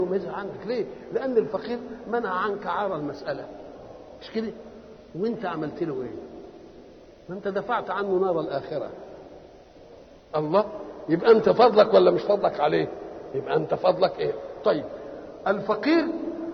يميزها عنك ليه؟ لأن الفقير منع عنك عار المسألة، مش كده؟ وانت عملت له ايه؟ ما انت دفعت عنه نار الآخرة. الله، يبقى انت فضلك ولا مش فضلك عليه؟ يبقى انت فضلك ايه؟ طيب الفقير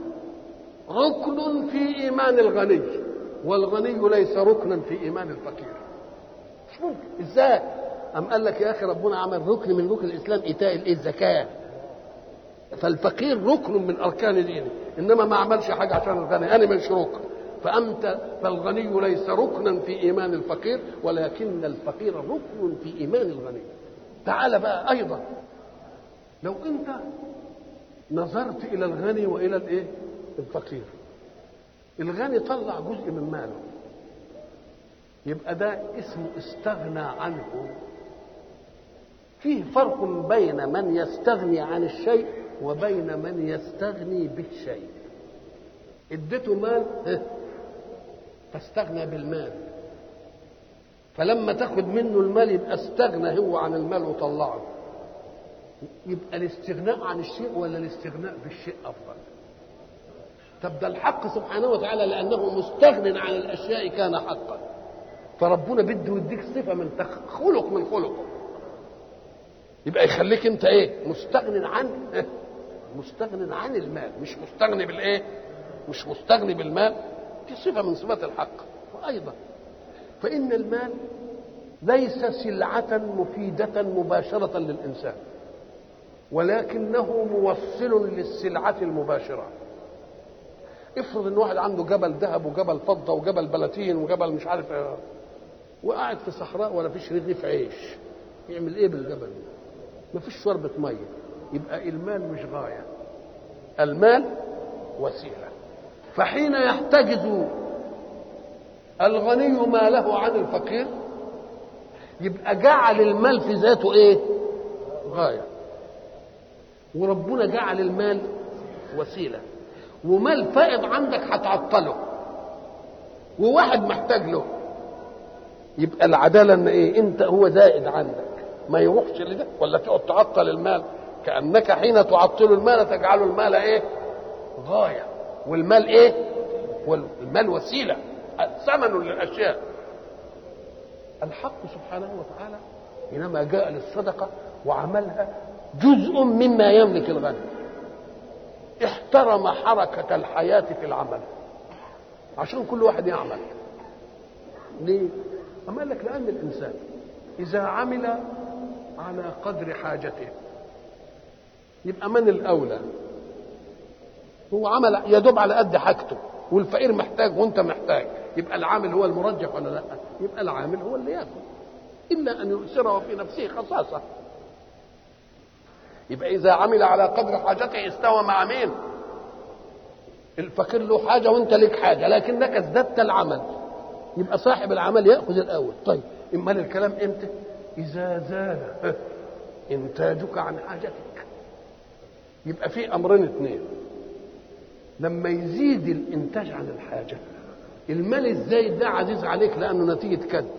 ركن في ايمان الغني، والغني ليس ركنا في ايمان الفقير. مش ممكن. ازاي؟ ام قال لك يا اخي ربنا عمل ركن من ركن الاسلام ايتاء الزكاه، فالفقير ركن من اركان دينه، انما ما عملش حاجه عشان الغني، انا مش ركن. فالغني ليس ركنا في ايمان الفقير، ولكن الفقير ركن في ايمان الغني. تعال بقى ايضا، لو انت نظرت الى الغني والى الايه؟ الفقير. الغني طلع جزء من ماله، يبقى ده اسمه استغنى عنه. فيه فرق بين من يستغني عن الشيء وبين من يستغني بالشيء. اديته مال فاستغنى بالمال، فلما تاخد منه المال يبقى استغنى هو عن المال وطلعه. يبقى الاستغناء عن الشيء ولا الاستغناء بالشيء افضل؟ طب ده الحق سبحانه وتعالى لانه مستغن عن الاشياء كان حقا، فربنا بده يديك صفه من خلق من خلقه، يبقى يخليك انت ايه؟ مستغن عن مستغن عن المال، مش مستغني بالايه؟ مش مستغني بالمال. دي صفه من صفات الحق. وايضا فان المال ليس سلعه مفيده مباشره للانسان، ولكنه موصل للسلعه المباشره. افرض ان واحد عنده جبل ذهب وجبل فضه وجبل بلاتين وجبل مش عارف ايه، وقاعد في صحراء ولا فيش رغيف عيش، يعمل ايه بالجبل ده؟ ما فيش شربة ميه. يبقى المال مش غايه، المال وسيله. فحين يحتجز الغني ماله عن الفقير يبقى جعل المال في ذاته ايه؟ غايه. وربنا جعل المال وسيله، ومال فائض عندك هتعطله، وواحد محتاج له. يبقى العداله ان ايه؟ انت هو زائد عندك ما يروحش لده، ولا تقعد تعطل المال. كانك حين تعطل المال تجعل المال ايه؟ غايه. والمال ايه؟ والمال وسيله، ثمن للاشياء. الحق سبحانه وتعالى حينما جاء للصدقه وعملها جزء مما يملك الغني، احترم حركه الحياه في العمل عشان كل واحد يعمل. ليه؟ أما قال لك لأن الإنسان إذا عمل على قدر حاجته يبقى من الأولى؟ هو عمل يدوب على قد حاجته، والفقير محتاج وأنت محتاج، يبقى العامل هو المرجح ولا لا؟ يبقى العامل هو اللي يأكل، إلا أن يؤثره في نفسه خصاصة. يبقى إذا عمل على قدر حاجته استوى مع مين؟ الفقير له حاجة وأنت لك حاجة، لكنك ازددت العمل، يبقى صاحب العمل يأخذ الأول. طيب إمال الكلام إمتى؟ إذا زال إنتاجك عن حاجتك. يبقى في أمرين اثنين، لما يزيد الإنتاج عن الحاجة المال الزايد ده عزيز عليك لأنه نتيجة كد،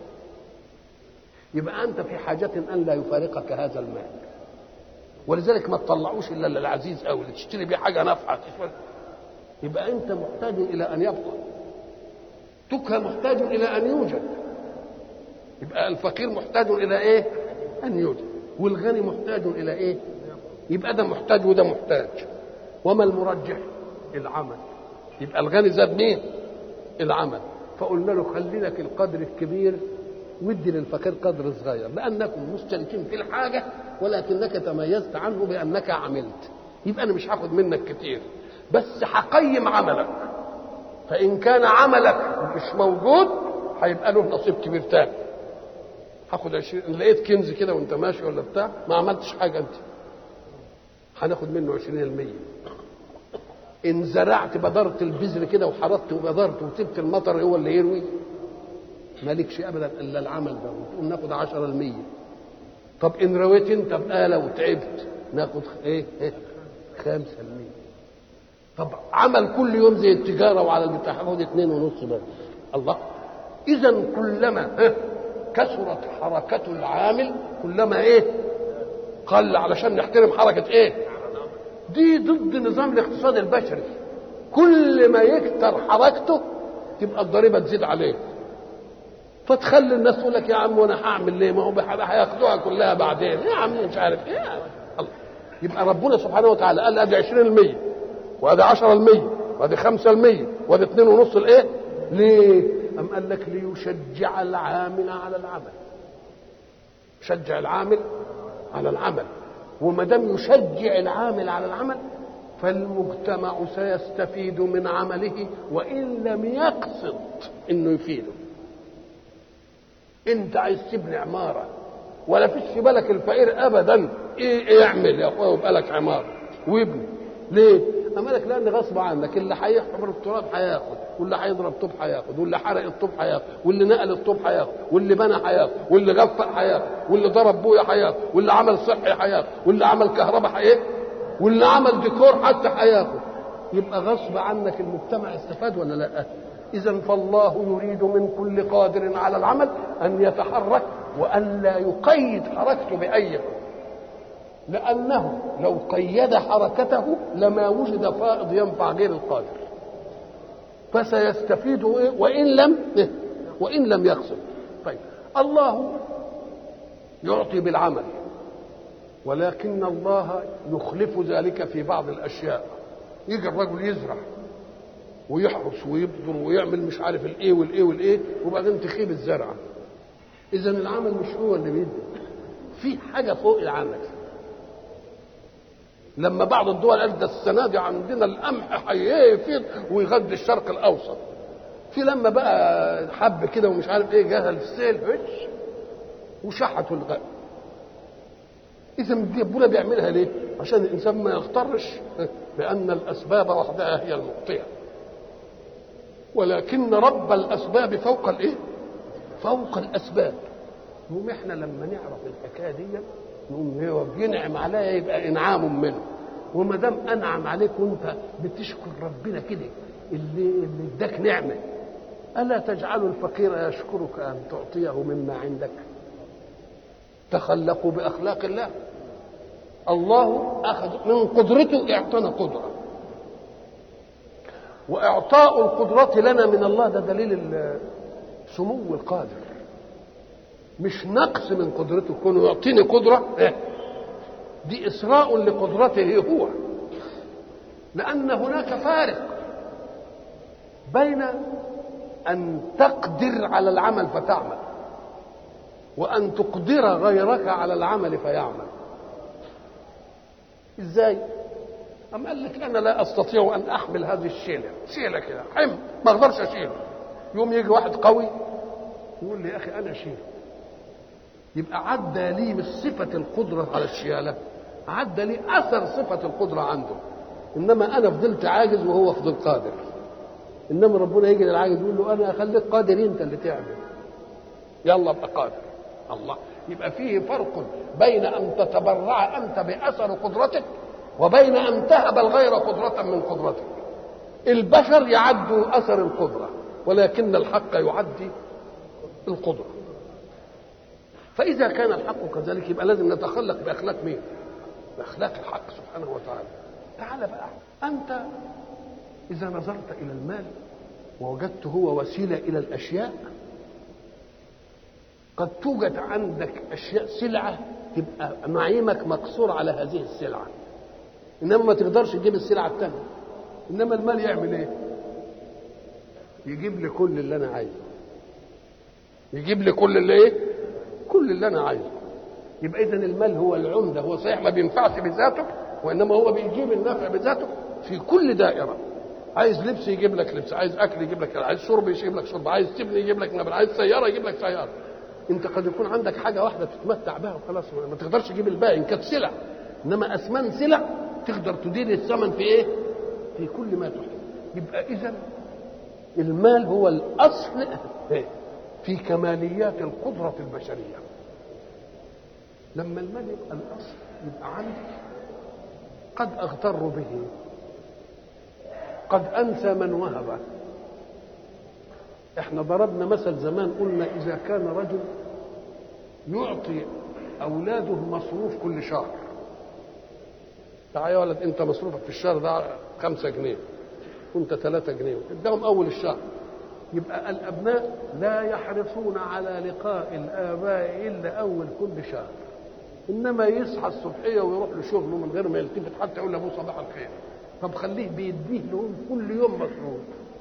يبقى أنت في حاجة أن لا يفارقك هذا المال، ولذلك ما تطلعوش إلا للعزيز أو اللي تشتري بيه حاجة نافعة. يبقى أنت محتاج إلى أن يبقى، تكه محتاج الى ان يوجد. يبقى الفقير محتاج الى ايه؟ ان يوجد. والغني محتاج الى ايه؟ يبقى ده محتاج وده محتاج. وما المرجح؟ العمل. يبقى الغني زاد مين؟ العمل. فقلنا له خلينك القدر الكبير ودي للفقير قدر صغير، لانكم مشتركين في الحاجه ولكنك تميزت عنه بانك عملت. يبقى انا مش هاخد منك كتير، بس هقيم عملك، فإن كان عملك مش موجود هيبقى له نصيب كبير تاني. هاخد 20، لقيت كنز كده وانت ماشي ولا بتاع ما عملتش حاجة انت، هناخد منه 20%. إن زرعت بذرت البذر كده وحرطت وبذرت وسبت المطر هو اللي يروي، مالكش أبدا إلا العمل ده، وتقوم ناخد 10%. طب إن رويت أنت بآلة وتعبت ناخد إيه؟ 5%. طب عمل كل يوم زي التجاره وعلى البتاع هاخد 2.5 بس. الله، اذا كلما كثرت حركه العامل كلما ايه؟ قل، علشان نحترم حركه ايه؟ دي ضد نظام الاقتصاد البشري. كل ما يكتر حركته تبقى الضريبه تزيد عليه، فتخلي الناس تقول لك يا عم وانا هعمل ليه؟ ما هو هياخدوها كلها بعدين يا عم مش عارف ايه. الله. يبقى ربنا سبحانه وتعالى قال ادي 20% وادي 10% وادي 5% وادي 2.5 الايه؟ ليه؟ أم قال لك ليشجع العامل على العمل. يشجع العامل على العمل، وما دام يشجع العامل على العمل فالمجتمع سيستفيد من عمله وإن لم يقصد إنه يفيده. أنت عايز تبني عمارة ولا فيش في بالك الفقير أبدا، إيه يعمل يا أخويا ويبقى لك عمارة ويبني؟ ليه؟ أما لك لأن غصب عنك اللي هيحفر التراب هياخد، واللي هيضرب طوب هياخد، واللي حرق الطوب هياخد، واللي نقل الطوب هياخد، واللي بنى هياخد، واللي غفق هياخد، واللي ضرب بويا هياخد، واللي عمل صحي هياخد، واللي عمل كهرباء هياخد، واللي عمل ديكور حتى هياخد. يبقى غصب عنك المجتمع استفاد ولا لا؟ إذا فالله يريد من كل قادر على العمل أن يتحرك وأن لا يقيد حركته بأي، لأنه لو قيد حركته لما وجد فائض ينفع غير القادر، فسيستفيد وإن لم يقصد. طيب الله يعطي بالعمل، ولكن الله يخلف ذلك في بعض الأشياء. يجي الرجل يزرع ويحرس ويبذر ويعمل مش عارف الايه والايه والايه، وبعدين تخيب الزرعه. اذا العمل مش هو اللي بيدي، في حاجه فوق العمل. لما بعض الدول قالت ده السنه دي عندنا القمح هيفيض ويغذي الشرق الاوسط، في لما بقى حب كده ومش عارف ايه جه السيل وشحتوا الغاء. اذا دي ربنا بيعملها ليه؟ عشان الانسان ما يغترش بان الاسباب وحدها هي المعطيه، ولكن رب الاسباب فوق الايه؟ فوق الاسباب. نقوم احنا لما نعرف الحكايه دي نقوم هو بينعم عليا يبقى انعام منه، وما دام انعم عليك وانت بتشكر ربنا كده اللي اداك نعمه، الا تجعل الفقير يشكرك ان تعطيه مما عندك؟ تخلقوا باخلاق الله. الله اخذ من قدرته اعطانا قدره، واعطاء القدرات لنا من الله ده دليل سمو القادر، مش نقص من قدرته. كونه يعطيني قدره دي اسراء لقدرته هو، لان هناك فارق بين ان تقدر على العمل فتعمل وان تقدر غيرك على العمل فيعمل. ازاي؟ أم قال لك أنا لا أستطيع أن أحمل هذه شيلة كده حمل ما أقدرش أشيله. يوم يجي واحد قوي يقول لي يا أخي أنا أشيله، يبقى عدى لي من صفة القدرة على الشيالة، عدى لي أثر صفة القدرة عنده. إنما أنا فضلت عاجز وهو فضل قادر. إنما ربنا يجي للعاجز يقول له أنا أخليك قادر أنت اللي تعمل، يلا ابقى قادر. الله. يبقى فيه فرق بين أن تتبرع أنت بأثر قدرتك وبين أن تهب الغير قدرة من قدرتك. البشر يعدوا أثر القدرة، ولكن الحق يعدي القدرة. فإذا كان الحق كذلك يبقى لازم نتخلق بأخلاق مين؟ بأخلاق الحق سبحانه وتعالى. تعال بقى أنت إذا نظرت إلى المال ووجدت هو وسيلة إلى الأشياء، قد توجد عندك أشياء سلعة تبقى نعيمك مقصور على هذه السلعة، إنما ما تقدرش تجيب السلعة الثانية. إنما المال يعمل إيه؟ يجيب لي كل اللي أنا عايزه، يجيب لي كل اللي إيه؟ كل اللي أنا عايزه. يبقى إذن المال هو العمدة. هو صحيح ما بينفعش بذاته، وإنما هو بيجيب النفع بذاته في كل دائرة. عايز لبس يجيب لك لبس، عايز أكل يجيب لك، عايز شرب يجيب لك شرب، عايز تبني يجيب لك نبل، عايز سيارة يجيب لك سيارة. انت قد يكون عندك حاجه واحده تتمتع بها وخلاص، ما تقدرش تجيب الباقي ان كانت سلع. انما اثمان سلع تقدر تدير الثمن في ايه؟ في كل ما تحب. يبقى اذا المال هو الاصل في كماليات القدره البشريه. لما المال يبقى الاصل يبقى عندي قد اغتر به، قد انسى من وهبه. احنا ضربنا مثل زمان قلنا اذا كان رجل يعطي اولاده مصروف كل شهر، تعال يا ولد انت مصروفك في الشهر ده 5 جنيه وانت 3 جنيه، اداهم اول الشهر. يبقى الابناء لا يحرصون على لقاء الاباء الا اول كل شهر، انما يصحى الصبحيه ويروح لشغله من غير ما يلتفت حتى يقول لابوه صباح الخير. طب خليه بيديه لهم كل يوم مصروف،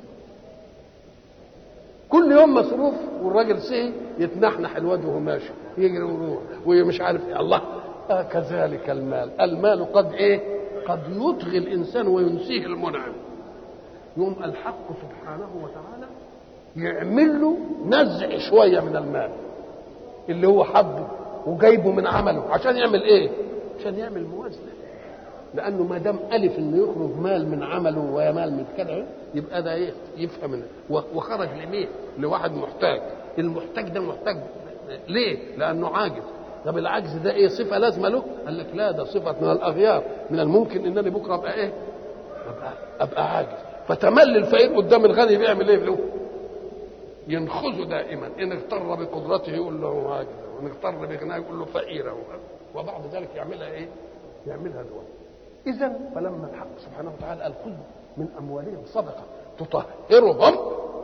كل يوم مصروف، والراجل سهي يتنحنح الواد وهو ماشي يجري ويروح ومش عارف ايه. الله، كذلك المال، المال قد ايه؟ قد يطغي الانسان وينسيه المنعم. يوم الحق سبحانه وتعالى يعمل له نزع شويه من المال اللي هو حبه وجايبه من عمله، عشان يعمل ايه؟ عشان يعمل موازنه. لانه ما دام الف انه يخرج مال من عمله ومال من كذا، يبقى ده ايه؟ يفهم منه. وخرج لمين؟ لواحد محتاج. المحتاج ده محتاج ليه؟ لانه عاجز. طب العجز ده ايه؟ صفه لازمه له؟ قال لك لا، ده صفه من الاغيار. من الممكن انني بكره ابقى ايه؟ ابقى عاجز. فتملي الفقير قدام الغني بيعمل ايه له؟ ينخذه دائما. ان اغتر بقدرته يقول له عاجز، وان اغتر بغناه يقول له فقير، وبعد ذلك يعملها ايه؟ يعملها دول. اذا فلما الحق سبحانه وتعالى قال خذ من اموالهم صدقه تطهرهم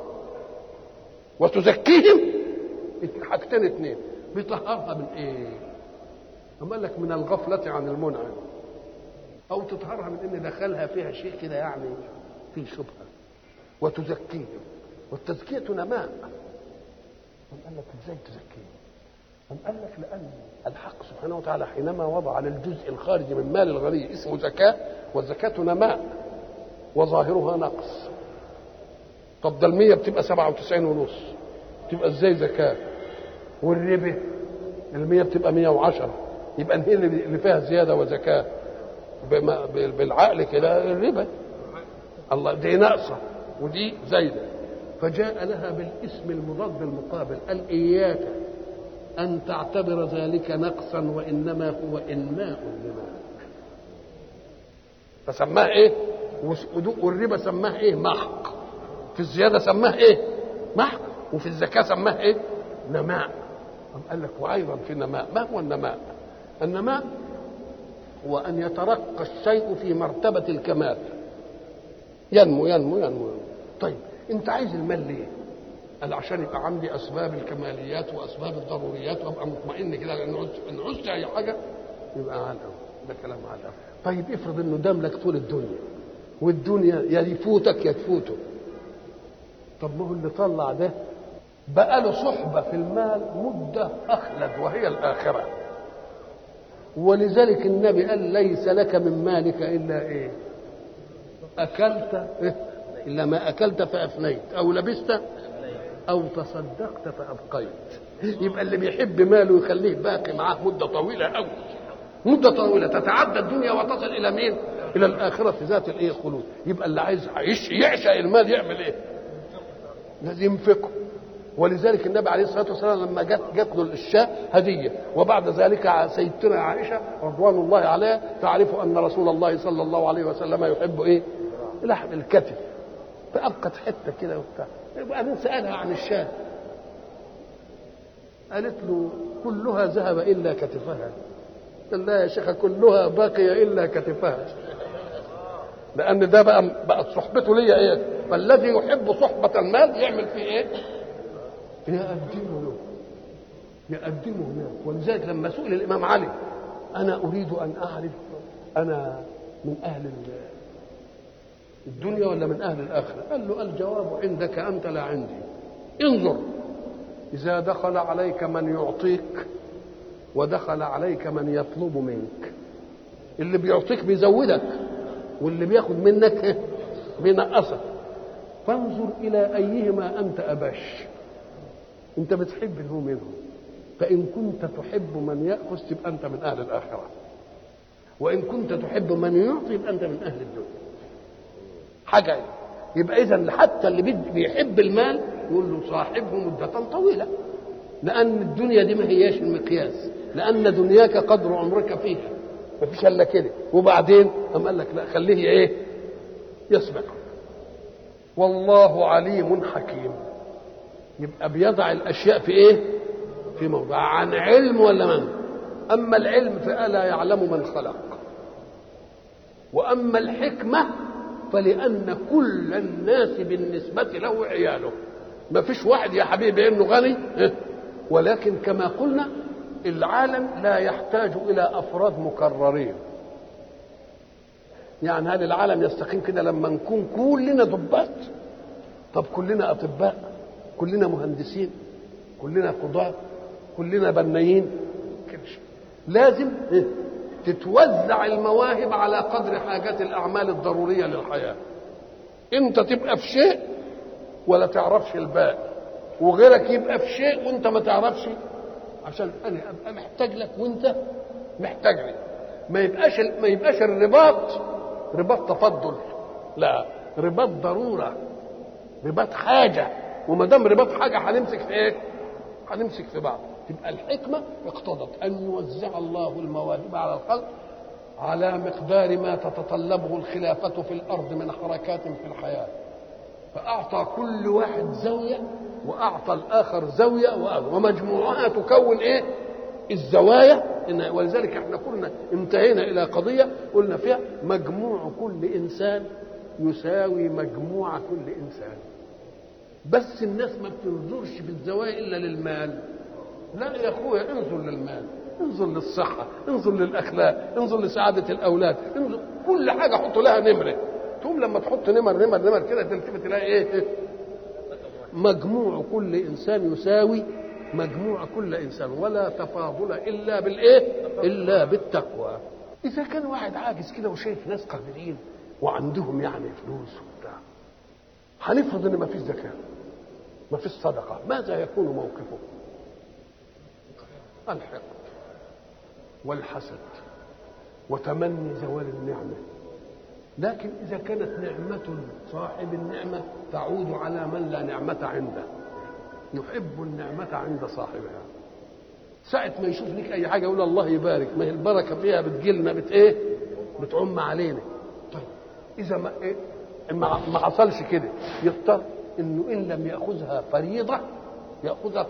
وتزكيهم، حاجتين اتنين. بيطهرها من ايه؟ أما قال لك من الغفله عن المنعم، او تطهرها من ان دخلها فيها شيء كده يعني فيه شبهه. وتزكيهم، والتزكيه نماء. قال لك ازاي تزكيهم؟ قال لك لأن الحق سبحانه وتعالى حينما وضع للجزء الخارجي من مال الغني اسمه زكاة، والزكاة نماء وظاهرها نقص. طب ده 100 بتبقى 97.5، تبقى ازاي زكاة؟ والربا 100 بتبقى 110، يبقى هي اللي فيها زيادة وزكاة بالعقل كده الربا. الله، دي ناقصة ودي زايدة، فجاء لها بالاسم المضاد المقابل، قال إياك أن تعتبر ذلك نقصا وإنما هو إنماء لمالك. فسماه إيه؟ والربا سماه إيه؟ محق. في الزيادة سماه إيه؟ محق. وفي الزكاة سماه إيه؟ نماء. قال لك وأيضا في نماء. ما هو النماء؟ النماء هو أن يترقى الشيء في مرتبة الكمال، ينمو ينمو ينمو. طيب أنت عايز المال ليه؟ قال عشان يبقى عندي اسباب الكماليات واسباب الضروريات وابقى مطمئن كده، لان عوزت اي حاجه يبقى على الاول. ده كلام على الاول. طيب افرض انه دام لك طول الدنيا، والدنيا يا يفوتك يا تفوته. طب ما هو اللي طلع ده بقى له صحبه في المال مده اخلد وهي الاخره. ولذلك النبي قال ليس لك من مالك الا ايه؟ اكلت الا ما اكلت فافنيت، او لبست أو تصدقت فأبقيت. يبقى اللي بيحب ماله يخليه باقي معاه مدة طويلة أوي، مدة طويلة تتعدى الدنيا وتصل إلى مين؟ إلى الآخرة في ذات الإيه؟ الخلود. يبقى اللي عايز يعشق المال يعمل إيه؟ لازم ينفقه. ولذلك النبي عليه الصلاة والسلام لما جت له الشاة هدية، وبعد ذلك سيدتنا عائشة رضوان الله عليها تعرف أن رسول الله صلى الله عليه وسلم يحب إيه؟ لحم الكتف، فأبقت حتة كده وبتاع. وبعدين سألها عن الشاة، قالت له كلها ذهب إلا كتفها. قال لا يا شيخ، كلها باقية إلا كتفها. لأن ده بقت صحبته ليا إيه؟ فالذي يحب صحبة المال يعمل فيه إيه؟ يقدمه له، يقدمه له. ولذلك لما سئل الإمام علي أنا أريد أن أعرف أنا من أهل الدنيا ولا من أهل الآخرة؟ قال له الجواب عندك أنت لا عندي. انظر، إذا دخل عليك من يعطيك ودخل عليك من يطلب منك، اللي بيعطيك بيزودك، واللي بياخد منك بينقصك. فانظر إلى أيهما أنت أبش. أنت بتحب اللي هو منهم، فإن كنت تحب من يأخذ تبقى أنت من أهل الآخرة، وإن كنت تحب من يعطي يبقى أنت من أهل الدنيا. حاجة يبقى إذن حتى اللي بيحب المال يقول له صاحبه مدة طويلة، لأن الدنيا دي ما هياش المقياس، لأن دنياك قدر عمرك فيها، ما فيش إلا كده. وبعدين قام قال لك لا، خليه إيه؟ يسبق. والله عليم حكيم. يبقى بيضع الأشياء في إيه؟ في موضع. عن علم ولا من؟ أما العلم فألا يعلم من خلق. وأما الحكمة فلأن كل الناس بالنسبة له عياله. ما فيش واحد يا حبيبي إنه غني، ولكن كما قلنا العالم لا يحتاج إلى أفراد مكررين. يعني هل العالم يستقيم كده لما نكون كلنا ضباط؟ طب كلنا أطباء، كلنا مهندسين، كلنا قضاة، كلنا بنايين، لازم تتوزع المواهب على قدر حاجات الأعمال الضرورية للحياة. انت تبقى في شيء ولا تعرفش الباقي، وغيرك يبقى في شيء وانت ما تعرفش، عشان انا ابقى محتاج لك وانت محتاج لي. ما يبقاش الرباط رباط تفضل، لا، رباط ضرورة، رباط حاجة. وما دام رباط حاجة هنمسك في ايه؟ هنمسك في بعض. تبقى الحكمة اقتضت أن يوزع الله المواهب على الخلق على مقدار ما تتطلبه الخلافة في الأرض من حركات في الحياة، فأعطى كل واحد زاوية وأعطى الآخر زاوية ومجموعها تكون إيه؟ الزوايا. ولذلك احنا كنا انتهينا إلى قضية قلنا فيها مجموع كل إنسان يساوي مجموع كل إنسان. بس الناس ما بتنظرش في الزوايا إلا للمال. لا يا أخويا، انظر للمال، انظر للصحة، انظر للأخلاق، انظر لسعادة الأولاد، انظر كل حاجة حط لها نمرة. تقوم لما تحط نمر كده تلتفت تلاقي ايه؟ مجموع كل إنسان يساوي مجموع كل إنسان، ولا تفاضل إلا بالإيه؟ إلا بالتقوى. إذا كان واحد عاجز كده وشايف ناس قادرين وعندهم يعني فلوس وبتاع، هنفرض إن ما فيش زكاة، ما فيش صدقة، ماذا يكون موقفه؟ الحقد والحسد وتمني زوال النعمة. لكن إذا كانت نعمة صاحب النعمة تعود على من لا نعمة عنده، يحب النعمة عند صاحبها. ساعة ما يشوف لك أي حاجة يقول الله يبارك، ما هي البركة فيها بتجيلنا بتعم علينا. طيب إذا ما حصلش كده، يضطر إنه إن لم يأخذها فريضة يأخذها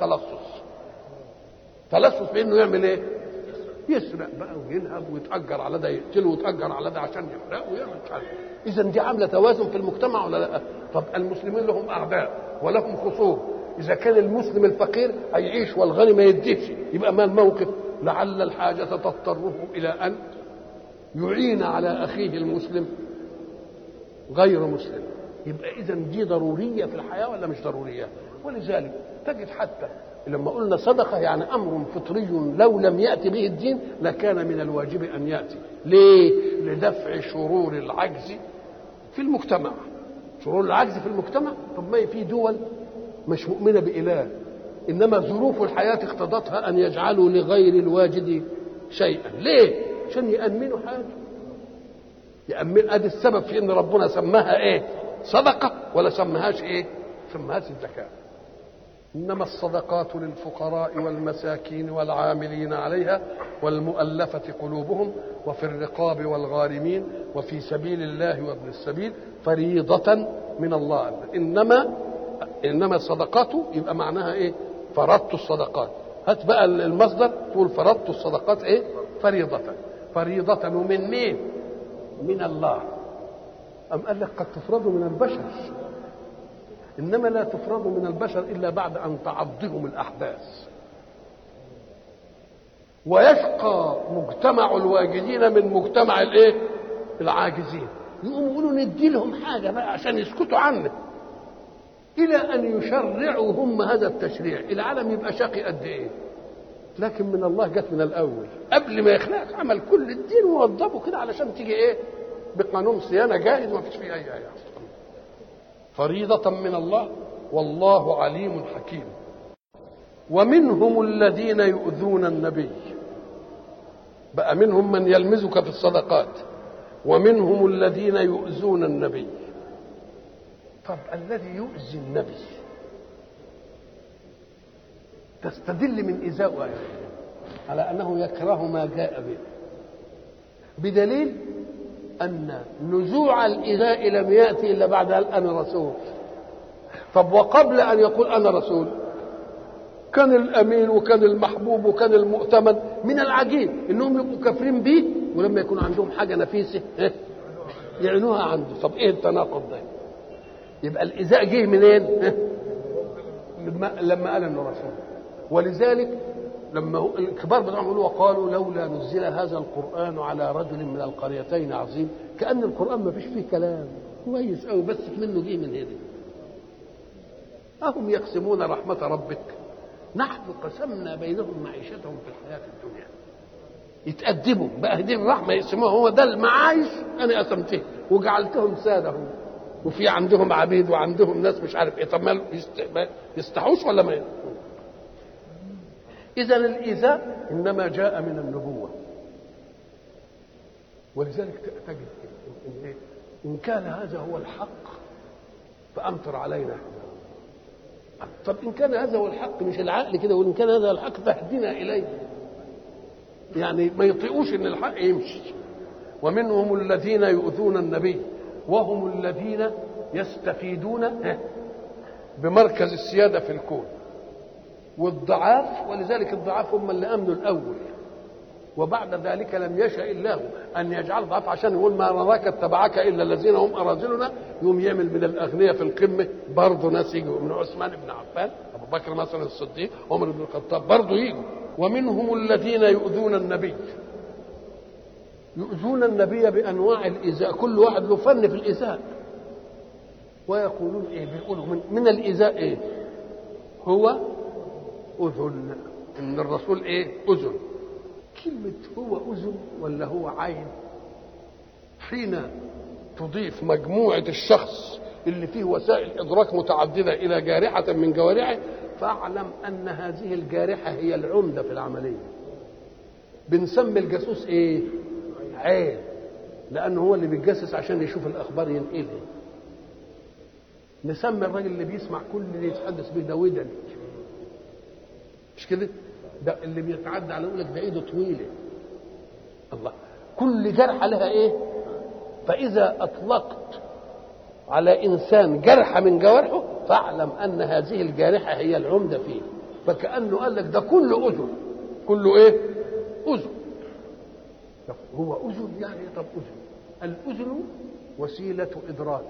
تلصص بإنه يعمل إيه؟ يسرق بقى وينهب ويتأجر على ده، يقتله ويتأجر على ده عشان يحرق ويعمل مش عارف. إذا دي عاملة توازن في المجتمع ولا لا؟ طب المسلمين لهم أعداء ولهم خصوم. إذا كان المسلم الفقير هيعيش والغني ما يديش، يبقى ما الموقف؟ لعل الحاجة تضطره إلى أن يعين على أخيه المسلم غير مسلم. يبقى إذا دي ضرورية في الحياة ولا مش ضرورية؟ ولذلك تجد حتى لما قلنا صدقة يعني أمر فطري لو لم يأتي به الدين لكان من الواجب أن يأتي. ليه؟ لدفع شرور العجز في المجتمع. شرور العجز في المجتمع. طب ما في دول مش مؤمنة بإله، إنما ظروف الحياة اقتضتها أن يجعلوا لغير الواجد شيئا. ليه؟ عشان يأمنوا حاجة. أدي السبب في أن ربنا سماها إيه؟ صدقة، ولا سماهاش إيه؟ سماهاش الزكاة. إنما الصدقات للفقراء والمساكين والعاملين عليها والمؤلفة قلوبهم وفي الرقاب والغارمين وفي سبيل الله وابن السبيل فريضة من الله. إنما الصدقات يبقى معناها إيه؟ فرضت الصدقات. هات بقى المصدر تقول فرضت الصدقات إيه؟ فريضة من مين؟ من الله. أم قال لك قد تفرض من البشر، إنما لا تفرض من البشر إلا بعد أن تعضهم الأحداث. ويشقى مجتمع الواجدين من مجتمع العاجزين. يقوموا يقولوا ندي لهم حاجة بقى عشان يسكتوا عنه، إلى أن يشرعوا هم هذا التشريع. العالم يبقى شقي قد إيه؟ لكن من الله جت من الأول، قبل ما يخلق عمل كل الدين ووظفه كده علشان تيجي إيه؟ بقانون صيانة جاهز ما فيش فيه أي فريضة من الله والله عليم حكيم. ومنهم الذين يؤذون النبي، بقى منهم من يلمزك في الصدقات ومنهم الذين يؤذون النبي. طب الذي يؤذي النبي تستدل من إزاء على أنه يكره ما جاء به، بدليل أن نزوع الإيذاء لم يأتي إلا بعد قال أنا رسول. طب وقبل أن يقول أنا رسول كان الأمين وكان المحبوب وكان المؤتمن. من العجيب إنهم يبقوا كافرين به ولما يكون عندهم حاجة نفيسة يعينوها عنده. طب ايه التناقض ده؟ يبقى الإيذاء جه منين؟ لما قال انه رسول. ولذلك لما هو الكبار بتاعهم يقولوا وقالوا لولا نزل هذا القرآن على رجل من القريتين عظيم، كأن القرآن ما فيش فيه كلام كويس أو بس منه جه من هنا. أهم يقسمون رحمة ربك نحن قسمنا بينهم معيشتهم في الحياة الدنيا. يتقدموا بقى دي الرحمة يقسموها، هو ده المعايش أنا قسمته وجعلتهم سادهم، وفي عندهم عبيد وعندهم ناس مش عارف ايه. طب ما يستحوش ولا ما؟ إذا الإيذاء إنما جاء من النبوة. ولذلك تجد إن كان هذا هو الحق فأمطر علينا. طب إن كان هذا هو الحق مش العقل كده، وإن كان هذا الحق فاهدنا إليه. يعني ما يطيقوش إن الحق يمشي. ومنهم الذين يؤذون النبي وهم الذين يستفيدون بمركز السيادة في الكون. والضعاف، ولذلك الضعاف هم اللي امنوا الاول، وبعد ذلك لم يشاء الله ان يجعل ضعاف عشان يقول ما نراك اتبعك الا الذين هم اراذلنا، يوم يعمل من الاغنياء في القمه برضه ناس يجوا من عثمان بن عفان، ابو بكر مثلا الصديق، عمر بن الخطاب برضه يجوا. ومنهم الذين يؤذون النبي. يؤذون النبي بانواع الايذاء، كل واحد له فن في الايذاء. ويقولون ايه؟ بيقولوا من الايذاء ايه؟ هو أذن، إن الرسول إيه؟ أذن. كلمة هو أذن ولا هو عين؟ حين تضيف مجموعة الشخص اللي فيه وسائل إدراك متعددة إلى جارحة من جوارحه، فاعلم أن هذه الجارحة هي العمدة في العملية. بنسمي الجاسوس إيه؟ عين، لأنه هو اللي بيتجسس عشان يشوف الأخبار ينقلها. نسمي الراجل اللي بيسمع كل اللي يتحدث به ده ودن، مش كده؟ ده اللي بيتعدى على يقول لك ده ايده طويله. الله، كل جرحه لها ايه؟ فاذا اطلقت على انسان جرحه من جوارحه فاعلم ان هذه الجارحه هي العمده فيه. فكانه قال لك ده كله اذن، كله ايه؟ اذن. هو اذن يعني طب اذن، الاذن وسيله ادراك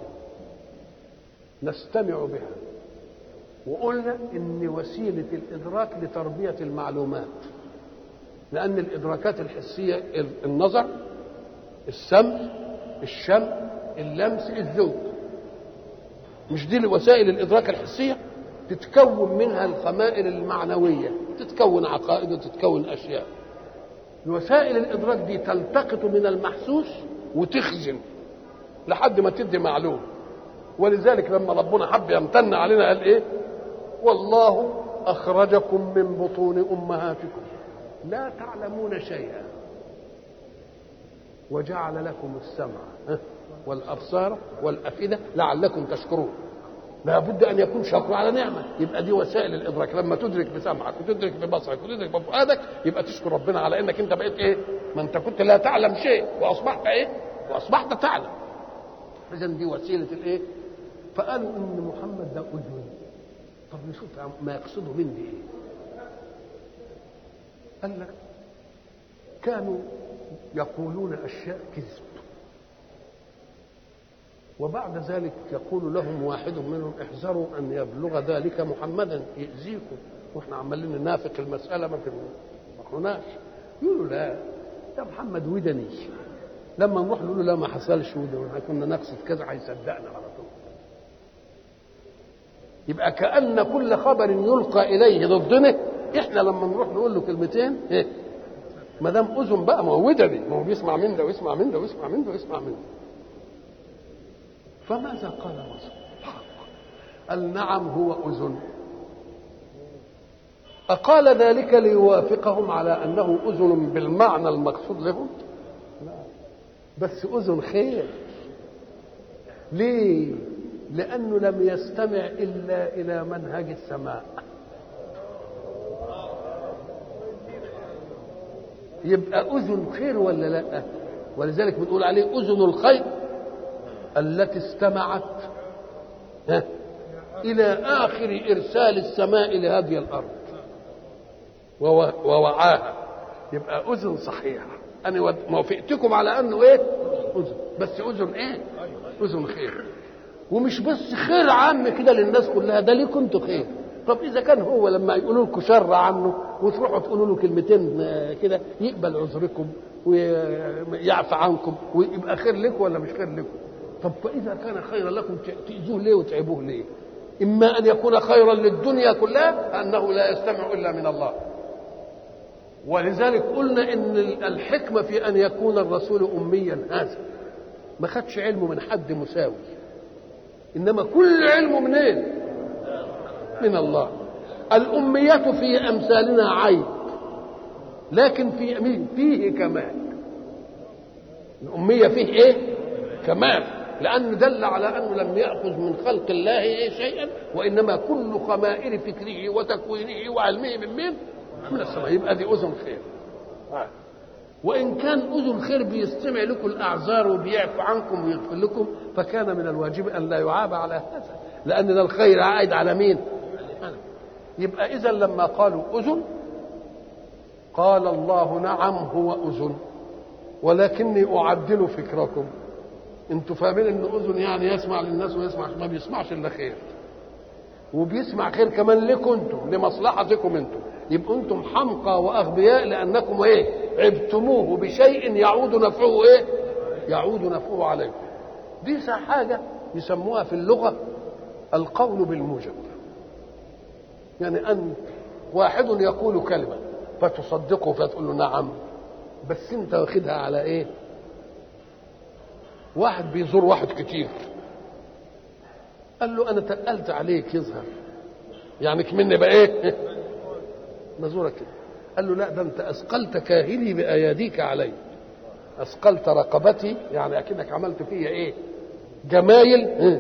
نستمع بها، وقلنا ان وسيله الادراك لتربيه المعلومات، لان الادراكات الحسيه النظر، السمع، الشم، اللمس، الذوق، مش دي وسائل الادراك الحسيه؟ تتكون منها الخمائر المعنويه، تتكون عقائد وتتكون اشياء. وسائل الادراك دي تلتقط من المحسوس وتخزن لحد ما تدي معلوم. ولذلك لما ربنا حب يمتن علينا قال ايه؟ والله أخرجكم من بطون أمهاتكم لا تعلمون شيئا وجعل لكم السمع والأبصار والأفئدة لعلكم تشكرون. لا بد أن يكون شكر على نعمة. يبقى دي وسائل الإدراك، لما تدرك بسمعك وتدرك ببصرك وتدرك بفؤادك يبقى تشكر ربنا على أنك أنت بقيت إيه؟ ما أنت كنت لا تعلم شيء وأصبحت إيه؟ وأصبحت تعلم. إذن دي وسيلة الإيه؟ فقالوا إن محمد ده أذن. طب نشوف ما يقصده من دي ايه. قال لك كانوا يقولون اشياء كذب، وبعد ذلك يقول لهم واحد منهم احذروا ان يبلغ ذلك محمدا يؤذيكم، واحنا عمالين ننافق المساله ما كناش. يقولوا لا ده محمد ودني، لما نروح نقول له لا ما حصلش ودني كنا نقصد كذا هيصدقنا على طول. يبقى كأن كل خبر يلقى إليه ضدنا إحنا لما نروح نقول له كلمتين إيه؟ ما دام أذن بقى ما هو ودني، ما هو بيسمع من ده ويسمع من ده ويسمع من ده ويسمع من ده. فماذا قال الرسول؟ قال نعم هو أذن. أقال ذلك ليوافقهم على أنه أذن بالمعنى المقصود لهم؟ لا، بس أذن خير. ليه؟ لأنه لم يستمع إلا إلى منهج السماء. يبقى أذن خير ولا لا؟ ولذلك بنقول عليه أذن الخير التي استمعت إلى آخر إرسال السماء لهذه الأرض ووعاها. يبقى أذن صحيحة. أنا موافقتكم على أنه إيه؟ أذن. بس اذن ايه؟ اذن خير. ومش بس خير عام كده للناس كلها، ده ليكم انتوا خير. طب اذا كان هو لما يقولوا لكم شر عنه وتروحوا تقولوا له كلمتين كده يقبل عذركم ويعفى عنكم ويبقى خير لكم ولا مش خير لكم؟ طب فاذا كان خيرا لكم تاذوه ليه وتعبوه ليه؟ اما ان يكون خيرا للدنيا كلها انه لا يستمع الا من الله. ولذلك قلنا ان الحكمه في ان يكون الرسول اميا هذا ما خدش علمه من حد مساوي، انما كل علمه منين؟ من الله. الأمية في أمثالنا عيب، لكن فيه كمال. الأمية فيه إيه؟ كمال، لأنه دل على أنه لم يأخذ من خلق الله شيئا، وإنما كل خمائر فكره وتكوينه وعلمه من مين؟ من السماء. يبقى دي أذن خير. وإن كان أذن خير بيستمع لكم الأعذار وبيعفو عنكم ويغفر لكم، فكان من الواجب أن لا يعاب على هذا، لأن ده الخير عائد على مين؟ يبقى إذا لما قالوا أذن قال الله نعم هو أذن، ولكني أعدل فكركم. انتوا فاهمين ان أذن يعني يسمع للناس ويسمع، ما بيسمعش إلا خير، وبيسمع خير كمان لكم انتم، لمصلحتكم انتم. يبقوا انتم حمقى وأغبياء لأنكم ايه؟ عبتموه بشيء يعود نفعه ايه؟ يعود نفعه عليكم. دي حاجة يسموها في اللغة القول بالموجب. يعني أن واحد يقول كلمة فتصدقه فتقول له نعم، بس انت واخدها على ايه؟ واحد بيزور واحد كتير، قال له انا تقلت عليك يظهر، يعني كمني بقى ايه؟ مزورك كده. قال له لا، ده انت اثقلت كاهلي باياديك علي، اثقلت رقبتي، يعني اكنك عملت فيا ايه؟ جمايل.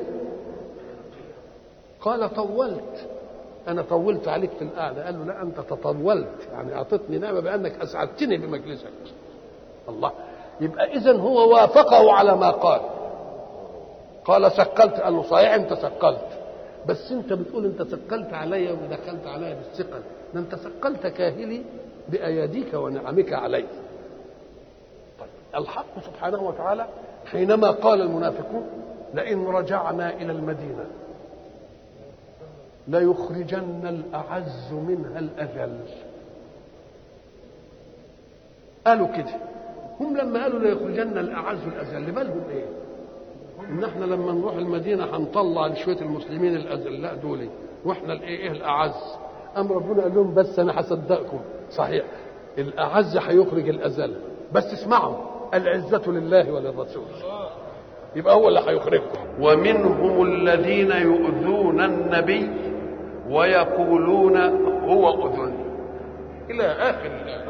قال طولت، انا طولت عليك في القعده. قال له لا، انت تطولت، يعني اعطتني نعمه بانك اسعدتني بمجلسك. الله. يبقى اذا هو وافقه على ما قال ثقلت. قال له صحيح انت ثقلت، بس انت بتقول انت ثقلت علي ودخلت علي بالثقل، ده انت ثقلت كاهلي باياديك ونعمك علي. طيب الحق سبحانه وتعالى حينما قال المنافقون لئن رجعنا الى المدينه ليخرجن الأعز منها الأذل، قالوا كده. هم لما قالوا ليخرجن الأعز الأذل بالهم ايه؟ ان احنا لما نروح المدينة هنطلع لشوية المسلمين الأذلاء دول واحنا الايه الأعز. أم ربنا قال لهم بس انا هصدقكم، صحيح الأعز هيخرج الأذل، بس اسمعوا العزة لله وللرسول، يبقى هو اللي هيخرجكم. ومنهم الذين يؤذون النبي ويقولون هو أذن، إلى آخر الآية.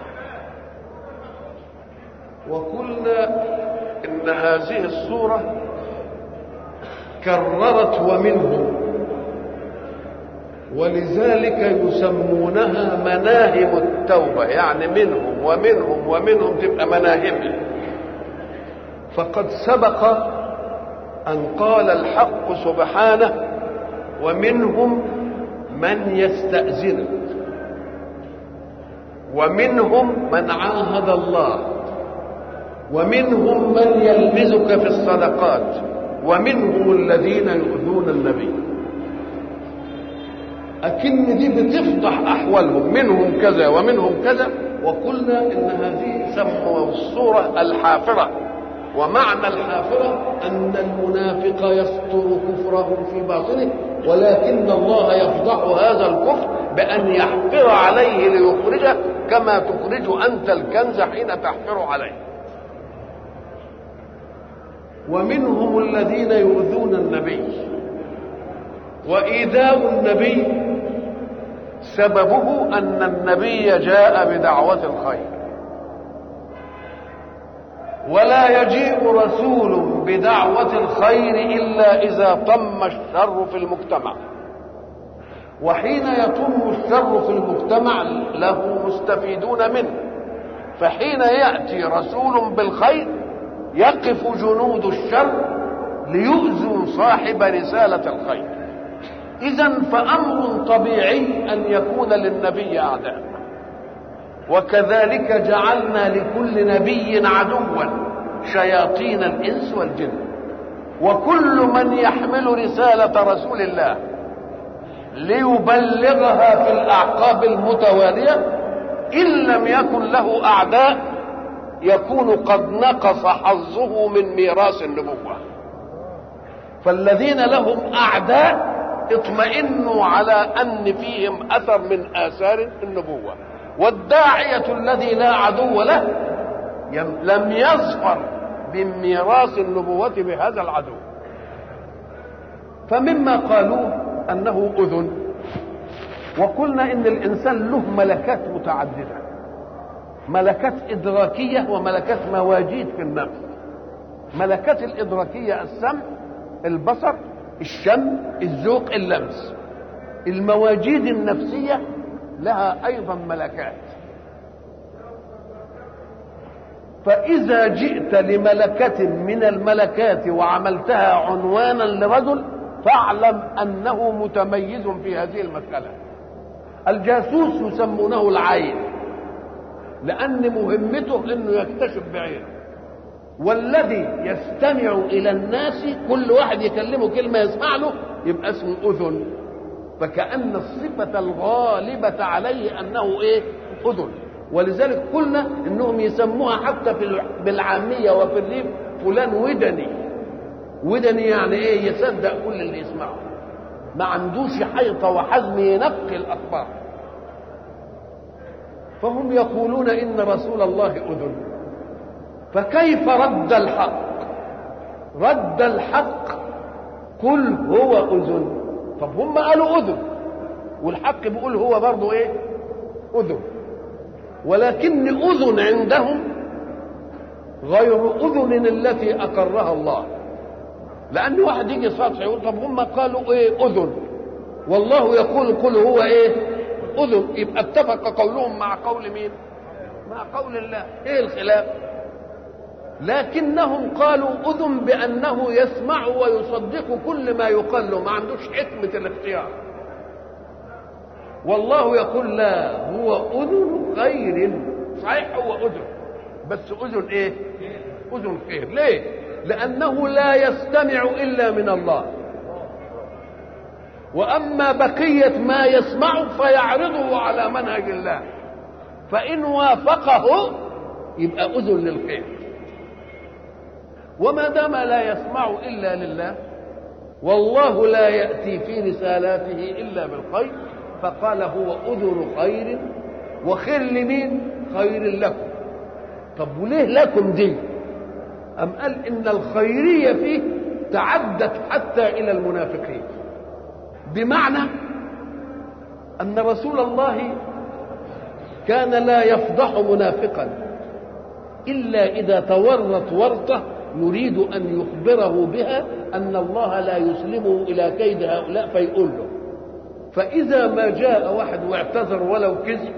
وقلنا إن هذه السورة كررت ومنهم، ولذلك يسمونها مناهم التوبة، يعني منهم ومنهم ومنهم تبقى مناهم. فقد سبق أن قال الحق سبحانه ومنهم من يستأذنك ومنهم من عاهد الله ومنهم من يلمزك في الصدقات ومنهم الذين يؤذون النبي. أكن دي بتفضح أحوالهم، منهم كذا ومنهم كذا. وقلنا إن هذه سموا الصورة الحافرة، ومعنى الحافرة أن المنافق يستر كفره في باطنه، ولكن الله يفضح هذا الكفر بأن يحفر عليه ليخرجه، كما تخرج أنت الكنز حين تحفر عليه. ومنهم الذين يؤذون النبي، وإيذاء النبي سببه أن النبي جاء بدعوة الخير، ولا يجيء رسول بدعوة الخير إلا إذا طم الشر في المجتمع. وحين يطم الشر في المجتمع له مستفيدون منه، فحين يأتي رسول بالخير يقف جنود الشر ليؤذوا صاحب رسالة الخير. إذن فأمر طبيعي أن يكون للنبي أعداء، وكذلك جعلنا لكل نبي عدوا شياطين الإنس والجن. وكل من يحمل رسالة رسول الله ليبلغها في الأعقاب المتوالية إن لم يكن له أعداء يكون قد نقص حظه من ميراث النبوة. فالذين لهم أعداء اطمئنوا على أن فيهم أثر من آثار النبوة. والداعية الذي لا عدو له لم يظفر بميراث النبوة بهذا العدو. فمما قالوه أنه أذن. وقلنا إن الإنسان له ملكات متعددة، ملكات إدراكية وملكات مواجيد في النفس. ملكات الإدراكية السمع، البصر، الشم، الذوق، اللمس. المواجيد النفسية لها أيضا ملكات. فإذا جئت لملكة من الملكات وعملتها عنوانا لرجل فاعلم أنه متميز في هذه المسألة. الجاسوس يسمونه العين لأن مهمته أنه يكتشف بعينه، والذي يستمع إلى الناس كل واحد يكلمه كلمة يسمع له يبقى اسمه أذن. فكأن الصفة الغالبة عليه أنه إيه؟ أذن. ولذلك قلنا إنهم يسموها حتى بالعامية وفي الريف فلان ودني. ودني يعني إيه؟ يصدق كل اللي يسمعه، ما عندوش حيطة وحزم ينقي الأخبار. فهم يقولون إن رسول الله أذن. فكيف رد الحق؟ رد الحق قل هو أذن. طب هم قالوا أذن والحق بيقول هو برضو إيه؟ أذن. ولكن أذن عندهم غير أذن التي أقرها الله. لأن واحد يجي سطح يقول طب هم قالوا إيه؟ أذن، والله يقول قل هو إيه؟ أذن. يبقى اتفق قولهم مع قول مين؟ مع قول الله. إيه الخلاف؟ لكنهم قالوا أذن بأنه يسمع ويصدق كل ما يقال له، ما عندوش حكمة الاختيار. والله يقول لا، هو أذن خير. صحيح هو أذن، بس أذن إيه؟ أذن خير. ليه؟ لأنه لا يستمع إلا من الله، وأما بقية ما يسمع فيعرضه على منهج الله، فإن وافقه يبقى أذن للخير. وما دام لا يسمع إلا لله، والله لا يأتي في رسالاته إلا بالخير، فقال هو أذن خير. وخير لمين؟ خير لكم. طب وليه لكم دي؟ أم قال إن الخيرية فيه تعدت حتى إلى المنافقين، بمعنى أن رسول الله كان لا يفضح منافقا إلا إذا تورط ورطة يريد أن يخبره بها أن الله لا يسلمه إلى كيد هؤلاء فيقول له. فإذا ما جاء واحد واعتذر ولو كذب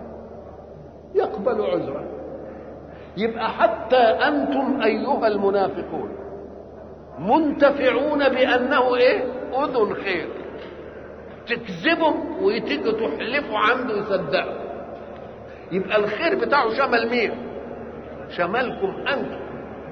يقبل عذره. يبقى حتى أنتم أيها المنافقون منتفعون بأنه إيه؟ أذن خير. تكذبوا وتيجوا تحلفوا عنده يصدقوا. يبقى الخير بتاعه شمل مين؟ شملكم أنتم.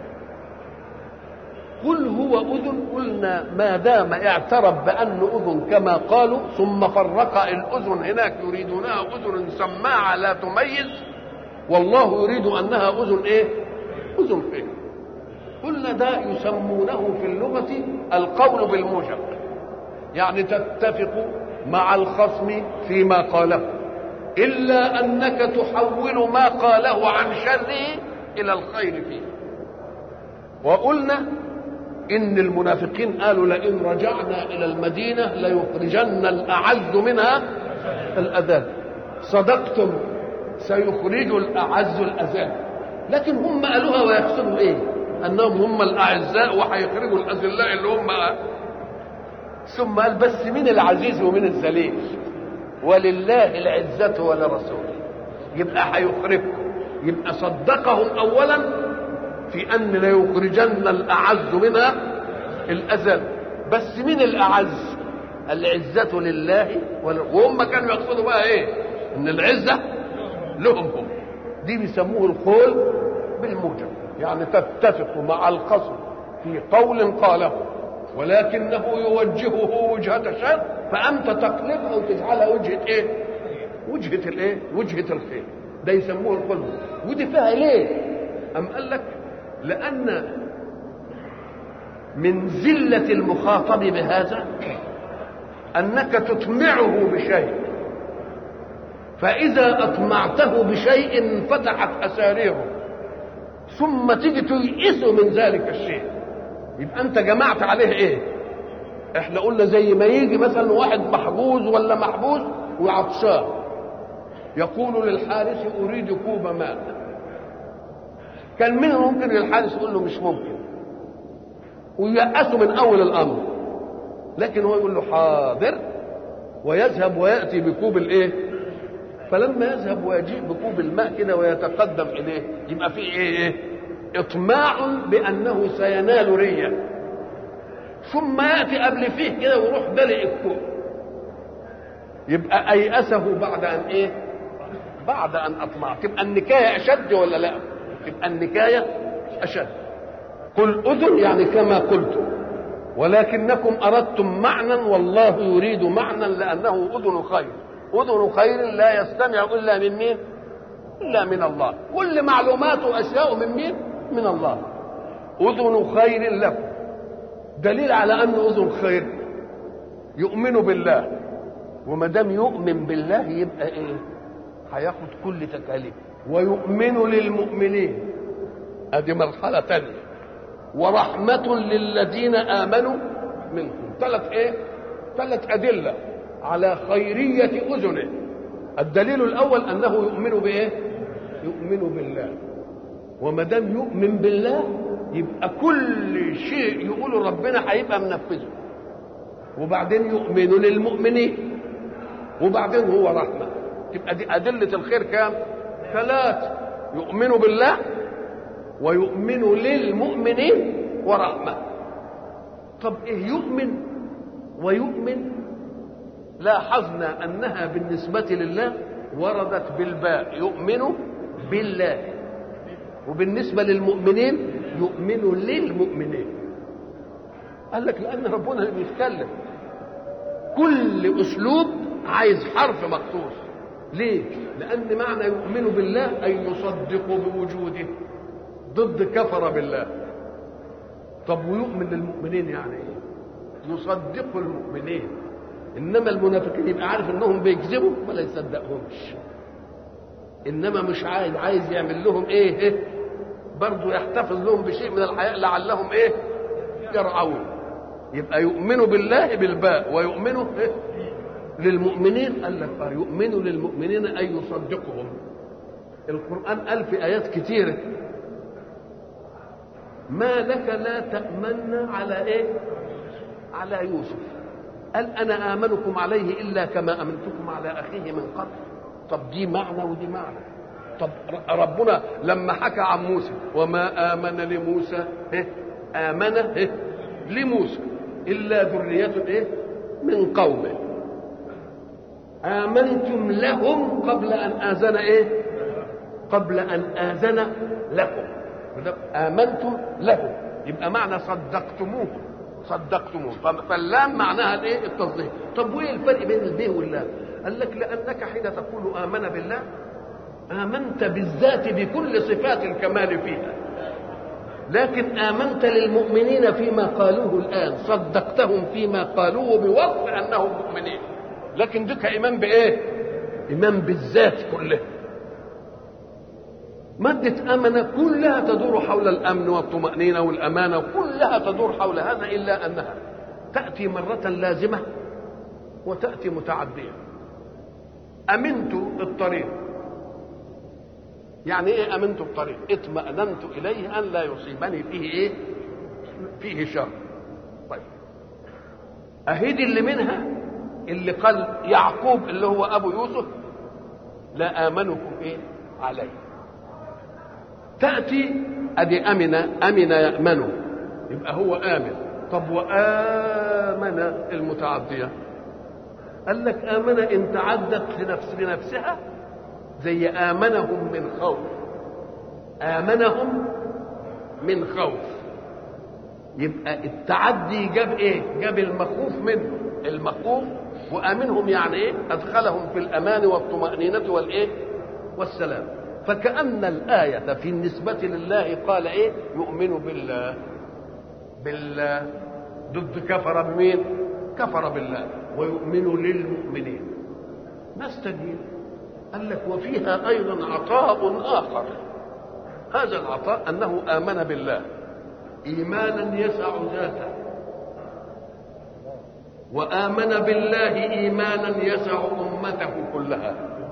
قل هو أذن. قلنا ما دام اعترف بأنه أذن كما قالوا، ثم فرق الأذن هناك يريدونها أذن سماعة لا تميز، والله يريد أنها أذن إيه؟ أذن خير. قلنا ده يسمونه في اللغة القول بالموجب، يعني تتفق مع الخصم فيما قاله، إلا أنك تحول ما قاله عن شره إلى الخير فيه. وقلنا إن المنافقين قالوا لئن رجعنا إلى المدينة ليخرجن الأعز منها الأذل. صدقتم، سيخرج الأعز الأذل. لكن هم قالوها ويقصدوا إيه؟ أنهم هم الأعزاء وهيخرجوا الأذلاء اللي هم. ثم قال بس من العزيز ومن الذليل؟ ولله العزة ولرسوله. يبقى هيخرجكم. يبقى صدقهم أولا في أن ليخرجن الأعز منها الأذل. بس من الأعز؟ العزة لله وهم كانوا يقصدوا بقى إيه؟ إن العزة لهم هم. دي بيسموه القول بالموجب. يعني تتفق مع الخصم في قول قاله ولكنه يوجهه وجهة شر، فأنت تقلبها وتجعلها وجهة إيه؟ وجهة الإيه؟ وجهة الخير. ده يسموه القلب. ودي فيها ليه؟ أم قال لك لأن من زلة المخاطب بهذا أنك تطمعه بشيء، فإذا أطمعته بشيء انفتحت أساريره ثم تيجي تيئسه من ذلك الشيء، يبقى أنت جمعت عليه إيه؟ إحنا قلنا زي ما يجي مثلا واحد محجوز ولا محبوس وعطشان يقول للحارس أريد كوب ماء، كان منه ممكن للحارس يقول له مش ممكن وييأسه من أول الأمر، لكن هو يقول له حاضر ويذهب ويأتي بكوب الإيه؟ فلما يذهب ويجيء بكوب الماء كده ويتقدم إليه يبقى فيه إيه؟ إطماع بأنه سينال ريا، ثم يأتي قبل فيه كده ويروح دلق الكوب، يبقى أيأسه بعد أن إيه؟ بعد أن أطمع. تبقى النكاية أشد ولا لا؟ تبقى النكاية أشد. قل أذن يعني كما قلت، ولكنكم أردتم معنى والله يريد معنى لأنه أذن خير. أذن خير لا يستمع إلا من مين؟ إلا من الله. كل معلوماته أشياء من مين؟ من الله. أذن خير لكم، دليل على أنه أذن خير يؤمن بالله، وما دام يؤمن بالله يبقى إيه؟ هياخد كل تكاليف. ويؤمن للمؤمنين، ادي مرحله ثانيه. ورحمه للذين امنوا منكم. ثلاث ادله على خيريه اذنه. الدليل الاول انه يؤمن بايه؟ يؤمن بالله، وما دام يؤمن بالله يبقى كل شيء يقوله ربنا هيبقى منفذه. وبعدين يؤمن للمؤمنين، وبعدين هو رحمه. تبقى دي أدلة الخير كام؟ 3. يؤمن بالله ويؤمن للمؤمنين ورحمة. طب إيه يؤمن ويؤمن؟ لاحظنا أنها بالنسبة لله وردت بالباء، يؤمن بالله، وبالنسبة للمؤمنين يؤمن للمؤمنين. قال لك لأن ربنا اللي بيتكلم، كل أسلوب عايز حرف مخصوص. ليه؟ لأن معنى يؤمن بالله أن يصدق بوجوده، ضد كفر بالله. طب ويؤمن للمؤمنين يعني إيه؟ يصدق المؤمنين. إنما المنافقين يبقى عارف إنهم بيكذبوا ولا يصدقهمش، إنما مش عايز يعمل لهم إيه؟ برضه يحتفظ لهم بشيء من الحياء لعلهم إيه؟ يرعون. يبقى يؤمنوا بالله بالباء ويؤمنوا إيه؟ للمؤمنين. قال لك يؤمنوا للمؤمنين أن يصدقهم. القرآن قال في آيات كتيرة ما لك لا تأمن على إيه؟ على يوسف. قال أنا آمنكم عليه إلا كما أمنتكم على أخيه من قبل. طب دي معنى ودي معنى. طب ربنا لما حكى عن موسى وما آمن لموسى آمن لموسى إلا ذرية إيه؟ من قومه. آمنتم لهم قبل أن آذن إيه؟ قبل أن آذن لكم. آمنتم لهم يبقى معنى صدقتموه. فاللام معناها الايه؟ التصديق. طب وايه الفرق بين البه واللام؟ قال لك لأنك حين تقول آمن بالله آمنت بالذات بكل صفات الكمال فيها، لكن آمنت للمؤمنين فيما قالوه الآن، صدقتهم فيما قالوه بوصف أنهم مؤمنين، لكن دك إيمان بإيه؟ إيمان بالذات كله. مادة أمنة كلها تدور حول الأمن والطمأنينة والأمانة، كلها تدور حول هذا، إلا أنها تأتي مرة لازمة وتأتي متعدية. أمنت الطريق، يعني إيه أمنت الطريق؟ اطمأننت إليه أن لا يصيبني فيه إيه؟ فيه شر. طيب أهدي اللي منها اللي قال يعقوب اللي هو أبو يوسف لا آمنكم إيه؟ عليه. تأتي أدي أمن يأمنه يبقى هو آمن. طب وآمن المتعدية؟ قال لك آمن إن تعدت لنفسها زي آمنهم من خوف، آمنهم من خوف. يبقى التعدي جاب ايه؟ جاب المخوف منه، المخوف وامنهم يعني ايه؟ ادخلهم في الامان والطمانينه والايه؟ والسلام. فكأن الآية في النسبة لله قال ايه؟ يؤمن بالله ضد كفر بمين؟ كفر بالله. ويؤمن للمؤمنين. ما استجيب؟ قال لك وفيها ايضا عطاء اخر. هذا العطاء انه امن بالله ايمانا يسع ذاته، وامن بالله ايمانا يسع امته كلها.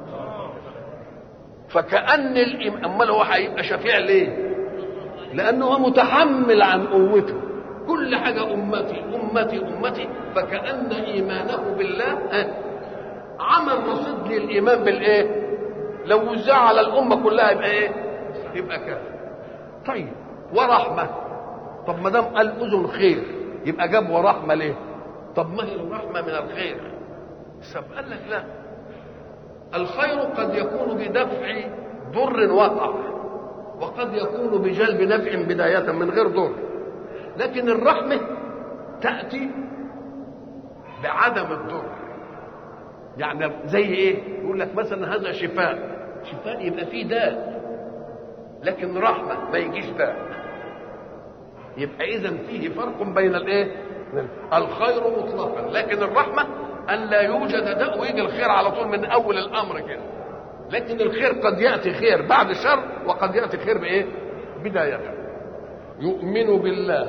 فكأن امال هو هيبقى شفيع ليه؟ لانه هو متحمل عن قوته، كل حاجه امتي امتي امتي. فكأن ايمانه بالله عمل رصيد للايمان بالايه؟ لو وزع على الامه كلها يبقى ايه؟ يبقى كافر. طيب ورحمه، طب ما دام قال اذن خير يبقى جاب ورحمه ليه؟ طب ما هي الرحمه من الخير؟ قال لك لا، الخير قد يكون بدفع ضر وقع، وقد يكون بجلب نفع بدايه من غير ضر. لكن الرحمه تاتي بعدم الضر. يعني زي ايه؟ يقول لك مثلا هذا شفاء، شفاء يبقى فيه داء، لكن رحمه ما يجيش داء. يبقى اذا فيه فرق بين الايه؟ الخير مطلقا، لكن الرحمه ان لا يوجد داء ويجي الخير على طول من اول الامر كده. لكن الخير قد ياتي خير بعد شر، وقد ياتي خير بايه؟ بدايه. يؤمن بالله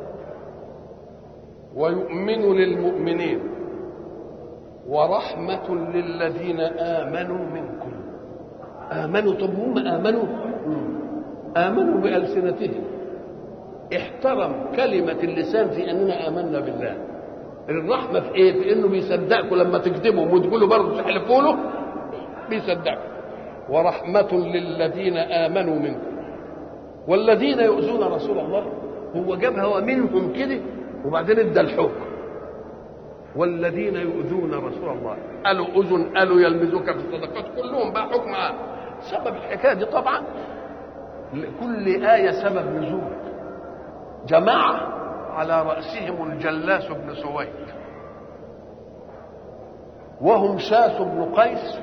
ويؤمن للمؤمنين ورحمة للذين آمنوا منكم. آمنوا، طب هم آمنوا بألسنتهم. احترم كلمة اللسان في أننا آمنا بالله. الرحمة في إيه؟ في إنه بيصدقكم لما تكذبوا وتقولوا برضه تحلفوا له، بيصدقكم. ورحمة للذين آمنوا منكم. والذين يؤذون رسول الله، هو جابها ومنهم كده وبعدين ادى الحكم. والذين يؤذون رسول الله، قالوا اذن، قالوا يلمزوك في الصدقات، كلهم بقى حكم عام. سبب الحكايه دي طبعا كل ايه سبب نزول. جماعه على راسهم الجلاس بن سويد، وهم شاس بن قيس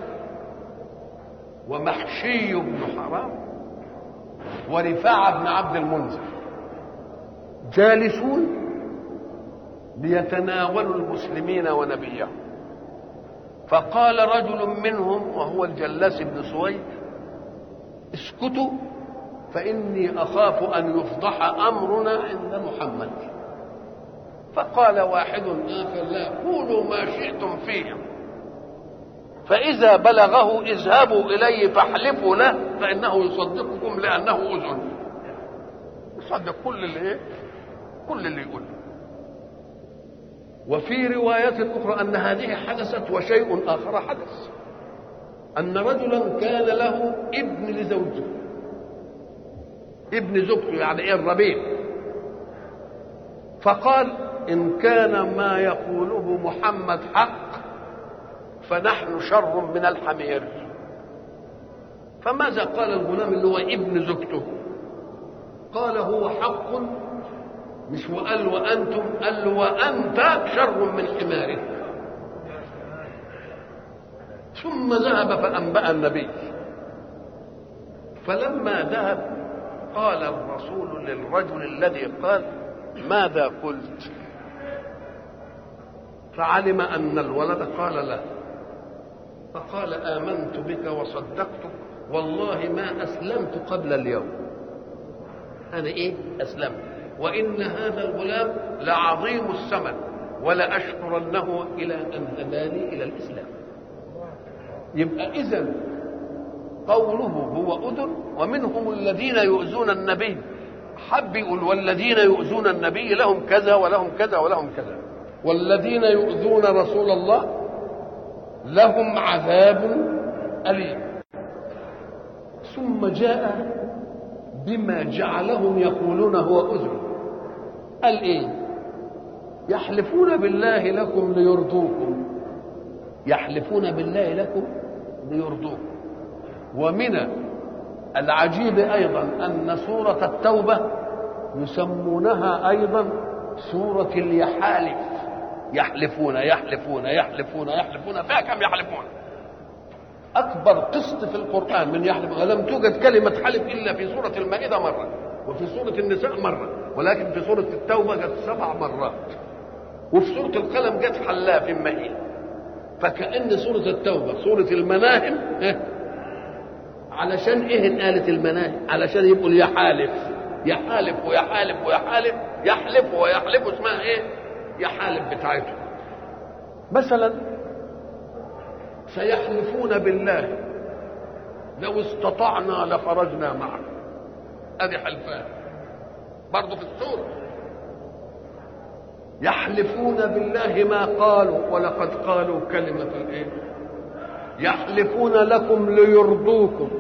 ومحشي بن حرام ورفاعه بن عبد المنذر، جالسون ليتناولوا المسلمين ونبيهم. فقال رجل منهم وهو الجلاس بن سويد: اسكتوا فإني أخاف أن يفضح أمرنا عند محمد. فقال واحد آخر: لا، قولوا ما شئتم فيهم، فإذا بلغه اذهبوا إليه فاحلفوا له فإنه يصدقكم لأنه أذن. يصدق كل اللي يقول. وفي رواية أخرى أن هذه حدثت وشيء آخر حدث، أن رجلا كان له ابن لزوجته، ابن زوجته يعني إيه؟ الربيع. فقال: إن كان ما يقوله محمد حق فنحن شر من الحمير. فماذا قال الغلام اللي هو ابن زوجته؟ قال: هو حق، مش وقال وأنتم، قال له وأنت شر من حمارك. ثم ذهب فأنبأ النبي. فلما ذهب قال الرسول للرجل الذي قال: ماذا قلت؟ فعلم أن الولد قال له، فقال: آمنت بك وصدقتك، والله ما أسلمت قبل اليوم. أنا أسلمت، وإن هذا الغلام لعظيم الثمن ولأشكرنه إلى أن هداني إلى الإسلام. يبقى إذن قوله هو أذن. ومنهم الذين يؤذون النبي، حب يقول: والذين يؤذون النبي لهم كذا ولهم كذا ولهم كذا. والذين يؤذون رسول الله لهم عذاب أليم. ثم جاء بما جعلهم يقولون هو أذن. قال إيه؟ يحلفون بالله لكم ليرضوكم. يحلفون بالله لكم ليرضوكم. ومن العجيب أيضا أن سورة التوبة يسمونها أيضا سورة اليحالف. يحلفون يحلفون يحلفون يحلفون، فيها كم يحلفون؟ أكبر قسط في القرآن من يحلف. ولم توجد كلمة حلف إلا في سورة المائدة مرة، وفي سورة النساء مرة، ولكن في سورة التوبة جت 7 مرات، وفي سورة القلم جت حلاف مهين. فكأن سورة التوبة سورة المناهم. علشان ايه قالت المناهم؟ علشان يبقوا يحالف يحالف ويحالف ويحالف، يحلف ويحلف، اسمها ايه؟ يحالف بتاعتهم. مثلا سيحلفون بالله لو استطعنا لخرجنا معكم، ادي حلفان برضه في السورة. يحلفون بالله ما قالوا ولقد قالوا كلمة الايه؟ يحلفون لكم ليرضوكم.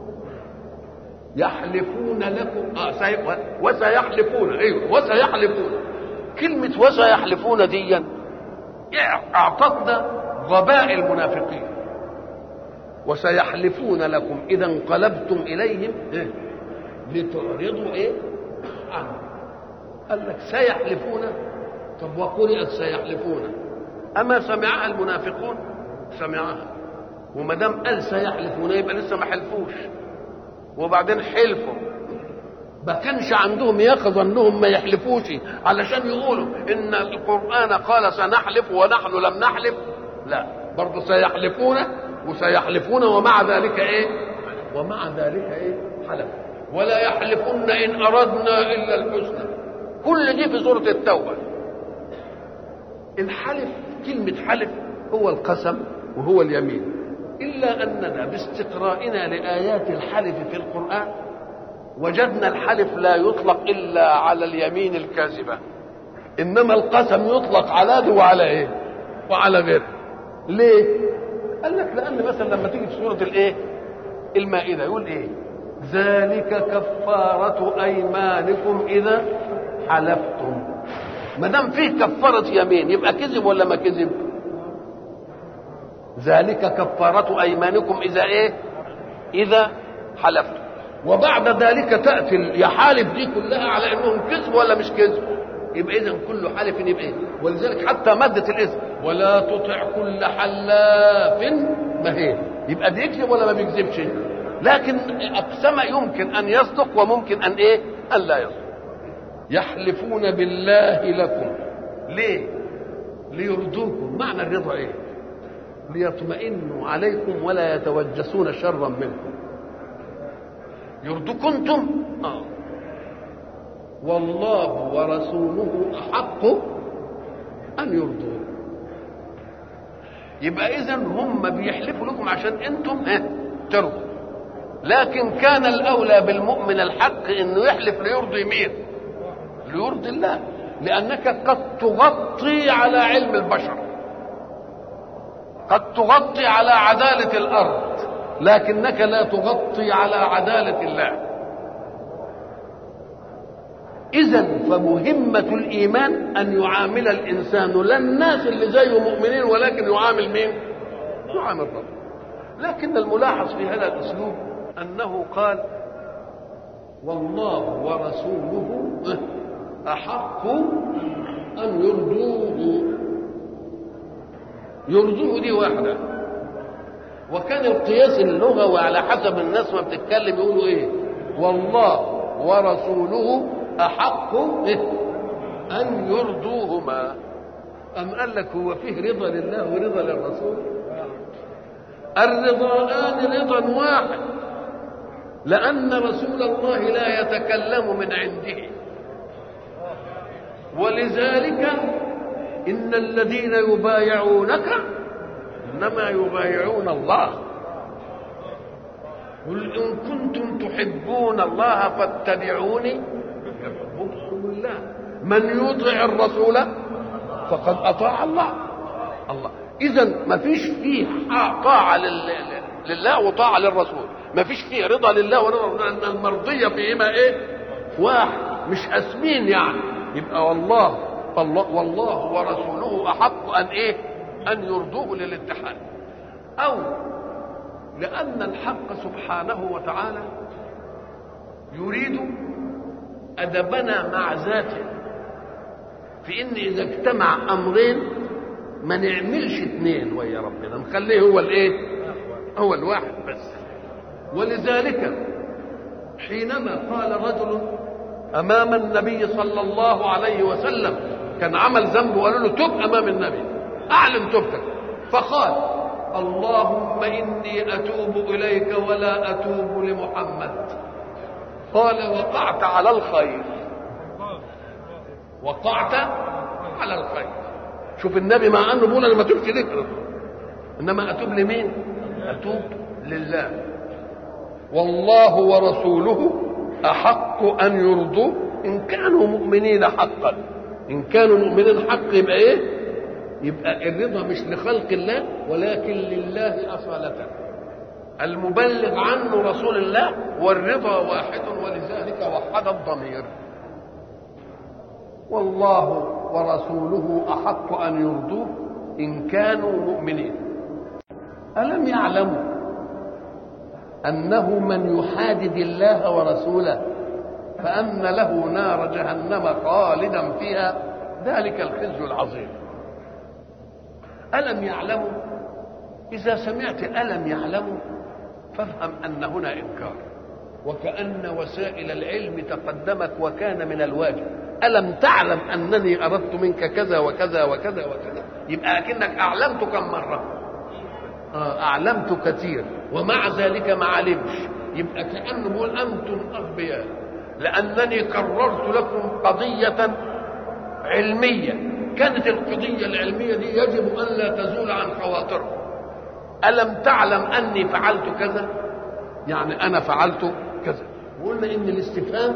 يحلفون لكم وسيحلفون. ايوه وسيحلفون. كلمة وسيحلفون دي اعتقد غباء المنافقين. وسيحلفون لكم إذا انقلبتم إليهم لتعرضوا ايه عنه. قال لك سيحلفون. طب وقرئت سيحلفون، أما سمعها المنافقون؟ سمعها. وما دام قال سيحلفون يبقى لسه ما حلفوش، وبعدين حلفوا. ما كانش عندهم يقظة انهم ما يحلفوش علشان يقولوا ان القرآن قال سنحلف ونحن لم نحلف. لا، برضه سيحلفون وسيحلفون، ومع ذلك ايه؟ ومع ذلك ايه؟ حلف. ولا يحلفن ان اردنا الا الحسنى. كل دي في سورة التوبة. الحلف، كلمة حلف هو القسم وهو اليمين، إلا أننا باستقرائنا لآيات الحلف في القرآن وجدنا الحلف لا يطلق إلا على اليمين الكاذبة، إنما القسم يطلق على ده وعلى إيه؟ وعلى غيره. ليه؟ قال لك لأن مثلا لما تيجي في سورة الإيه؟ المائدة يقول إيه؟ ذلك كفارة أيمانكم إذا حلفتم. ما دام فيه كفارة يمين يبقى كذب ولا ما كذب؟ ذلك كفارة أيمانكم إذا إيه؟ إذا حلفتم. وبعد ذلك تأتي اليحالف دي كلها على إنهم كذب ولا مش كذب؟ يبقى إذا كل حلف يبقى إيه؟ ولذلك حتى مادة الاسم ولا تطع كل حلاف مهين، يبقى بيكذب ولا ما بيكذبش؟ لكن أقسم يمكن أن يصدق وممكن أن إيه؟ أن لا يصدق. يحلفون بالله لكم. ليه؟ ليرضوكم. معنى الرضا إيه؟ ليطمئنوا عليكم ولا يتوجسون شرا منكم. يرضوكم انتم؟ والله ورسوله احق ان يرضوه. يبقى اذا هم بيحلفوا لكم عشان انتم ترضوا، لكن كان الاولى بالمؤمن الحق انه يحلف ليرضي مين؟ ليرضي الله، لانك قد تغطي على علم البشر، قد تغطي على عدالة الأرض، لكنك لا تغطي على عدالة الله. إذن فمهمة الإيمان أن يعامل الإنسان لا الناس اللي زيه مؤمنين، ولكن يعامل مين؟ يعامل رب. لكن الملاحظ في هذا الأسلوب أنه قال والله ورسوله أحق أن يرضوه. يرضوه دي واحدة، وكان القياس اللغوي على حسب الناس ما بتتكلم يقولوا ايه؟ والله ورسوله أحق أن يرضوهما. أم قال لك هو فيه رضا لله ورضا للرسول؟ الرضاءان رضا واحد، لأن رسول الله لا يتكلم من عنده، ولذلك إن الذين يبايعونك إنما يبايعون الله. قل إن كنتم تحبون الله فاتبعوني يحببكم الله. من يطع الرسول فقد أطاع الله. إذن ما فيش فيه طاعة لله وطاعة للرسول، ما فيش فيه رضا لله ورضا، لأن المرضية فيهما إيه؟ واحد، مش أسمين يعني. يبقى والله ورسوله أحق أن إيه؟ أن يرضوه للاتحاد. أو لأن الحق سبحانه وتعالى يريد أدبنا مع ذاته في إن إذا اجتمع أمرين ما نعملش اثنين ويا ربنا، نخليه هو الإيه؟ هو الواحد بس. ولذلك حينما قال رجل أمام النبي صلى الله عليه وسلم، كان عمل ذنب وقالوا له تب أمام النبي، أعلن توبتك، فقال اللهم إني أتوب إليك ولا أتوب لمحمد. قال وقعت على الخير، وقعت على الخير. شوف النبي مع أنه بيقول أنا ما تبت لك، إنما أتوب لمين؟ أتوب لله. والله ورسوله أحق أن يرضوه إن كانوا مؤمنين حقا. إن كانوا مؤمنين حق يبقى إيه؟ يبقى الرضا مش لخلق الله ولكن لله أصالة. المبلغ عنه رسول الله والرضا واحد، ولذلك وحد الضمير. والله ورسوله أحق أن يرضوه إن كانوا مؤمنين. ألم يعلموا أنه من يحادد الله ورسوله فأن له نار جهنم خالدا فيها، ذلك الخزي العظيم. ألم يعلموا، إذا سمعت ألم يعلموا فافهم أن هنا إنكار، وكأن وسائل العلم تقدمك وكان من الواجب. ألم تعلم أنني أردت منك كذا وكذا وكذا وكذا، يبقى أكنك أعلمت كم مرة؟ أعلمت كثير، ومع ذلك ما علمش. يبقى كأنه بيقول أنتم أغبياء لأنني قررت لكم قضية علمية، كانت القضية العلمية دي يجب أن لا تزول عن خواطركم. ألم تعلم أني فعلت كذا، يعني أنا فعلت كذا. وقلنا إن الاستفهام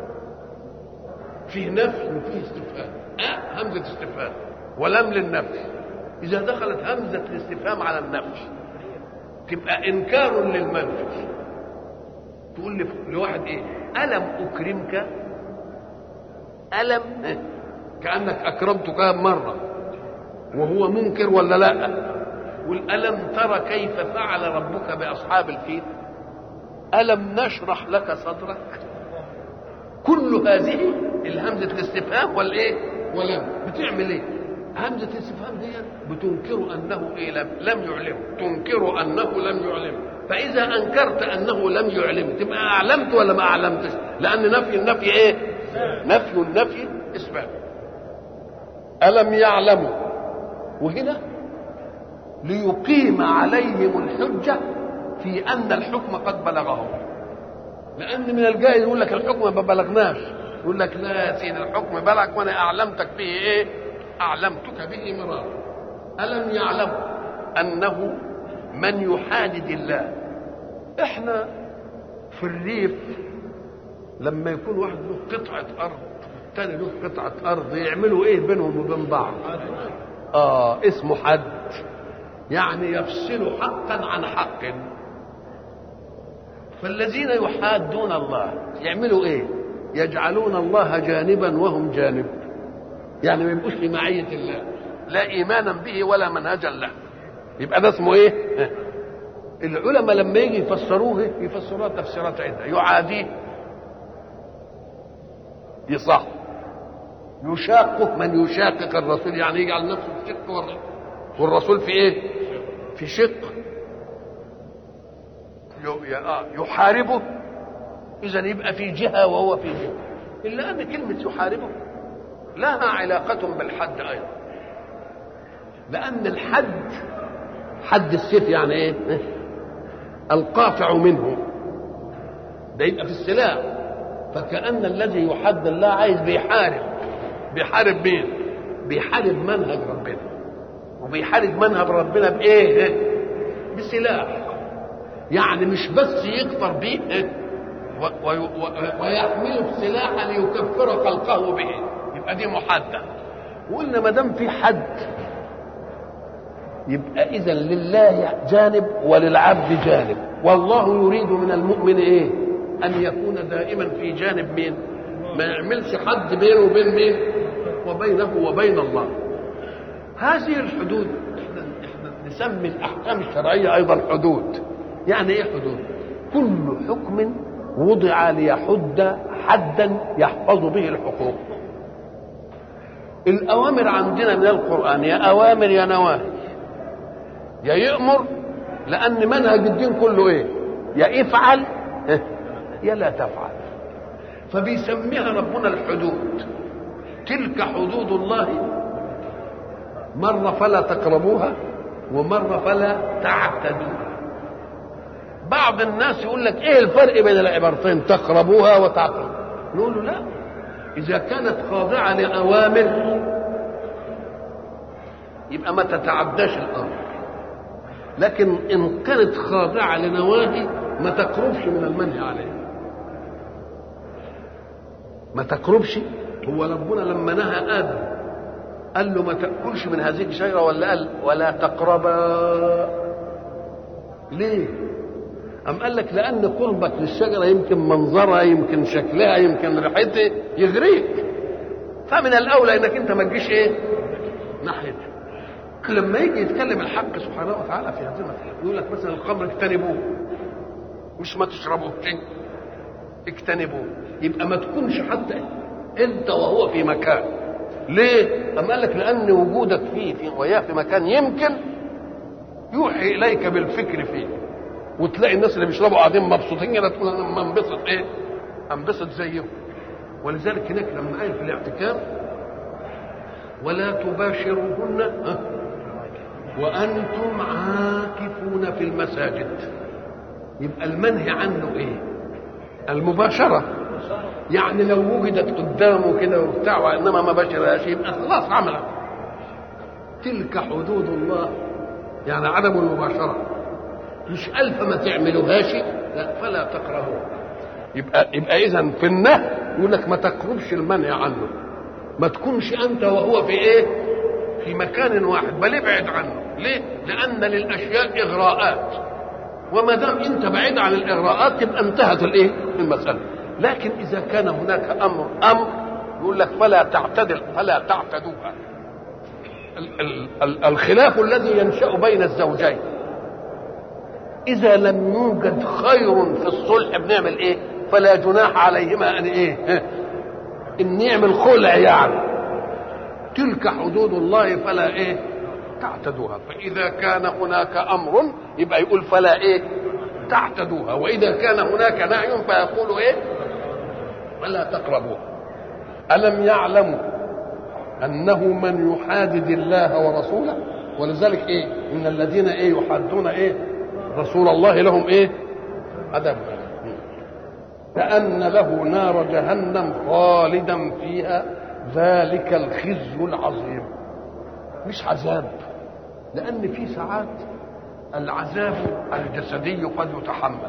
فيه نفي وفيه استفهام، همزة استفهام ولم للنفي. إذا دخلت همزة الاستفهام على النفي تبقى إنكار للمنفي. تقول لواحد إيه؟ ألم أكرمك؟ ألم كأنك أكرمته كم مرة وهو منكر ولا لا؟ والألم ترى كيف فعل ربك بأصحاب الفيل؟ ألم نشرح لك صدرك؟ كل هذه الهمزة الاستفهام والإيه؟ ولم بتعمل إيه؟ همزة الاستفهام دي بتنكر أنه إيه؟ لم يعلم، تنكر أنه لم يعلم. فإذا أنكرت أنه لم يعلم تبقى أعلمت ولا ما أعلمتش؟ لأن نفي النفي إيه؟ نفي النفي إثبات. ألم يعلموا، وهنا ليقيم عليهم الحجة في أن الحكم قد بلغهم. لأن من الجائز يقول لك الحكم ما بلغناش، يقول لك لا يا سيدي الحكم بلغ وأنا أعلمتك به إيه؟ أعلمتك به مرارا. ألم يعلموا أنه من يحادد الله. إحنا في الريف لما يكون واحد له قطعة أرض والتاني له قطعة أرض يعملوا إيه بينهم وبين بعض؟ اسمه حد، يعني يفصل حقا عن حق. فالذين يحادون الله يعملوا إيه؟ يجعلون الله جانبا وهم جانب، يعني ما يبقوش في معية الله، لا إيمانا به ولا منهجا له. يبقى ده اسمه إيه؟ العلماء لما يجي يفسروه يفسروها تفسيرات عدة. يعاديه، يصح، يشاقه، من يشاقق الرسول يعني يجعل نفسه في شق والرسول في ايه؟ في شق. يحاربه، اذا يبقى في جهه وهو في جهه. الا ان كلمه يحاربه لها علاقه بالحد ايضا، لان الحد حد السيف يعني ايه؟ القاطع منه، ده يبقى في السلاح. فكأن الذي يحد الله عايز بيحارب مين؟ بيحارب منهج ربنا، وبيحارب منهج ربنا بايه؟ بسلاح. يعني مش بس يقطر به ويحمله سلاحا ليكفر خلقه به، يبقى دي محادة. وقلنا ما دام في حد يبقى اذا لله جانب وللعبد جانب. والله يريد من المؤمن ايه؟ ان يكون دائما في جانب مين؟ ما يعملش حد بينه وبين مين؟ وبينه وبين الله. هذه الحدود احنا نسمي الاحكام الشرعيه ايضا حدود. يعني ايه حدود؟ كل حكم وضع ليحد حدا يحفظ به الحقوق. الأوامر عندنا من القرآن يا أوامر يا نواهي، يا يأمر لأن منهج الدين كله إيه؟ يا افعل يا لا تفعل. فبيسميها ربنا الحدود. تلك حدود الله، مرة فلا تقربوها ومرة فلا تعتدوها. بعض الناس يقول لك ايه الفرق بين العبارتين تقربوها وتعتدوها؟ نقول له لا، إذا كانت خاضعة لأوامر يبقى ما تتعداش الأمر، لكن إن كانت خاضعة لنواهي ما تقربش من المنهي عليه، ما تقربش. هو ربنا لما نهى آدم قال له ما تأكلش من هذه الشجرة ولا قال ولا تقربا؟ ليه؟ أم قال لك لأن قربك للشجرة يمكن منظرها، يمكن شكلها، يمكن ريحتها يغريك، فمن الأولى إنك أنت ما تجيش إيه؟ ناحيتها. لما يجي يتكلم الحق سبحانه وتعالى في هذه المسألة يقول لك مثلا الخمر اجتنبوه، مش ما تشربوه، اجتنبوه. يبقى ما تكونش حتى أنت وهو في مكان. ليه؟ أم قال لك لأن وجودك فيه وياه في مكان يمكن يوحي إليك بالفكر فيه، وتلاقي الناس اللي بيشربوا قاعدين مبسوطين كده تقول انا انبسط ايه؟ انبسط زيهم. ولذلك هناك لما قال في الاعتكاف ولا تباشروهن وانتم عاكفون في المساجد، يبقى المنهي عنه ايه؟ المباشره. يعني لو وجدت قدامه كده وبتاع وانما ما باشرهاش يبقى خلاص عملها. تلك حدود الله، يعني عدم المباشره. مش ألف ما تعملوهاش، لا فلا تقربوها. يبقى إذا في النهي يقول لك ما تقربش المنهي عنه، ما تكونش أنت وهو في إيه؟ في مكان واحد، بل ابعد عنه. ليه؟ لأن للأشياء إغراءات، وما دام أنت بعيد عن الإغراءات تبقى انتهت الإيه؟ المسألة. لكن إذا كان هناك أمر يقول لك فلا تعتدوها. الخلاف الذي ينشأ بين الزوجين إذا لم يوجد خير في الصلح بنعمل إيه؟ فلا جناح عليهما أن إيه؟ إن نعمل خلع يعني. تلك حدود الله فلا إيه؟ تعتدوها. فإذا كان هناك أمر يبقى يقول فلا إيه؟ تعتدوها، وإذا كان هناك نهي فيقول إيه؟ فلا تقربوها. ألم يعلموا أنه من يحادد الله ورسوله، ولذلك إيه؟ إن الذين إيه يحادون إيه؟ رسول الله لهم ايه؟ عذاب كأن له نار جهنم خالدا فيها ذلك الخزي العظيم. مش عذاب، لأن في ساعات العذاب الجسدي قد يتحمل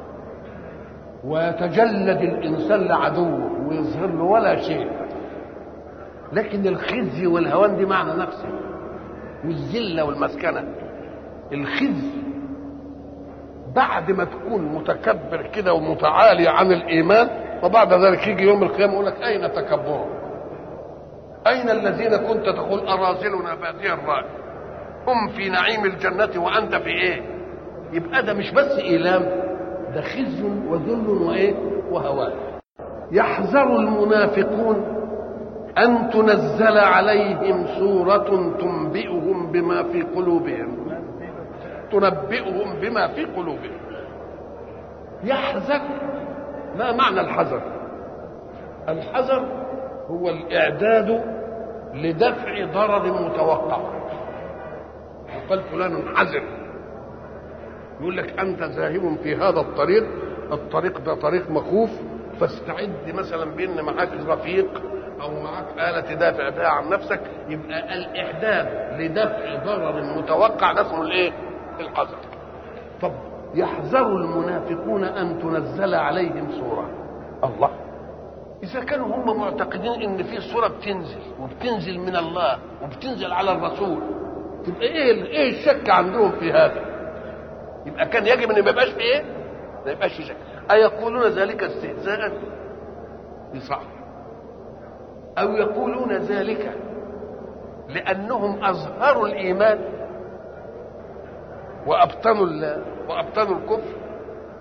ويتجلد الإنسان لعدوه ويظهر له ولا شيء، لكن الخزي والهوان دي معنى نفسه، والذلة والمسكنة. الخزي بعد ما تكون متكبر كده ومتعالي عن الإيمان، وبعد ذلك يجي يوم القيامة يقول لك أين تكبره؟ أين الذين كنت تقول أراذلنا بادي الرأي هم في نعيم الجنة وأنت في إيه؟ يبقى ده مش بس إيلام، ده خزي وذل وإيه؟ وهوان. يحذر المنافقون أن تنزل عليهم سورة تنبئهم بما في قلوبهم، تنبئهم بما في قلوبهم. يحذر. ما معنى الحذر؟ الحذر هو الإعداد لدفع ضرر متوقع. يقال فلان حذر، يقول لك أنت ذاهب في هذا الطريق ده طريق مخوف، فاستعد مثلا بأن معاك رفيق أو معاك آلة تدافع بها عن نفسك. يبقى الإعداد لدفع ضرر متوقع ده اسمه الإيه؟ الحذر. طب يحذر المنافقون أن تنزل عليهم سورة. الله، إذا كانوا هم معتقدين إن في سورة بتنزل وبتنزل من الله وبتنزل على الرسول، تبقى إيه الشك عندهم في هذا؟ يبقى كان يجب أن ما يبقاش في إيه؟ ما يبقاش في شك. أيقولون ذلك استهزاء؟ صح. أو يقولون ذلك لأنهم أظهروا الإيمان وأبطنوا الكفر؟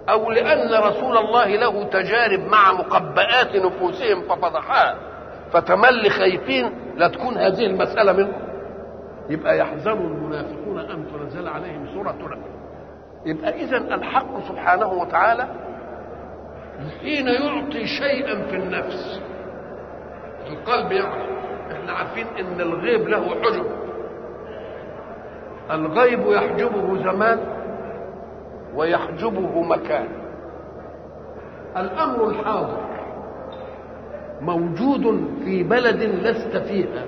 أو لأن رسول الله له تجارب مع مقبآت نفوسهم ففضحها فتملي خايفين لا تكون هذه المسألة منهم. يبقى يحذر المنافقون أن تنزل عليهم سورة. يبقى إذن الحق سبحانه وتعالى حين يعطي شيئا في النفس القلب يعني احنا عارفين ان الغيب له حجب. الغيب يحجبه زمان ويحجبه مكان. الامر الحاضر موجود في بلد لست فيها،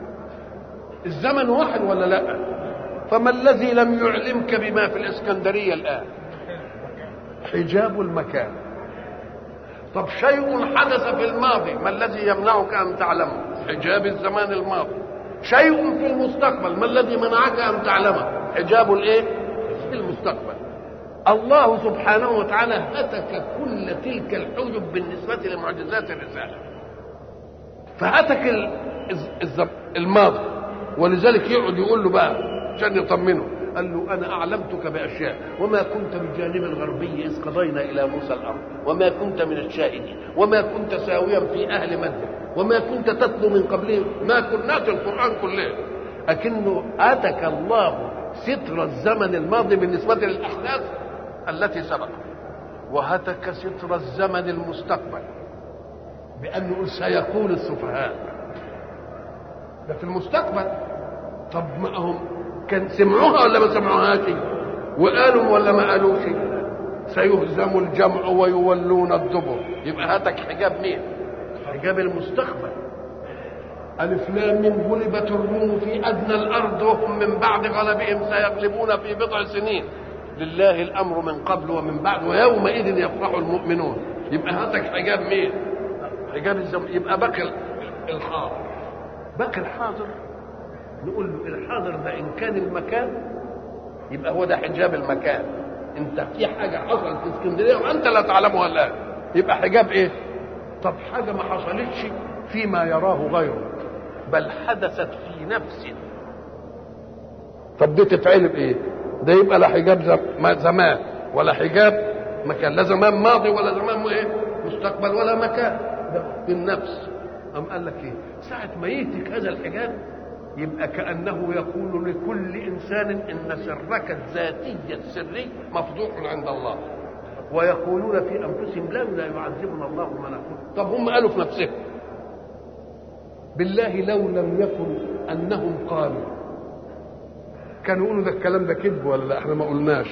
الزمن واحد ولا لا؟ فما الذي لم يعلمك بما في الاسكندرية الآن؟ حجاب المكان. طب شيء حدث في الماضي ما الذي يمنعك أن تعلمه؟ حجاب الزمان الماضي. شيء في المستقبل ما الذي منعك أن تعلمه؟ حجاب الايه؟ المستقبل. الله سبحانه وتعالى هتك كل تلك الحجب بالنسبة لمعجزات الرسالة، فهتك الماضي، ولذلك يقعد يقول له بقى عشان يطمنه، قال له أنا أعلمتك بأشياء وما كنت بالجانب الغربي إذ قضينا إلى موسى الأمر وما كنت من الشاهدين وما كنت ساويا في أهل مدين وما كنت تتلو من قبله ما كنات القرآن كله. لكنه آتك الله ستر الزمن الماضي بالنسبة للأحداث التي سبقت، وهتك ستر الزمن المستقبل بأنه سيقول السفهاء ده في المستقبل. طب ما هم كان سمعوها ولا ما سمعوهاش؟ وقالوا ولا ما قالوش؟ سيهزم الجمع ويولون الدبر. يبقى هاتك حجاب مين؟ حجاب المستقبل. ألف لام ميم غلبت الروم في أدنى الأرض وهم من بعد غلبهم سيغلبون في بضع سنين لله الأمر من قبل ومن بعد ويومئذ يفرح المؤمنون. يبقى هاتك حجاب مين؟ حجاب الزمن. يبقى بقي الحاضر. بقي الحاضر نقول له الحاضر ده إن كان المكان يبقى هو ده حجاب المكان. انت في حاجة حصلت في اسكندرية وانت لا تعلمها الآن يبقى حجاب ايه؟ طب حاجة ما حصلتش فيما يراه غيره بل حدثت في نفس، طب دي تتعلم ايه؟ ده يبقى لا حجاب زمان ولا حجاب مكان، لا زمان ماضي ولا زمان ايه مستقبل ولا مكان، ده في النفس. أم قال لك ايه؟ ساعة ما يهتك هذا الحجاب يبقى كأنه يقول لكل إنسان إن سرك الذاتي السري مفضوح عند الله، ويقولون في أنفسهم لا يعذبنا الله ما نقول. طب هم قالوا في نفسهم بالله لو لم يكن أنهم قالوا كانوا يقولوا ده الكلام ده كذب ولا احنا ما قلناش.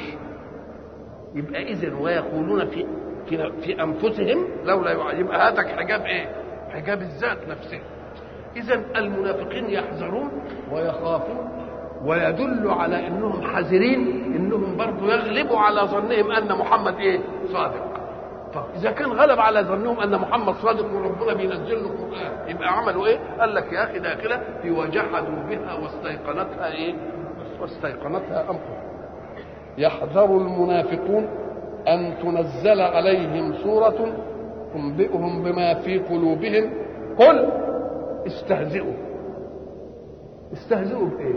يبقى إذن ويقولون في أنفسهم لولا يبقى هاتك حجاب إيه؟ حجاب الذات نفسه. إذن المنافقين يحذرون ويخافون، ويدل على انهم حذرين انهم برضو يغلبوا على ظنهم ان محمد ايه؟ صادق. طب اذا كان غلب على ظنهم ان محمد صادق وربنا بينزل له القران يبقى عملوا ايه؟ قال لك يا اخي داخله في وجحدوا بها واستيقنتها ايه؟ واستيقنتها انفسهم. يحذر المنافقون ان تنزل عليهم سوره تنبئهم بما في قلوبهم قل استهزئوا. استهزئوا بايه؟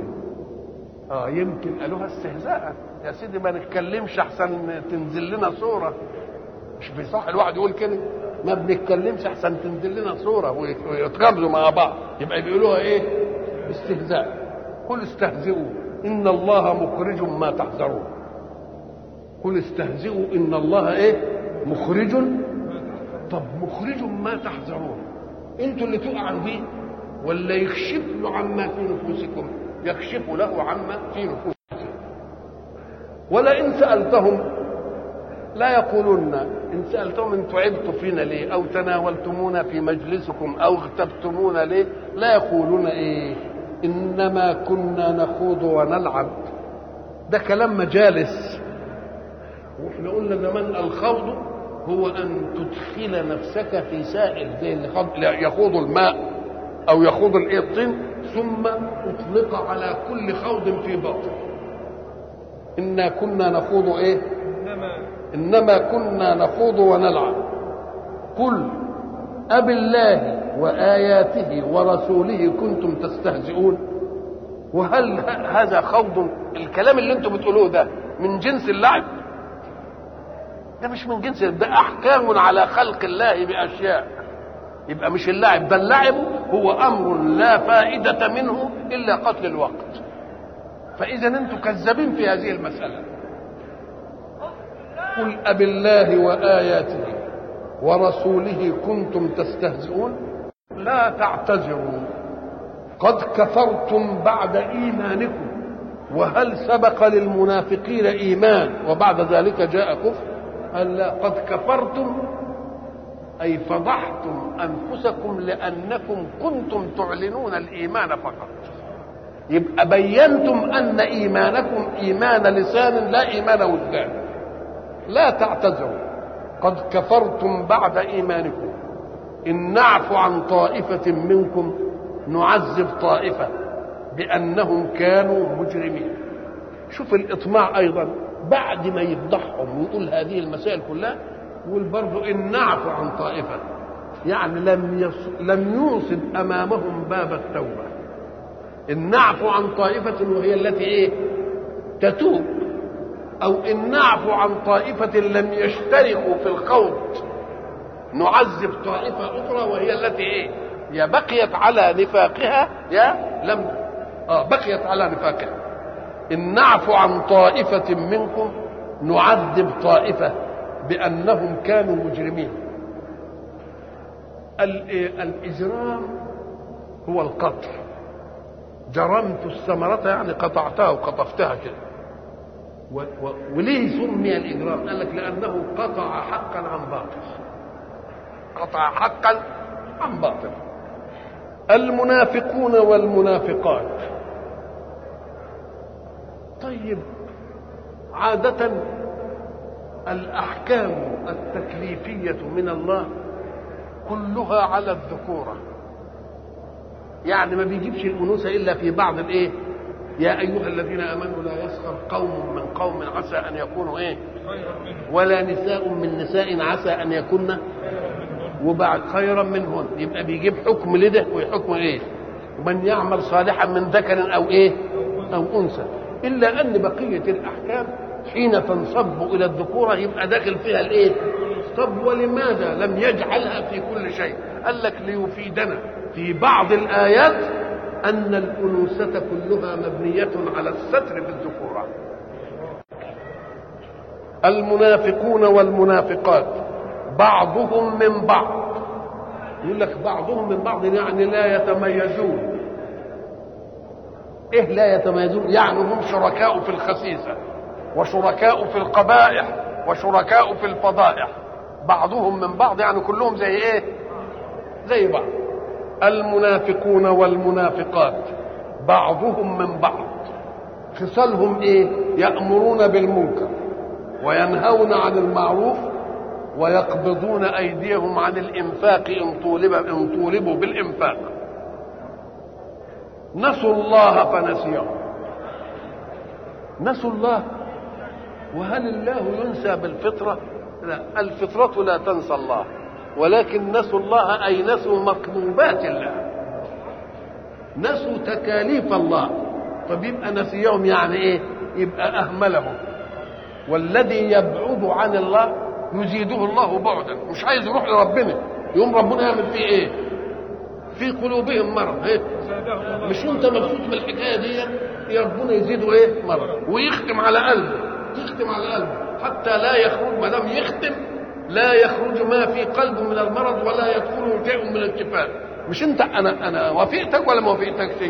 يمكن قالوها استهزاء يا سيدي ما نتكلمش احسن تنزل لنا صوره. مش بيصح الواحد يقول كده؟ ما بنتكلمش احسن تنزل لنا صوره ويتغامزوا مع بعض، يبقى بيقولوها ايه؟ استهزاء. قل استهزئوا ان الله مخرج ما تحذرون. قل استهزئوا ان الله ايه؟ مخرج. طب مخرج ما تحذرون انتوا اللي تقعوا به ولا يكشف له عما في نفوسكم؟ يكشف له عما في نفوسهم. ولئن سألتهم لا يقولون، إن سألتهم انتوا عبتوا فينا ليه أو تناولتمونا في مجلسكم أو اغتبتمونا ليه لا يقولون إيه؟ إنما كنا نخوض ونلعب. ده كلام مجالس. وإحنا قلنا زمان الخوض هو أن تدخل نفسك في سائل زي اللي يخوض الماء أو يخوض الطين ثم أطلق على كل خوض في باطل. إنا كنا نخوض إيه؟ إنما كنا نخوض ونلعب. قل أبالله وآياته ورسوله كنتم تستهزئون. وهل هذا خوض؟ الكلام اللي انتم بتقولوه ده من جنس اللعب؟ ده مش من جنس، ده احكام على خلق الله باشياء. يبقى مش اللعب، ده اللعب هو امر لا فائده منه الا قتل الوقت. فاذا انتم كذابين في هذه المساله. قل أبالله وآياته ورسوله كنتم تستهزئون لا تعتذروا قد كفرتم بعد إيمانكم. وهل سبق للمنافقين إيمان وبعد ذلك جاء كفر؟ هل لا، قد كفرتم أي فضحتم أنفسكم لأنكم كنتم تعلنون الإيمان فقط. يبقى بينتم أن إيمانكم إيمان لسان لا إيمان وجدان. لا تعتذروا قد كفرتم بعد إيمانكم إن نعفو عن طائفة منكم نعذب طائفة بأنهم كانوا مجرمين. شوف الإطماع أيضا بعد ما يفضحهم ويقول هذه المسائل كلها، يقول برضو إن نعفو عن طائفة، يعني لم يوصد أمامهم باب التوبة. إن نعفو عن طائفة وهي التي إيه؟ تتوب، أو إن نعفو عن طائفة لم يشتركوا في الخوض نعذب طائفة أخرى وهي التي إيه؟ يا بقيت على نفاقها يا لم بقيت على نفاقها. إن نعفو عن طائفة منكم نعذب طائفة بأنهم كانوا مجرمين. الإجرام هو القطع. جرمت الثمرة يعني قطعتها وقطفتها كده. وليه سمي الإجرام؟ قال لك لأنه قطع حقا عن باطل. قطع حقا عن باطل. المنافقون والمنافقات، طيب عادة الأحكام التكليفية من الله كلها على الذكورة، يعني ما بيجيبش الأنوثة إلا في بعض الإيه؟ يا أيها الذين آمنوا لا يسخر قوم من قوم عسى أن يكونوا إيه؟ ولا نساء من نساء عسى أن يكون وبعد خيرا منهن. يبقى بيجيب حكم لده وحكم إيه؟ ومن يعمل صالحا من ذكر أو إيه؟ أو أنثى. إلا أن بقية الأحكام حين تنصب إلى الذكورة يبقى داخل فيها الإيه؟ طب ولماذا لم يجعلها في كل شيء؟ قال لك ليفيدنا في بعض الآيات أن الأنوثة كلها مبنية على الستر في الذكورة. المنافقون والمنافقات بعضهم من بعض، يقول لك بعضهم من بعض يعني لا يتميزون. إيه لا يتميزون؟ يعني هم شركاء في الخسيسة وشركاء في القبائح وشركاء في الفضائح. بعضهم من بعض يعني كلهم زي إيه؟ زي بعض. المنافقون والمنافقات بعضهم من بعض، خصالهم ايه؟ يأمرون بالمنكر وينهون عن المعروف ويقبضون ايديهم عن الانفاق ان طولبوا بالانفاق. نسوا الله فنسيهم. نسوا الله، وهل الله ينسى بالفطرة؟ لا، الفطرة لا تنسى الله، ولكن نسوا الله أي نسوا مطلوبات الله، نسوا تكاليف الله. طب يبقى نسيهم يعني ايه؟ يبقى أهملهم. والذي يبعد عن الله يزيده الله بعدا، مش عايز يروح لربنا، يوم ربنا يعمل فيه ايه؟ في قلوبهم مرض. ايه؟ مش انت مبسوط بالحكايه دي؟ ربنا يزيده ايه؟ مرض، ويختم على قلبه، يختم على قلبه حتى لا يخرج. ما دام يختم لا يخرج ما في قلبه من المرض ولا يدخله شيء من الشفاء. مش انت انا وافقتك ولا ما وافقتكش؟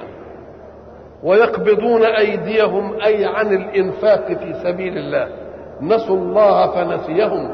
ويقبضون ايديهم اي عن الانفاق في سبيل الله. نسوا الله فنسيهم.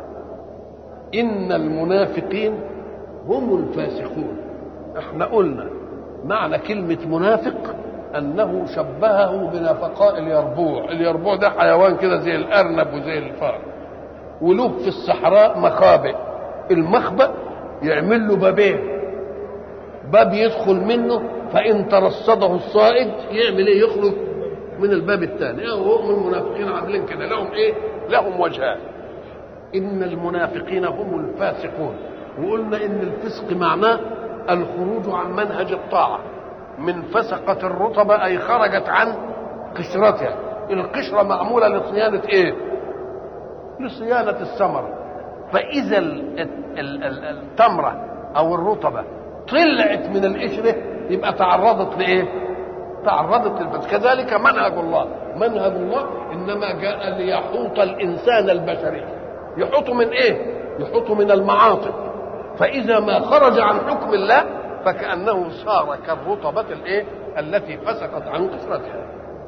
ان المنافقين هم الفاسقون. احنا قلنا معنى كلمة منافق انه شبهه بنفقاء اليربوع. اليربوع ده حيوان كده زي الارنب وزي الفار، وله في الصحراء مخابئ. المخبأ يعمل له بابين، باب يدخل منه فإن ترصده الصائد يعمل ايه؟ يخرج من الباب الثاني. هم المنافقين عاملين كده، لهم ايه؟ لهم وجهان. إن المنافقين هم الفاسقون. وقلنا إن الفسق معناه الخروج عن منهج الطاعة. من فسقت الرطبة أي خرجت عن قشرتها. القشرة معمولة لصيانة ايه؟ لصيانة الثمرة. فإذا التمرة أو الرطبة طلعت من القشرة يبقى تعرضت لإيه؟ تعرضت للفساد. كذلك منهج الله، منهج الله إنما جاء ليحوط الإنسان البشري. يحوط من إيه؟ يحوط من المعاصي. فإذا ما خرج عن حكم الله فكأنه صار كالرطبة الإيه؟ التي فسقت عن قشرتها.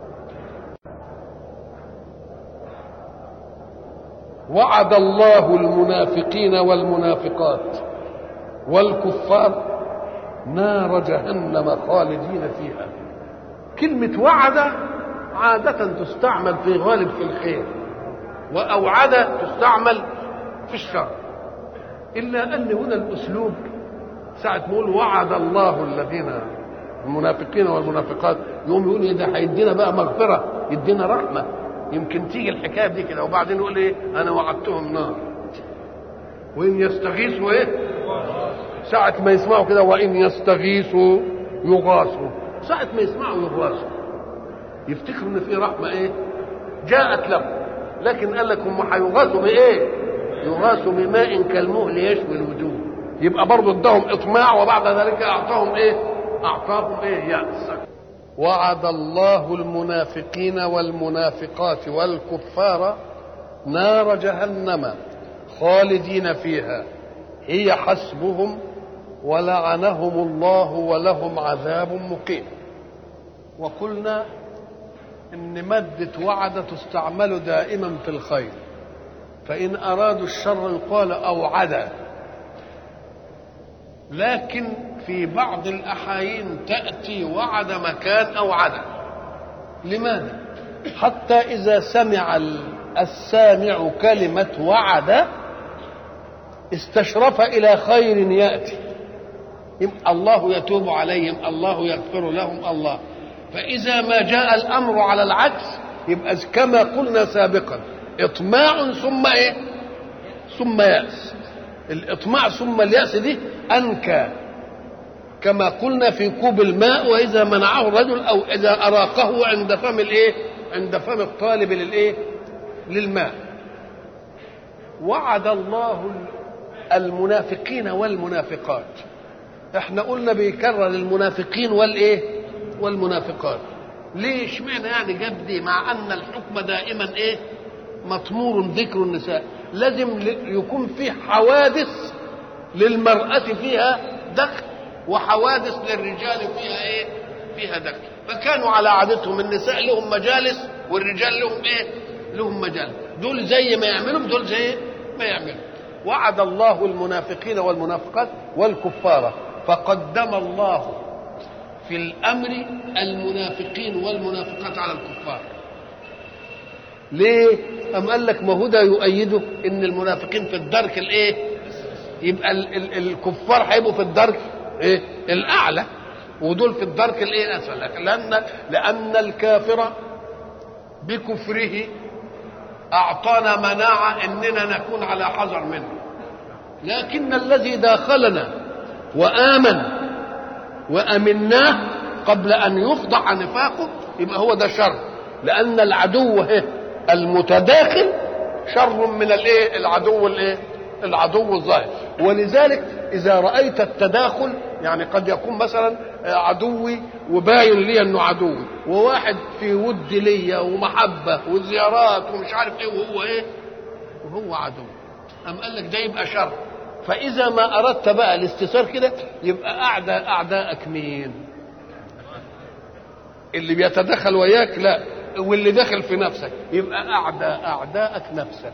وعد الله المنافقين والمنافقات والكفار نار جهنم خالدين فيها. كلمة وعد عادة تستعمل في غالب في الخير، وأوعد تستعمل في الشر، إلا أن هنا الأسلوب ساعة ما يقول وعد الله الذين المنافقين والمنافقات يقوم يقول إيه ده؟ هيدينا بقى مغفرة، يدينا رحمة، يمكن تيجي الحكاية دي كده. وبعدين يقول إيه؟ أنا وعدتهم نار وإن يستغيثوا إيه؟ ساعة ما يسمعوا كده وإن يستغيثوا يغاثوا، ساعة ما يسمعوا يغاثوا يفتكروا إن في رحمة إيه؟ جاءت لهم. لكن قال لك هم هيغاثوا بإيه؟ يغاثوا بماء كالمهل يشوي الوجوه. يبقى برضه اداهم اطماع وبعد ذلك اعطاهم ايه؟ اعطاهم ايه؟ يأس. وعد الله المنافقين والمنافقات والكفار نار جهنم خالدين فيها هي حسبهم ولعنهم الله ولهم عذاب مقيم. وقلنا ان مادة وعد تستعمل دائما في الخير، فإن أرادوا الشر يقال أوعد، لكن في بعض الأحايين تأتي وعد مكان أوعد. لماذا؟ حتى إذا سمع السامع كلمة وعد استشرف إلى خير يأتي، الله يتوب عليهم، الله يغفر لهم، الله. فإذا ما جاء الأمر على العكس يبقى كما قلنا سابقا إطماع ثم إيه؟ ثم يأس. الإطماع ثم اليأس دي أنكى، كما قلنا في كوب الماء وإذا منعه الرجل أو إذا أراقه عند فم الإيه؟ عند فم الطالب للإيه؟ للماء. وعد الله المنافقين والمنافقات. احنا قلنا بيكرر المنافقين والإيه؟ والمنافقات. ليه اشمعنى يعني جاب دي مع أن الحكم دائما إيه؟ مطمور ذكر النساء. لازم يكون في حوادث للمرأة فيها دخل وحوادث للرجال فيها ايه؟ فيها دخل. فكانوا على عادتهم النساء لهم مجالس والرجال لهم ايه؟ لهم مجالس. دول زي ما يعملوا دول زي ما يعملوا. وعد الله المنافقين والمنافقات والكفار، فقدم الله في الامر المنافقين والمنافقات على الكفار. ليه؟ أم قال لك ما هو ده يؤيده ان المنافقين في الدرك الايه؟ يبقى الكفار هيبقوا في الدرك ايه؟ الاعلى، ودول في الدرك الايه؟ الاسفل. لان الكافر بكفره اعطانا مناعه اننا نكون على حذر منه. لكن الذي داخلنا وامن وامناه قبل ان يفضح نفاقه يبقى هو ده شر، لان العدو المتداخل شر من الايه؟ العدو الايه؟ العدو الظاهر. ولذلك اذا رايت التداخل، يعني قد يكون مثلا عدوي وباين لي انه عدوي، وواحد في ود ليا ومحبه وزيارات ومش عارف ايه وهو ايه؟ وهو عدو. ام قال لك ده يبقى شر. فاذا ما اردت بقى الاستثار كده يبقى اعدائك مين؟ اللي بيتدخل وياك؟ لا، واللي داخل في نفسك. يبقى اعدائك نفسك.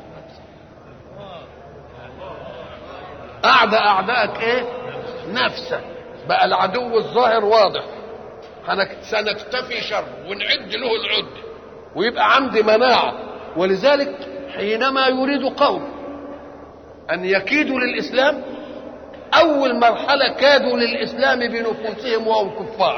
اعدائك ايه؟ نفسك. بقى العدو الظاهر واضح، سنكتفي شره ونعد له العد ويبقى عندي مناعه. ولذلك حينما يريد قوم ان يكيدوا للاسلام، اول مرحله كادوا للاسلام بنفوسهم وهم كفار،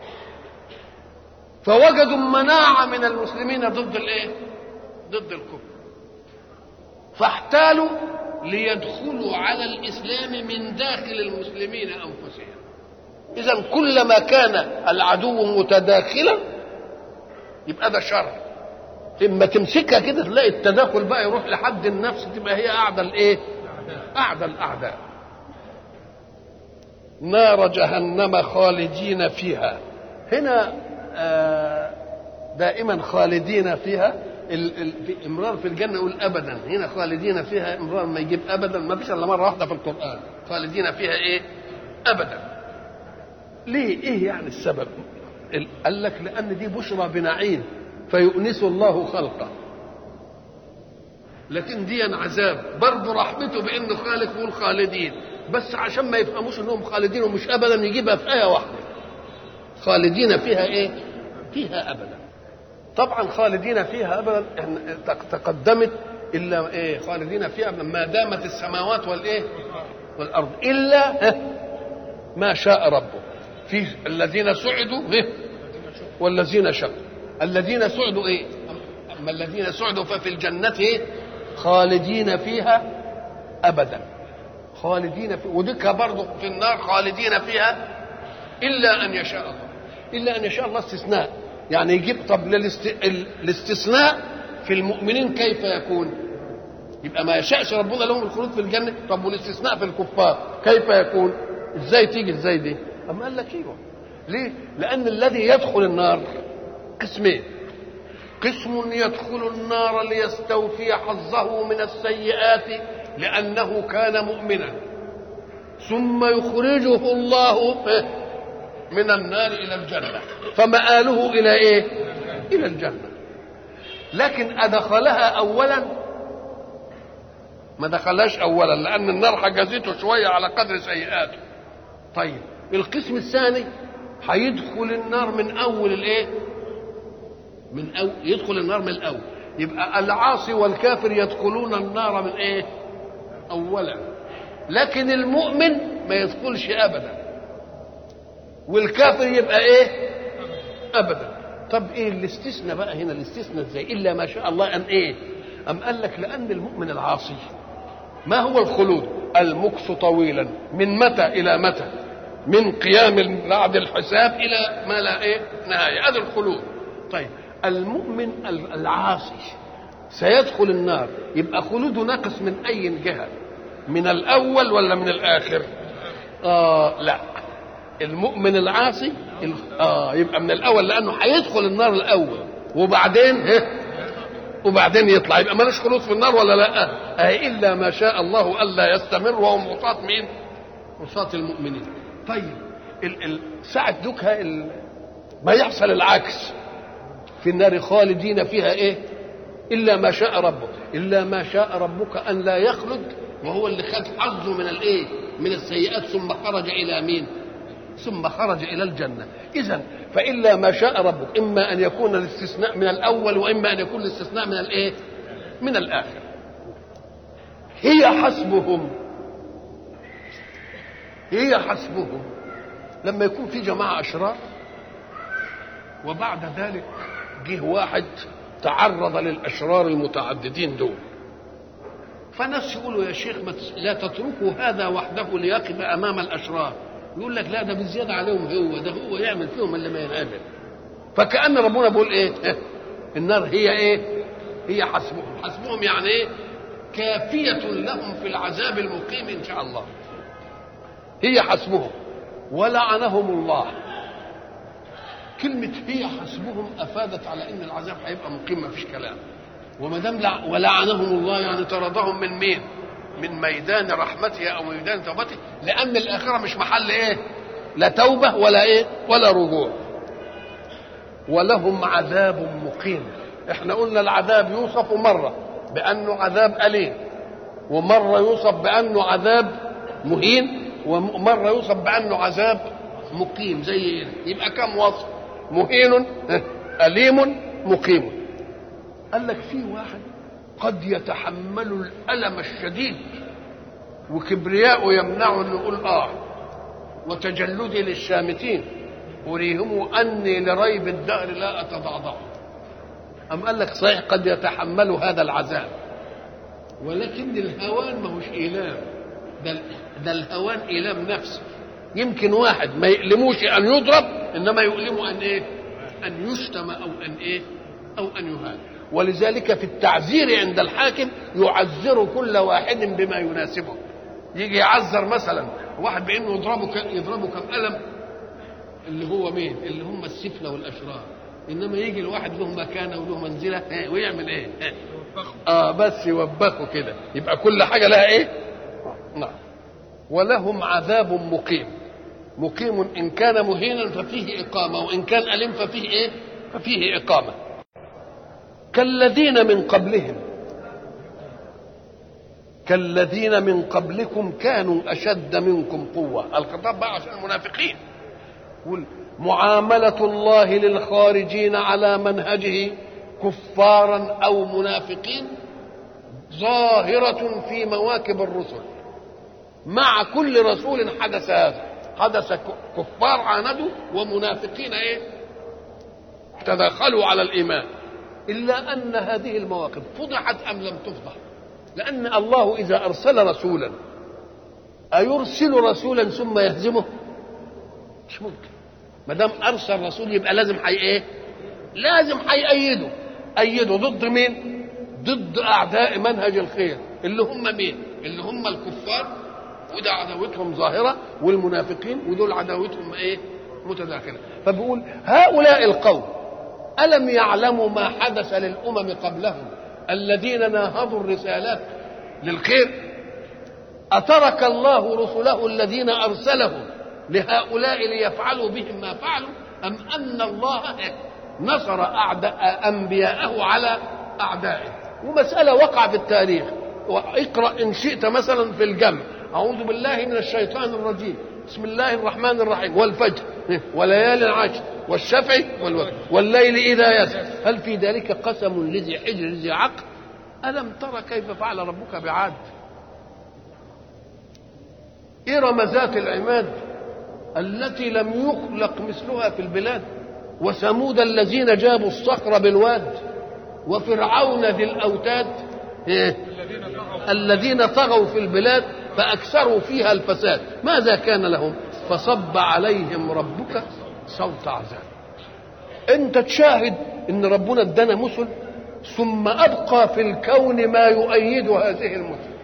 فوجدوا مناعه من المسلمين ضد الايه؟ ضد الكفر، فاحتالوا ليدخلوا على الاسلام من داخل المسلمين انفسهم. اذا كلما كان العدو متداخلا يبقى ده شر، اما تمسكها كده تلاقي التداخل بقى يروح لحد النفس، تبقى هي اعدى الايه؟ اعدى الاعداء. نار جهنم خالدين فيها. هنا دائما خالدين فيها، الامرار في الجنه يقول ابدا، هنا خالدين فيها امرار ما يجيب ابدا، ما فيش الا مره واحده في القران خالدين فيها ايه؟ ابدا. ليه؟ ايه يعني السبب؟ قال لك لان دي بشرى بنعيم فيؤنس الله خلقه، لكن دي عذاب برضه رحمته بانه خالق يقول خالدين، بس عشان ما يفهموش انهم خالدين ومش ابدا يجيبها في ايه واحده، خالدين فيها ايه؟ فيها ابدا. طبعا خالدين فيها ابدا تقدمت الا ايه؟ خالدين فيها ما دامت السماوات والايه؟ والارض، الا ما شاء ربه. في الذين سعدوا والذين شقوا. الذين سعدوا ايه؟ اما الذين سعدوا ففي الجنه ايه؟ خالدين فيها ابدا. خالدين في، وديك برضه في النار خالدين فيها الا ان يشاء الله. الا ان يشاء الله استثناء، يعني يجيب. طب الاستثناء في المؤمنين كيف يكون؟ يبقى ما يشاءش ربنا لهم الخلود في الجنه. طب والاستثناء في الكفار كيف يكون؟ ازاي تيجي ازاي دي؟ اما قال لك ايوه. ليه؟ لان الذي يدخل النار قسمين: قسم يدخل النار ليستوفي حظه من السيئات لانه كان مؤمنا، ثم يخرجه الله من النار الى الجنه، فمآله الى ايه؟ الى الجنه. لكن ادخلها اولا؟ ما دخلهاش اولا، لان النار حجزته شويه على قدر سيئاته. طيب القسم الثاني هيدخل النار من اول الايه؟ يدخل النار من الاول. يبقى العاصي والكافر يدخلون النار من ايه؟ اولا. لكن المؤمن ما يدخلش ابدا، والكافر يبقى ايه؟ ابدا. طب ايه الاستثناء بقى هنا؟ الاستثناء ازاي؟ الا ما شاء الله ان ايه؟ ام قال لك لان المؤمن العاصي ما هو الخلود؟ المكث طويلا. من متى الى متى؟ من قيام بعد الحساب الى ما لا ايه؟ نهايه. هذا الخلود. طيب المؤمن العاصي سيدخل النار، يبقى خلوده ناقص من اي جهه؟ من الاول ولا من الاخر؟ لا، المؤمن العاصي يبقى من الاول، لانه هيدخل النار الاول وبعدين يطلع، يبقى مالوش خلود في النار ولا لا؟ الا ما شاء الله الا يستمر، وهم عصاة مين؟ عصاة المؤمنين. طيب ساعة دوكها ما يحصل العكس في النار خالدين فيها ايه؟ الا ما شاء ربك. الا ما شاء ربك ان لا يخلد، وهو اللي خد حظه من الايه؟ من السيئات، ثم خرج الى مين؟ ثم خرج الى الجنه. اذا فالا ما شاء ربك اما ان يكون الاستثناء من الاول، واما ان يكون الاستثناء من الايه؟ من الاخر. هي حسبهم لما يكون في جماعه اشرار، وبعد ذلك جه واحد تعرض للاشرار المتعددين دول، فناس يقولوا يا شيخ لا تتركوا هذا وحده ليقف امام الاشرار. يقول لك لا، ده بالزياده عليهم، هو يعمل فيهم اللي ما ينعمل. فكأن ربنا بيقول ايه؟ النار هي ايه؟ هي حسبهم يعني ايه؟ كافية لهم في العذاب المقيم ان شاء الله. هي حسبهم. ولعنهم الله. كلمة هي حسبهم افادت على ان العذاب هيبقى مقيم، ما فيش كلام. وما دام ولعنهم الله يعني طردهم من مين؟ من ميدان رحمته او ميدان توبته، لان الاخره مش محل ايه؟ لا توبه ولا ايه؟ ولا رجوع. ولهم عذاب مقيم. احنا قلنا العذاب يوصف مره بانه عذاب اليم، ومره يوصف بانه عذاب مهين، ومره يوصف بانه عذاب مقيم. زي ايه؟ يبقى كم وصف؟ مهين، اليم، مقيم. قال لك في واحد قد يتحمل الألم الشديد وكبرياءه يمنعه انه يقول وتجلدي للشامتين أريهم أني لريب الدهر لا أتضعضع. أم قال لك صحيح قد يتحمل هذا العذاب، ولكن الهوان ما هوش إيلام، ده الهوان إيلام نفسي. يمكن واحد ما يؤلموش أن يضرب، إنما يؤلمه أن إيه؟ أن يشتم أو أن إيه؟ أو أن يهان. ولذلك في التعزير عند الحاكم يعزر كل واحد بما يناسبه. يجي يعزر مثلا واحد بانه يضربه كم قلم، اللي هو مين؟ اللي هم السفله والاشرار. انما يجي الواحد له مكانه وله منزله ويعمل ايه؟ بس يوبخه كده. يبقى كل حاجه لها ايه؟ نعم. ولهم عذاب مقيم ان كان مهينا ففيه اقامه، وان كان اليم ففيه ايه؟ ففيه اقامه. كالذين من قبلكم كانوا اشد منكم قوه. الخطاب بقى عشان المنافقين. معامله الله للخارجين على منهجه كفارا او منافقين ظاهره في مواكب الرسل. مع كل رسول حدث هذا، حدث كفار عاندوا ومنافقين ايه؟ تدخلوا على الايمان. الا ان هذه المواقف فضحت ام لم تفضح؟ لان الله اذا ارسل رسولا ايرسل رسولا ثم يهزمه؟ مش ممكن. ما دام ارسل رسول يبقى لازم ايه؟ لازم ايده ضد مين؟ ضد اعداء منهج الخير اللي هم مين؟ اللي هم الكفار، وده عداوتهم ظاهره، والمنافقين ودول عداوتهم ايه؟ متداخله. فبيقول هؤلاء القوم ألم يعلموا ما حدث للأمم قبلهم الذين ناهضوا الرسالات للخير؟ أترك الله رسله الذين أرسلهم لهؤلاء ليفعلوا بهم ما فعلوا، أم أن الله نصر أعداء أنبياءه على أعدائه؟ ومسألة وقع في التاريخ. اقرأ إن شئت مثلا في الجمع: أعوذ بالله من الشيطان الرجيم، بسم الله الرحمن الرحيم، والفجر وليال العشر والشفع والوتر والليل إذا يسر هل في ذلك قسم لذي حجر ذي عقل؟ ألم تر كيف فعل ربك بعاد؟ إرم ذات العماد التي لم يخلق مثلها في البلاد، وثمود الذين جابوا الصخر بالواد، وفرعون ذي الأوتاد الذين طغوا في البلاد فأكثروا فيها الفساد. ماذا كان لهم؟ فصب عليهم ربك صوت عذاب. انت تشاهد ان ربنا ادانا مثل، ثم ابقى في الكون ما يؤيد هذه المثل،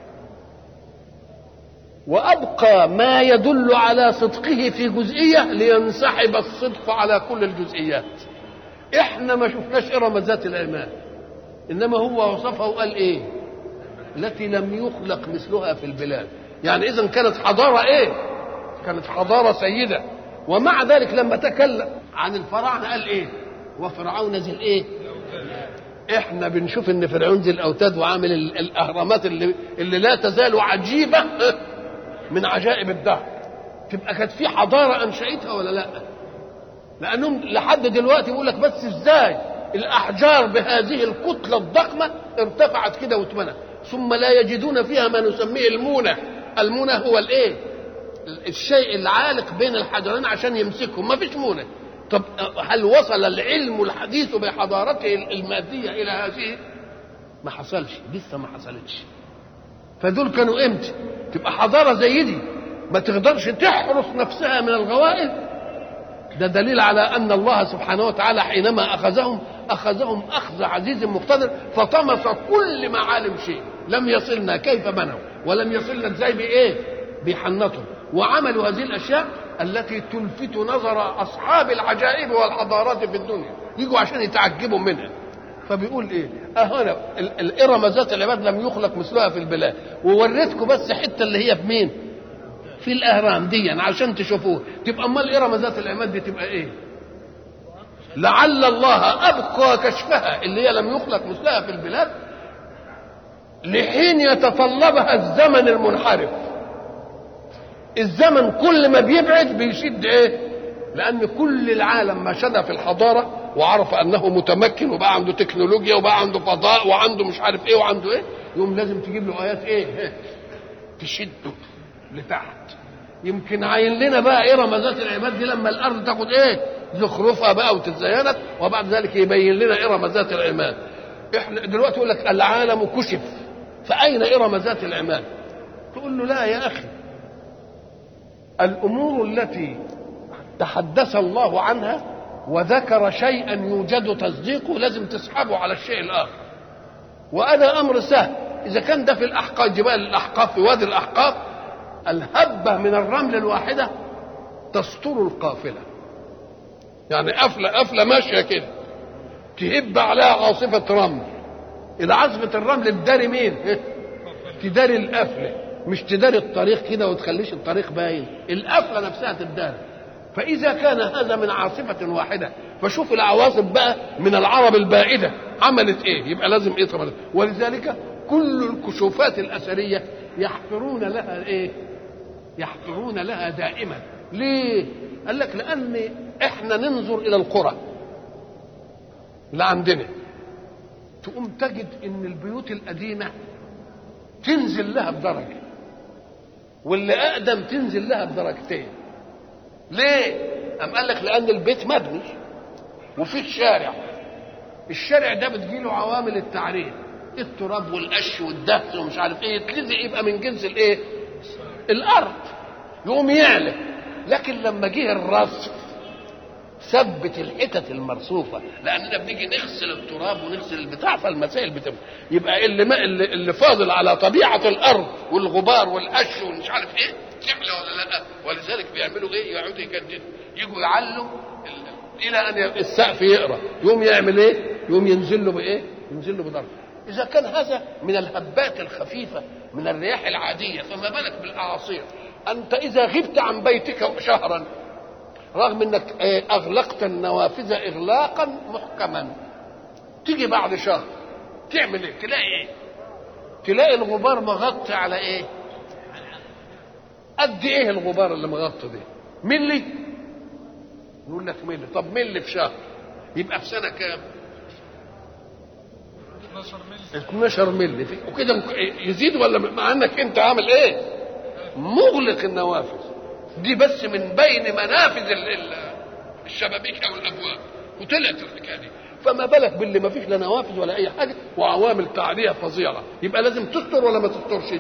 وابقى ما يدل على صدقه في جزئيه لينسحب الصدق على كل الجزئيات. احنا ما شفناش ارم ذات العماد، انما هو وصفها وقال ايه؟ التي لم يخلق مثلها في البلاد. يعني اذا كانت حضاره ايه؟ كانت حضاره سيده. ومع ذلك لما تكلم عن الفراعنه قال ايه؟ وفرعون ذي الايه؟ احنا بنشوف ان فرعون ذي الاوتاد وعامل الاهرامات اللي لا تزال عجيبه من عجائب الدهر. تبقى كانت في حضاره انشأتها ولا لا؟ لانهم لحد دلوقتي بيقول لك بس ازاي الاحجار بهذه الكتله الضخمه ارتفعت كده واتمنت، ثم لا يجدون فيها ما نسميه المونه. المونه هو الايه؟ الشيء العالق بين الحجرين عشان يمسكهم، ما فيش مونه. طب هل وصل العلم الحديث بحضارته الماديه الى هذه؟ ما حصلش، لسه ما حصلتش. فدول كانوا امتى؟ تبقى حضاره زي دي ما تقدرش تحرس نفسها من الغوائل. ده دليل على ان الله سبحانه وتعالى حينما اخذهم اخذ عزيز مقتدر فطمس كل معالم شيء. لم يصلنا كيف بنوا، ولم يصلنا ازاي بايه؟ بيحنطوا. وعملوا هذه الاشياء التي تلفت نظر اصحاب العجائب والحضارات في الدنيا، يجوا عشان يتعجبوا منها. فبيقول ايه؟ اهنا الارم ذات العماد لم يخلق مثلها في البلاد. ووريتكم بس حته اللي هي في مين؟ في الاهرام دي عشان تشوفوه. تبقى امال ارم ذات العماد دي تبقى ايه؟ لعل الله ابقى كشفها اللي هي لم يخلق مثلها في البلاد لحين يتطلبها الزمن المنحرف. الزمن كل ما بيبعد بيشد ايه؟ لان كل العالم ما شد في الحضاره وعرف انه متمكن وبقى عنده تكنولوجيا وبقى عنده فضاء وعنده مش عارف ايه وعنده ايه، يوم لازم تجيب له ايات ايه؟ تشده لتحت. يمكن عين لنا بقى ارم ذات العماد دي لما الارض تاخد ايه؟ زخرفها بقى وتتزينت، وبعد ذلك يبين لنا ارم ذات العماد. احنا دلوقتي يقول لك العالم كشف، فاين ارم ذات العماد؟ تقول له لا يا اخي، الامور التي تحدث الله عنها وذكر شيئا يوجد تصديقه لازم تسحبه على الشيء الآخر. وأنا أمر سهل إذا كان ده في الأحقاف، جبال الأحقاف، في وادي الأحقاف، الهبة من الرمل الواحدة تستر القافلة. يعني قفلة ماشية كده تهب عليها عاصفة رمل، إذا عاصفة الرمل تداري مين؟ تداري القفلة، مش تداري الطريق كده وتخليش الطريق باين، القفلة نفسها تداري. فإذا كان هذا من عاصفة واحدة، فشوف العواصف بقى من العرب البائدة عملت إيه، يبقى لازم إيه طبعا. ولذلك كل الكشوفات الأثرية يحفرون لها إيه؟ يحفرون لها دائما. ليه؟ قال لك لأن إحنا ننظر إلى القرى اللي عندنا، تقوم تجد إن البيوت القديمة تنزل لها بدرجة، واللي أقدم تنزل لها بدرجتين. ليه؟ أم قال لك لأن البيت مبني وفيه الشارع ده بتجيله عوامل التعريف، التراب والقش والدهس ومش عارف ايه، يتلزق يبقى من جنس الايه؟ الارض، يقوم يعلى. لكن لما جه الرصف ثبت الحتت المرصوفه، لاننا بنيجي نغسل التراب ونغسل البتاع، فالمسائل بتبقى يبقى اللي فاضل على طبيعه الارض والغبار والقش ومش عارف ايه تعلى ولا لا. ولذلك بيعملوا ايه؟ يقعدوا يجددوا، يجوا يعلوا الى ان السقف يقرا، يقوم يعمل ايه؟ يقوم ينزل له بايه؟ ينزل له بدرجه. اذا كان هذا من الهبات الخفيفه من الرياح العاديه، فما بالك بالاعاصير. انت اذا غبت عن بيتك شهرا، رغم انك اغلقت النوافذ اغلاقا محكما، تيجي بعد شهر تعمل ايه؟ تلاقي الغبار مغطي على ايه؟ قد ايه الغبار اللي مغطي ده؟ ملي؟ نقول لك ملي. طب ملي في شهر يبقى في سنه كام؟ 12 ملي وكده يزيد ولا؟ مع انك انت عامل ايه؟ مغلق النوافذ دي بس من بين منافذ الشبابيك او الابواب، وطلعت الحكايه دي. فما بالك باللي ما فيش لا نوافذ ولا اي حاجه وعوامل تعريه فظيعه، يبقى لازم تستر ولا ما تسترش؟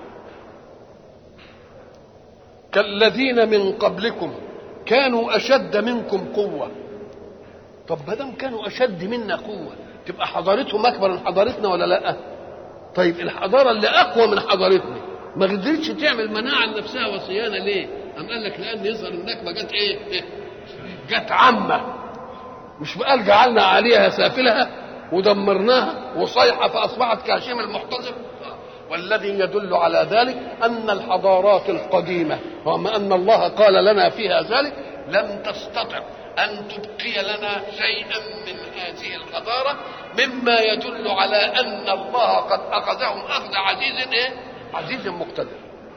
كالذين من قبلكم كانوا اشد منكم قوه. طب ما دام كانوا اشد منا قوه، تبقى حضارتهم اكبر من حضارتنا ولا لا؟ طيب الحضاره اللي اقوى من حضارتنا ما قدرتش تعمل مناعه لنفسها وصيانه ليه؟ قام قال لك لان يظهر النكبه جت ايه؟ جت عامه، مش قال جعلنا عليها سافلها ودمرناها وصيحه فاصبحت كهشيم المحتضر. والذي يدل على ذلك ان الحضارات القديمه، رغم ان الله قال لنا فيها ذلك، لم تستطع ان تبقي لنا شيئا من هذه الحضاره، مما يدل على ان الله قد اخذهم اخذ عزيز ايه؟ عزيز مقتدر.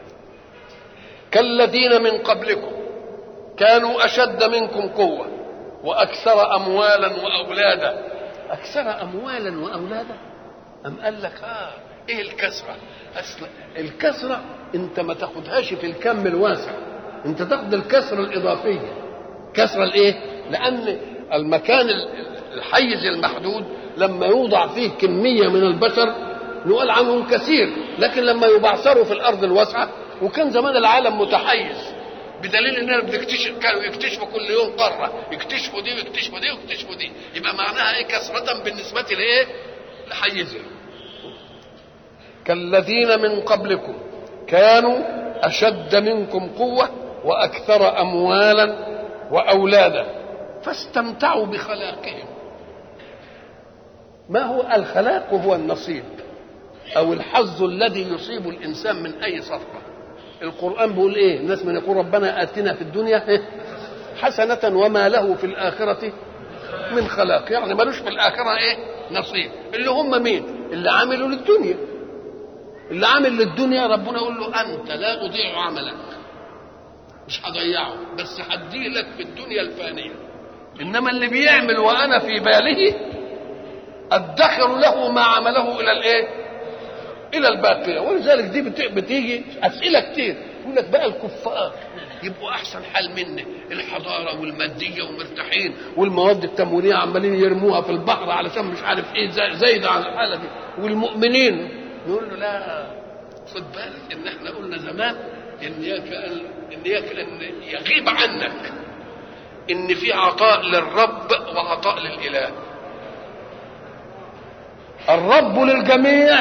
كالذين من قبلكم كانوا اشد منكم قوه واكثر اموالا واولادا. اكثر اموالا واولادا، ام قال لك ايه الكثره؟ اصل الكثره انت ما تاخدهاش في الكم الواسع، انت تاخد الكثره الاضافيه. كثره الايه؟ لان المكان الحيز المحدود لما يوضع فيه كميه من البشر نقول عنهم كثير، لكن لما يبعثروا في الارض الواسعه، وكان زمان العالم متحيز، بدليل اننا بنكتشف، كانوا يكتشفوا كل يوم قاره، يكتشفوا دي ويكتشفوا دي ويكتشفوا دي، يبقى معناها ايه؟ كثره بالنسبه لايه؟ لحيزهم. كالذين من قبلكم كانوا اشد منكم قوه واكثر اموالا واولادا فاستمتعوا بخلاقهم. ما هو الخلاق؟ وهو النصيب او الحظ الذي يصيب الانسان من اي صفقه. القران بيقول ايه؟ الناس من يقول ربنا اتنا في الدنيا حسنه وما له في الاخره من خلاق، يعني ملوش في الاخره ايه؟ نصيب. اللي هم مين؟ اللي عملوا للدنيا. اللي عامل للدنيا ربنا يقول له انت لا اضيع عملك، مش هضيعه، بس هديه لك في الدنيا الفانيه. انما اللي بيعمل وانا في باله ادخر له ما عمله الى الايه؟ الى الباقيه. ولذلك دي بتيجي اسئله كتير، يقول لك بقى الكفار يبقوا احسن حال مني، الحضاره والماديه ومرتاحين، والمواد التموينيه عمالين يرموها في البحر علشان مش عارف ايه زايده عن الحاله دي، والمؤمنين يقول له لا، خد بالك ان احنا قلنا زمان ان يغيب عنك ان في عطاء للرب وعطاء للاله. الرب للجميع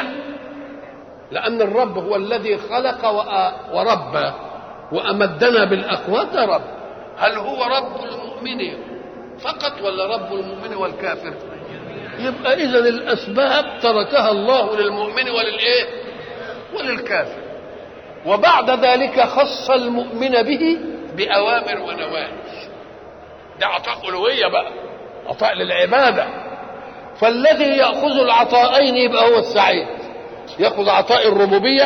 لان الرب هو الذي خلق وربى وامدنا بالاقوات رب. هل هو رب المؤمن فقط ولا رب المؤمن والكافر؟ يبقى اذا الاسباب تركها الله للمؤمن وللايه؟ وللكافر. وبعد ذلك خص المؤمن به باوامر ونواهي. ده عطاء الوهيه بقى، عطاء للعباده. فالذي ياخذ العطاءين يبقى هو السعيد. ياخذ عطاء الربوبيه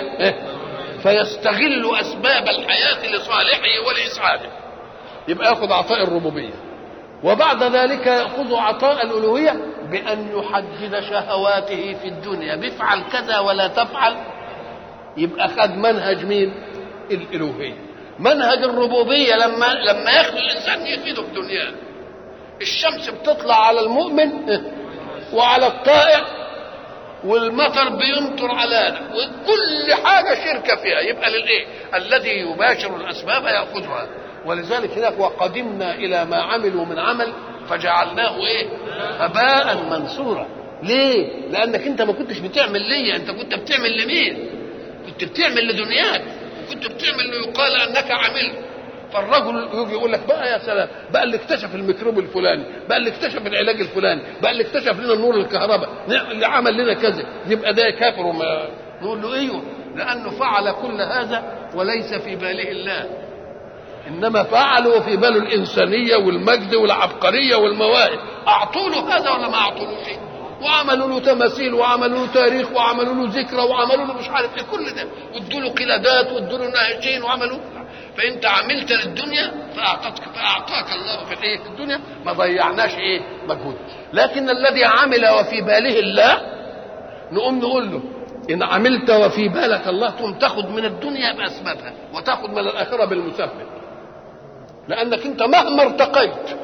فيستغل اسباب الحياه لصالحه ولاسعاده، يبقى ياخذ عطاء الربوبيه. وبعد ذلك ياخذ عطاء الالوهيه بان يحدد شهواته في الدنيا، بفعل كذا ولا تفعل. يبقى خد منهج مين؟ الالوهيه. منهج الربوبيه لما ياخذ الانسان يفيده في دنياه. الشمس بتطلع على المؤمن وعلى الطائع، والمطر بيمطر على وكل حاجه شركه فيها. يبقى للايه؟ الذي يباشر الاسباب ياخذها. ولذلك هناك وقدمنا الى ما عملوا من عمل فجعلناه ايه؟ هباء منثورا. ليه؟ لانك انت ما كنتش بتعمل ليا، انت كنت بتعمل لمين؟ كنت بتعمل لدنياك، وكنت بتعمل ليقال انك عملت. فالرجل يجي يقول لك بقى يا سلام، بقى اللي اكتشف الميكروب الفلاني، بقى اللي اكتشف العلاج الفلاني، بقى اللي اكتشف لنا النور الكهرباء، اللي عمل لنا كذا، يبقى ده كافر. وما نقول له ايوه، لانه فعل كل هذا وليس في باله الله، انما فعلوا في باله الانسانيه والمجد والعبقريه والمواهب. اعطوا له هذا ولا ما اعطولوش؟ وعملوا له تماثيل وعملوا له تاريخ وعملوا له ذكرى وعملوا له مش عارف ايه، كل ده وادوا له قلادات وادوا له نهجين وعملوا. فانت عملت للدنيا فاعطاك الله في الايه؟ في الدنيا. ما ضيعناش ايه؟ مجهود. لكن الذي عمل وفي باله الله نقوم نقول له ان عملت وفي بالك الله تقوم تاخد من الدنيا باسبابها وتاخد من الاخره بالمسبب. لانك انت مهما ارتقيت،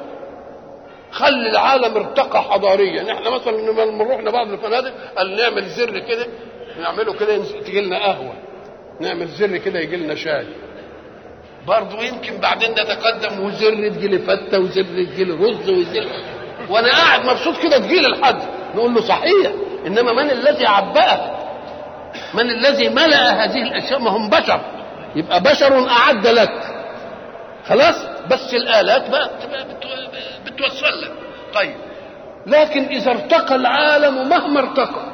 خلي العالم ارتقى حضاريا. احنا مثلا لما نروح لبعض الفنادق قال نعمل زر كده، نعمله كده تجي لنا قهوه، نعمل زر كده يجي لنا شاي. برضه يمكن بعدين نتقدم وزر تجي لي فته وزر تجي لي رز وزر، وانا قاعد مبسوط كده تجي لي لحد. نقول له صحيح، انما من الذي عبأك؟ من الذي ملأ هذه الاشياء؟ ما هم بشر، يبقى بشر اعد لك خلاص. بس الآلات بقى بتوصل لك. طيب، لكن إذا ارتقى العالم مهما ارتقى،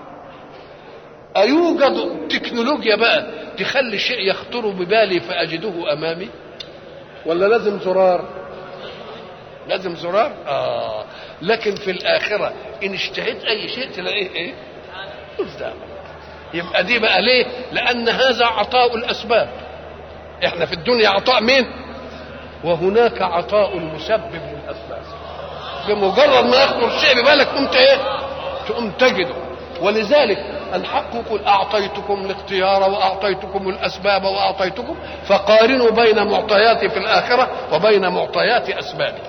أيوجد تكنولوجيا بقى تخلي شيء يخطر ببالي فأجده أمامي؟ ولا لازم زرار؟ لازم زرار؟ لكن في الآخرة إن اشتهيت أي شيء تلاقيه إيه؟ قدامك. يبقى دي بقى ليه؟ لأن هذا عطاء الأسباب. إحنا في الدنيا عطاء مين؟ وهناك عطاء المسبب للأسباب. بمجرد ما يخطر شيء ببالك قمت ايه؟ تقوم تجده. ولذلك الحق يقول اعطيتكم الاختيار واعطيتكم الاسباب واعطيتكم، فقارنوا بين معطياتي في الاخره وبين معطيات اسبابي.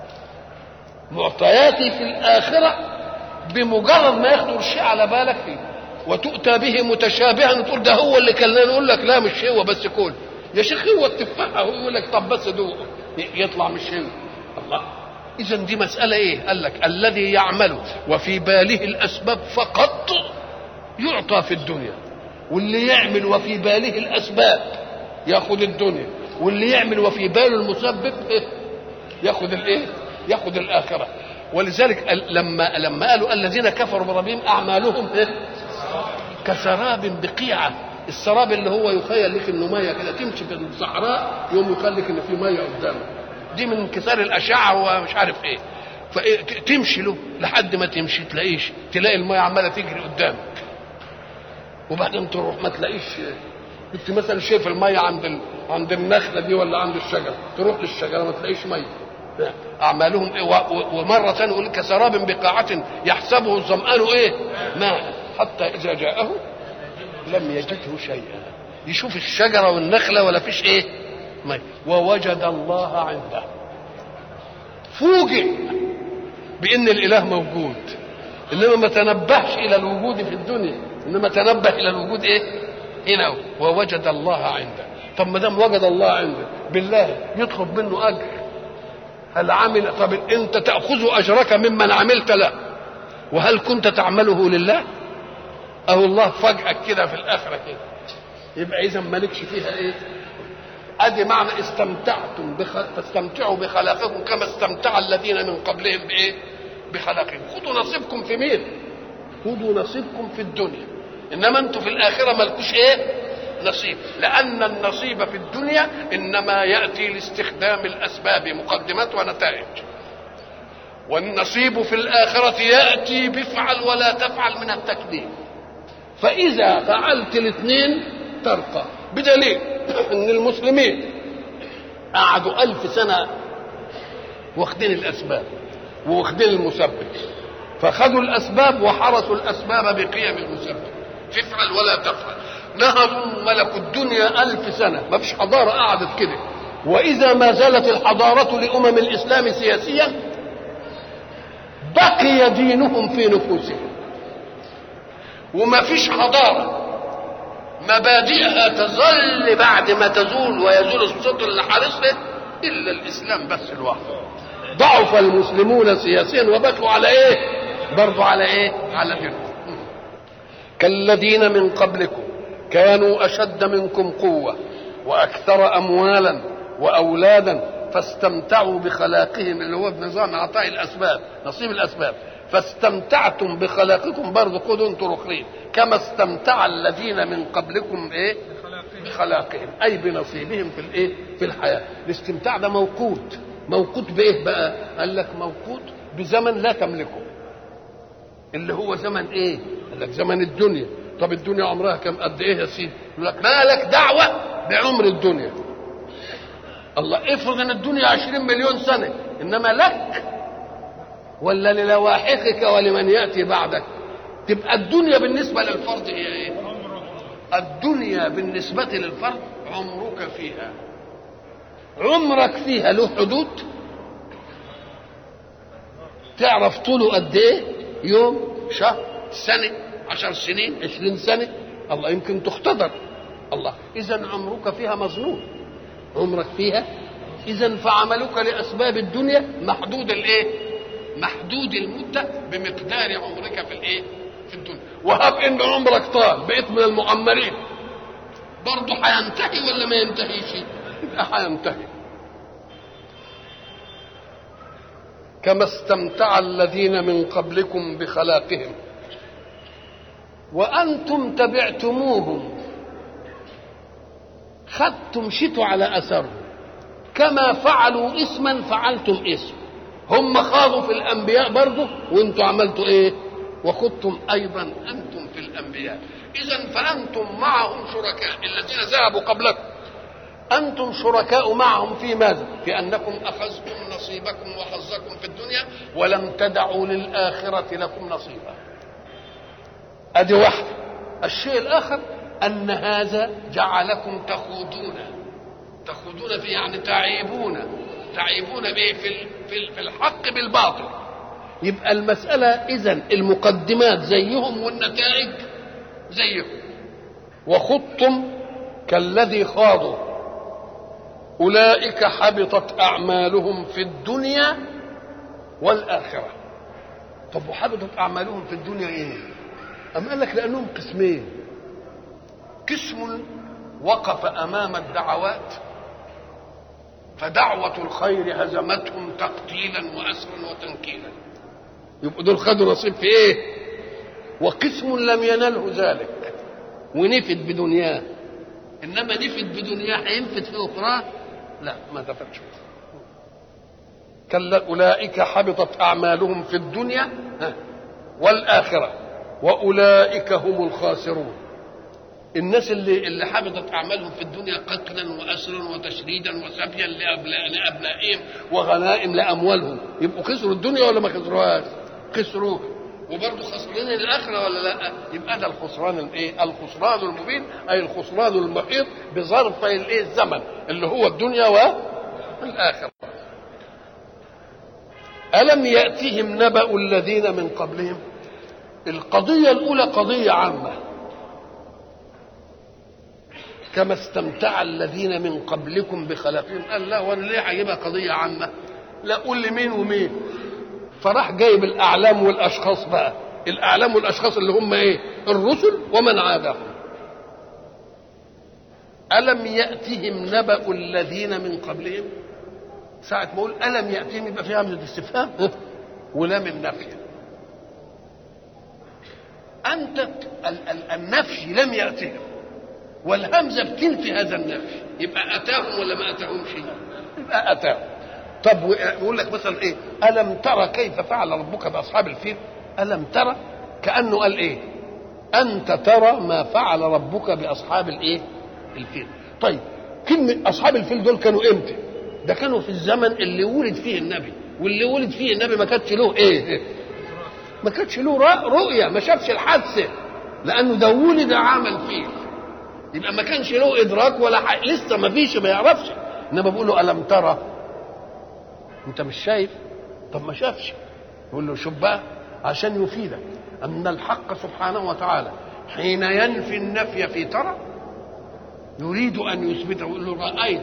معطياتي في الاخره بمجرد ما يخطر شيء على بالك فيه وتؤتى به متشابها تقول ده هو اللي كان، نقول لك لا مش هو، بس كل يا شيخ هو التفاحه، هو يقول لك طب بس دوق يطلع مش هو. الله، إذا دي مسألة إيه؟ قال لك الذي يعمل وفي باله الأسباب فقط يعطى في الدنيا، واللي يعمل وفي باله الأسباب يأخذ الدنيا، واللي يعمل وفي باله المسبب إيه؟ يأخذ الإيه؟ يأخذ الآخرة. ولذلك لما قالوا الذين كفروا بربهم أعمالهم إيه؟ كسراب بقيعة. السراب اللي هو يخيل لك إنه مية كده، تمشي في الصحراء يوم يخيل لك إن في مية قدامك، دي من انكسار الاشعه ومش عارف ايه. فتمشي له لحد ما تمشي تلاقي الميه عماله تجري قدامك، وبعدين تروح ما تلاقيش. كنت مثلا شايف الميه عند النخله دي ولا عند الشجره، تروح للشجره ما تلاقيش ميه. اعمالهم إيه؟ ومره ثانيه يقول كسراب بقاعه يحسبه الظمآن ايه؟ ماء حتى اذا جاءه لم يجده شيئا. يشوف الشجره والنخله ولا فيش ايه؟ ماء. ووجد الله عنده. فوجئ بان الاله موجود، انما ما تنبهش الى الوجود في الدنيا، انما تنبه الى الوجود ايه؟ هنا. ووجد الله عنده. طب ما دام وجد الله عنده بالله يطلب منه اجر؟ هل عمل؟ طب انت تأخذ اجرك ممن عملت له، وهل كنت تعمله لله؟ اهو الله فجأة كده في الاخرة كده، يبقى اذا مالكش فيها ايه؟ ادي معنى فاستمتعوا بخلاقكم كما استمتع الذين من قبلهم بايه؟ بخلاقهم. خذوا نصيبكم في مين؟ خذوا نصيبكم في الدنيا، انما انتم في الاخره مالكوش ايه؟ نصيب، لان النصيب في الدنيا انما ياتي لاستخدام الاسباب مقدمات ونتائج، والنصيب في الاخره ياتي بافعل ولا تفعل من التكليف. فاذا فعلت الاثنين ترقى، بدليل ان المسلمين قعدوا 1000 سنه واخدين الاسباب واخدين المسبب، فخذوا الاسباب وحرسوا الاسباب بقيم المسبب، تفعل ولا تفعل. نهضوا ملكوا الدنيا 1000 سنه، ما فيش حضاره قعدت كده. واذا ما زالت الحضاره لامم الاسلام سياسيا بقي دينهم في نفوسهم، وما فيش حضاره مبادئها تظل بعد ما تزول ويزول الصوت اللي حارسه الا الاسلام بس لوحده. ضعف المسلمون سياسيا وبكوا على ايه؟ برضو على ايه؟ على دينهم. كالذين من قبلكم كانوا اشد منكم قوه واكثر اموالا واولادا فاستمتعوا بخلاقهم، اللي هو بنظام اعطاء الاسباب، نصيب الاسباب. فاستمتعتم بخلاقكم، برضو خذوا انتم رخرين كما استمتع الذين من قبلكم ايه؟ بخلاقهم، اي بنصيبهم في الايه؟ في الحياه. الاستمتاع ده موقوت، موقوت بايه بقى؟ قال لك موقوت بزمن لا تملكه، اللي هو زمن ايه؟ قال لك زمن الدنيا. طب الدنيا عمرها كم؟ قد ايه يا سيدي؟ يقول لك ما لك دعوه بعمر الدنيا. الله، افرض ان الدنيا 20 مليون سنه، انما لك ولا للواحقك ولمن ياتي بعدك؟ تبقى الدنيا بالنسبه للفرد هي ايه؟ الدنيا بالنسبه للفرد عمرك فيها، عمرك فيها له حدود. تعرف طوله قد ايه؟ يوم، شهر، سنه، 10 سنين، 20 سنه، الله يمكن تختبر. الله، اذا عمرك فيها مظنون، عمرك فيها. اذا فعملك لاسباب الدنيا محدود الايه؟ محدود المده بمقدار عمرك في الايه؟ في الدنيا. وهب ان عمرك طال بقيت من المعمرين، برضه هينتهي ولا ما ينتهيش؟ يبقى هينتهي. كما استمتع الذين من قبلكم بخلاقهم وانتم تبعتموهم، خدتم شتوا على اثرهم، كما فعلوا اسما فعلتم اسم. هم خاضوا في الانبياء برضه وانتم عملتوا ايه؟ وخضتم ايضا انتم في الانبياء. اذا فانتم معهم شركاء، الذين ذهبوا قبلكم انتم شركاء معهم في ماذا؟ في انكم اخذتم نصيبكم وحظكم في الدنيا ولم تدعوا للاخره لكم نصيبا. ادي واحده. الشيء الاخر ان هذا جعلكم تخوضون فيه، يعني تعيبون به في الحق بالباطل. يبقى المساله اذا المقدمات زيهم والنتائج زيهم. وخضتم كالذي خاضوا اولئك حبطت اعمالهم في الدنيا والاخره. طب وحبطت اعمالهم في الدنيا ايه؟ أم قال لك لانهم قسمين. قسم وقف امام الدعوات فدعوه الخير هزمتهم تقتيلا واسرا وتنكيلا، يبقوا دول خدوا نصيب في ايه؟ وقسم لم ينله ذلك ونفد بدنياه، انما نفد بدنياه هينفد في اخرى؟ لا، ما تفتش. كلا اولئك حبطت اعمالهم في الدنيا والاخره واولئك هم الخاسرون. الناس اللي حبطت اعمالهم في الدنيا قتلا واسرا وتشريدا وسبيا لابنائهم وغنائم لاموالهم، يبقوا خسروا الدنيا ولا ما خسروهاش؟ خسروها. وبرضه خسرين الاخره ولا لا؟ يبقى ده الخسران الايه؟ الخسران المبين، اي الخسران المحيط بظرفي الايه؟ الزمن اللي هو الدنيا والاخره. الم ياتهم نبأ الذين من قبلهم؟ القضيه الاولى قضيه عامه، كما استمتع الذين من قبلكم بخلاقهم. قال لا، وانا ليه هجيبها قضيه عامه؟ لا قول لي مين ومين. فراح جايب الاعلام والاشخاص بقى، الاعلام والاشخاص اللي هم ايه؟ الرسل ومن عادهم. الم ياتهم نبأ الذين من قبلهم. ساعه ما اقول الم ياتهم يبقى فيها همزه استفهام ولام النفي. انت النفي لم ياتهم والهمزه بتنفي هذا النفي، يبقى اتاهم ولا ما اتاهمش؟ يبقى اتاهم. طب يقول لك مثلا ايه؟ الم ترى كيف فعل ربك باصحاب الفيل؟ الم ترى كانه قال ايه؟ انت ترى ما فعل ربك باصحاب الايه؟ الفيل. طيب كلمه اصحاب الفيل دول كانوا امتى؟ ده كانوا في الزمن اللي ولد فيه النبي، واللي ولد فيه النبي ما كانش له ايه؟ ما كانش له رؤيه، ما شافش الحادثه، لانه ده ولد عمل فيه، يبقى ما كانش له ادراك ولا حاجه، لسه ما فيش، ما يعرفش. انما بيقول له الم ترى، انت مش شايف؟ طب ما شافش. يقول له شوف بقى عشان يفيدك ان الحق سبحانه وتعالى حين ينفي النفي في ترى يريد ان يثبته. يقول له رايت.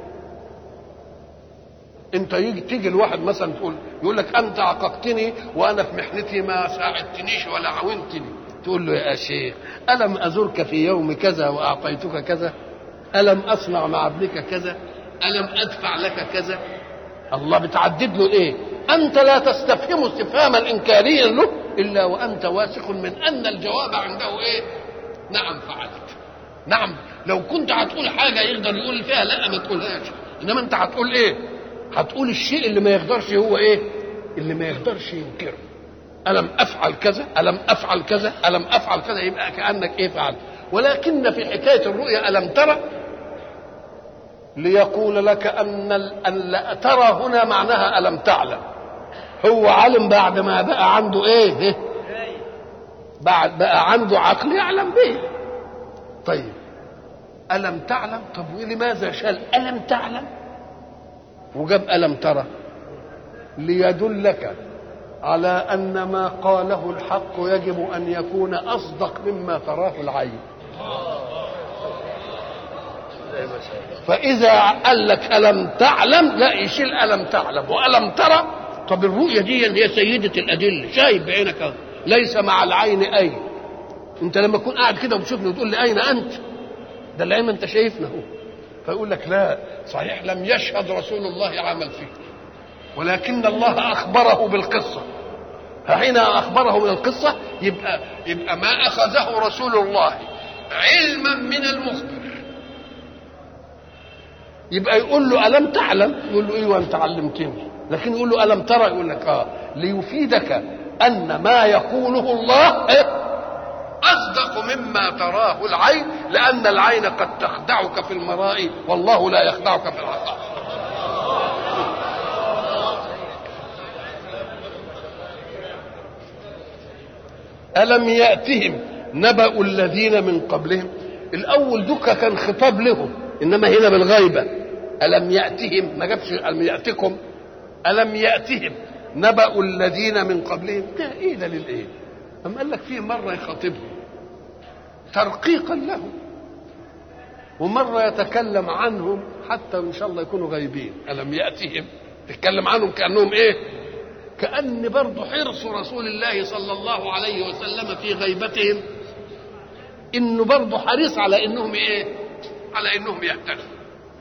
انت تيجي الواحد مثلا يقول لك انت عققتني وانا في محنتي ما ساعدتنيش ولا عاونتني، تقول له يا شيخ الم ازرك في يوم كذا واعطيتك كذا؟ الم اصنع مع ابنك كذا؟ الم ادفع لك كذا؟ الله بتعدد له ايه؟ انت لا تستفهم استفهاما انكاريا له الا وانت واثق من ان الجواب عنده ايه؟ نعم فعلت. نعم، لو كنت هتقول حاجه يقدر يقول فيها لا ما تقولهاش، انما انت هتقول ايه؟ هتقول الشيء اللي ما يقدرش هو ايه؟ اللي ما يقدرش ينكره. الم افعل كذا، الم افعل كذا، الم افعل كذا، يبقى كانك ايه؟ فعلت. ولكن في حكايه الرؤيا الم ترى ليقول لك ان ترى هنا معناها الم تعلم. هو علم بعد ما بقى عنده ايه؟ بعد بقى عنده عقل يعلم به. طيب الم تعلم، طب ولماذا شال الم تعلم وجاب الم ترى؟ ليدلك على ان ما قاله الحق يجب ان يكون اصدق مما تراه العين. فاذا قال لك الم تعلم لا يشيل الم تعلم والم ترى. طب الرؤيه دي هي سيده الادله، شايف بعينك ليس مع العين اين. انت لما تكون قاعد كده وتشوفني وتقول لي اين انت؟ ده العين ما انت شايفنا هو. فيقول لك لا صحيح لم يشهد رسول الله عمل فيه، ولكن الله اخبره بالقصه. فحين اخبره بالقصه يبقى ما اخذه رسول الله علما من المخبر. يبقى يقول له الم تعلم؟ يقول له ايوه انت علمتني. لكن يقول له الم ترى؟ يقول لك ليفيدك ان ما يقوله الله اصدق مما تراه العين، لان العين قد تخدعك في المرائي والله لا يخدعك في العقائد. الم ياتهم نبأ الذين من قبلهم. الاول دكه كان خطاب لهم، انما هنا بالغيبه. الم ياتهم، ما جابش الم ياتكم. الم ياتهم نبأ الذين من قبلهم. ده ايه ده للايه؟ اما قال لك فيه مره يخاطبهم ترقيقا لهم، ومره يتكلم عنهم حتى ان شاء الله يكونوا غايبين. الم ياتهم تتكلم عنهم كانهم ايه؟ كأن برضه حرص رسول الله صلى الله عليه وسلم في غيبتهم انه برضه حريص على انهم ايه؟ على انهم يهتدوا.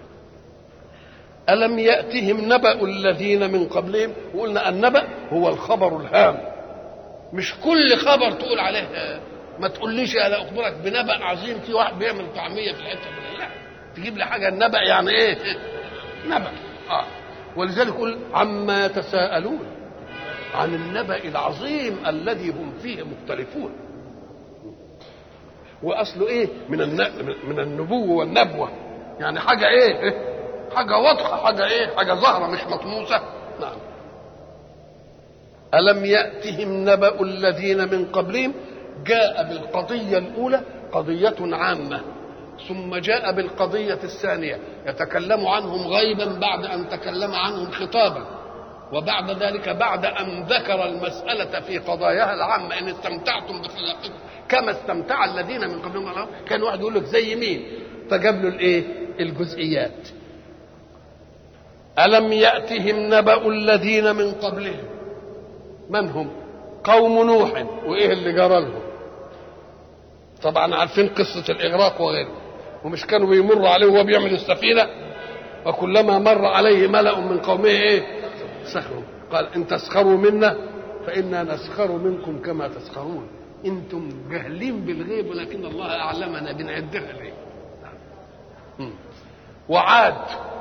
ألم يأتهم نبأ الذين من قبلهم. وقلنا النبأ هو الخبر الهام، مش كل خبر تقول عليه. ما تقوليش انا اخبرك بنبأ عظيم في واحد بيعمل طعميه في الحته دي، لا تجيب لي حاجه. النبأ يعني ايه؟ نبأ. ولذلك يقول عما يتساءلون عن النبأ العظيم الذي هم فيه مختلفون. واصله ايه؟ من النبوه والنبوه، يعني حاجه ايه؟ حاجه واضحه، حاجه ايه؟ حاجه ظاهره مش مطموسه. نعم. ألم يأتهم نبأ الذين من قبلهم. جاء بالقضية الأولى قضية عامة، ثم جاء بالقضية الثانية يتكلم عنهم غيبا بعد أن تكلم عنهم خطابا، وبعد ذلك بعد أن ذكر المسألة في قضاياها العامة إن استمتعتم بخلاقكم كما استمتع الذين من قبلهم. كان واحد يقول لك زي مين؟ فجاب له الإيه؟ الجزئيات. ألم يأتهم نبأ الذين من قبلهم. من هم؟ قوم نوح. وإيه اللي جرى لهم؟ طبعا عارفين قصة الإغراق وغيره. ومش كانوا بيمروا عليه وهو بيعمل السفينة؟ وكلما مر عليه ملأ من قومه إيه؟ سخروا. قال إن تسخروا منا فإنا نسخر منكم كما تسخرون. أنتم جاهلين بالغيب ولكن الله أعلمنا بنعدها ليه. وعاد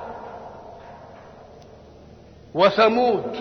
وثمود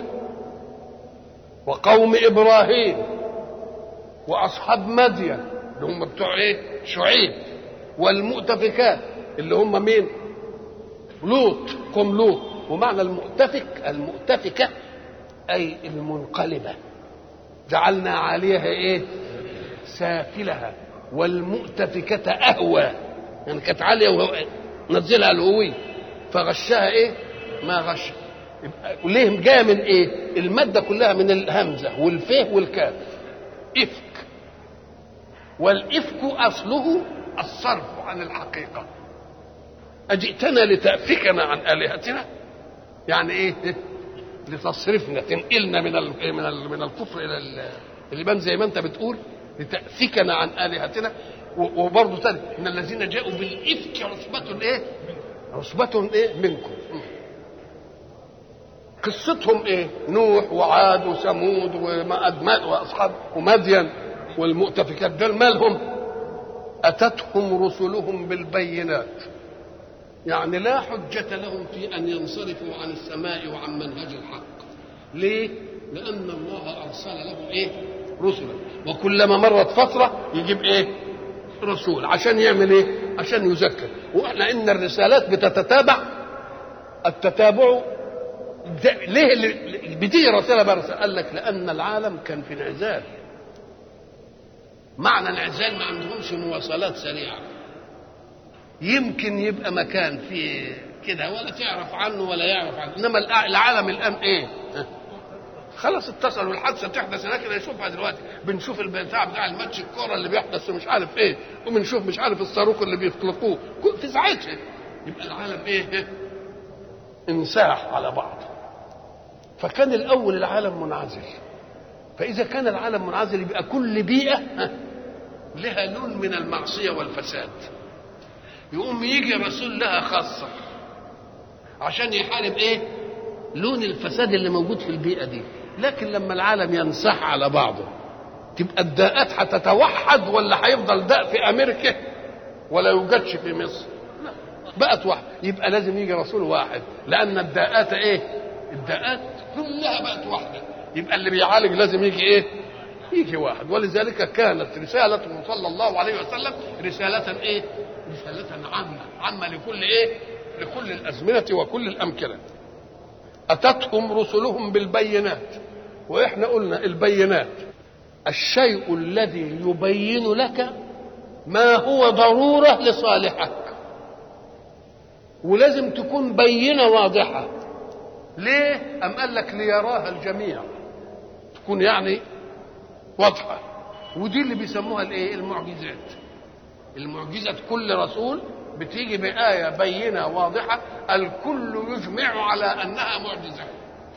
وقوم إبراهيم وأصحاب مدين اللي هم بتوع إيه؟ شعيب. والمؤتفكات اللي هم مين؟ لوط، قوم لوط. ومعنى المؤتفكة أي المنقلبة. جعلنا عليها إيه؟ سافلها. والمؤتفكة أهوى، يعني كانت عالية ونزلها الهوي فغشها إيه؟ ما غش. ليه جاء من إيه؟ المادة كلها من الهمزة والفه والكاف. إفك. والإفك أصله الصرف عن الحقيقة. أجئتنا لتأفكنا عن آلهتنا، يعني إيه؟ لتصرفنا، تنقلنا من الكفر إلى الإيمان زي ما أنت بتقول، لتأفكنا عن آلهتنا. وبرضه تاني إن الذين جاءوا بالإفك عصبة إيه؟ عصبة إيه؟ منكم. قصتهم إيه؟ نوح وعاد وثمود وأصحاب ومدين والمؤتفكات. دول مالهم؟ أتتهم رسلهم بالبينات، يعني لا حجة لهم في أن ينصرفوا عن السماء وعن منهج الحق. ليه؟ لأن الله أرسل لهم إيه؟ رسلا. وكلما مرت فترة يجيب إيه؟ رسول عشان يعمل إيه؟ عشان يذكر. وإحنا إن الرسالات بتتتابع. التتابع ليه اللي بتيجي رسالة برسالة؟ قال لك لأن العالم كان في انعزال. معنى انعزال ما عندهمش مواصلات سريعة. يمكن يبقى مكان فيه كده ولا تعرف عنه ولا يعرف عنه. انما العالم الان ايه؟ خلاص اتصلوا. الحادثه تحدث هناك نشوفها دلوقتي. بنشوف البتاع بتاع الماتش الكوره اللي بيحدث ومش عارف ايه، وبنشوف مش عارف الصاروخ اللي بيطلقوه في ساعتها. يبقى العالم ايه؟ انساح على بعض. فكان الاول العالم منعزل. فاذا كان العالم منعزل يبقى كل بيئه لها لون من المعصيه والفساد. يقوم يجي رسول لها خاصة عشان يحارب ايه؟ لون الفساد اللي موجود في البيئة دي. لكن لما العالم ينصح على بعضه تبقى الداءات هتتوحد ولا هيفضل داء في امريكا ولا يوجدش في مصر؟ لا، بقت واحد. يبقى لازم يجي رسول واحد لان الداءات ايه؟ الداءات كلها بقت واحدة. يبقى اللي بيعالج لازم يجي ايه؟ يجي واحد. ولذلك كانت رسالته صلى الله عليه وسلم رسالة ايه؟ رسالة عامة لكل ايه؟ لكل الازمنة وكل الامكنة. اتتهم رسلهم بالبينات. واحنا قلنا البينات الشيء الذي يبين لك ما هو ضرورة لصالحك، ولازم تكون بينة واضحة. ليه؟ أم قال لك ليراها الجميع، تكون يعني واضحة. ودي اللي بيسموها الايه؟ المعجزات. المعجزة كل رسول بتيجي بآية بينة واضحة الكل يجمع على أنها معجزة.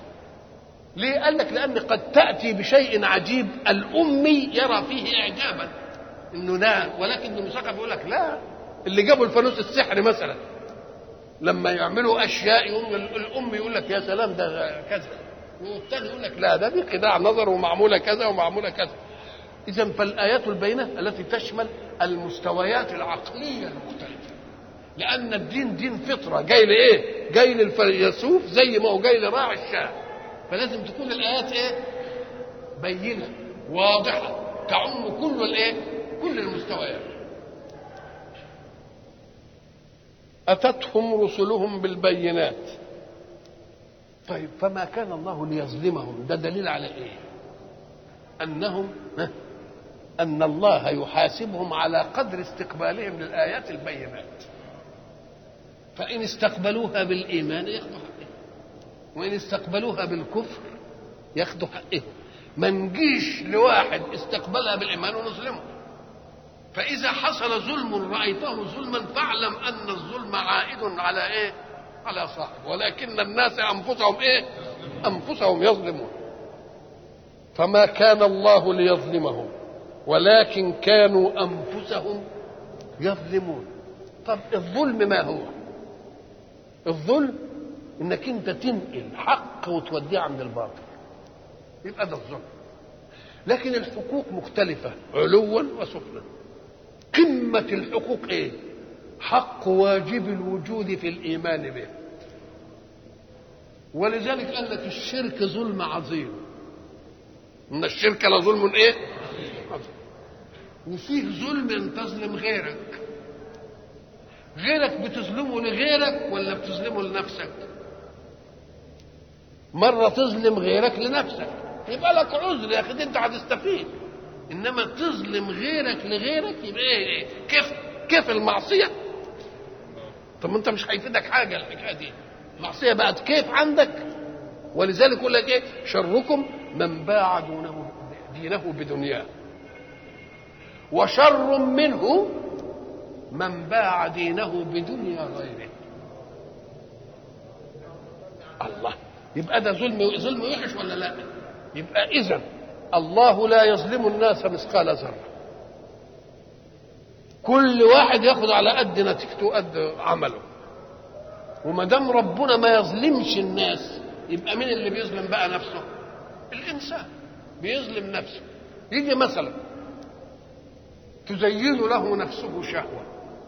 ليه؟ قال لك لأن قد تأتي بشيء عجيب الأمي يرى فيه إعجابا إنه لا، ولكن المثقف يقول لك لا. اللي جابوا الفانوس السحر مثلا لما يعملوا أشياء يقوم الأم يقول لك يا سلام ده كذا، والثاني يقول لك لا ده دي خداع نظر ومعمولة كذا ومعمولة كذا. إذا فالآيات البينة التي تشمل المستويات العقلية المختلفة، لأن الدين دين فطرة جاي لإيه؟ جاي للفيلسوف زي ما هو جاي لراعي الشاه. فلازم تكون الآيات إيه؟ بينة واضحة تعم كل الإيه؟ كل المستويات. أتتهم رسلهم بالبينات. طيب فما كان الله ليظلمهم، ده دليل على إيه؟ أن الله يحاسبهم على قدر استقبالهم للآيات البينات. فإن استقبلوها بالإيمان ياخذوا حقهم، وإن استقبلوها بالكفر ياخذوا حقهم. ما نجيش لواحد استقبلها بالإيمان ونظلمه. فإذا حصل ظلم رأيته ظلما فاعلم أن الظلم عائد على إيه؟ على صاحب، ولكن الناس أنفسهم إيه؟ أنفسهم يظلمون. فما كان الله ليظلمهم ولكن كانوا أنفسهم يظلمون. طب الظلم ما هو؟ الظلم إنك أنت تنقل حق وتوديه عند الباطل، يبقى ده الظلم. لكن الحقوق مختلفة علوا وسفلا. قمة الحقوق إيه؟ حق واجب الوجود في الإيمان به، ولذلك قال لك الشرك ظلم عظيم، إن الشرك لظلم إيه؟ عظيم. وفيه ظلم أن تظلم غيرك. غيرك بتظلمه لغيرك ولا بتظلمه لنفسك؟ مرة تظلم غيرك لنفسك يبقى لك عذر يا أخي، أنت هتستفيد. إنما تظلم غيرك لغيرك يبقى إيه؟ كيف المعصية؟ طب أنت مش هيفيدك حاجة الحكاية دي، المعصية بقت كيف عندك. ولذلك يقول لك إيه؟ شركم من باع دينه بدنياه، وشر منه من باع دينه بدنيا غيره. الله، يبقى ده ظلم وحش ولا لا؟ يبقى إذن الله لا يظلم الناس مثقال ذرة، كل واحد ياخذ على قد نتيجته وقد عمله. وما دام ربنا ما يظلمش الناس يبقى مين اللي بيظلم بقى نفسه؟ الإنسان بيظلم نفسه. يجي مثلا تزين له نفسه شهوة،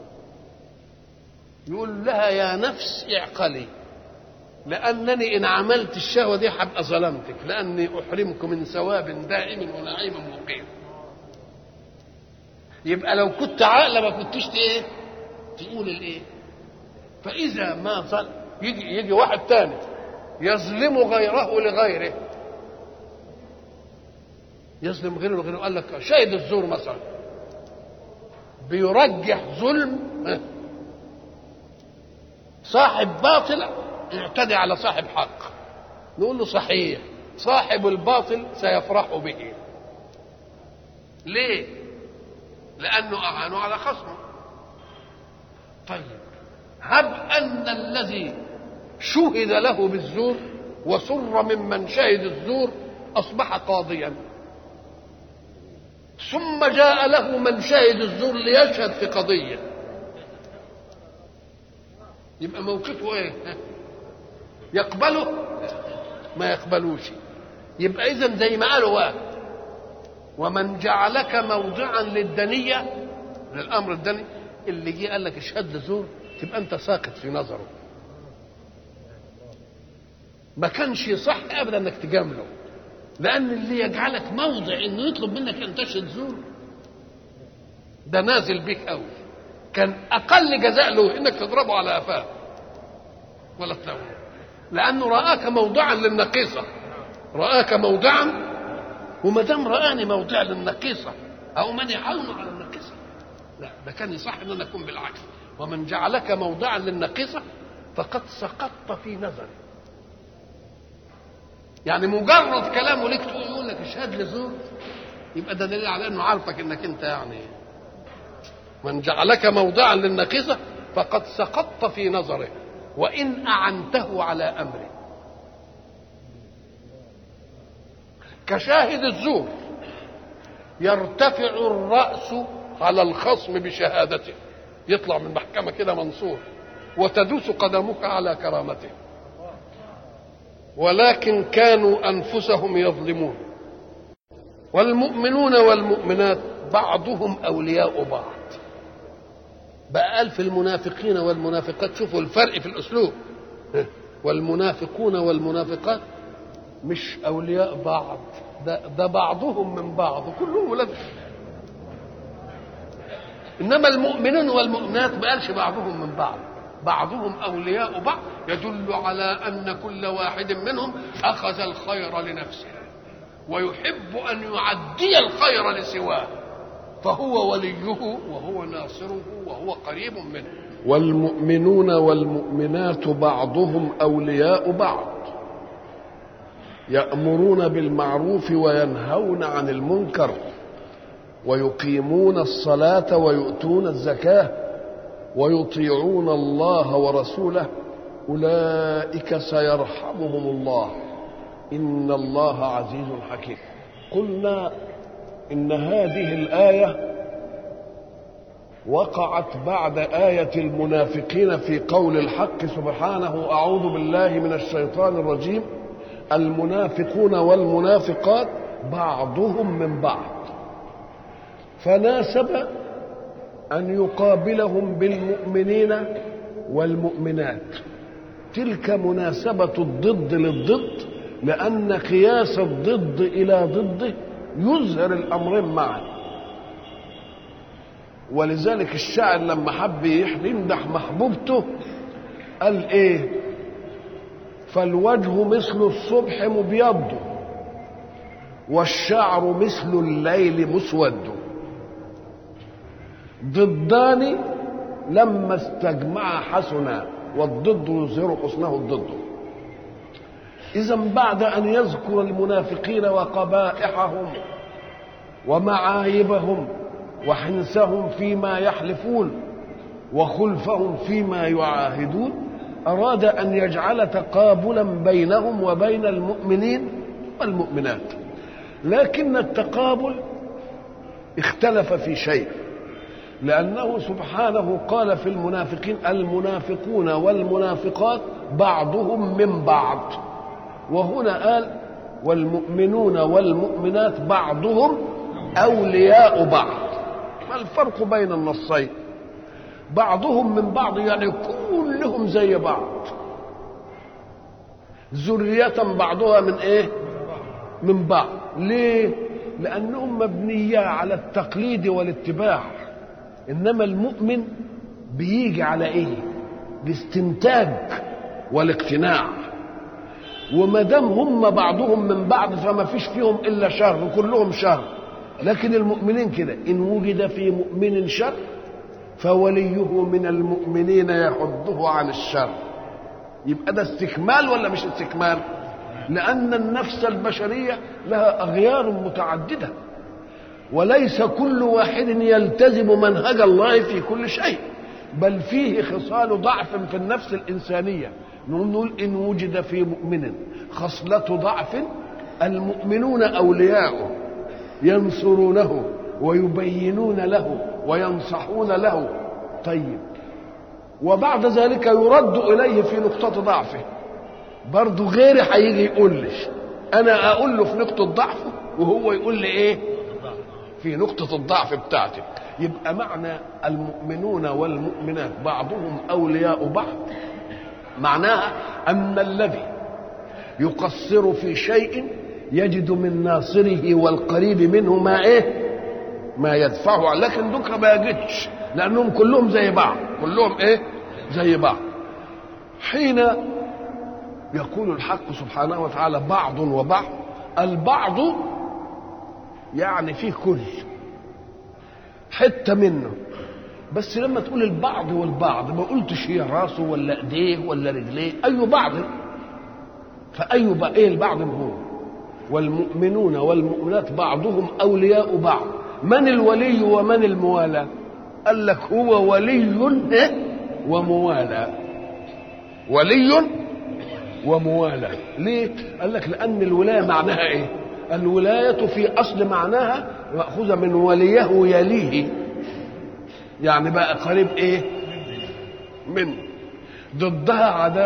يقول لها يا نفس اعقلي، لأنني إن عملت الشهوة دي هبقى ظلمتك، لأني أحرمك من ثواب دائم ونعيم مقيم. يبقى لو كنت عاقلة ما كنتش إيه؟ تقول الإيه؟ فإذا ما ظلم يجي واحد تاني يظلم غيره لغيره، يظلم غيره لغيره. قال لك شاهد الزور مثلا بيرجح ظلم صاحب باطل يعتدي على صاحب حق، نقول له صحيح صاحب الباطل سيفرح به. ليه؟ لأنه أعانوا على خصمه. طيب هب أن الذي شهد له بالزور وسر ممن شهد الزور أصبح قاضيا، ثم جاء له من شهد الزور ليشهد في قضية، يبقى موقفه ايه؟ يقبله؟ ما يقبلوش. يبقى اذا زي ما قالوا ومن جعلك موضعا للدنية، للامر الدني، اللي جه قال لك اشهد زور تبقى انت ساقط في نظره، ما كانش يصح ابدا انك تجامله، لان اللي يجعلك موضع انه يطلب منك ان تشهد زور ده نازل بيك قوي، كان اقل جزاء له انك تضربه على قفاه ولا تلومه، لانه راك موضعا للنقيصه، راك موضعا، وما دام راني موضع للنقيصه او من يحاول على النقيصه، لا ده كان يصح ان انا اكون بالعكس. ومن جعلك موضعا للنقيصه فقد سقطت في نظري. يعني مجرد كلامه لك يقول لك اشهد لزور يبقى ده دليل على انه عارفك انك انت يعني من جعلك موضعا للنقيصه فقد سقطت في نظره وان اعنته على امره. كشاهد الزور يرتفع الراس على الخصم بشهادته، يطلع من المحكمه كده منصور، وتدوس قدمك على كرامته، ولكن كانوا انفسهم يظلمون. والمؤمنون والمؤمنات بعضهم اولياء بعض. بقى قال في المنافقين والمنافقات، شوفوا الفرق في الاسلوب، والمنافقون والمنافقات مش اولياء بعض، ده بعضهم من بعض، كلهم ولاد. انما المؤمنون والمؤمنات ما قالش بعضهم من بعض، بعضهم اولياء بعض، يدل على ان كل واحد منهم اخذ الخير لنفسه ويحب ان يعدي الخير لسواه، فهو وليه وهو ناصره وهو قريب منه. والمؤمنون والمؤمنات بعضهم اولياء بعض، يأمرون بالمعروف وينهون عن المنكر ويقيمون الصلاة ويؤتون الزكاة ويطيعون الله ورسوله أولئك سيرحمهم الله إن الله عزيز حكيم. قلنا إن هذه الآية وقعت بعد آية المنافقين في قول الحق سبحانه أعوذ بالله من الشيطان الرجيم المنافقون والمنافقات بعضهم من بعض، فناسب أن يقابلهم بالمؤمنين والمؤمنات. تلك مناسبة الضد للضد، لأن قياس الضد إلى ضده يظهر الأمرين معا. ولذلك الشاعر لما حب يمدح محبوبته قال ايه؟ فالوجه مثل الصبح مبيض والشعر مثل الليل مسود، ضدان لما استجمعا حسنا، والضد يظهر حسنه الضد. إذا بعد أن يذكر المنافقين وقبائحهم ومعايبهم وحنسهم فيما يحلفون وخلفهم فيما يعاهدون، أراد أن يجعل تقابلا بينهم وبين المؤمنين والمؤمنات. لكن التقابل اختلف في شيء، لأنه سبحانه قال في المنافقين المنافقون والمنافقات بعضهم من بعض، وهنا قال والمؤمنون والمؤمنات بعضهم أولياء بعض. ما الفرق بين النصين؟ بعضهم من بعض يعني كلهم زي بعض، ذرية بعضها من ايه؟ من بعض. ليه؟ لأنهم مبنية على التقليد والاتباع، إنما المؤمن بيجي على ايه؟ الاستنتاج والاقتناع. وما دام هم بعضهم من بعض فما فيش فيهم إلا شر، كلهم شر. لكن المؤمنين كده إن وجد في مؤمن شر فوليه من المؤمنين يحضه عن الشر. يبقى ده استكمال ولا مش استكمال؟ لأن النفس البشرية لها أغيار متعددة، وليس كل واحد يلتزم منهج الله في كل شيء، بل فيه خصال ضعف في النفس الإنسانية. نقول إن وجد في مؤمن خصلة ضعف المؤمنون أولياؤه ينصرونه ويبينون له وينصحون له. طيب، وبعد ذلك يرد إليه في نقطة ضعفه، برضو غيري هيجي يقول لي، أنا أقول له في نقطة ضعفه وهو يقول لي إيه؟ في نقطة الضعف بتاعتي. يبقى معنى المؤمنون والمؤمنات بعضهم أولياء بعض معناها أن الذي يقصر في شيء يجد من ناصره والقريب منه ما ايه؟ ما يدفعه. لكن دوكا ما يجدش، لانهم كلهم زي بعض، كلهم ايه؟ زي بعض. حين يقول الحق سبحانه وتعالى بعض وبعض، البعض يعني فيه كل حته منه، بس لما تقول البعض والبعض ما قلتش هي راسه ولا ايديه ولا رجليه، اي بعض. فاي ايه البعض هو؟ والمؤمنون والمؤمنات بعضهم أولياء بعض. من الولي ومن الموالى؟ قال لك هو ولي وموالى، ولي وموالى. ليه؟ قال لك لأن الولاية معناها إيه؟ الولاية في أصل معناها مأخوذة من وليه يليه، يعني بقى قريب إيه؟ من. ضدها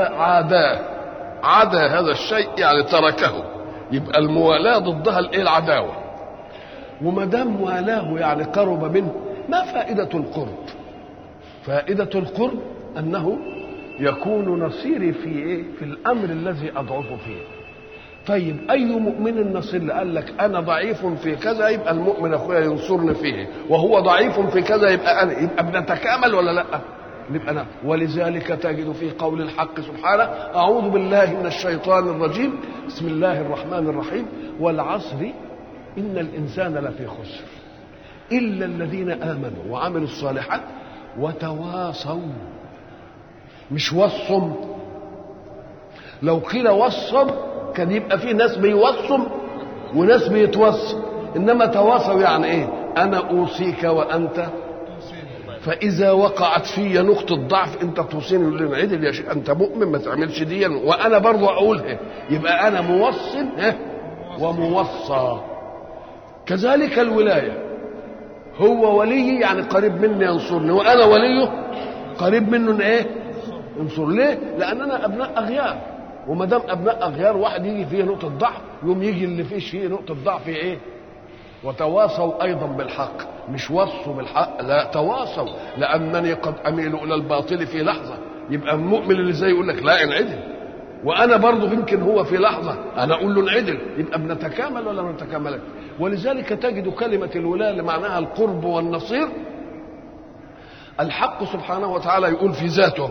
عدا هذا الشيء يعني تركه. يبقى الموالاة ضدها الايه؟ العداوة. وما دام والاه يعني قرب منه، ما فائدة القرب؟ فائدة القرب أنه يكون نصيري في ايه؟ في الأمر الذي أضعف فيه. طيب أي مؤمن نصير؟ قال لك أنا ضعيف في كذا، يبقى المؤمن أخويا ينصرني فيه، وهو ضعيف في كذا يبقى أنا، يبقى بنتكامل ولا لأ؟ نبقى. ولذلك تجد في قول الحق سبحانه أعوذ بالله من الشيطان الرجيم بسم الله الرحمن الرحيم والعصر إن الإنسان لفي خسر إلا الذين آمنوا وعملوا الصالحات وتواصوا. مش وصم. لو قيل وصم كان يبقى في ناس بيوصم وناس بيتوصم، إنما تواصوا يعني إيه؟ أنا أوصيك وأنت فاذا وقعت في نقطه ضعف انت توصيني يقول لي عدل يا شيخ انت مؤمن ما تعملش دي وانا برضه اقولها، يبقى انا موصل وموصى. كذلك الولايه، هو ولي يعني قريب مني ينصرني، وانا وليه قريب منه ايه ينصر. ليه؟ لاننا ابناء اغيار، وما دام ابناء اغيار واحد يجي فيه نقطه ضعف يوم يجي اللي فيه نقطه ضعف ايه. وتواصوا ايضا بالحق، مش وصوا بالحق، لا تواصوا، لانني قد اميل الى الباطل في لحظه. يبقى المؤمن اللي زي يقول لك لا انعدل، وانا برضه يمكن هو في لحظه انا اقول له انعدل، يبقى بنتكامل ولا ما نتكاملش. ولذلك تجد كلمه الولايه اللي معناها القرب والنصير، الحق سبحانه وتعالى يقول في ذاته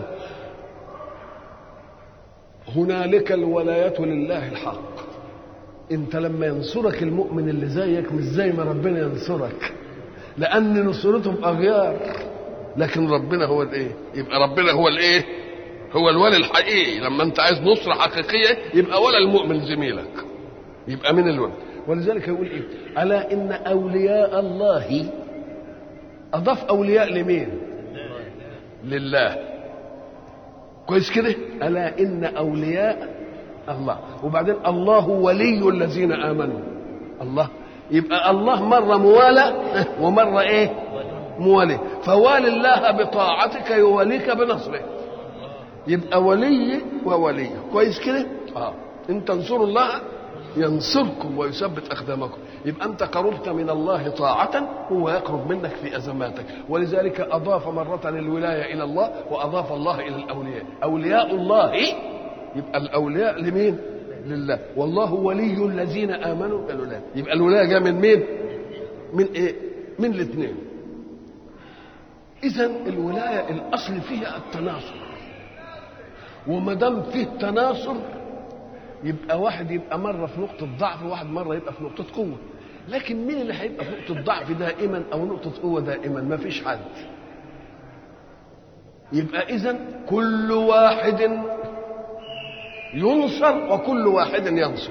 هنالك الولاية لله الحق. انت لما ينصرك المؤمن اللي زيك مش زي ما ربنا ينصرك، لان نصرته باغيار، لكن ربنا هو الايه. يبقى ربنا هو الايه، هو الولي الحقيقي. لما انت عايز نصرة حقيقية يبقى ولا المؤمن زميلك، يبقى من الولي. ولذلك يقول ايه، الا ان اولياء الله، اضاف اولياء لمين؟ لله. كويس كده، الا ان اولياء الله، وبعدين الله ولي الذين امنوا. الله، يبقى الله مره موالى ومره ايه موالي. فوالي الله بطاعتك يوليك بنصره، يبقى ولي وولي. كويس كده. ان تنصروا الله ينصركم ويثبت اقدامكم. يبقى انت قربت من الله طاعه، هو يقرب منك في ازماتك. ولذلك اضاف مره الولايه الى الله، واضاف الله الى الاولياء. اولياء الله، يبقى الاولياء لمين؟ لله. والله ولي الذين امنوا بالولايه. يبقى الولايه جاء من مين؟ من ايه؟ من الاثنين. اذا الولايه الاصل فيها التناصر، وما دام فيه تناصر يبقى واحد يبقى مره في نقطه ضعف وواحد مره يبقى في نقطه قوه. لكن مين اللي هيبقى في نقطه ضعف دائما او نقطه قوه دائما؟ ما فيش حد. يبقى اذا كل واحد ينصر وكل واحد ينصر.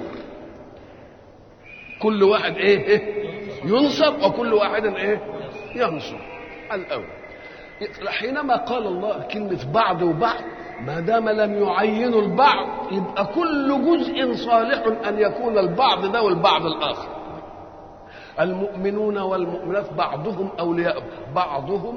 كل واحد ايه ينصر وكل واحد ايه ينصر. الاول حينما قال الله كلمه بعض وبعض، ما دام لم يعينوا البعض يبقى كل جزء صالح ان يكون البعض ده والبعض الاخر. المؤمنون والمؤمنات بعضهم اولياء بعضهم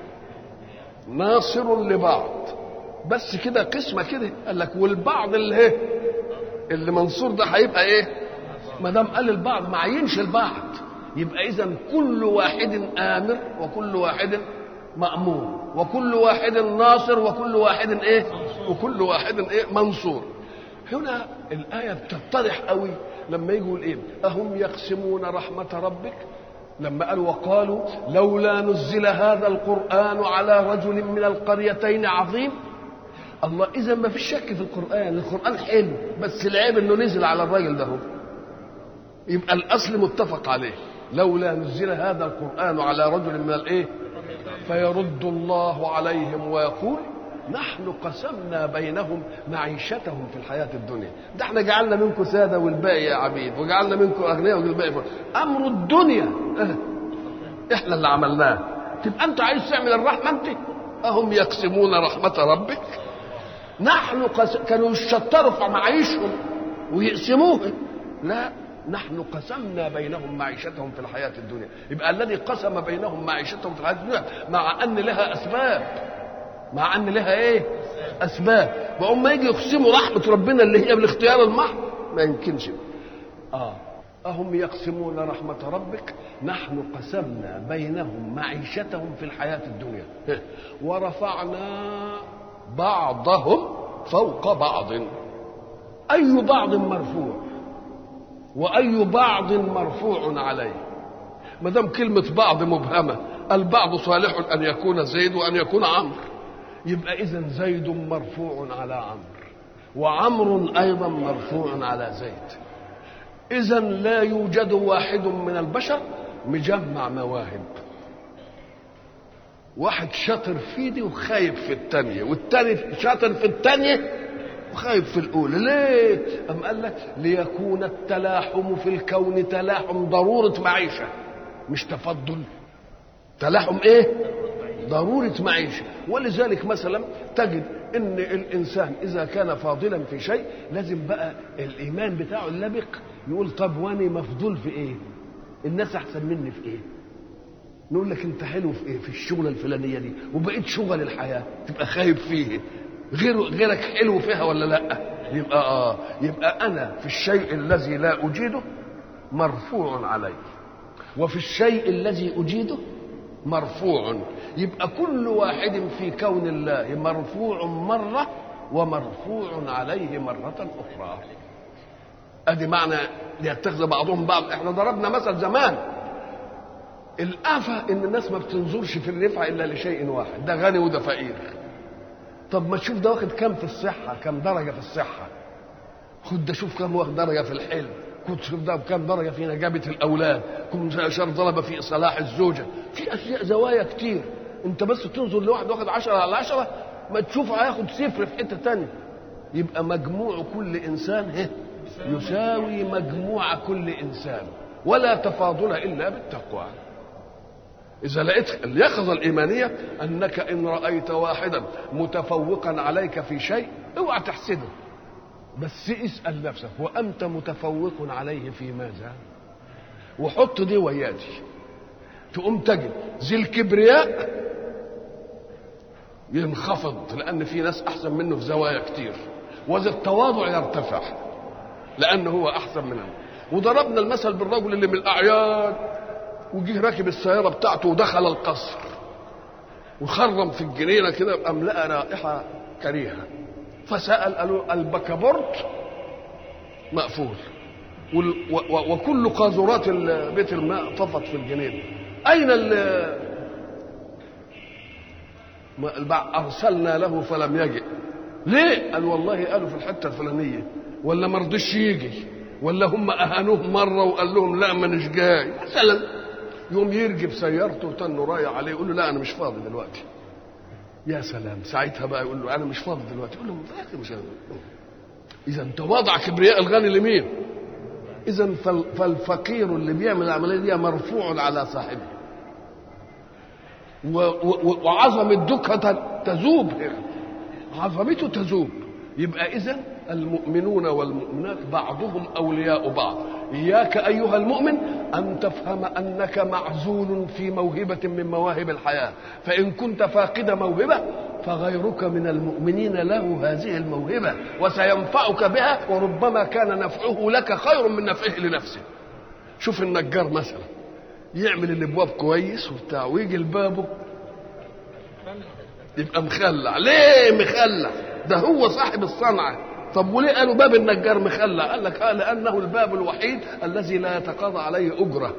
ناصر لبعض. بس كده قسمه كده قال لك والبعض اللي منصور ده هيبقى ايه؟ ما دام قال البعض ما عينش البعض، يبقى اذا كل واحد امر وكل واحد مأمور وكل واحد ناصر وكل واحد ايه وكل واحد ايه منصور. هنا الآية بتتضح قوي لما يقول ايه أهم يقسمون رحمة ربك، لما قال وقالوا لولا نزل هذا القرآن على رجل من القريتين عظيم. الله، إذا ما فيش شك في القرآن حلو، بس العيب انه نزل على الراجل ده. يبقى الأصل متفق عليه، لولا نزل هذا القرآن على رجل من الايه فيرد الله عليهم ويقول نحن قسمنا بينهم معيشتهم في الحياة الدنيا. ده احنا جعلنا منكم سادة والباقي يا عبيد، وجعلنا منكم أغنياء والباقي أمر الدنيا احنا اللي عملناه. تبقى انت عايز تعمل الرحمة انت؟ أهم يقسمون رحمة ربك. نحن كانوا يشطروا في معايشهم ويقسموها، لا، نحن قسمنا بينهم معيشتهم في الحياة الدنيا. يبقى الذي قسم بينهم معيشتهم في الحياة الدنيا مع أن لها أسباب، مع أن لها إيه؟ أسباب. وأما يجي يقسموا رحمة ربنا اللي هي بالاختيار المحض ما يمكنش. أهم يقسمون رحمة ربك نحن قسمنا بينهم معيشتهم في الحياة الدنيا ورفعنا بعضهم فوق بعض. أي بعض مرفوع وأي بعض مرفوع عليه؟ ما دام كلمة بعض مبهمة، البعض صالح أن يكون زيد وأن يكون عمرو، يبقى إذن زيد مرفوع على عمرو وعمرو أيضا مرفوع على زيد. إذن لا يوجد واحد من البشر مجمع مواهب، واحد شاطر في دي وخايب في الثانية، والثاني شاطر في الثانية وخايب في الأولى. ليه؟ أم قال لك ليكون التلاحم في الكون تلاحم ضرورة معيشة، مش تفضل. تلاحم إيه؟ ضرورة معيشة. ولذلك مثلا تجد ان الانسان اذا كان فاضلا في شيء لازم بقى الايمان بتاعه اللبق يقول طب واني مفضول في ايه؟ الناس احسن مني في ايه؟ نقول لك انت حلو في ايه؟ في الشغله الفلانيه دي، وبقيت شغل الحياه تبقى خايب فيه، غيرك حلو فيها ولا لا؟ يبقى انا في الشيء الذي لا اجيده مرفوع علي، وفي الشيء الذي اجيده مرفوع. يبقى كل واحد في كون الله مرفوع مرة ومرفوع عليه مرة أخرى. أدي معنى ليتخذ بعضهم بعض. احنا ضربنا مثل زمان، الآفة إن الناس ما بتنظرش في الرفعة إلا لشيء واحد، ده غني وده فقير. طب ما تشوف ده واخد كم في الصحة، كم درجة في الصحة، خد ده شوف كم واخد درجة في الحلم، كنت شوف ده بكام درجه في نجابه الاولاد، كم شر ضرب في صلاح الزوجه، في اشياء زوايا كتير. انت بس تنظر لواحد واخد 10/10 ما تشوف هياخد 0 في حته تانية. يبقى مجموع كل انسان يساوي مجموع كل انسان، ولا تفاضل الا بالتقوى. اذا لقيت اليقظه الايمانيه انك ان رايت واحدا متفوقا عليك في شيء اوعى تحسده، بس اسأل نفسك وأنت متفوق عليه في ماذا؟ وحط دي وياتي، تقوم تجد ذي الكبرياء ينخفض لأن في ناس أحسن منه في زوايا كتير، وذي التواضع يرتفع لأنه هو أحسن منه. وضربنا المثل بالرجل اللي من الأعيان وجيه راكب السيارة بتاعته ودخل القصر وخرم في الجنينة كده قام لقى رائحة كريهة، فسأل قالوا البكابورت مقفول وكل قاذورات بيت الماء طفت في الجنينة، أين أرسلنا له فلم يجئ؟ ليه؟ قال والله قالوا في الحتة الفلانية، ولا ما رضيش يجي، ولا هم أهانوه مرة وقال لهم لا ما نش جاي مثلا. يوم يرجب سيارته وتنه رايح عليه يقول له لا أنا مش فاضي دلوقتي. يا سلام، ساعتها بقى يقول له انا مش فاضي دلوقتي، يقول له مش اذا تواضع كبرياء الغني لمين؟ اذا فالفقير اللي بيعمل العمليه دي مرفوع على صاحبه، وعظمه دكها تذوب، عظمته تذوب. يبقى اذا المؤمنون والمؤمنات بعضهم اولياء بعض. اياك ايها المؤمن ان تفهم انك معزول في موهبه من مواهب الحياه، فان كنت فاقد موهبه فغيرك من المؤمنين له هذه الموهبه وسينفعك بها، وربما كان نفعه لك خير من نفعه لنفسه. شوف النجار مثلا يعمل الابواب كويس وبتاع، ويجي البابه يبقى مخلع. ليه مخلع؟ ده هو صاحب الصنعه. طب وليه قالوا باب النجار مخلع؟ قال لك لأنه الباب الوحيد الذي لا يتقاضى عليه أجرة.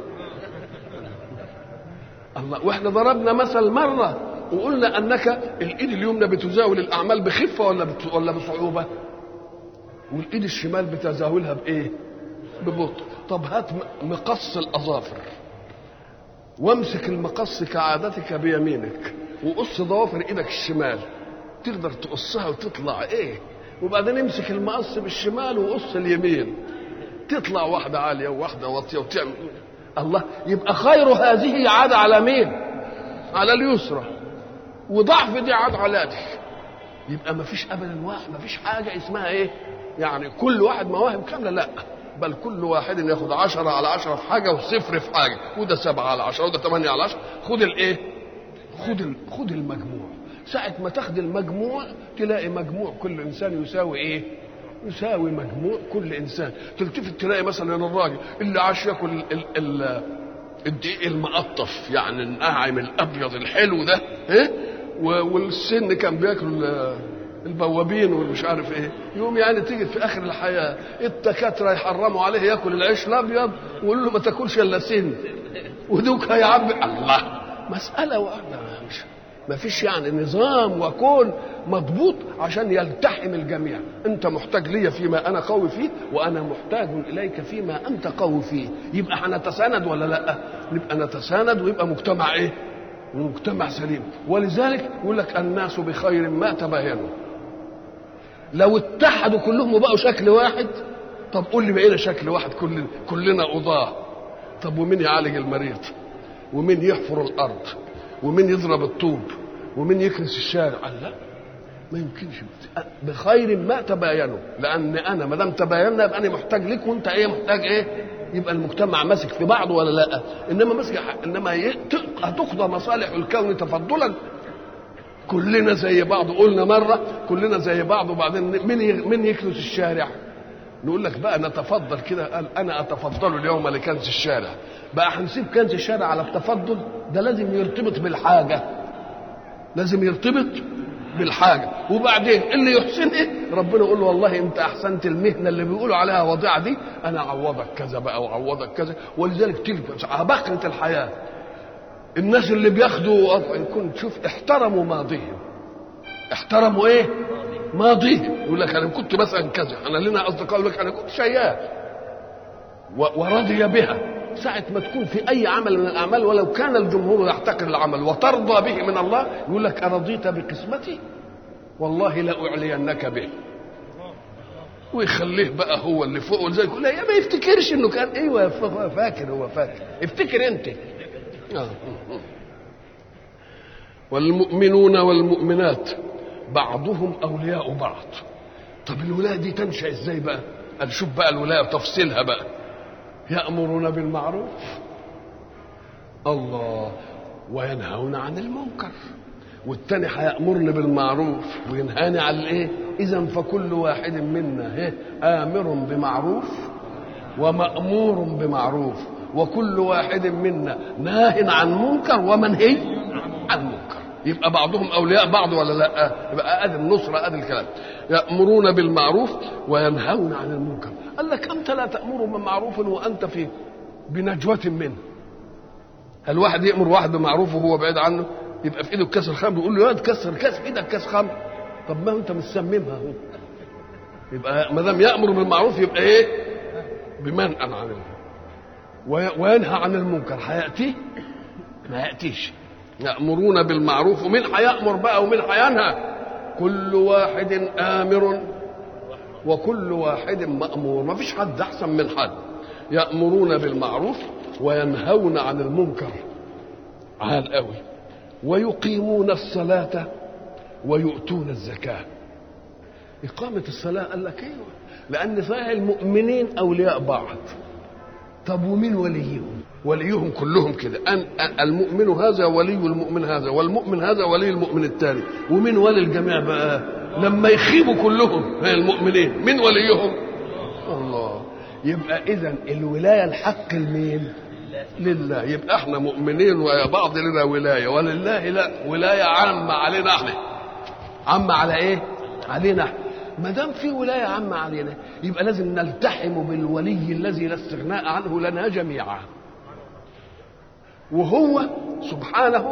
الله. واحنا ضربنا مثل مرة وقلنا أنك الإيد اليمنى بتزاول الأعمال بخفة ولا بصعوبة، والإيد الشمال بتزاولها بإيه؟ ببطء. طب هات مقص الأظافر وامسك المقص كعادتك بيمينك وقص ضوافر إيدك الشمال، تقدر تقصها وتطلع إيه؟ وبعدين امسك المقص بالشمال وقص اليمين، تطلع واحدة عالية وواحدة واطية وتعمل. الله. يبقى خير هذه عاد على مين؟ على اليسرى، وضعف دي عاد على دي. يبقى ما فيش ابدا واحد، ما فيش حاجة اسمها ايه يعني كل واحد مواهب كاملة، لا، بل كل واحد ياخد 10/10 في حاجة وصفر في حاجة، وده 7/10 وده 8/10. خد الايه؟ خد المجموع. ساعة ما تاخد المجموع تلاقي مجموع كل إنسان يساوي إيه؟ يساوي مجموع كل إنسان. تلتفت تلاقي مثلا الراجل اللي عاش ياكل الدقيق المقطف، يعني الناعم الأبيض الحلو ده، إيه؟ والسن كان بياكل البوابين والمش عارف إيه، يوم يعني تيجي في آخر الحياة الدكاترة يحرموا عليه ياكل العيش الأبيض ويقولوا له ما تاكلش إلا سن، ودوك هيعبي. الله. مسألة واحدة، مش ما فيش يعني نظام وكون مضبوط عشان يلتحم الجميع. انت محتاج لي فيما انا قوي فيه، وانا محتاج اليك فيما انت قوي فيه. يبقى هنتساند ولا لا؟ نبقى نتساند ويبقى مجتمع ايه؟ مجتمع سليم. ولذلك يقول لك الناس بخير ما تباينوا. لو اتحدوا كلهم وبقوا شكل واحد، طب قول لي بقينا شكل واحد كلنا قضاه، طب ومين يعالج المريض؟ ومين يحفر الارض؟ ومين يضرب الطوب ومين يكنس الشارع. قال لا، ما يمكنش. بخير ما تباينوا، لان انا ما دام تباينا يبقى انا محتاج لك وانت ايه محتاج ايه، يبقى المجتمع ماسك في بعضه ولا لا؟ انما ماسك، انما هتقضى مصالح الكون تفضلا. كلنا زي بعض، قلنا مره كلنا زي بعض، وبعدين مين يكنس الشارع؟ نقول لك بقى نتفضل كده. قال انا اتفضل اليوم لكنس الشارع. بقى هنسيب كنس الشارع على التفضل؟ ده لازم يرتبط بالحاجه، لازم يرتبط بالحاجه. وبعدين اللي يحسن ايه ربنا يقول له والله انت احسنت المهنه اللي بيقولوا عليها وضيعه دي، انا اعوضك كذا بقى واعوضك كذا. ولذلك تلك عبقرة الحياه الناس اللي بياخدوا، ان كنت تشوف احترموا ماضيهم، احترموا ايه ماضيهم. يقول لك انا كنت مثلا كذا، انا لنا اصدقاء يقول لك انا كنت شيال ورضي بها. ساعة ما تكون في أي عمل من الأعمال ولو كان الجمهور يحتقر العمل وترضى به من الله، يقول لك أرضيت بقسمتي والله لأعلينك به، ويخليه بقى هو اللي فوق. ولذلك يقول لا، ما يفتكرش إنه كان أيوه فاكر، هو فاكر، افتكر أنت. والمؤمنون والمؤمنات بعضهم أولياء بعض. طب الولاية دي تنشأ إزاي بقى؟ نشوف بقى الولاية وتفصيلها بقى. يأمرون بالمعروف الله وينهون عن المنكر، والتاني هيأمرني بالمعروف وينهاني عن الايه. اذا فكل واحد منا آمر بمعروف ومأمور بمعروف، وكل واحد منا ناه عن منكر ومنهي عن منكر. يبقى بعضهم اولياء بعض ولا لا؟ يبقى ادي النصره، ادي الكلام. يأمرون بالمعروف وينهون عن المنكر. قال لك انت لا تأمر بمعروف وانت في بنجوة منه. هل واحد يأمر واحد بمعروف وهو بعيد عنه؟ يبقى في ايده كاس الخمر يقول له يا تكسر كاس ايدك كاس خمر. طب ما انت مسممها اهو. يبقى ما دام يأمر بالمعروف يبقى ايه؟ بمنع عن المنكر وينهى عن المنكر. هيأتي؟ ما يأتيش. يأمرون بالمعروف، ومين هيأمر بقى ومين هينهى؟ كل واحد آمر وكل واحد مأمور، ما فيش حد أحسن من حد. يأمرون بالمعروف وينهون عن المنكر، عال قوي. ويقيمون الصلاة ويؤتون الزكاة. إقامة الصلاة قال لك أيوه، لأن صحيح المؤمنين أولياء بعض. طب ومين وليهم؟ وليهم كلهم كده، المؤمن هذا ولي المؤمن هذا، والمؤمن هذا ولي المؤمن الثاني. ومين ولي الجميع بقى لما يخيبوا كلهم المؤمنين؟ من وليهم؟ الله. يبقى إذن الولاية الحق لمين؟ لله. يبقى احنا مؤمنين ويا بعض لنا ولاية، ولله لا ولاية عامة علينا احنا. عامة على ايه؟ علينا احنا. ما دام في ولايه عامه علينا يبقى لازم نلتحم بالولي الذي لا استغناء عنه لنا جميعا. وهو سبحانه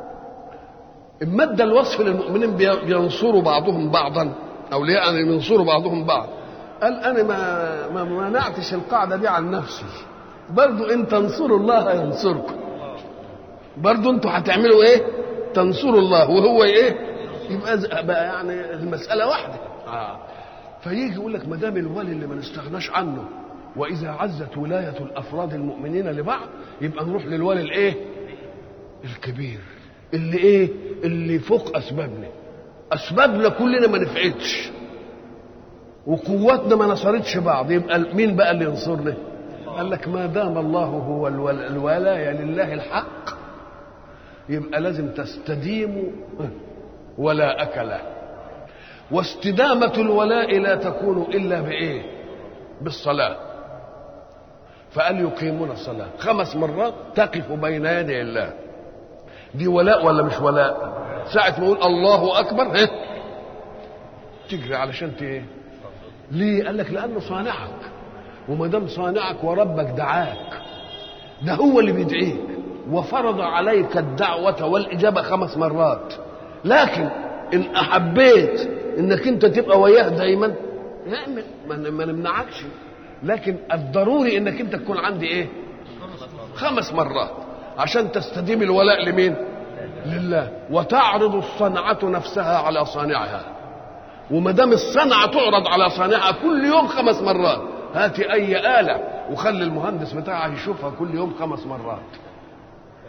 امد الوصف للمؤمنين بينصروا بعضهم بعضا، اولياء ان ينصروا بعضهم بعض. قال انا ما منعتش القاعده دي عن نفسي، برضو ان تنصروا الله ينصركم. برضو انتوا هتعملوا ايه؟ تنصروا الله وهو ايه؟ يبقى بقى يعني المساله واحده. فيجي يقول لك ما دام الولي اللي ما نستغناش عنه، واذا عزت ولايه الافراد المؤمنين لبعض يبقى نروح للولي الايه؟ الكبير، اللي ايه؟ اللي فوق اسبابنا كلنا ما نفعتش وقواتنا ما نصرتش بعض. يبقى مين بقى اللي ينصرنا؟ قال لك ما دام الله هو الولايه لله الحق يبقى لازم تستديم ولاءك له. واستدامة الولاء لا تكون إلا بإيه؟ بالصلاة. فقال يقيمون الصلاة 5 مرات تقف بين يدي الله. دي ولاء ولا مش ولاء؟ ساعة ما يقول الله أكبر تجري علشان ايه؟ ليه؟ قال لك لأنه صانعك، وما دام صانعك وربك دعاك، ده هو اللي بيدعيك وفرض عليك الدعوة والإجابة 5 مرات. لكن إن أحبيت إنك أنت تبقى وياه دايما نعمل، ما نمنعكش، لكن الضروري إنك أنت تكون عندي إيه؟ 5 مرات عشان تستديم الولاء لمين؟ لله. وتعرض الصنعة نفسها على صانعها، وما دام الصنعة تعرض على صانعها كل يوم 5 مرات، هاتي أي آلة وخلي المهندس بتاعها يشوفها كل يوم 5 مرات.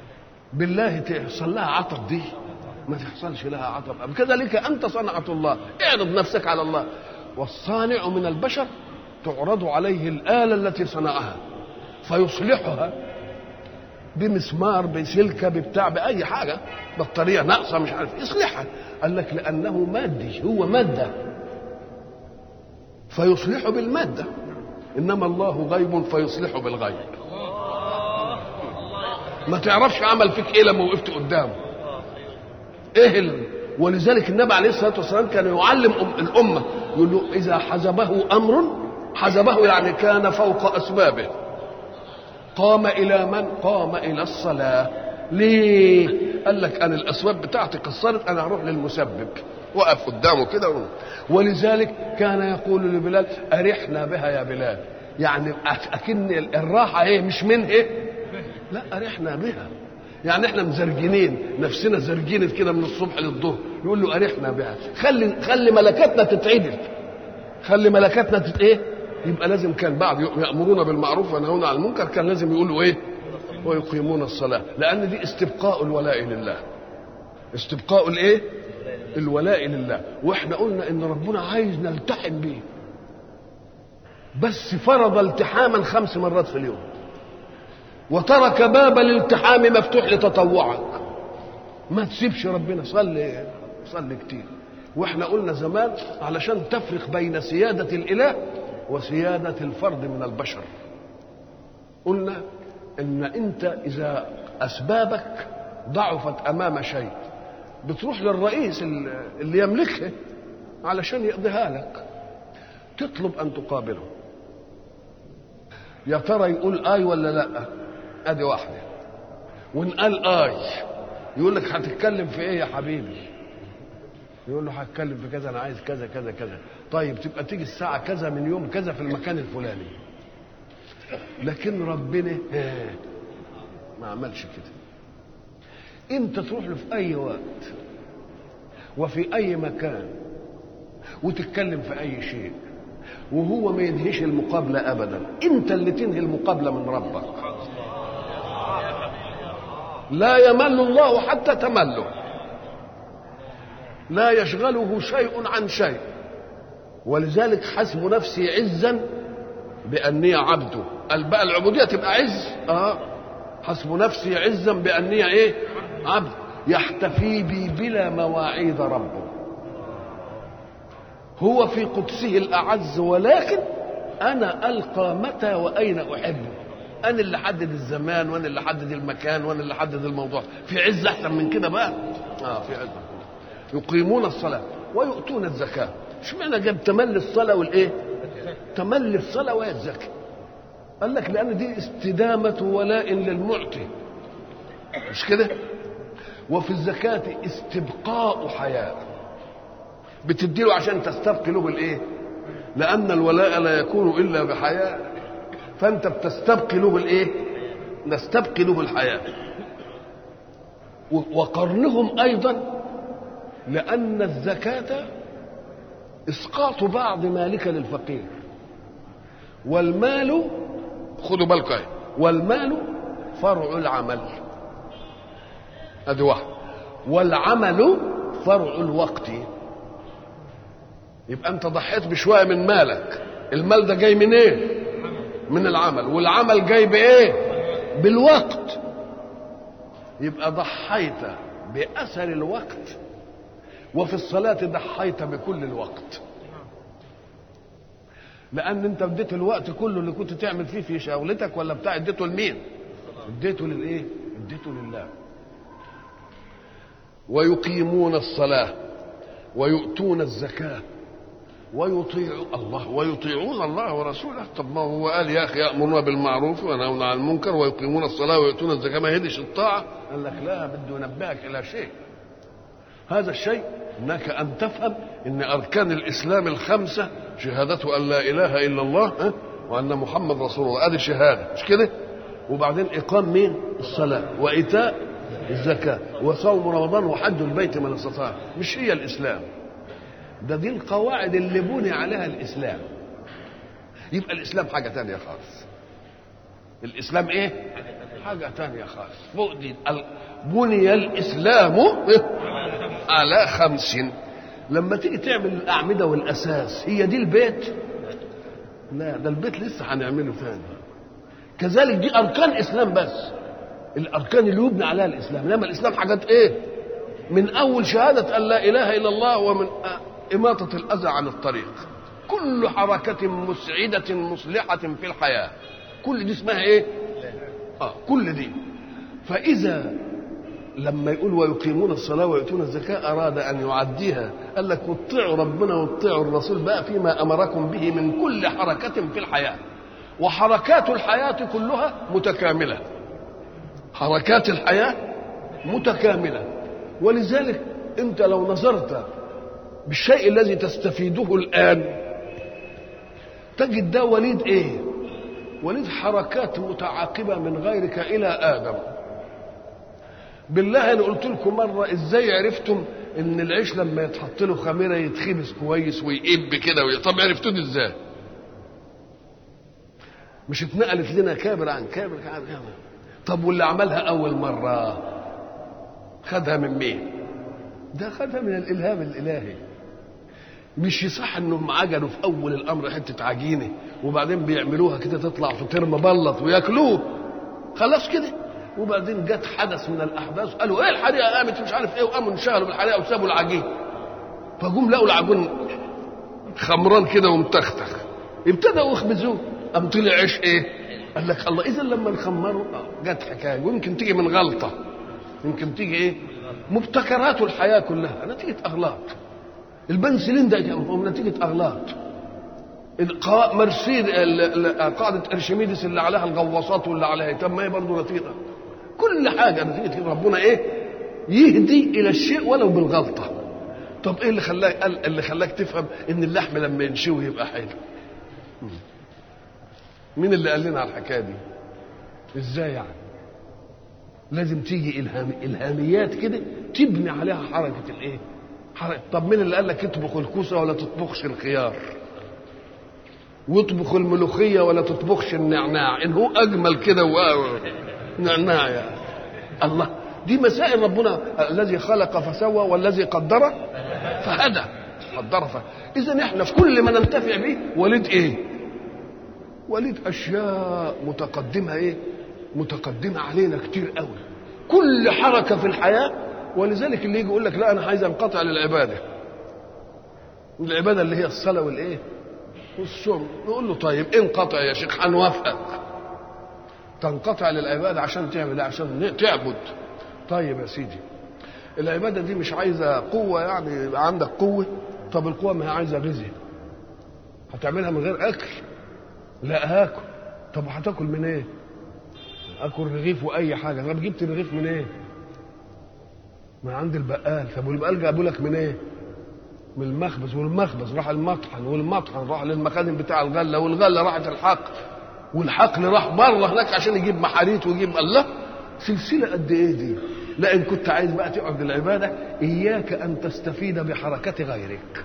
بالله تحصل لها عطب دي؟ ما تحصلش لها عطب. كذلك أنت صنعة الله، اعرض نفسك على الله. والصانع من البشر تعرض عليه الآلة التي صنعها فيصلحها بمسمار بسلكة ببتاع بأي حاجة، بطارية ناقصة مش عارف يصلحها. قال لك لأنه مادي، هو مادة فيصلحه بالمادة، إنما الله غيب فيصلحه بالغيب. ما تعرفش عمل فيك ايه لما وقفت قدامه ايه ولذلك النبي عليه الصلاه والسلام كان يعلم الامه، يقول له اذا حزبه امر، حزبه يعني كان فوق اسبابه، قام الى من؟ قام الى الصلاه. ليه؟ قال لك انا الاسباب بتاعتي قصرت، انا هروح للمسبب، وقف قدامه كده. ولذلك كان يقول لبلال ارحنا بها يا بلال، يعني اكن الراحه ايه؟ مش من ايه؟ لا، ارحنا بها، يعني احنا مزرجنين نفسنا، زرجين كده من الصبح للظهر، يقول له ارحنا بها، خلي ملكاتنا تتعدل، خلي ملكاتنا ايه؟ يبقى لازم كان بعد يأمرون بالمعروف وينهون عن المنكر كان لازم يقولوا ايه؟ ويقيمون الصلاة، لأن دي استبقاء الولاء لله، استبقاء الايه؟ الولاء لله. واحنا قلنا ان ربنا عايز نلتحم به، بس فرض التحاما 5 مرات في اليوم، وترك باب الالتحام مفتوح لتطوعك. ما تسيبش ربنا، صلي كتير. واحنا قلنا زمان علشان تفرق بين سيادة الإله وسيادة الفرد من البشر، قلنا ان انت اذا اسبابك ضعفت امام شيء بتروح للرئيس اللي يملكها علشان يقضيها لك، تطلب ان تقابله. يا ترى يقول اي ولا لا؟ ادي واحده. وان قال اي يقول لك هتتكلم في ايه يا حبيبي؟ يقول له هتكلم في كذا، انا عايز كذا كذا كذا. طيب تبقى تيجي الساعه كذا من يوم كذا في المكان الفلاني. لكن ربنا ما عملش كده. انت تروح له في اي وقت وفي اي مكان وتتكلم في اي شيء، وهو ما ينهيش المقابله ابدا، انت اللي تنهي المقابله من ربك. لا يمل الله حتى تمله، لا يشغله شيء عن شيء. ولذلك حسب نفسي عزا بأني عبده. قال بقى العبودية تبقى عز، حسب نفسي عزا بأني ايه؟ عبد. يحتفي بي بلا مواعيد ربه، هو في قدسه الأعز، ولكن أنا ألقى متى وأين أحبه. أنا اللي حدد الزمان، وأنا اللي حدد المكان، وأنا اللي حدد الموضوع. في عز أحسن من كده بقى؟ في عز. يقيمون الصلاة ويؤتون الزكاة. اشمعنى جاب تملي الصلاة والإيه؟ تملي الصلاة وهي الزكاة. قال لك لأن دي استدامة ولاء للمعطي، مش كده؟ وفي الزكاة استبقاء حياة، بتديله عشان تستبقي له بالإيه؟ لأن الولاء لا يكون إلا بحياة، فأنت بتستبقي له بالإيه؟ نستبقي له بالحياة. وقرنهم أيضا لأن الزكاة إسقاط بعض مالك للفقير، والمال، خدوا بالكم، والمال فرع العمل، ادي واحد، والعمل فرع الوقت. يبقى انت ضحيت بشويه من مالك، المال ده جاي من ايه؟ من العمل، والعمل جاي بايه؟ بالوقت. يبقى ضحيت باثر الوقت، وفي الصلاه ضحيت بكل الوقت، لان انت اديت الوقت كله اللي كنت تعمل فيه في شغلتك ولا بتاع، اديته لمين؟ اديته للايه؟ اديته لله. ويقيمون الصلاه ويؤتون الزكاه ويطيعون الله ورسوله. طب ما هو قال يا اخي يأمرون بالمعروف وينهون عن المنكر ويقيمون الصلاه ويؤتون الزكاه، ما هدش الطاعه؟ قال لك لا، بده ينبهك الى شيء. هذا الشيء انك ان تفهم ان اركان الاسلام ال5 شهادته ان لا اله الا الله وان محمد رسول الله، ادي شهاده، مش كده؟ وبعدين اقام مين؟ الصلاه، وايتاء الزكاه، وصوم رمضان، وحج البيت من استطاع. مش هي الاسلام ده، دي القواعد اللي بني عليها الاسلام. يبقى الاسلام حاجه تانية خالص. الاسلام ايه؟ حاجة تانية خالص فوق دي. بني الإسلام على 5. لما تيجي تعمل الأعمدة والأساس هي دي البيت؟ لا، ده البيت لسه هنعمله ثاني. كذلك دي أركان إسلام، بس الأركان اللي يبنى عليها الإسلام. لما الإسلام حاجات إيه؟ من أول شهادة أن لا إله إلا الله، ومن إماطة الأذى عن الطريق، كل حركة مسعدة مصلحة في الحياة، كل دي اسمها إيه؟ كل دي. فإذا لما يقول ويقيمون الصلاة ويؤتون الزكاة أراد أن يعديها، قال لك واتقوا ربنا واتقوا الرسول بقى فيما أمركم به من كل حركة في الحياة. وحركات الحياة كلها متكاملة، حركات الحياة متكاملة. ولذلك أنت لو نظرت بالشيء الذي تستفيده الآن تجد ده وليد إيه؟ وليد حركات متعاقبة من غيرك إلى آدم. بالله أنا قلت لكم مرة إزاي عرفتم إن العيش لما يتحط له خميرة يتخبز كويس ويقب كده طب عرفتوا دي إزاي؟ مش اتنقلت لنا كابر عن كابر عن كابر. طب واللي عملها أول مرة خدها من مين؟ ده خدها من الإلهام الإلهي. مش يصح انهم عجلوا في اول الامر حته عجينه وبعدين بيعملوها كده تطلع فطير مبلط وياكلوه خلاص كده، وبعدين جت حدث من الاحداث قالوا ايه الحريقه قامت مش عارف ايه، وقاموا انشغلوا بالحريقه وسابوا العجين، فجم لقوا العجين خمران كده ومتختخ، ابتدوا يخبزوه، قام طلع عيش ايه؟ قال لك الله، اذا لما نخمره جت حكايه، ويمكن تيجي من غلطه، يمكن تيجي ايه؟ مبتكرات الحياه كلها نتيجه اغلاط. البنسلين ده نتيجه اغلاط. مرسيد قاعده ارشميدس اللي عليها الغواصات واللي عليها، طب ما هي برضه نتيجه. كل حاجه نتيجه ربنا ايه؟ يهدي الى الشيء ولو بالغلطه. طب ايه اللي خلاك تفهم ان اللحم لما ينشوي يبقى حلو؟ مين اللي قال لنا على الحكايه دي؟ ازاي يعني؟ لازم تيجي الهاميات كده تبني عليها حركه الايه؟ طب مين اللي قال لك اطبخ الكوسه ولا تطبخش الخيار؟ واطبخ الملوخيه ولا تطبخش النعناع؟ ان هو اجمل كده نعناع يا الله. دي مسائل ربنا الذي خلق فسوى والذي قدر فهدى. اذا احنا في كل ما ننتفع به وليد ايه؟ وليد اشياء متقدمه ايه؟ متقدمه علينا كتير قوي. كل حركه في الحياه. ولذلك اللي يجي يقول لك لا انا عايز انقطع للعباده، العباده اللي هي الصلاه والايه؟ والصوم، نقول له طيب انقطع يا شيخ هنوافقك. تنقطع للعباده عشان تعمل ايه؟ عشان تعبد. طيب يا سيدي العباده دي مش عايزه قوه، يعني يبقى عندك قوه. طب القوه ما هي عايزه غذاء، هتعملها من غير اكل؟ لا هاكل. طب هتاكل من ايه؟ اكل رغيف واي حاجه. طب جبت الرغيف من ايه؟ من عند البقال. طب والبقال جابوا لك من ايه؟ من المخبز، والمخبز راح المطحن، والمطحن راح للمخازن بتاع الغله، والغله راحت الحقل، والحقل راح بره هناك عشان يجيب محاريت ويجيب الله. سلسله قد ايه دي؟ لا ان كنت عايز بقى تقعد العباده اياك ان تستفيد بحركه غيرك.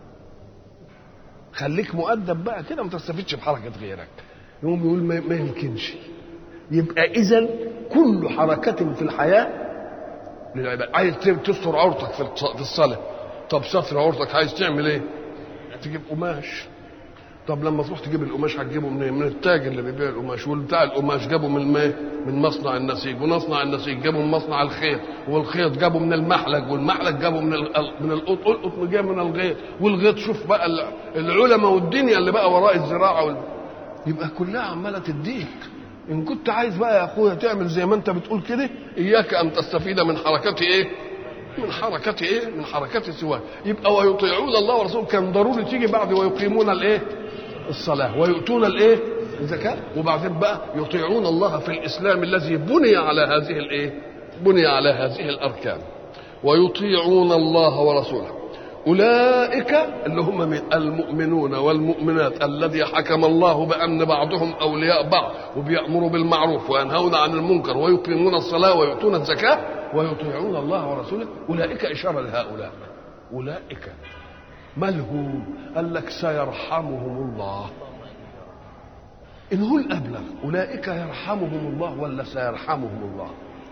خليك مؤدب بقى كده ما تستفيدش بحركه غيرك. يقوم يقول ما يمكنش. يبقى اذا كل حركه في الحياه للعباده. عايز تستر عورتك في الصلاه، طب ستر عورتك عايز تعمل ايه؟ تجيب قماش. طب لما تروح تجيب القماش هتجيبه منين؟ من التاجر اللي بيبيع القماش، والبتاع القماش جابه من مصنع النسيج، ومصنع النسيج جابه من مصنع الخيط، والخيط جابه من المحلق، والمحلق جابه من القط، والقط جابه من الغيط، والغيط شوف بقى العلماء والدنيا اللي بقى وراء الزراعه يبقى كلها عماله تديك. ان كنت عايز بقى يا اخويا تعمل زي ما انت بتقول كده اياك ان تستفيد من حركه ايه؟ من حركه سواه. يبقى ويطيعون الله ورسوله كان ضروري تيجي بعد ويقيمون الايه؟ الصلاه ويؤتون الايه؟ الزكاه. وبعدين بقى يطيعون الله في الاسلام الذي بني على هذه الايه؟ بني على هذه الاركان. ويطيعون الله ورسوله اولئك اللي هم المؤمنون والمؤمنات الذي حكم الله بان بعضهم اولياء بعض، وبيأمروا بالمعروف وينهون عن المنكر ويقيمون الصلاه ويؤتون الزكاه ويطيعون الله ورسوله. اولئك اشاره لهؤلاء. اولئك مالهم؟ قال لك سيرحمهم الله. إن هو الأبلغ أولئك يرحمهم الله ولا سيرحمهم الله؟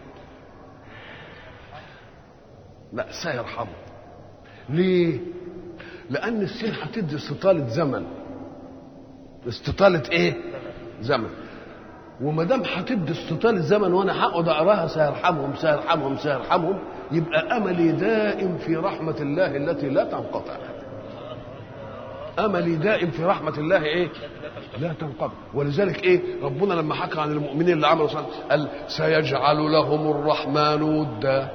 لا، سيرحمهم. ليه؟ لأن السين هتدي استطالة زمن. استطالة إيه؟ زمن. وما دام هتدي استطالة زمن وأنا هقعد أقراها سيرحمهم سيرحمهم سيرحمهم، يبقى أملي دائم في رحمة الله التي لا تنقطع. أملي دائم في رحمة الله إيه؟ لا تنقطع. ولذلك إيه؟ ربنا لما حكى عن المؤمنين اللي عملوا صلاة قال سيجعل لهم الرحمن ودا.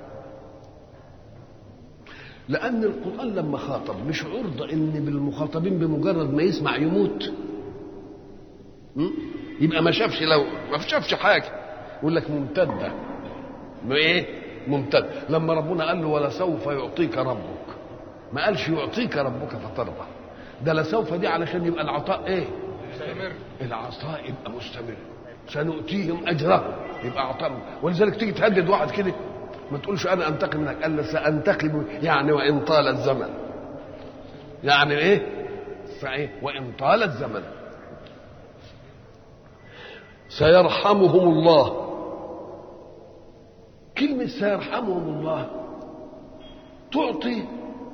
لأن القرآن لما خاطب مش عرضة إن بالمخاطبين بمجرد ما يسمع يموت، يبقى ما شافش، لو ما شافش حاجة يقول لك ممتدة. إيه؟ ممتد. لما ربنا قال له ولسوف يعطيك ربك، ما قالش يعطيك ربك فترضى، ده لسوف دي علشان يبقى العطاء ايه؟ مستمر. العطاء يبقى مستمر. سنؤتيهم اجرهم، يبقى عطاء. ولذلك تيجي تهدد واحد كده ما تقولش انا انتقم منك، قال سانتقم يعني وان طال الزمن. يعني ايه؟ صحيح، وان طال الزمن. سيرحمهم الله. كلمة سيرحمهم الله تعطي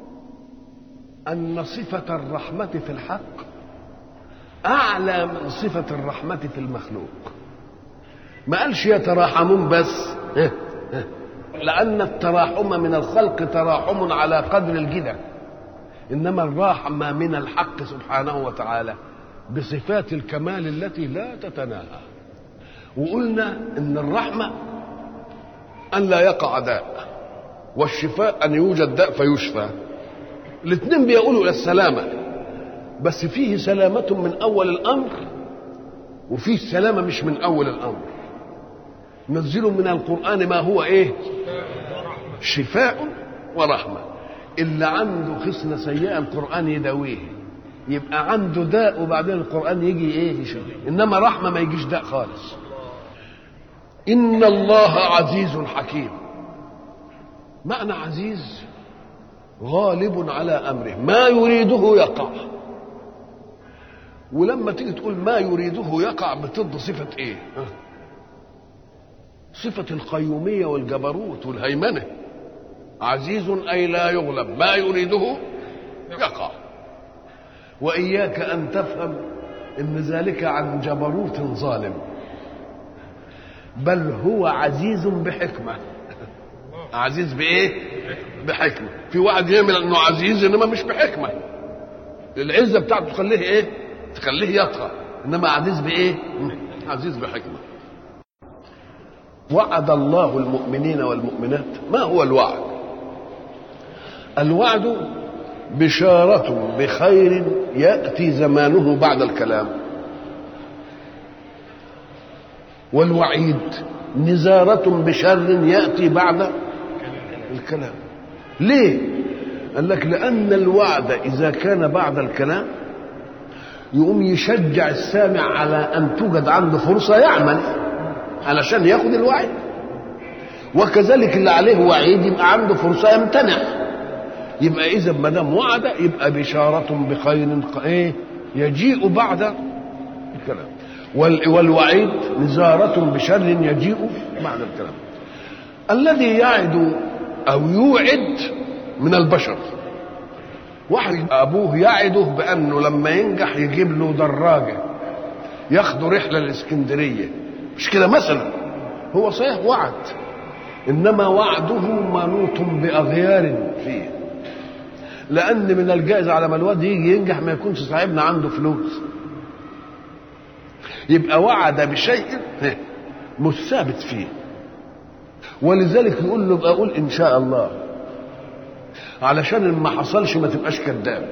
أن صفة الرحمة في الحق أعلى من صفة الرحمة في المخلوق. ما قالش يتراحمون بس، لأن التراحم من الخلق تراحم على قدر الجدة، إنما الرحمة من الحق سبحانه وتعالى بصفات الكمال التي لا تتناهى. وقلنا إن الرحمة أن لا يقع داء، والشفاء أن يوجد داء فيشفى. الاثنين بيقولوا إلى السلامة، بس فيه سلامة من أول الأمر وفيه سلامة مش من أول الأمر. نزلوا من القرآن ما هو إيه؟ شفاء ورحمة. اللي عنده خصلة سيئة القرآن يداويه، يبقى عنده داء وبعدين القرآن يجي إيه؟ يشفيه. إنما رحمة ما يجيش داء خالص. إن الله عزيز حكيم. معنى عزيز غالب على أمره، ما يريده يقع. ولما تيجي تقول ما يريده يقع بتضد صفة إيه؟ صفة القيومية والجبروت والهيمنة. عزيز أي لا يغلب، ما يريده يقع. وإياك أن تفهم إن ذلك عن جبروت ظالم، بل هو عزيز بحكمة. عزيز بإيه؟ بحكمة. في واحد يعمل أنه عزيز إنما مش بحكمة، العزة بتاعته تخليه إيه؟ تخليه يطغى. إنما عزيز بإيه؟ عزيز بحكمة. وعد الله المؤمنين والمؤمنات. ما هو الوعد؟ الوعد بشارة بخير يأتي زمانه بعد الكلام، والوعيد نزارة بشر يأتي بعد الكلام. ليه؟ قال لك لأن الوعد إذا كان بعد الكلام يقوم يشجع السامع على أن توجد عنده فرصة يعمل علشان ياخد الوعيد، وكذلك اللي عليه وعيد يبقى عنده فرصة يمتنع. يبقى إذا ما دام وعد يبقى بشارة بخير إيه؟ يجيء بعد الكلام، والوعيد نزارة بشر يجيء بعد الكلام. الذي يعد أو يوعد من البشر، واحد أبوه يعده بأنه لما ينجح يجيب له دراجة ياخدوا رحلة للإسكندرية، مش كده مثلا؟ هو صحيح وعد، إنما وعده منوط بأغيار فيه، لأن من الجائز على ما الواد يجي ينجح ما يكونش صاحبنا عنده فلوس. يبقى وعد بشيء مش ثابت فيه، ولذلك يقول له بقى قول إن شاء الله، علشان ما حصلش ما تبقاش كذاب.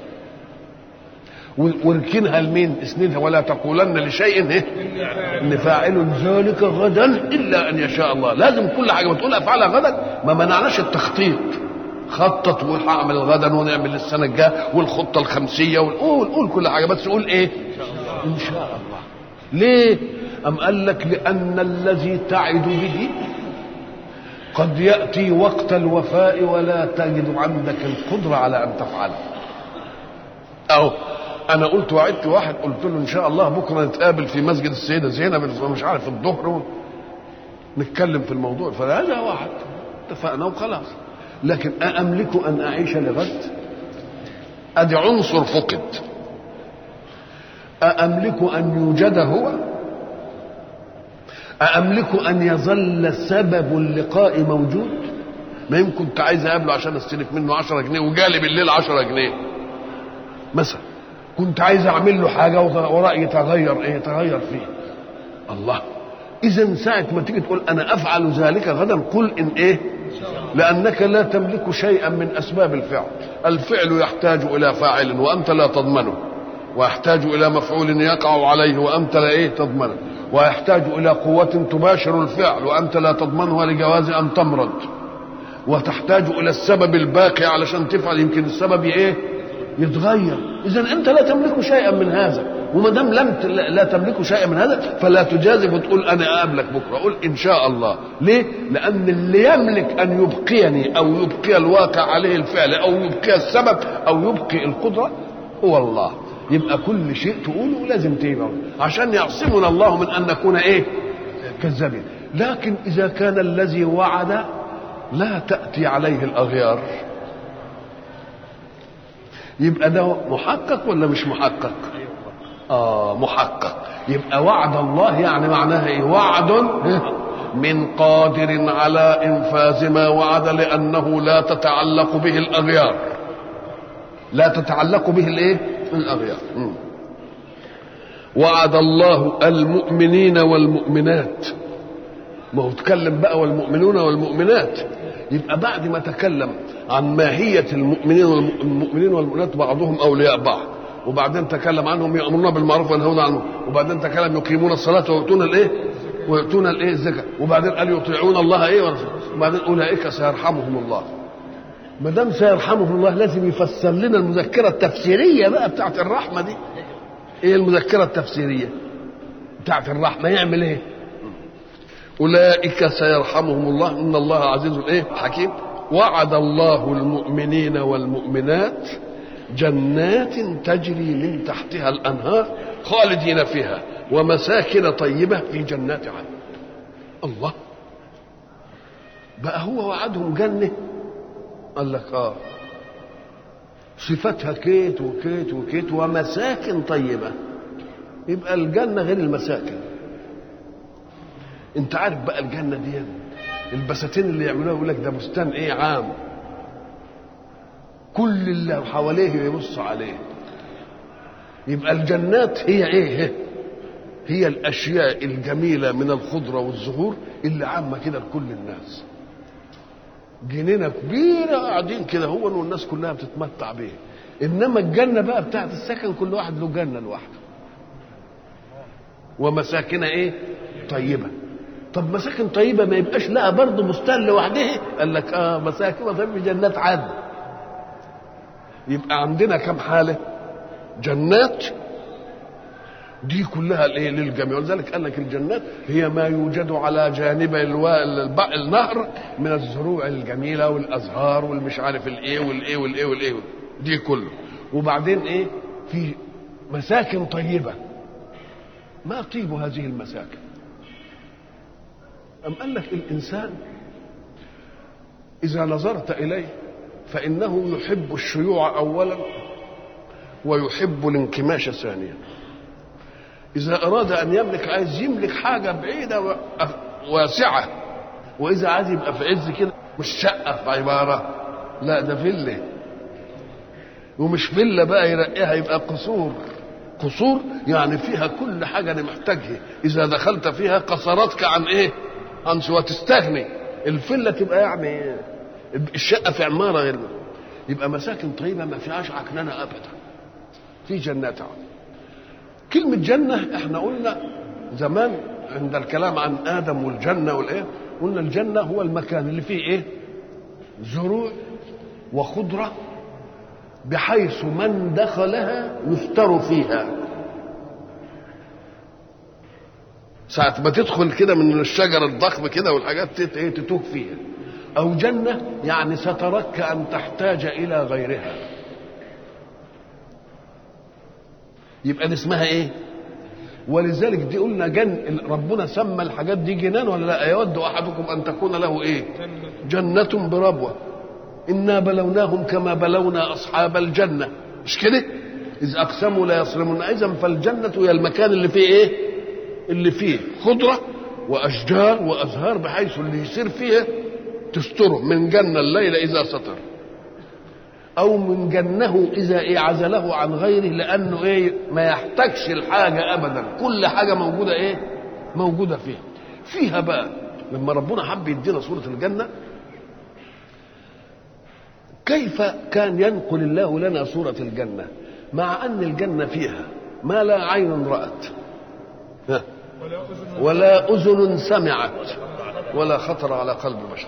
وركنها لمين؟ اسندها ولا تقولن لشيء ان فاعل ذلك غدا الا ان يشاء الله. لازم كل حاجه بتقولها افعلها غدا. ما منعناش التخطيط، خطط وهعمل غدا ونعمل السنه الجايه والخطه الخمسيه قول كل حاجه، بس قول ايه؟ ان شاء الله. ليه؟ ام قال لك لان الذي تعد به قد ياتي وقت الوفاء ولا تجد عندك القدره على ان تفعله. أو انا قلت وعدت واحد، قلت له ان شاء الله بكره نتقابل في مسجد السيده زينب مش عارف الظهر نتكلم في الموضوع، فهذا واحد اتفقنا وخلاص. لكن أأملك أن أعيش لغد؟ أدي عنصر فقد. أأملك أن يوجد هو؟ أأملك أن يظل سبب اللقاء موجود؟ ما يمكن كنت عايز أقابله عشان أستلف منه 10 جنيه وجالي بالليل 10 جنيه مثلا، كنت عايز أعمل له حاجة ورأيي يتغير إيه؟ يتغير فيه. الله، إذا ساعة ما تيجي تقول أنا أفعل ذلك غدا قل إن إيه؟ لأنك لا تملك شيئا من أسباب الفعل. الفعل يحتاج إلى فاعل وأنت لا تضمنه، ويحتاج إلى مفعول يقع عليه وأنت لا إيه تضمنه، ويحتاج إلى قوة تباشر الفعل وأنت لا تضمنها لجواز أن تمرض، وتحتاج إلى السبب الباقي علشان تفعل، يمكن السبب إيه؟ يتغير. إذن أنت لا تملك شيئا من هذا، وما دام لا تملك شيئا من هذا فلا تجازف وتقول أنا أقابلك بكرة، قول إن شاء الله. ليه؟ لأن اللي يملك أن يبقيني أو يبقي الواقع عليه الفعل أو يبقي السبب أو يبقي القدرة هو الله. يبقى كل شيء تقوله لازم تيجي عشان يعصمنا الله من أن نكون إيه؟ كذابين. لكن إذا كان الذي وعد لا تأتي عليه الأغيار، يبقى ده محقق ولا مش محقق؟ محقق. يبقى وعد الله يعني معناها ايه؟ وعد من قادر على انفاذ ما وعد، لانه لا تتعلق به الاغيار، لا تتعلق به الايه؟ الاغيار. وعد الله المؤمنين والمؤمنات، ما هو اتكلم بقى والمؤمنون والمؤمنات، يبقى بعد ما تكلم عن ماهية المؤمنين والمؤمنات بعضهم أولياء بعض، وبعدين تكلم عنهم يأمرون بالمعروف وينهون عن المنكر، وبعدين تكلم يقيمون الصلاة ويؤتون الايه الزكاة، وبعدين قال يطيعون الله ايه ورسوله، وبعدين أولئك سيرحمهم الله. ما دام سيرحمهم الله لازم يفسر لنا المذكرة التفسيرية بقى بتاعت الرحمة دي. ايه المذكرة التفسيرية بتاعت الرحمة؟ يعمل ايه؟ أولئك سيرحمهم الله إن الله عزيز ايه حكيم. وعد الله المؤمنين والمؤمنات جنات تجري من تحتها الأنهار خالدين فيها ومساكن طيبة في جنات عدن. الله، بقى هو وعدهم جنة؟ قال لك صفتها كيت وكيت وكيت ومساكن طيبة. يبقى الجنة غير المساكن. انت عارف بقى الجنة دي البساتين اللي يعملوها يقول لك ده بستان ايه عام، كل اللي حواليه يبص عليه. يبقى الجنات هي ايه؟ هي الاشياء الجميله من الخضره والزهور اللي عامه كده لكل الناس. جنينه كبيره قاعدين كده هو والناس كلها بتتمتع بيه. انما الجنه بقى بتاعت السكن كل واحد له جنه لوحده. ومساكن ايه؟ طيبه. طب مساكن طيبه ما يبقاش لها برضه بستان لوحدها؟ قال لك مساكن طيبه في جنات عدن. يبقى عندنا كم حاله؟ جنات دي كلها الايه؟ للجميع. ولذلك قال لك الجنات هي ما يوجد على جانب النهر من الزروع الجميله والازهار والمش عارف الايه والايه والايه والايه دي كله. وبعدين ايه؟ في مساكن طيبه. ما طيب هذه المساكن؟ أم قال لك الإنسان إذا نظرت إليه فإنه يحب الشيوع أولا ويحب الانكماش ثانيا. إذا أراد أن يملك عايز يملك حاجة بعيدة واسعة، وإذا عايز يبقى في عز كده مش شقة في عبارة، لا ده فيلا، ومش فيلا بقى يرقيها يبقى قصور. قصور يعني فيها كل حاجة أنا محتاجها، إذا دخلت فيها قصرتك عن إيه؟ عن سوى تستغني. الفيلا تبقى يعني الشقة في عمارة غير. يبقى مساكن طيبة ما فيهاش عكننة أبدا في جنات عدن. كلمة جنة احنا قلنا زمان عند الكلام عن آدم والجنة والإيه، قلنا الجنة هو المكان اللي فيه إيه؟ زروع وخضرة بحيث من دخلها يفطر فيها. ساعة ما تدخل كده من الشجر الضخم كده والحاجات تتوه فيها. أو جنة يعني سترك أن تحتاج إلى غيرها. يبقى دي اسمها ايه؟ ولذلك دي قلنا ربنا سمى الحاجات دي جنان ولا لا؟ يود احدكم ان تكون له ايه؟ جنة بربوة انا بلوناهم كما بلونا اصحاب الجنة، مش كده؟ اذ اقسموا لا يصرمون. اذا فالجنة هي المكان اللي فيه ايه؟ اللي فيه خضرة واشجار وازهار بحيث اللي يصير فيها تستره من جنة الليل اذا سطر، او من جنه اذا ايه عزله عن غيره، لانه ايه ما يحتاجش الحاجه ابدا، كل حاجه موجوده ايه؟ موجوده فيها بقى. لما ربنا حب يدينا صوره الجنه، كيف كان ينقل الله لنا صوره الجنه مع ان الجنه فيها ما لا عين رأت ولا اذن سمعت ولا خطر على قلب بشر.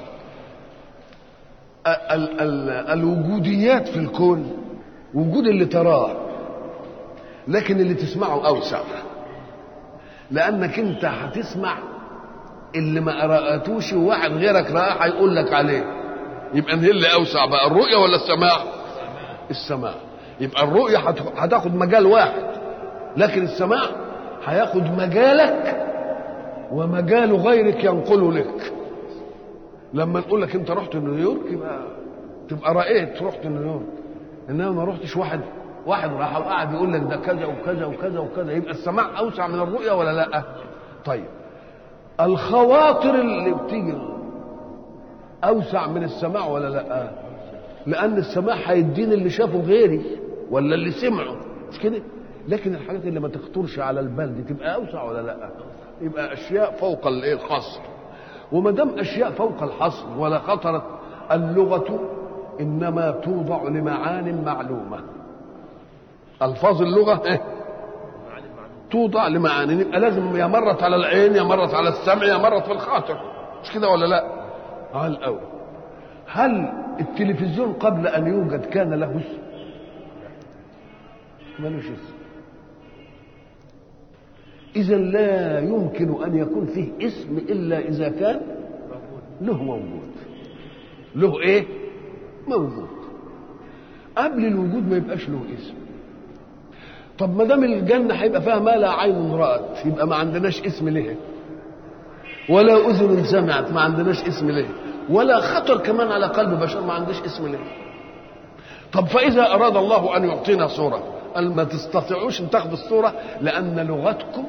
الوجوديات في الكون وجود اللي تراه، لكن اللي تسمعه اوسع، لانك انت هتسمع اللي ما قراتوش وواحد غيرك راه هيقول لك عليه. يبقى ايه اللي اوسع بقى، الرؤيه ولا السماع؟ السماع. يبقى الرؤيه هتاخد مجال واحد، لكن السماع هياخد مجالك ومجال غيرك ينقله لك. لما نقول لك انت رحت نيويورك يبقى تبقى رأيت رحت نيويورك، انما ما رحتش واحد راح وقعد يقول لك ده كذا وكذا وكذا وكذا. يبقى السماع اوسع من الرؤيه ولا لا؟ طيب الخواطر اللي بتيجي اوسع من السماع ولا لا؟ لان السماع هيديني اللي شافه غيري ولا اللي سمعه، مش كده؟ لكن الحاجات اللي ما تخطرش على البال دي تبقى اوسع ولا لا؟ يبقى اشياء فوق الايه الحصر. وما دام اشياء فوق الحصر ولا خطرت، اللغه انما توضع لمعان معلومه. الفاظ اللغه ايه؟ توضع لمعان، يبقى لازم يا مرت على العين يا مرت على السمع يا مرت في الخاطر، مش كده ولا لا؟ على الاول. هل التلفزيون قبل ان يوجد كان له اسم؟ ملوش اسم. إذا لا يمكن أن يكون فيه اسم إلا إذا كان له موجود. له إيه؟ موجود. قبل الوجود ما يبقاش له اسم. طب ما دام الجنة هيبقى فيها ما لا عين رأت، يبقى ما عندناش اسم لها، ولا أذن سمعت ما عندناش اسم لها، ولا خطر كمان على قلب بشر ما عندناش اسم لها. طب فإذا أراد الله أن يعطينا صورة، قال ما تستطيعوش ان تاخذوا الصورة لأن لغتكم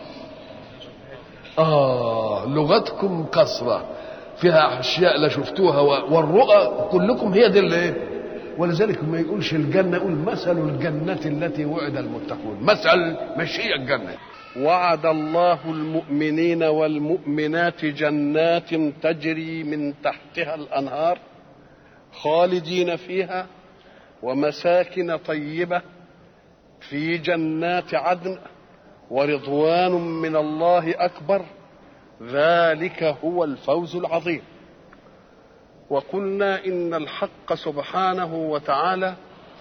لغتكم قصرة فيها أشياء لا شفتوها، والرؤى كلكم هي دي اللي ايه. ولذلك ما يقولش الجنة، يقول مثل الجنة التي وعد المتقون. مثل مش هي الجنة. وعد الله المؤمنين والمؤمنات جنات تجري من تحتها الأنهار خالدين فيها ومساكن طيبة في جنات عدن ورضوان من الله أكبر، ذلك هو الفوز العظيم. وقلنا إن الحق سبحانه وتعالى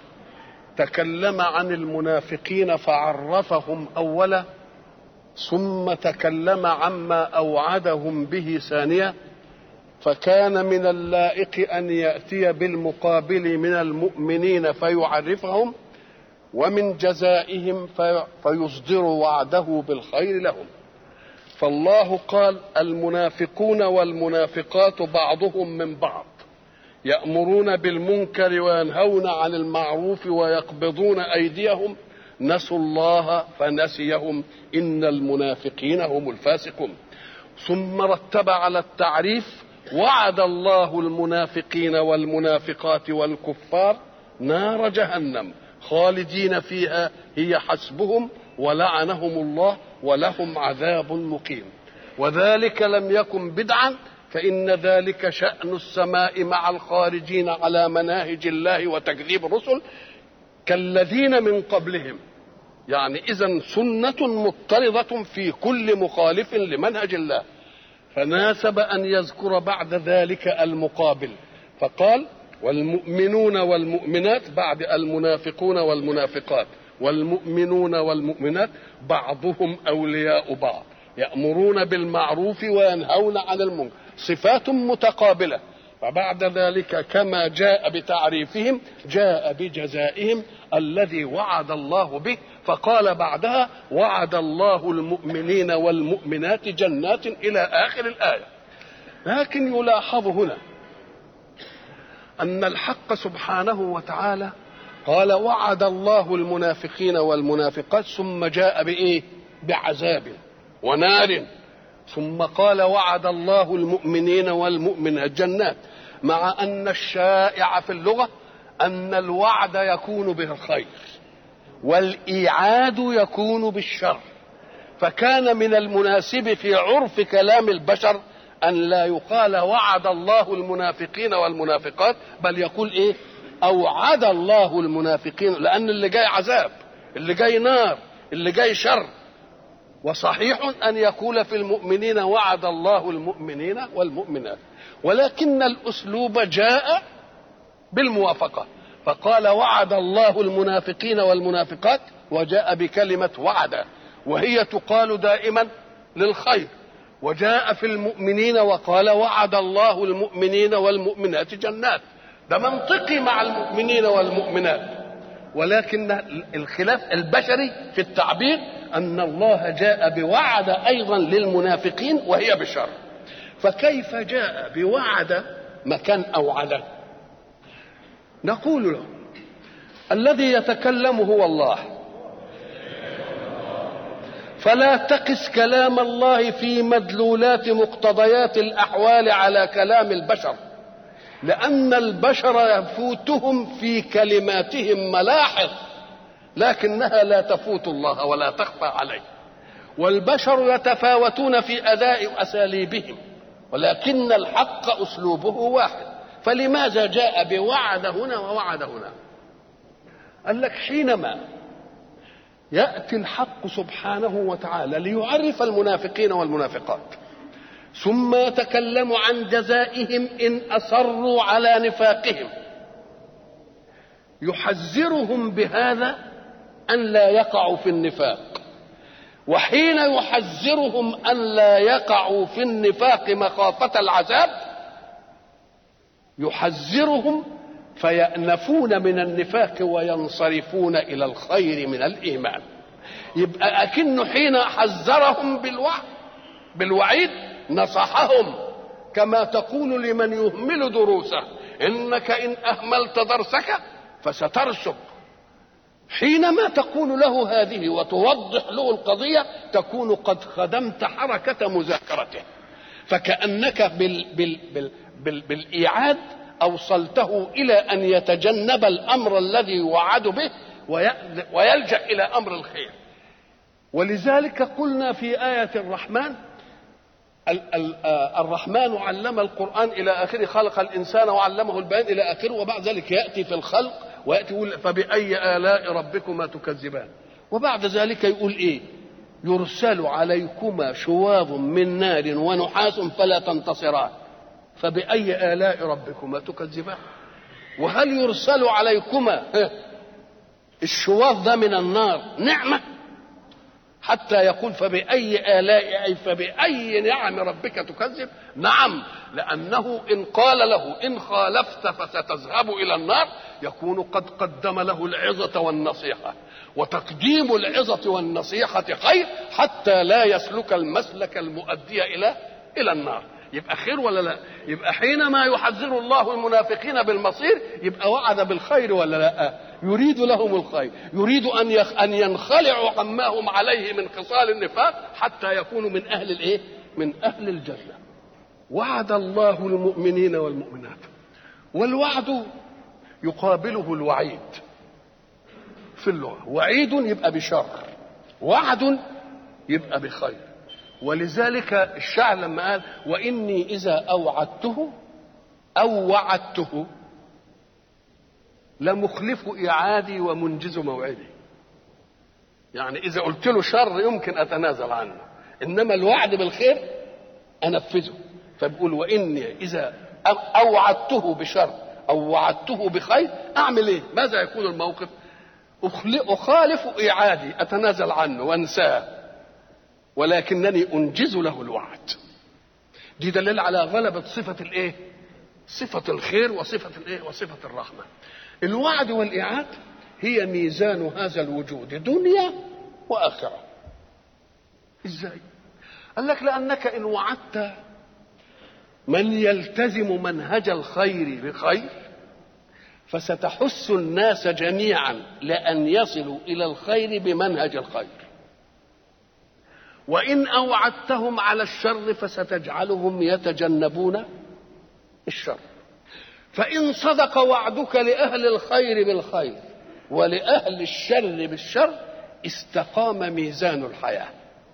تكلم عن المنافقين فعرفهم أولا، ثم تكلم عما أوعدهم به ثانيا، فكان من اللائق أن يأتي بالمقابل من المؤمنين فيعرفهم، ومن جزائهم فيصدر وعده بالخير لهم. فالله قال المنافقون والمنافقات بعضهم من بعض يأمرون بالمنكر وينهون عن المعروف ويقبضون أيديهم نسوا الله فنسيهم إن المنافقين هم الفاسقون. ثم رتب على التعريف وعد الله المنافقين والمنافقات والكفار نار جهنم خالدين فيها هي حسبهم ولعنهم الله ولهم عذاب مقيم. وذلك لم يكن بدعا، فإن ذلك شأن السماء مع الخارجين على مناهج الله وتكذيب الرسل كالذين من قبلهم. يعني إذن سنة مضطردة في كل مخالف لمنهج الله، فناسب أن يذكر بعد ذلك المقابل، فقال والمؤمنون والمؤمنات بعد المنافقون والمنافقات، والمؤمنون والمؤمنات بعضهم أولياء بعض يأمرون بالمعروف وينهون عن المنكر، صفات متقابلة. وبعد ذلك كما جاء بتعريفهم جاء بجزائهم الذي وعد الله به، فقال بعدها وعد الله المؤمنين والمؤمنات جنات إلى آخر الآية. لكن يلاحظ هنا أن الحق سبحانه وتعالى قال وعد الله المنافقين والمنافقات، ثم جاء بإيه؟ بعذاب ونار، ثم قال وعد الله المؤمنين والمؤمنات جنات، مع أن الشائع في اللغة أن الوعد يكون به الخير والإيعاد يكون بالشر، فكان من المناسب في عرف كلام البشر أن لا يقال وعد الله المنافقين والمنافقات، بل يقول إيه؟ أوعد الله المنافقين، لأن اللي جاي عذاب، اللي جاي نار، اللي جاي شر. وصحيح أن يقول في المؤمنين وعد الله المؤمنين والمؤمنات، ولكن الأسلوب جاء بالموافقة، فقال وعد الله المنافقين والمنافقات، وجاء بكلمة وعد، وهي تقال دائما للخير. وجاء في المؤمنين وقال وعد الله المؤمنين والمؤمنات جنات، ده منطقي مع المؤمنين والمؤمنات، ولكن الخلاف البشري في التعبير أن الله جاء بوعد أيضا للمنافقين وهي بشر، فكيف جاء بوعد مكان أوعد؟ نقول له الذي يتكلم هو الله، فلا تقس كلام الله في مدلولات مقتضيات الأحوال على كلام البشر، لأن البشر يفوتهم في كلماتهم ملاحظ لكنها لا تفوت الله ولا تخفى عليه، والبشر يتفاوتون في أداء أساليبهم، ولكن الحق أسلوبه واحد. فلماذا جاء بوعد هنا ووعد هنا؟ قال لك حينما يأتي الحق سبحانه وتعالى ليعرف المنافقين والمنافقات، ثم يتكلم عن جزائهم إن أصروا على نفاقهم، يحذرهم بهذا أن لا يقعوا في النفاق. وحين يحذرهم أن لا يقعوا في النفاق مخافة العذاب، يحذرهم فيأنفون من النفاق وينصرفون إلى الخير من الإيمان. يبقى أكنه حين حذرهم بالوعيد نصحهم، كما تقول لمن يهمل دروسه إنك إن أهملت درسك فسترسب. حينما تقول له هذه وتوضح له القضية تكون قد خدمت حركة مذاكرته، فكأنك بالإيعاد أوصلته إلى أن يتجنب الأمر الذي يوعد به ويلجأ إلى أمر الخير. ولذلك قلنا في آية الرحمن الرحمن علم القرآن إلى آخره، خلق الإنسان وعلمه البيان إلى آخره، وبعد ذلك يأتي في الخلق ويأتي يقول فبأي آلاء ربكما تكذبان، وبعد ذلك يقول إيه؟ يرسل عليكما شواظ من نار ونحاس فلا تنتصران، فبأي آلاء ربكما تكذبان. وهل يرسل عليكما الشواظ ده من النار نعمة حتى يقول فبأي آلاء، أي فبأي نعم ربك تكذب؟ نعم، لأنه إن قال له إن خالفت فستذهب إلى النار يكون قد قدم له العظة والنصيحة، وتقديم العظة والنصيحة خير حتى لا يسلك المسلك المؤدي إلى النار. يبقى خير ولا لا؟ يبقى حينما يحذر الله المنافقين بالمصير يبقى وعد بالخير ولا لا؟ يريد لهم الخير، يريد أن ينخلعوا عما هم عليه من خصال النفاق حتى يكونوا من أهل الإيه؟ من أهل الجنة. وعد الله المؤمنين والمؤمنات، والوعد يقابله الوعيد في اللغة، وعيد يبقى بشر، وعد يبقى بخير. ولذلك الشاعر لما قال وإني إذا أوعدته أو وعدته لمخلف إعادي ومنجز موعدي، يعني إذا قلت له شر يمكن أتنازل عنه، إنما الوعد بالخير أنفذه. فبقول وإني إذا أوعدته بشر أو وعدته بخير أعمل إيه؟ ماذا يكون الموقف؟ أخالف إعادي، أتنازل عنه وأنساه، ولكنني أنجز له الوعد. دي دليل على غلبة صفة الإيه؟ صفة الخير وصفة الايه؟ وصفة الرحمة. الوعد والإيعاد هي ميزان هذا الوجود دنيا وآخرة. ازاي؟ قال لك لأنك إن وعدت من يلتزم منهج الخير بخير فستحث الناس جميعا لأن يصلوا إلى الخير بمنهج الخير، وإن أوعدتهم على الشر فستجعلهم يتجنبون الشر. فإن صدق وعدك لأهل الخير بالخير ولأهل الشر بالشر استقام ميزان الحياة.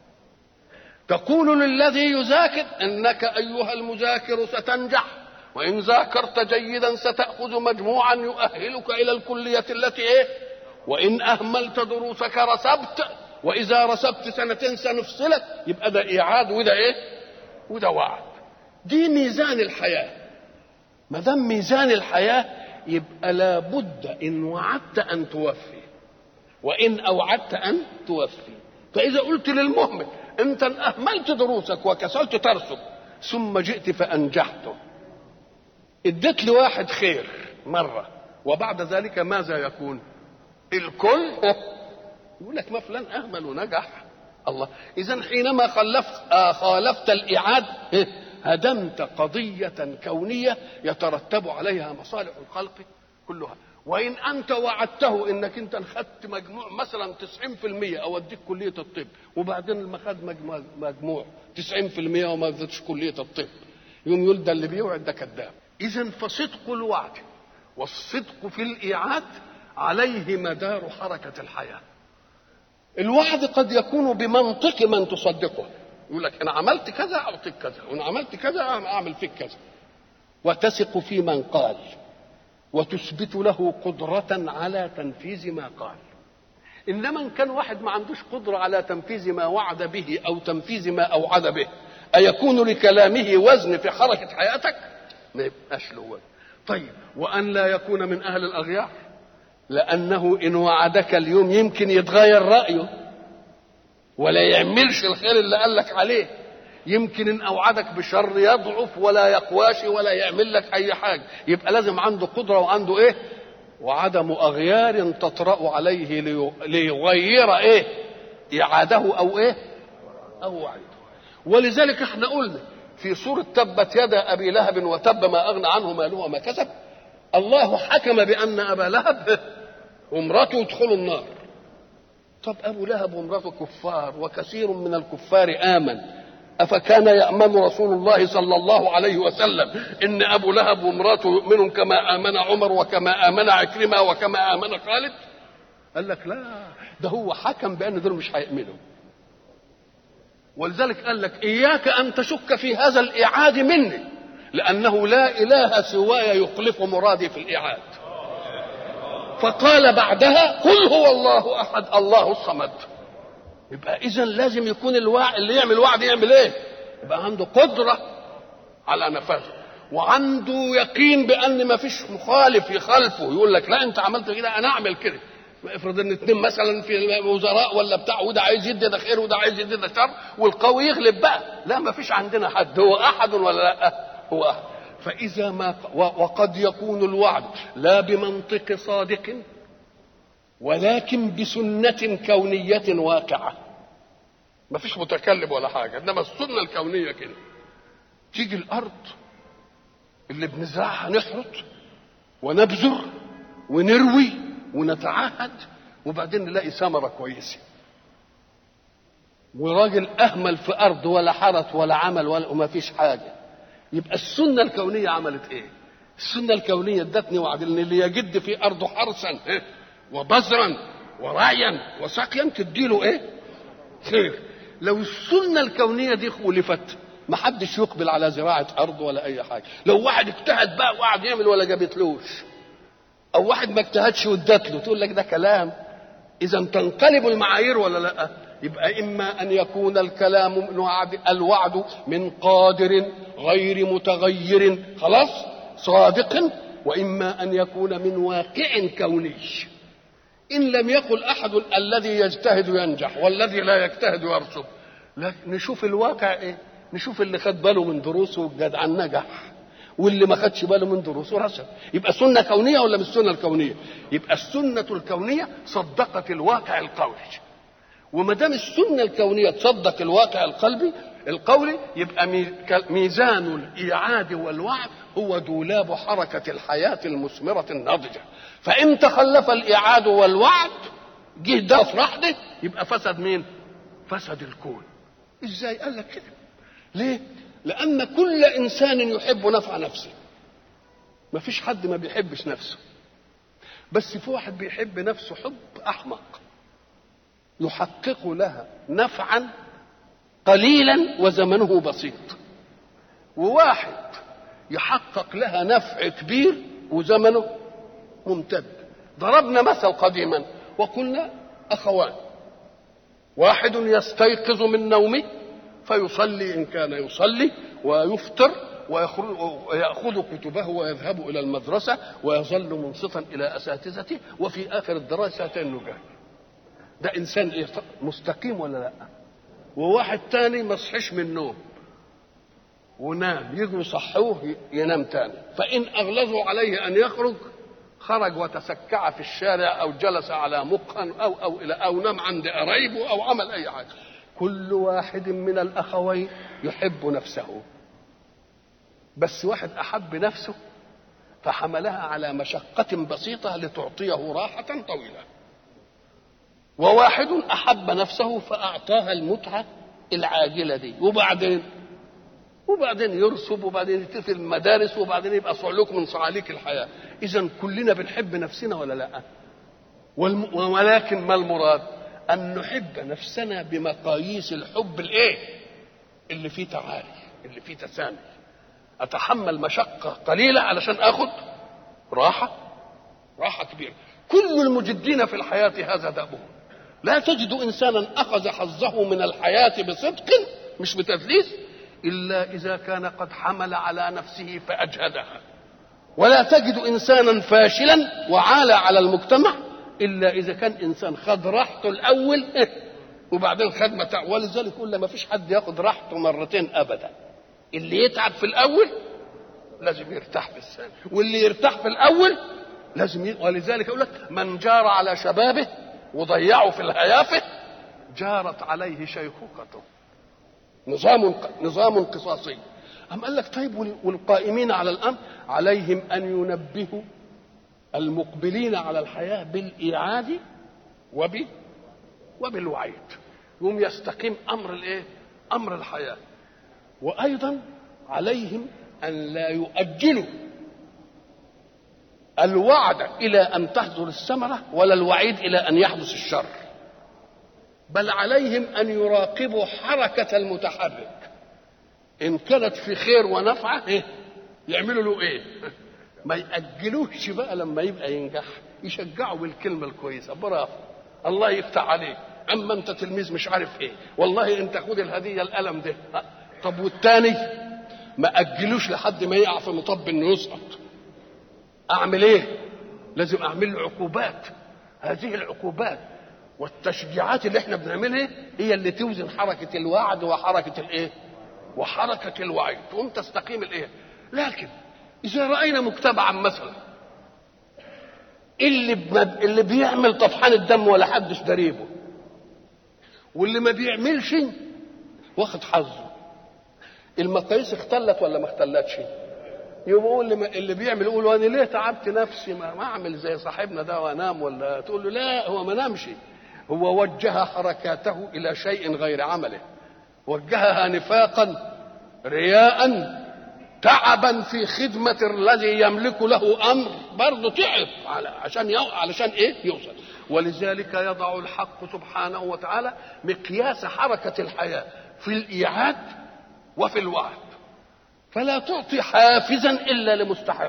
تقول للذي يذاكر إنك أيها المذاكر ستنجح، وإن ذاكرت جيدا ستأخذ مجموعا يؤهلك إلى الكلية التي إيه؟ وإن أهملت دروسك رسبت، وإذا رسبت سنتين سنفصلك. يبقى ده إيعاد وده إيه؟ وده وعد. دي ميزان الحياة. ما دام ميزان الحياة يبقى لابد إن وعدت أن توفي، وإن أوعدت أن توفي. فإذا قلت للمهمل أنت أهملت دروسك وكسلت ترسب ثم جئت فأنجحته، اديت لواحد خير مرة وبعد ذلك ماذا يكون؟ الكل يقول لك ما فلان أهمل ونجح. الله. إذن حينما خالفت الإعاد هدمت قضية كونية يترتب عليها مصالح الخلق كلها. وإن أنت وعدته إنك أنت خدت مجموع مثلا 90% أوديك كلية الطب، وبعدين لما خد مجموع 90% وما خدش كلية الطب، يوم يقول ده اللي بيوعد ده كذاب. إذن فصدق الوعد والصدق في الإيعاد عليه مدار حركة الحياة. الوعد قد يكون بمنطق من تصدقه، يقول لك أنا عملت كذا أعطيك كذا، وأنا عملت كذا أعمل فيك كذا، وتثق في من قال وتثبت له قدرة على تنفيذ ما قال. إنما إن كان واحد ما عندوش قدرة على تنفيذ ما وعد به أو تنفيذ ما أوعد به، أيكون لكلامه وزن في حركة حياتك؟ ما يبقاش له وزن. طيب وأن لا يكون من أهل الأغيار، لأنه إن وعدك اليوم يمكن يتغير رأيه ولا يعملش الخير اللي قال لك عليه، يمكن إن أوعدك بشر يضعف ولا يقواش ولا يعمل لك أي حاجة. يبقى لازم عنده قدرة وعنده إيه؟ وعدم أغيار تطرأ عليه ليغير إيه؟ إعاده أو إيه؟ أو وعده. ولذلك احنا قلنا في سورة تبت يدا أبي لهب وتب ما أغنى عنه ماله وما كسب، الله حكم بأن أبا لهب وامراته يدخلوا النار. طب أبو لهب وامراته كفار وكثير من الكفار آمن، أفكان يأمن رسول الله صلى الله عليه وسلم إن أبو لهب وامراته يؤمنون كما آمن عمر وكما آمن عكرمة وكما آمن خالد؟ قال لك لا، ده هو حكم بأن دول مش هيؤمنوا. ولذلك قال لك إياك أن تشك في هذا الإعاد مني، لأنه لا إله سواي يخلف مرادي في الإعاد. فقال بعدها قل هو الله أحد الله الصمد. يبقى إذن لازم يكون اللي يعمل وعد يعمل إيه؟ يبقى عنده قدرة على نفاذه، وعنده يقين بأن ما فيش مخالف يخالفه يقول لك لا أنت عملت كده أنا أعمل كده. افرض ان اتنين مثلا في الوزراء ولا بتاع، وده عايز يدي ده خير وده عايز يدي ده شر، والقوي يغلب بقى. لا، ما فيش عندنا حد، هو أحد ولا لا؟ هو أحد. فإذا ما وقد يكون الوعد لا بمنطق صادق ولكن بسنة كونية واقعة، ما فيش متكلم ولا حاجة، إنما السنة الكونية كده. تيجي الأرض اللي بنزرعها نحرث ونبذر ونروي ونتعهد، وبعدين نلاقي ثمرة كويسة، وراجل أهمل في أرض ولا حرث ولا عمل وما فيش حاجة. يبقى السنة الكونية عملت إيه؟ السنة الكونية ادتني وعد ان اللي يجد في أرضه حرثا وبذرا ورعيا وسقيا تديله إيه؟ خير. لو السنة الكونية دي خولفت ما حدش يقبل على زراعة أرض ولا أي حاجة. لو واحد اجتهد بقى وقعد يعمل ولا جابتلوش، أو واحد ما اجتهدش وادت له، تقول لك ده كلام. إذا تنقلب المعايير ولا لا؟ يبقى إما أن يكون الكلام من الوعد من قادر غير متغير خلاص صادق، وإما أن يكون من واقع كوني. إن لم يقل أحد الذي يجتهد ينجح والذي لا يجتهد يرسب، نشوف الواقع إيه؟ نشوف اللي خد باله من دروسه والجدع نجح، واللي ما خدش باله من دروسه رسب. يبقى سنه كونيه ولا مش سنه الكونيه؟ يبقى السنه الكونيه صدقت الواقع القولي، وما دام السنه الكونيه تصدق الواقع القولي يبقى ميزان الايعاد والوعد هو دولاب حركه الحياه المثمره الناضجه. فان تخلف الايعاد والوعد جه ده افرح ده، يبقى فسد مين؟ فسد الكون. ازاي؟ قال لك كده. ليه؟ لان كل انسان يحب نفع نفسه. ما فيش حد ما بيحبش نفسه، بس في واحد بيحب نفسه حب احمق يحقق لها نفعا قليلا وزمنه بسيط، وواحد يحقق لها نفع كبير وزمنه ممتد. ضربنا مثل قديما وقلنا اخوان، واحد يستيقظ من نومه فيصلي ان كان يصلي ويفطر ويأخذ كتبه ويذهب إلى المدرسة ويظل منصتا إلى أساتذته، وفي آخر الدراسة نجاح. ده إنسان إيه؟ مستقيم ولا لا؟ وواحد تاني ما صحيش من النوم ونام، يجوا يصحوه ينام تاني، فإن أغلظوا عليه أن يخرج خرج وتسكع في الشارع أو جلس على مقهى أو نام عند قرايبه أو عمل أي حاجة. كل واحد من الأخوين يحب نفسه، بس واحد أحب نفسه فحملها على مشقة بسيطة لتعطيه راحة طويلة، وواحد أحب نفسه فأعطاها المتعة العاجلة دي، وبعدين يرسب، وبعدين يتفل المدارس، وبعدين يبقى صعلوك من صعاليك الحياة. إذن كلنا بنحب نفسنا ولا لا؟ ولكن ما المراد؟ أن نحب نفسنا بمقاييس الحب اللي فيه تعالي، اللي فيه تسامي. أتحمل مشقة قليلة علشان أخذ راحة كبيرة. كل المجدين في الحياة هذا دأبهم. لا تجد إنسانا أخذ حظه من الحياة بصدق مش بتدليس إلا إذا كان قد حمل على نفسه فأجهدها، ولا تجد إنسانا فاشلا وعال على المجتمع إلا إذا كان إنسان خد راحته الأول وبعدين خد متاع. ولذلك كل ما فيش حد ياخد راحته مرتين أبدا. اللي يتعب في الأول لازم يرتاح في الثاني، واللي يرتاح في الأول لازم ولذلك يقول لك من جار على شبابه وضيعه في الهيافة جارت عليه شيخوخته. نظام قصاصي. أم قال لك طيب والقائمين على الأمر عليهم أن ينبهوا المقبلين على الحياة بالإعادة وبالوعيد، يوم يستقيم أمر الحياة. وأيضا عليهم أن لا يؤجلوا الوعد إلى أن تحضر الثمرة ولا الوعيد إلى أن يحدث الشر، بل عليهم أن يراقبوا حركة المتحرك، إن كانت في خير ونفعة يعملوا له ما يأجلوش بقى لما يبقى ينجح، يشجعوا بالكلمة الكويسة، برافو الله يفتح عليك، أما أنت تلميذ مش عارف والله أنت خد الهدية القلم ده. طب والتاني ما أجلوش لحد ما يقع في مطب إنه يسقط. أعمل لازم أعمل له عقوبات. هذه العقوبات والتشجيعات اللي احنا بنعملها هي اللي توزن حركة الوعد وحركة الوعيد، تقوم تستقيم لكن إذا رأينا مجتمعا مثلا اللي بيعمل طفحان الدم ولا حدش دريبه، واللي ما بيعملش واخد حظه، المقاييس اختلت ولا ما اختلتش؟ يقول اللي بيعمل يقول وانا ليه تعبت نفسي ما اعمل زي صاحبنا ده وانام، ولا تقول له لا هو ما نامش، هو وجه حركاته الى شيء غير عمله، وجهها نفاقا رياء تعبا في خدمة الذي يملك له امر، برضه تعب علشان يوصل. ولذلك يضع الحق سبحانه وتعالى مقياس حركة الحياة في الإيعاد وفي الوعد، فلا تعطي حافزا إلا لمستحق.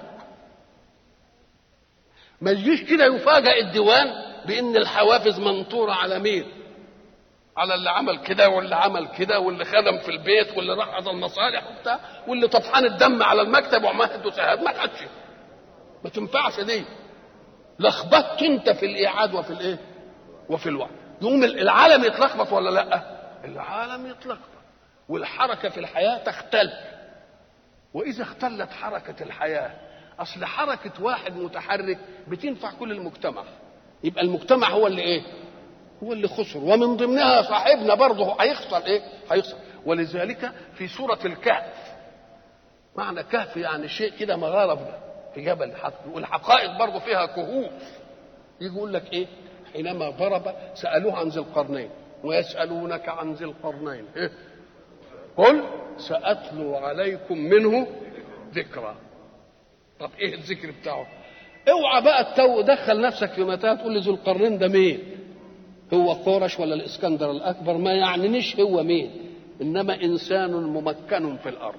ما يجيش كده يفاجأ الديوان بأن الحوافز منطورة على مين؟ على اللي عمل كده واللي عمل كده واللي خدم في البيت واللي راح قضى المصالح وبتاع واللي طفحان الدم على المكتب ومهد وسهاد. ما حدش، ما تنفعش دي. لخبطت انت في الإيعاد وفي الوعد، يقوم العالم يتلخبط ولا لا؟ العالم يتلخبط والحركة في الحياة تختل وإذا اختلت حركة الحياة، أصل حركة واحد متحرك بتنفع كل المجتمع، يبقى المجتمع هو اللي إيه؟ هو اللي خسر، ومن ضمنها صاحبنا برضه هيخسر إيه؟ هيخسر. ولذلك في سورة الكهف، معنى كهف يعني شيء كده مغارة في جبل، والحقائق برضه فيها كهوف. يجي يقول لك إيه؟ حينما ضرب سألوه عن ذي القرنين ويسألونك عن ذي القرنين إيه؟ قل سأتلو عليكم منه ذكرى. طب ايه الذكر بتاعه؟ اوعى بقى دخل نفسك في متاهه تقول لي ذو القرنين ده مين؟ هو قورش ولا الاسكندر الاكبر؟ ما يعنيش هو مين، انما انسان ممكن في الارض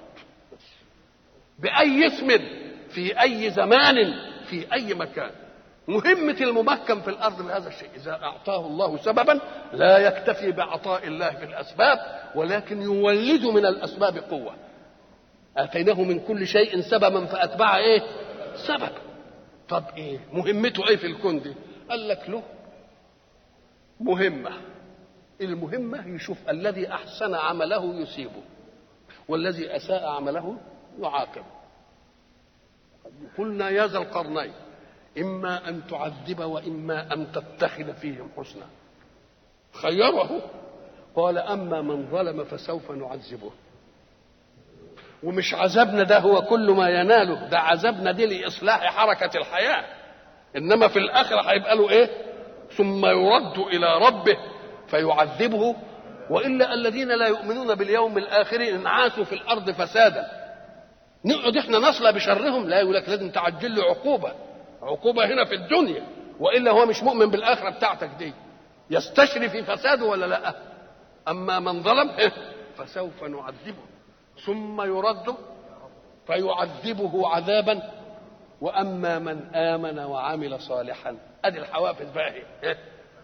باي اسم في اي زمان في اي مكان. مهمة الممكن في الأرض بهذا الشيء، إذا أعطاه الله سببا لا يكتفي بعطاء الله في الأسباب، ولكن يولد من الأسباب قوة. آتيناه من كل شيء سببا فأتبع إيه؟ سبب. طب إيه مهمته إيه في الكون دي؟ قال لك له مهمة، المهمة يشوف الذي أحسن عمله يصيبه والذي أساء عمله يعاقبه. قلنا يا ذا القرنين إما أن تعذب وإما أن تتخذ فيهم حسنا. خيره، قال أما من ظلم فسوف نعذبه. ومش عذابنا ده هو كل ما يناله، ده عذابنا دي لإصلاح حركة الحياة، إنما في الآخرة هيبقى له إيه؟ ثم يرد إلى ربه فيعذبه. وإلا الذين لا يؤمنون باليوم الآخر انعاسوا في الأرض فسادا. نقعد إحنا نصلى بشرهم؟ لا، يقول لك لازم تعجل له عقوبة هنا في الدنيا، وإلا هو مش مؤمن بالآخرة بتاعتك دي، يستشري في فساده ولا لا؟ أما من ظلم فسوف نعذبه ثم يرد فيعذبه عذابا، وأما من آمن وعمل صالحا. أدي الحوافز بقى اهي.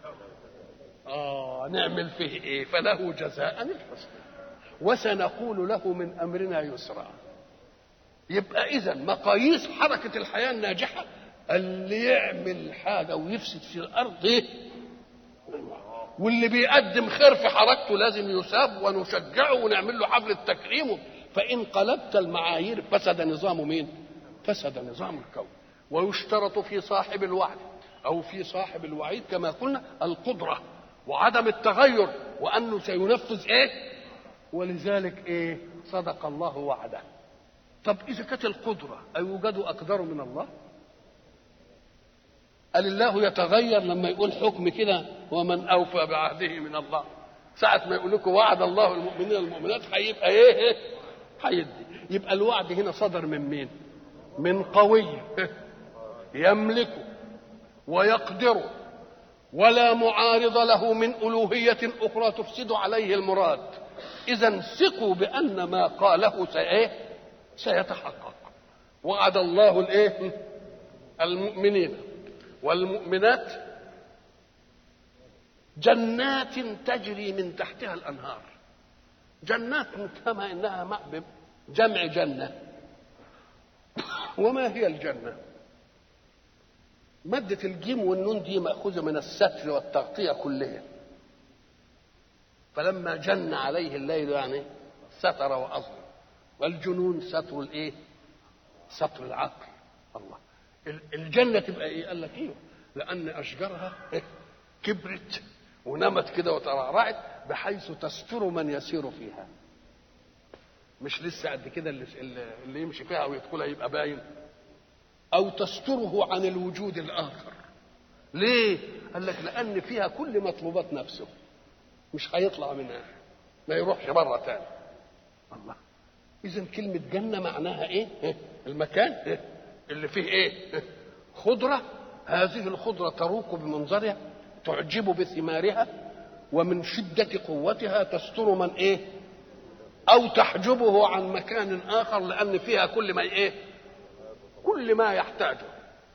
نعمل فيه إيه؟ فله جزاء الحسنى وسنقول له من أمرنا يسرا. يبقى إذن مقاييس حركة الحياة الناجحة اللي يعمل حاجة ويفسد في الأرض إيه؟ واللي بيقدم خير في حركته لازم يساب ونشجعه ونعمل له حفلة تكريمه. فإن قلبت المعايير فسد نظام مين؟ فسد نظام الكون. ويشترط في صاحب الوعد أو في صاحب الوعيد كما قلنا القدرة وعدم التغير، وأنه سينفذ إيه؟ ولذلك إيه؟ صدق الله وعده. طب إذا كانت القدرة أيوجد أقدر من الله؟ قال الله يتغير لما يقول حكم كده ومن أوفى بعهده من الله. ساعة ما يقول لكم وعد الله المؤمنين والمؤمنات هيبقى إيه؟ هيدي. يبقى الوعد هنا صدر من مين؟ من قوي يملكه ويقدره ولا معارض له من ألوهية أخرى تفسد عليه المراد. إذا ثقوا بأن ما قاله سيتحقق. وعد الله المؤمنين والمؤمنات جنات تجري من تحتها الأنهار. جنات كما إنها جمع جنة. وما هي الجنة؟ مادة الجيم والنون دي مأخوذة من الستر والتغطية كلها. فلما جن عليه الليل يعني ستر وأظلم. والجنون ستر ستر العقل. الله. الجنة تبقى ايه؟ قال لك ايه؟ لأن أشجارها كبرت ونمت كده وترعرعت بحيث تستر من يسير فيها. مش لسه قد كده اللي يمشي فيها أو يدخلها يبقى باين، أو تستره عن الوجود الآخر. ليه؟ قال لك لأن فيها كل مطلوبات نفسه، مش هيطلع منها، ما يروحش بره تاني. الله. إذن كلمة جنة معناها إيه؟ المكان اللي فيه خضرة. هذه الخضرة تروق بمنظرها، تعجب بثمارها، ومن شدة قوتها تستر من أو تحجبه عن مكان آخر، لأن فيها كل ما كل ما يحتاجه.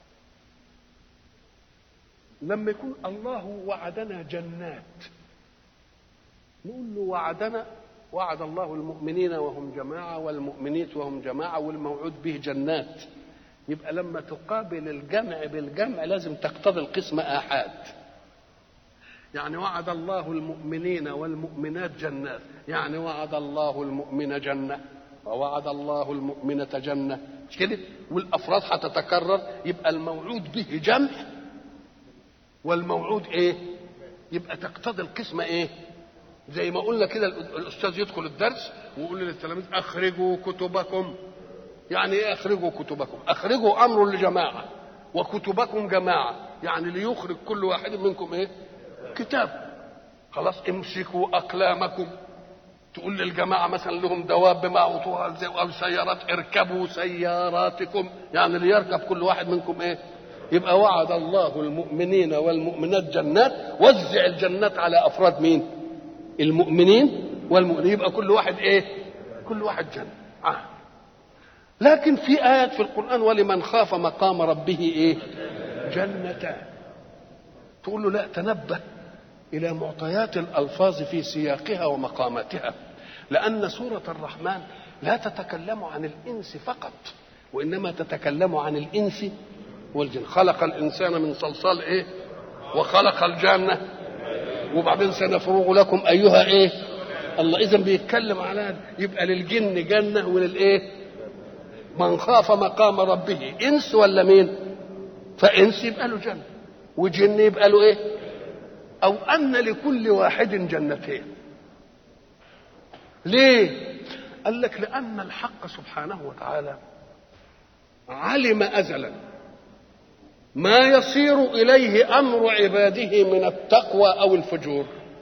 لما يكون الله وعدنا جنات نقول له وعد الله المؤمنين وهم جماعة والمؤمنات وهم جماعة والموعود به جنات. يبقى لما تقابل الجمع بالجمع لازم تقتضي القسم آحاد. يعني وعد الله المؤمنين والمؤمنات جنات، يعني وعد الله المؤمن جنة ووعد الله المؤمنة جنة، مش كده؟ والأفراد هتتكرر، يبقى الموعود به جمع والموعود ايه؟ يبقى تقتضي القسمة ايه؟ زي ما قلنا كده، الأستاذ يدخل الدرس ويقول للتلاميذ أخرجوا كتبكم. يعني ايه أخرجوا كتبكم؟ أخرجوا أمر لجماعة وكتبكم جماعة، يعني ليخرج كل واحد منكم ايه؟ كتاب. خلاص. امسكوا أقلامكم، تقول للجماعة مثلا لهم دواب معوطوها أو سيارات، اركبوا سياراتكم، يعني ليركب كل واحد منكم ايه؟ يبقى وعد الله المؤمنين والمؤمنات جنات، وزع الجنات على أفراد مين؟ المؤمنين والمؤمنين، يبقى كل واحد ايه؟ كل واحد جنة. لكن في آيات في القرآن ولمن خاف مقام ربه ايه؟ جنتان. تقول له لا، تنبه إلى معطيات الألفاظ في سياقها ومقاماتها، لأن سورة الرحمن لا تتكلم عن الإنس فقط، وإنما تتكلم عن الإنس والجن. خلق الإنسان من صلصال إيه؟ وخلق الجنة، وبعدين سنفرغ لكم أيها إيه؟ الله. إذن بيتكلم على، يبقى للجن جنة وللإيه؟ من خاف مقام ربه إنس ولا مين؟ فإنس يبقى له جنة، وجن يبقى له إيه؟ أو أن لكل واحد جنتين. ليه؟ قال لك لأن الحق سبحانه وتعالى علم أزلا ما يصير إليه أمر عباده من التقوى أو الفجور،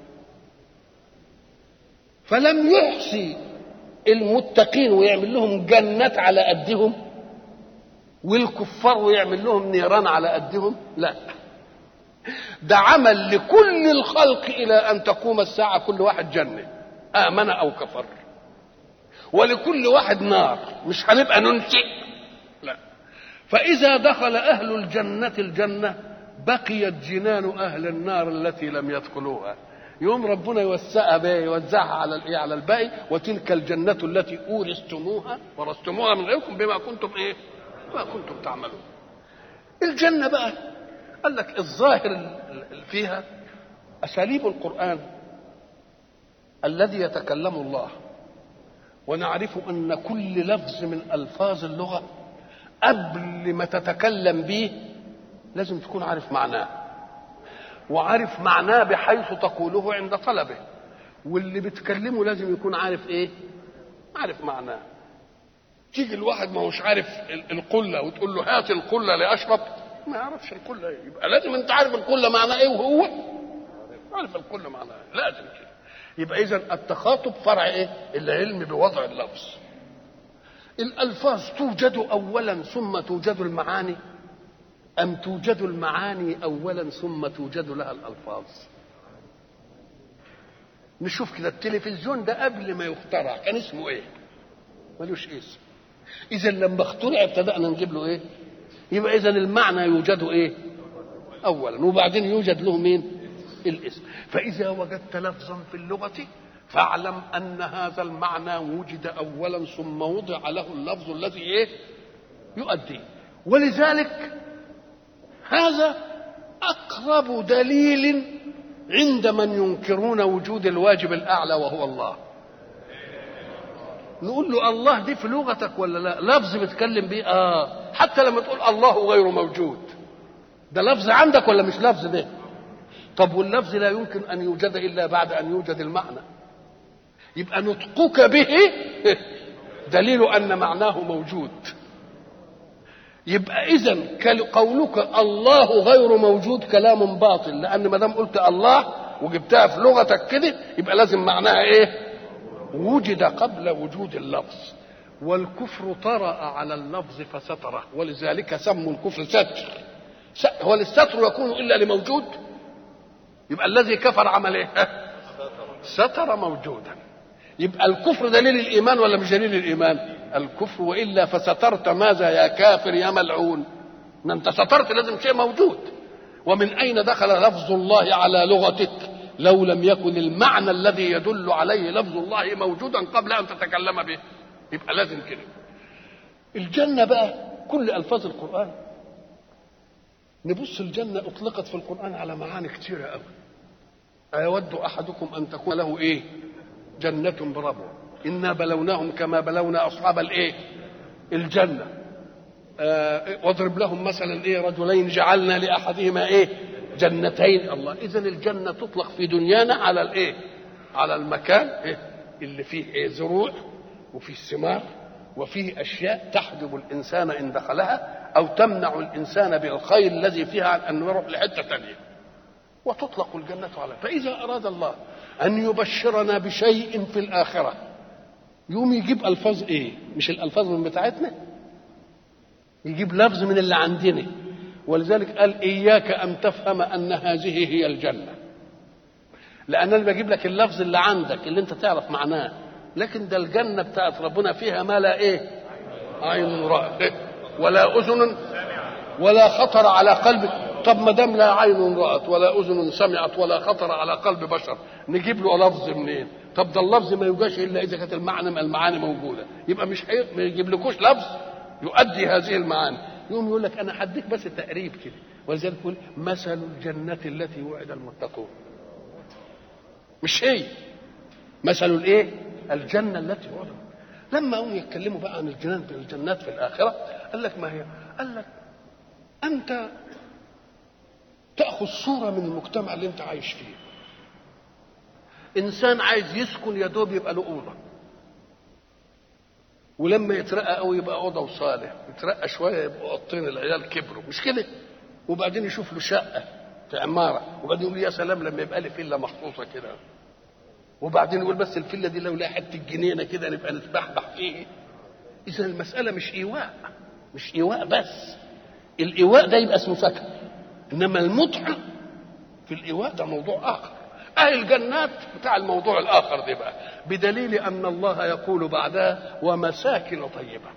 فلم يحصي المتقين ويعمل لهم جنات على قدهم والكفار ويعمل لهم نيران على قدهم، لا، ده عمل لكل الخلق إلى أن تقوم الساعة كل واحد جنة آمن أو كفر، ولكل واحد نار، مش هنبقى ننشئ، لا. فإذا دخل أهل الجنة الجنة بقيت جنان أهل النار التي لم يدخلوها، يوم ربنا يوزعها على الباقي، وتلك الجنة التي أورثتموها ورثتموها من غيركم بما كنتم إيه؟ ما كنتم تعملون. الجنة بقى قال لك الظاهر فيها أساليب القرآن الذي يتكلم الله، ونعرف أن كل لفظ من ألفاظ اللغة قبل ما تتكلم به لازم تكون عارف معناه، وعارف معناه بحيث تقوله عند طلبه، واللي بتكلمه لازم يكون عارف ايه؟ عارف معناه. تيجي الواحد ما هوش عارف القلة وتقول له هات القلة لأشرب، ما يعرفش القلة ايه، يبقى لازم انت عارف القلة معناه ايه وهو عارف القلة معناه ايه، لازم كده. يبقى اذا التخاطب فرع ايه؟ العلم بوضع اللفظ. الألفاظ توجد أولا ثم توجد المعاني، أم توجد المعاني أولا ثم توجد لها الألفاظ؟ نشوف كده، التلفزيون ده قبل ما يخترع كان اسمه ايه؟ ملوش اسم. إذا لما اخترع ابتدأنا نجيب له ايه؟ يبقى إذا المعنى يوجد ايه؟ أولا، وبعدين يوجد له مين؟ الاسم. فإذا وجدت لفظا في اللغة فاعلم أن هذا المعنى وجد أولا ثم وضع له اللفظ الذي ايه؟ يؤدي. ولذلك هذا أقرب دليل عند من ينكرون وجود الواجب الأعلى وهو الله. نقول له الله دي في لغتك ولا لا؟ لفظ بتكلم بيه؟ حتى لما تقول الله غير موجود، ده لفظ عندك ولا مش لفظ ده؟ طب واللفظ لا يمكن أن يوجد إلا بعد أن يوجد المعنى، يبقى نطقك به دليل أن معناه موجود. يبقى إذن قولك الله غير موجود كلام باطل، لأن ما دام قلت الله وجبتها في لغتك كده يبقى لازم معناها إيه؟ وجد قبل وجود اللفظ. والكفر طرأ على اللفظ فستره، ولذلك سموا الكفر ستر. هو الستر يكون إلا لموجود؟ يبقى الذي كفر عمل إيه؟ ستر موجودا. يبقى الكفر دليل الإيمان ولا مش دليل الإيمان؟ الكفر، وإلا فسترت ماذا يا كافر يا ملعون؟ ما انت سترت لازم شيء موجود. ومن أين دخل لفظ الله على لغتك لو لم يكن المعنى الذي يدل عليه لفظ الله موجودا قبل أن تتكلم به؟ يبقى لازم كده. الجنة بقى كل ألفاظ القرآن نبص، الجنة أطلقت في القرآن على معاني كثيرة قوي. أيود أحدكم أن تكون له إيه؟ جنة بربوة. إنا بلوناهم كما بلونا أصحاب الإيه؟ الجنة. واضرب لهم مثلا إيه؟ رجلين جعلنا لأحدهما إيه؟ جنتين. الله، إذن الجنة تطلق في دنيانا على الإيه؟ على المكان إيه؟ اللي فيه إيه؟ زروع وفيه ثمار وفيه أشياء تحجب الإنسان إن دخلها أو تمنع الإنسان بالخير الذي فيها عن أن يروح لحتة تانية. وتطلق الجنة على. فإذا أراد الله أن يبشرنا بشيء في الآخرة يوم يجيب ألفاظ إيه؟ مش الألفاظ من بتاعتنا، يجيب لفظ من اللي عندنا. ولذلك قال إياك أن تفهم أن هذه هي الجنة، لأن أنا بجيب لك اللفظ اللي عندك اللي أنت تعرف معناه. لكن ده الجنة بتاعت ربنا فيها ما لا إيه؟ عين رأت ولا أذن ولا خطر على قلب. طب ما دام لا عين رأت ولا أذن سمعت ولا خطر على قلب بشر نجيب له لفظ منين؟ طب ده اللفظ ما يوجدش إلا إذا كانت المعاني موجودة. يبقى مش ما يجيب لكوش لفظ يؤدي هذه المعاني. يوم يقول لك أنا هديك بس تقريب كده. ولذلك يقول مثل الجنة التي وعد المتقون. مش هي مثل الايه؟ الجنة التي وعد. لما هم يتكلموا بقى عن الجنات في الآخرة قال لك ما هي؟ قال لك أنت تأخذ صورة من المجتمع اللي أنت عايش فيه. إنسان عايز يسكن يدوب يبقى له أوضة، ولما يترقى أو يبقى أوضة وصالة، يترقى شوية يبقى أوضتين، العيال كبروا مش كده؟ وبعدين يشوف له شقة في عمارة، وبعدين يقول يا سلام لما يبقى لي فيلا مخصوصة كده، وبعدين يقول بس الفيلا دي لو لها حتة جنينة كده نبقى نتبحبح فيه. إذا المسألة مش إيواء، مش إيواء بس. الإيواء ده يبقى اسمه سكن، إنما المتعة في الإيواء ده موضوع آخر. أهل الجنات بتاع الموضوع الآخر ده بقى، بدليل أن الله يقول بعدها ومساكن طيبة.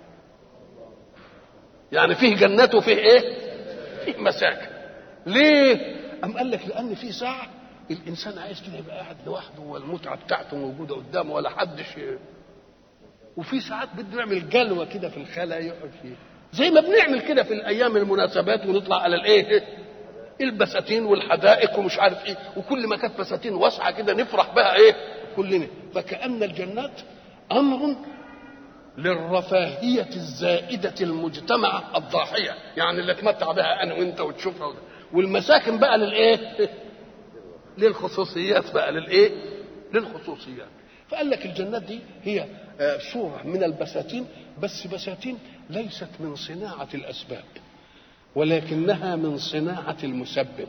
يعني فيه جنات وفيه إيه؟ فيه مساكن. ليه؟ أم قال لك لأن في ساعة الإنسان عايز كده يبقى قاعد لوحده والمتعة بتاعته موجودة قدامه ولا حدش، وفي ساعات بده يعمل جلوة كده في الخلا يقعد فيه، زي ما بنعمل كده في الأيام المناسبات ونطلع على الإيه؟ البساتين والحدائق ومش عارف إيه، وكل ما كانت بساتين واسعة كده نفرح بها إيه؟ كلنا. فكأن الجنات أمر للرفاهية الزائدة المجتمع الضاحية، يعني اللي اتمتع بها أنا وأنت وتشوفها. والمساكن بقى للإيه؟ للخصوصيات بقى، للإيه؟ للخصوصيات. فقال لك الجنات دي هي صورة من البساتين، بس بساتين ليست من صناعة الأسباب ولكنها من صناعة المسبب.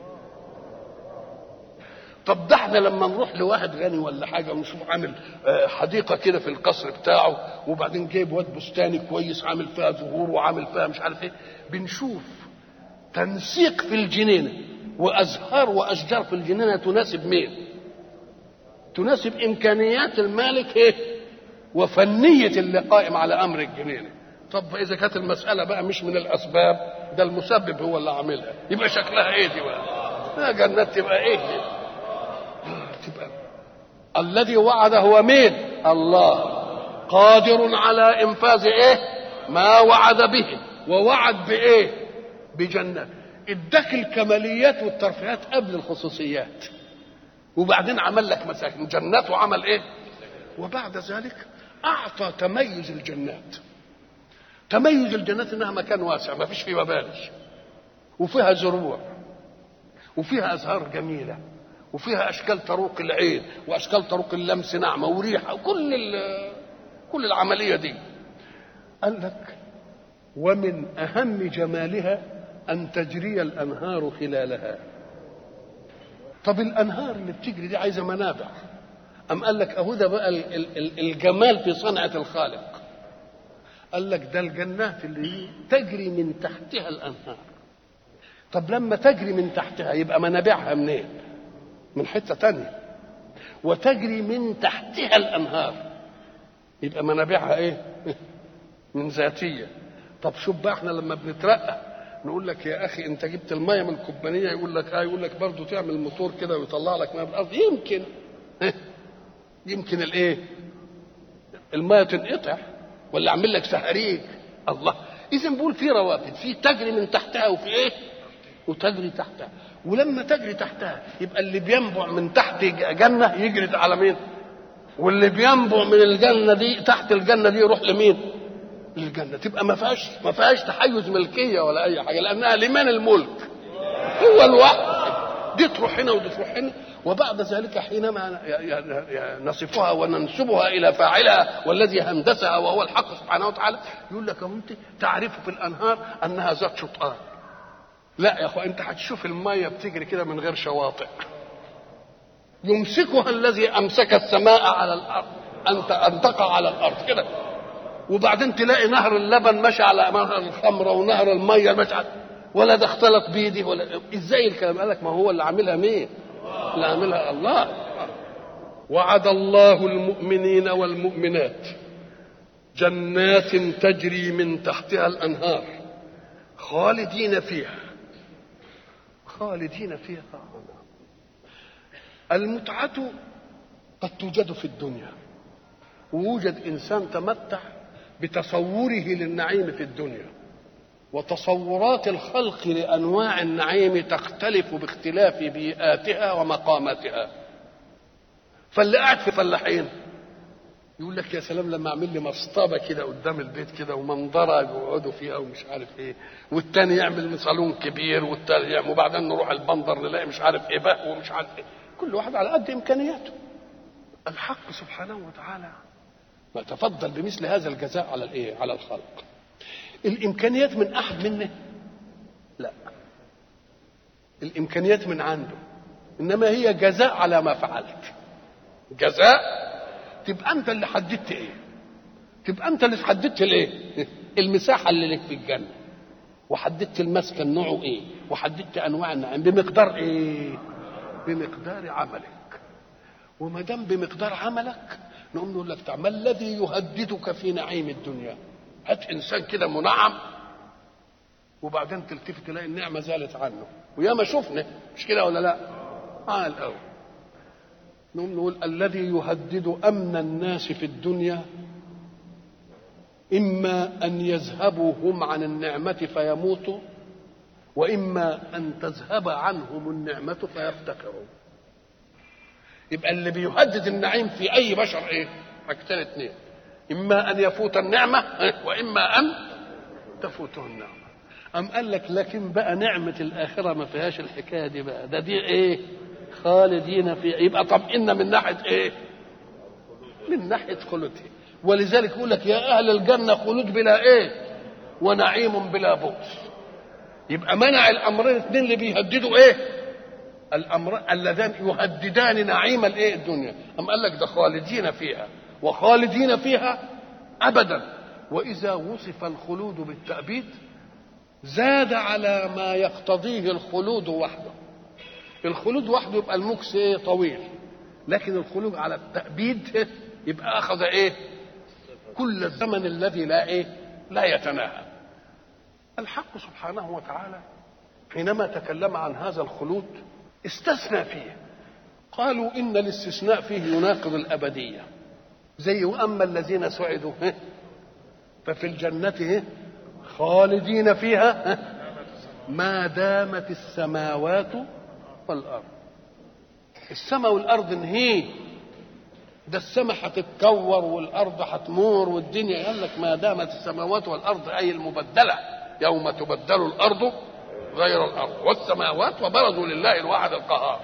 طب ده احنا لما نروح لواحد غني ولا حاجة ونشوف عامل حديقة كده في القصر بتاعه، وبعدين جايب واد بستاني كويس عامل فيها زهور وعامل فيها مش عارف ايه، بنشوف تنسيق في الجنينة وأزهار وأشجار في الجنينة تناسب مين؟ تناسب إمكانيات المالك ايه؟ وفنية اللي قائم على أمر الجنينة. طب إذا كانت المسألة بقى مش من الأسباب، ده المسبب هو اللي عاملها، يبقى شكلها ايه دي بقى؟ جنات تبقى ايه دي؟ تبقى الذي وعد هو مين؟ الله، قادر على إنفاذ ايه؟ ما وعد به. ووعد بايه؟ بجنات. اداك الكماليات والترفيهات قبل الخصوصيات، وبعدين عمل لك مساكن جنات وعمل ايه؟ وبعد ذلك اعطى تميز الجنات. تميز الجنات انها مكان واسع ما فيش فيه مباني، وفيها زروع وفيها ازهار جميله وفيها اشكال تروق العين واشكال تروق اللمس ناعمه وريحه كل العمليه دي. قال لك ومن اهم جمالها ان تجري الانهار خلالها. طب الانهار اللي بتجري دي عايزه منابع. ام قال لك اهو ده بقى الجمال في صنعه الخالق. قال لك ده الجنات اللي تجري من تحتها الانهار. طب لما تجري من تحتها يبقى منابعها منين؟ من حته تانية. وتجري من تحتها الانهار يبقى منابعها ايه؟ من ذاتيه. طب شوف بقى احنا لما بنترقى نقول لك يا اخي انت جبت الميه من الكوبانيه، يقول لك يقول لك برضه تعمل موتور كده ويطلع لك ميه من الارض، يمكن الايه؟ الميه تنقطع ولا اعمل لك سهريج. الله، اذا بقول في روابط، في تجري من تحتها وفي ايه؟ وتجري تحتها. ولما تجري تحتها يبقى اللي بينبع من تحت جنه يجري على مين؟ واللي بينبع من الجنه دي تحت الجنه دي يروح لمين؟ للجنه. تبقى ما فيهاش تحيز ملكيه ولا اي حاجه، لانها لمن الملك؟ هو الواحد. دي تروح هنا ودي تروح هنا. وبعد ذلك حينما نصفها وننسبها الى فاعلها والذي هندسها وهو الحق سبحانه وتعالى، يقول لك انت تعرف في الانهار انها ذات شطآن. لا يا اخوان، انت هتشوف الميه بتجري كده من غير شواطئ. يمسكها الذي امسك السماء على الارض ان تقع على الارض كده، وبعدين تلاقي نهر اللبن ماشي على نهر الخمره ونهر الميه ماشي ولا ده اختلط بيدي ولا ازاي الكلام؟ قال لك ما هو اللي عاملها مين؟ اللي عاملها الله. وعد الله المؤمنين والمؤمنات جنات تجري من تحتها الانهار خالدين فيها. خالدين فيها. المتعة قد توجد في الدنيا، ووجد انسان تمتع بتصوره للنعيم في الدنيا، وتصورات الخلق لانواع النعيم تختلف باختلاف بيئاتها ومقاماتها. فاللي قاعد في فلاحين يقول لك يا سلام لما اعمل لي مصطبه كده قدام البيت كده ومنظره يقعدوا فيها ومش عارف ايه، والتاني يعمل صالون كبير، والتاني يعمل، وبعدين نروح البندر نلاقي مش عارف ايه بقى ومش عارف ايه. كل واحد على قد امكانياته. الحق سبحانه وتعالى ما تفضل بمثل هذا الجزاء على الايه؟ على الخلق. الامكانيات من احد منه؟ لا، الامكانيات من عنده، انما هي جزاء على ما فعلت. جزاء. تبقى انت اللي حددت ايه؟ تبقى انت اللي حددت الايه؟ المساحه اللي لك في الجنه، وحددت المسكن نوعه ايه، وحددت انواع النعيم بمقدار ايه؟ بمقدار عملك. وما دام بمقدار عملك نقوم نقول لك ما الذي يهددك في نعيم الدنيا؟ هات انسان كده منعم وبعدين تلتفت تلاقي النعمه زالت عنه، وياما شفنا مش كده ولا لا؟ الاول نقوم نقول الذي يهدد امن الناس في الدنيا اما ان يذهبوا هم عن النعمه فيموتوا، واما ان تذهب عنهم النعمه فيفتقروا. يبقى اللي بيهدد النعيم في اي بشر ايه؟ حاجتين اتنين، اما ان يفوت النعمه واما ان تفوته النعمه. ام قال لك لكن بقى نعمه الاخره ما فيهاش الحكايه دي بقى، ده دي ايه؟ خالدين فيها. يبقى طمئنا من ناحيه ايه؟ من ناحيه خلوده. ولذلك يقول لك يا اهل الجنه خلود بلا ايه؟ ونعيم بلا بؤس. يبقى منع الامرين الاثنين اللي بيهددوا ايه؟ الامر اللذان يهددان نعيم الايه؟ الدنيا. ام قال لك ده خالدين فيها، وخالدين فيها ابدا. واذا وصف الخلود بالتأبيد زاد على ما يقتضيه الخلود وحده. الخلود وحده يبقى المكس ايه؟ طويل، لكن الخلود على التأبيد يبقى اخذ ايه؟ كل الزمن الذي لا ايه؟ لا يتناهى. الحق سبحانه وتعالى حينما تكلم عن هذا الخلود استثنى فيه. قالوا ان الاستثناء فيه يناقض الابديه، زي واما الذين سعدوا ففي الجنه خالدين فيها ما دامت السماوات والارض. السماء والارض انهي، ده السماء هتتكور والارض هتمور والدنيا. قال لك ما دامت السماوات والارض اي المبدله، يوم تبدل الارض غير الارض والسماوات وبرزوا لله الواحد القهار.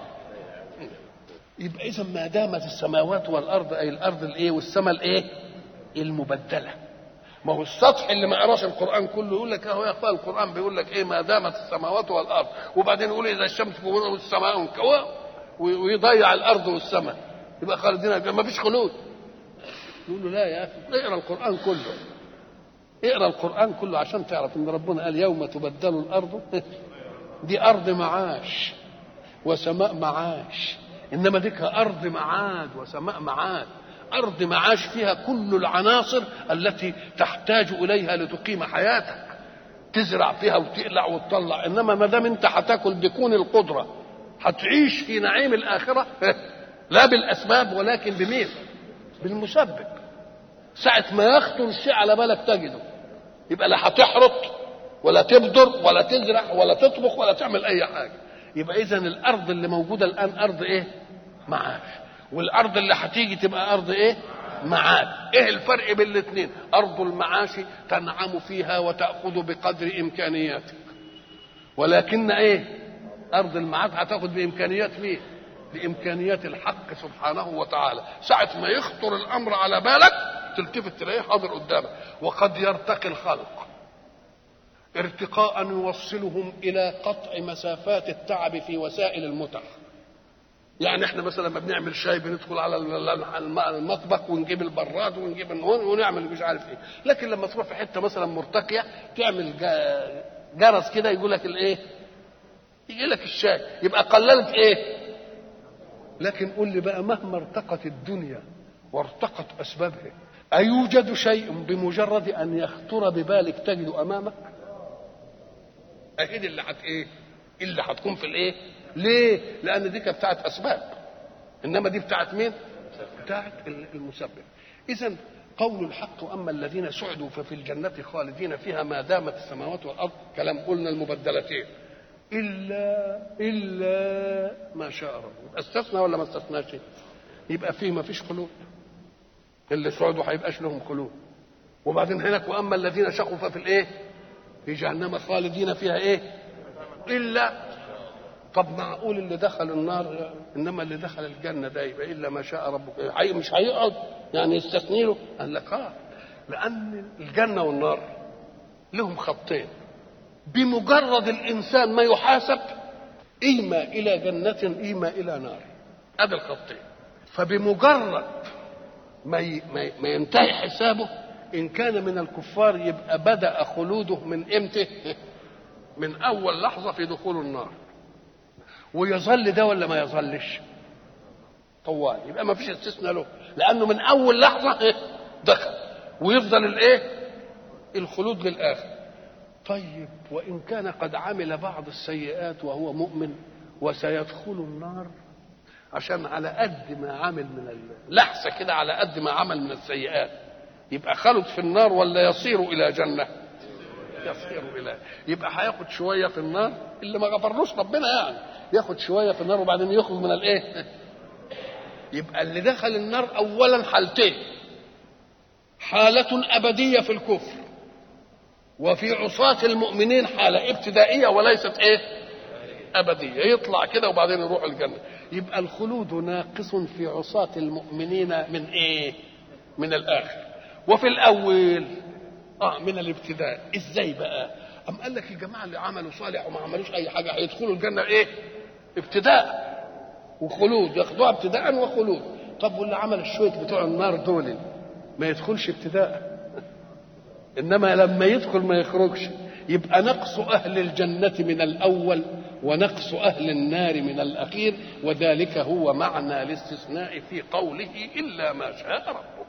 يبقى اذا ما دامت السماوات والارض اي الارض الايه والسماء الايه؟ المبدله. ما هو السطح اللي ما قراش القران كله يقول لك اهو يا اخويا القران بيقول لك ايه؟ ما دامت السماوات والارض، وبعدين يقول اذا الشمس كورت والسماء انكوى، ويضيع الارض والسماء، يبقى خالدين ما فيش خلود. يقول له لا يا اخي اقرا القران كله، اقرا القران كله عشان تعرف ان ربنا قال يوم تبدل الارض دي ارض معاش وسماء معاش، انما ديك ارض معاد وسماء معاد. ارض معاش فيها كل العناصر التي تحتاج اليها لتقيم حياتك، تزرع فيها وتقلع وتطلع. انما ما دام انت هتاكل بكون القدره هتعيش في نعيم الاخره لا بالاسباب ولكن بمين؟ بالمسبب. ساعه ما يخطر الشيء على بالك تجده، يبقى لا هتحرط ولا تبذر ولا تزرع ولا تطبخ ولا تعمل اي حاجه. يبقى اذا الارض اللي موجوده الان ارض ايه؟ معاش. والارض اللي هتيجي تبقى ارض ايه؟ معاد. ايه الفرق بين الاثنين؟ ارض المعاش تنعم فيها وتاخذ بقدر امكانياتك، ولكن ايه؟ ارض المعاد هتاخذ بامكانيات مين؟ بامكانيات الحق سبحانه وتعالى. ساعه ما يخطر الامر على بالك تلتفت تلاقيه حاضر قدامك. وقد يرتقي الخلق ارتقاء يوصلهم الى قطع مسافات التعب في وسائل المتع. يعني احنا مثلا لما بنعمل شاي بندخل على المطبخ ونجيب البراد ونجيب ونعمل مش عارف ايه، لكن لما تروح في حته مثلا مرتقيه تعمل جرس كده يقول لك الايه؟ يجي لك الشاي، يبقى قللت ايه؟ لكن قول لي بقى مهما ارتقت الدنيا وارتقت اسبابها، ايوجد شيء بمجرد ان يخطر ببالك تجد امامك؟ اكيد اللي ايه؟ اللي هتكون في الايه؟ ليه؟ لان دي كانت بتاعت اسباب، انما دي بتاعت مين؟ بتاعت المسبب. اذا قول الحق اما الذين سعدوا ففي الجنه خالدين فيها ما دامت السماوات والارض، كلام قلنا المبدلتين الا ما شاء ربك. استثنى ولا ما استثناش؟ يبقى فيه ما فيش خلود، اللي سعدوا هيبقاش لهم خلود. وبعدين هناك واما الذين شقوا ففي الايه؟ في جهنم خالدين فيها ايه؟ الا. طب معقول اللي دخل النار انما اللي دخل الجنه ده يبقى الا ما شاء ربك؟ مش هيقعد يعني يستثني له؟ قال لك لان الجنه والنار لهم خطين، بمجرد الانسان ما يحاسب اما الى جنه اما الى نار، هذا الخطين. فبمجرد ما ينتهي حسابه ان كان من الكفار يبقى بدا خلوده من امتى؟ من اول لحظه في دخول النار. ويظل ده ولا ما يظلش؟ طوال. يبقى ما فيش استثناء له، لانه من اول لحظه دخل ويفضل الايه؟ الخلود للاخر. طيب وان كان قد عمل بعض السيئات وهو مؤمن وسيدخل النار عشان على قد ما عمل من لحظه كده، على قد ما عمل من السيئات، يبقى خلد في النار ولا يصير الى جنه؟ يصير الى. يبقى هياخد شويه في النار اللي ما غفرلوش ربنا، يعني ياخد شويه في النار وبعدين يخرج من الايه؟ يبقى اللي دخل النار اولا حالتين: حاله ابديه في الكفر، وفي عصاة المؤمنين حاله ابتدائيه وليست ايه؟ ابديه، يطلع كده وبعدين يروح الجنه. يبقى الخلود ناقص في عصاة المؤمنين من ايه؟ من الاخر. وفي الاول من الابتداء. ازاي بقى؟ ام قال لك الجماعه اللي عملوا صالح وما عملوش اي حاجه هيدخلوا الجنه ايه؟ ابتداء وخلود، ياخدوها ابتداء وخلود. طب واللي عمل الشوية بتوع النار دول ما يدخلش ابتداء، انما لما يدخل ما يخرجش. يبقى نقص اهل الجنه من الاول ونقص اهل النار من الاخير، وذلك هو معنى الاستثناء في قوله الا ما شاء ربك.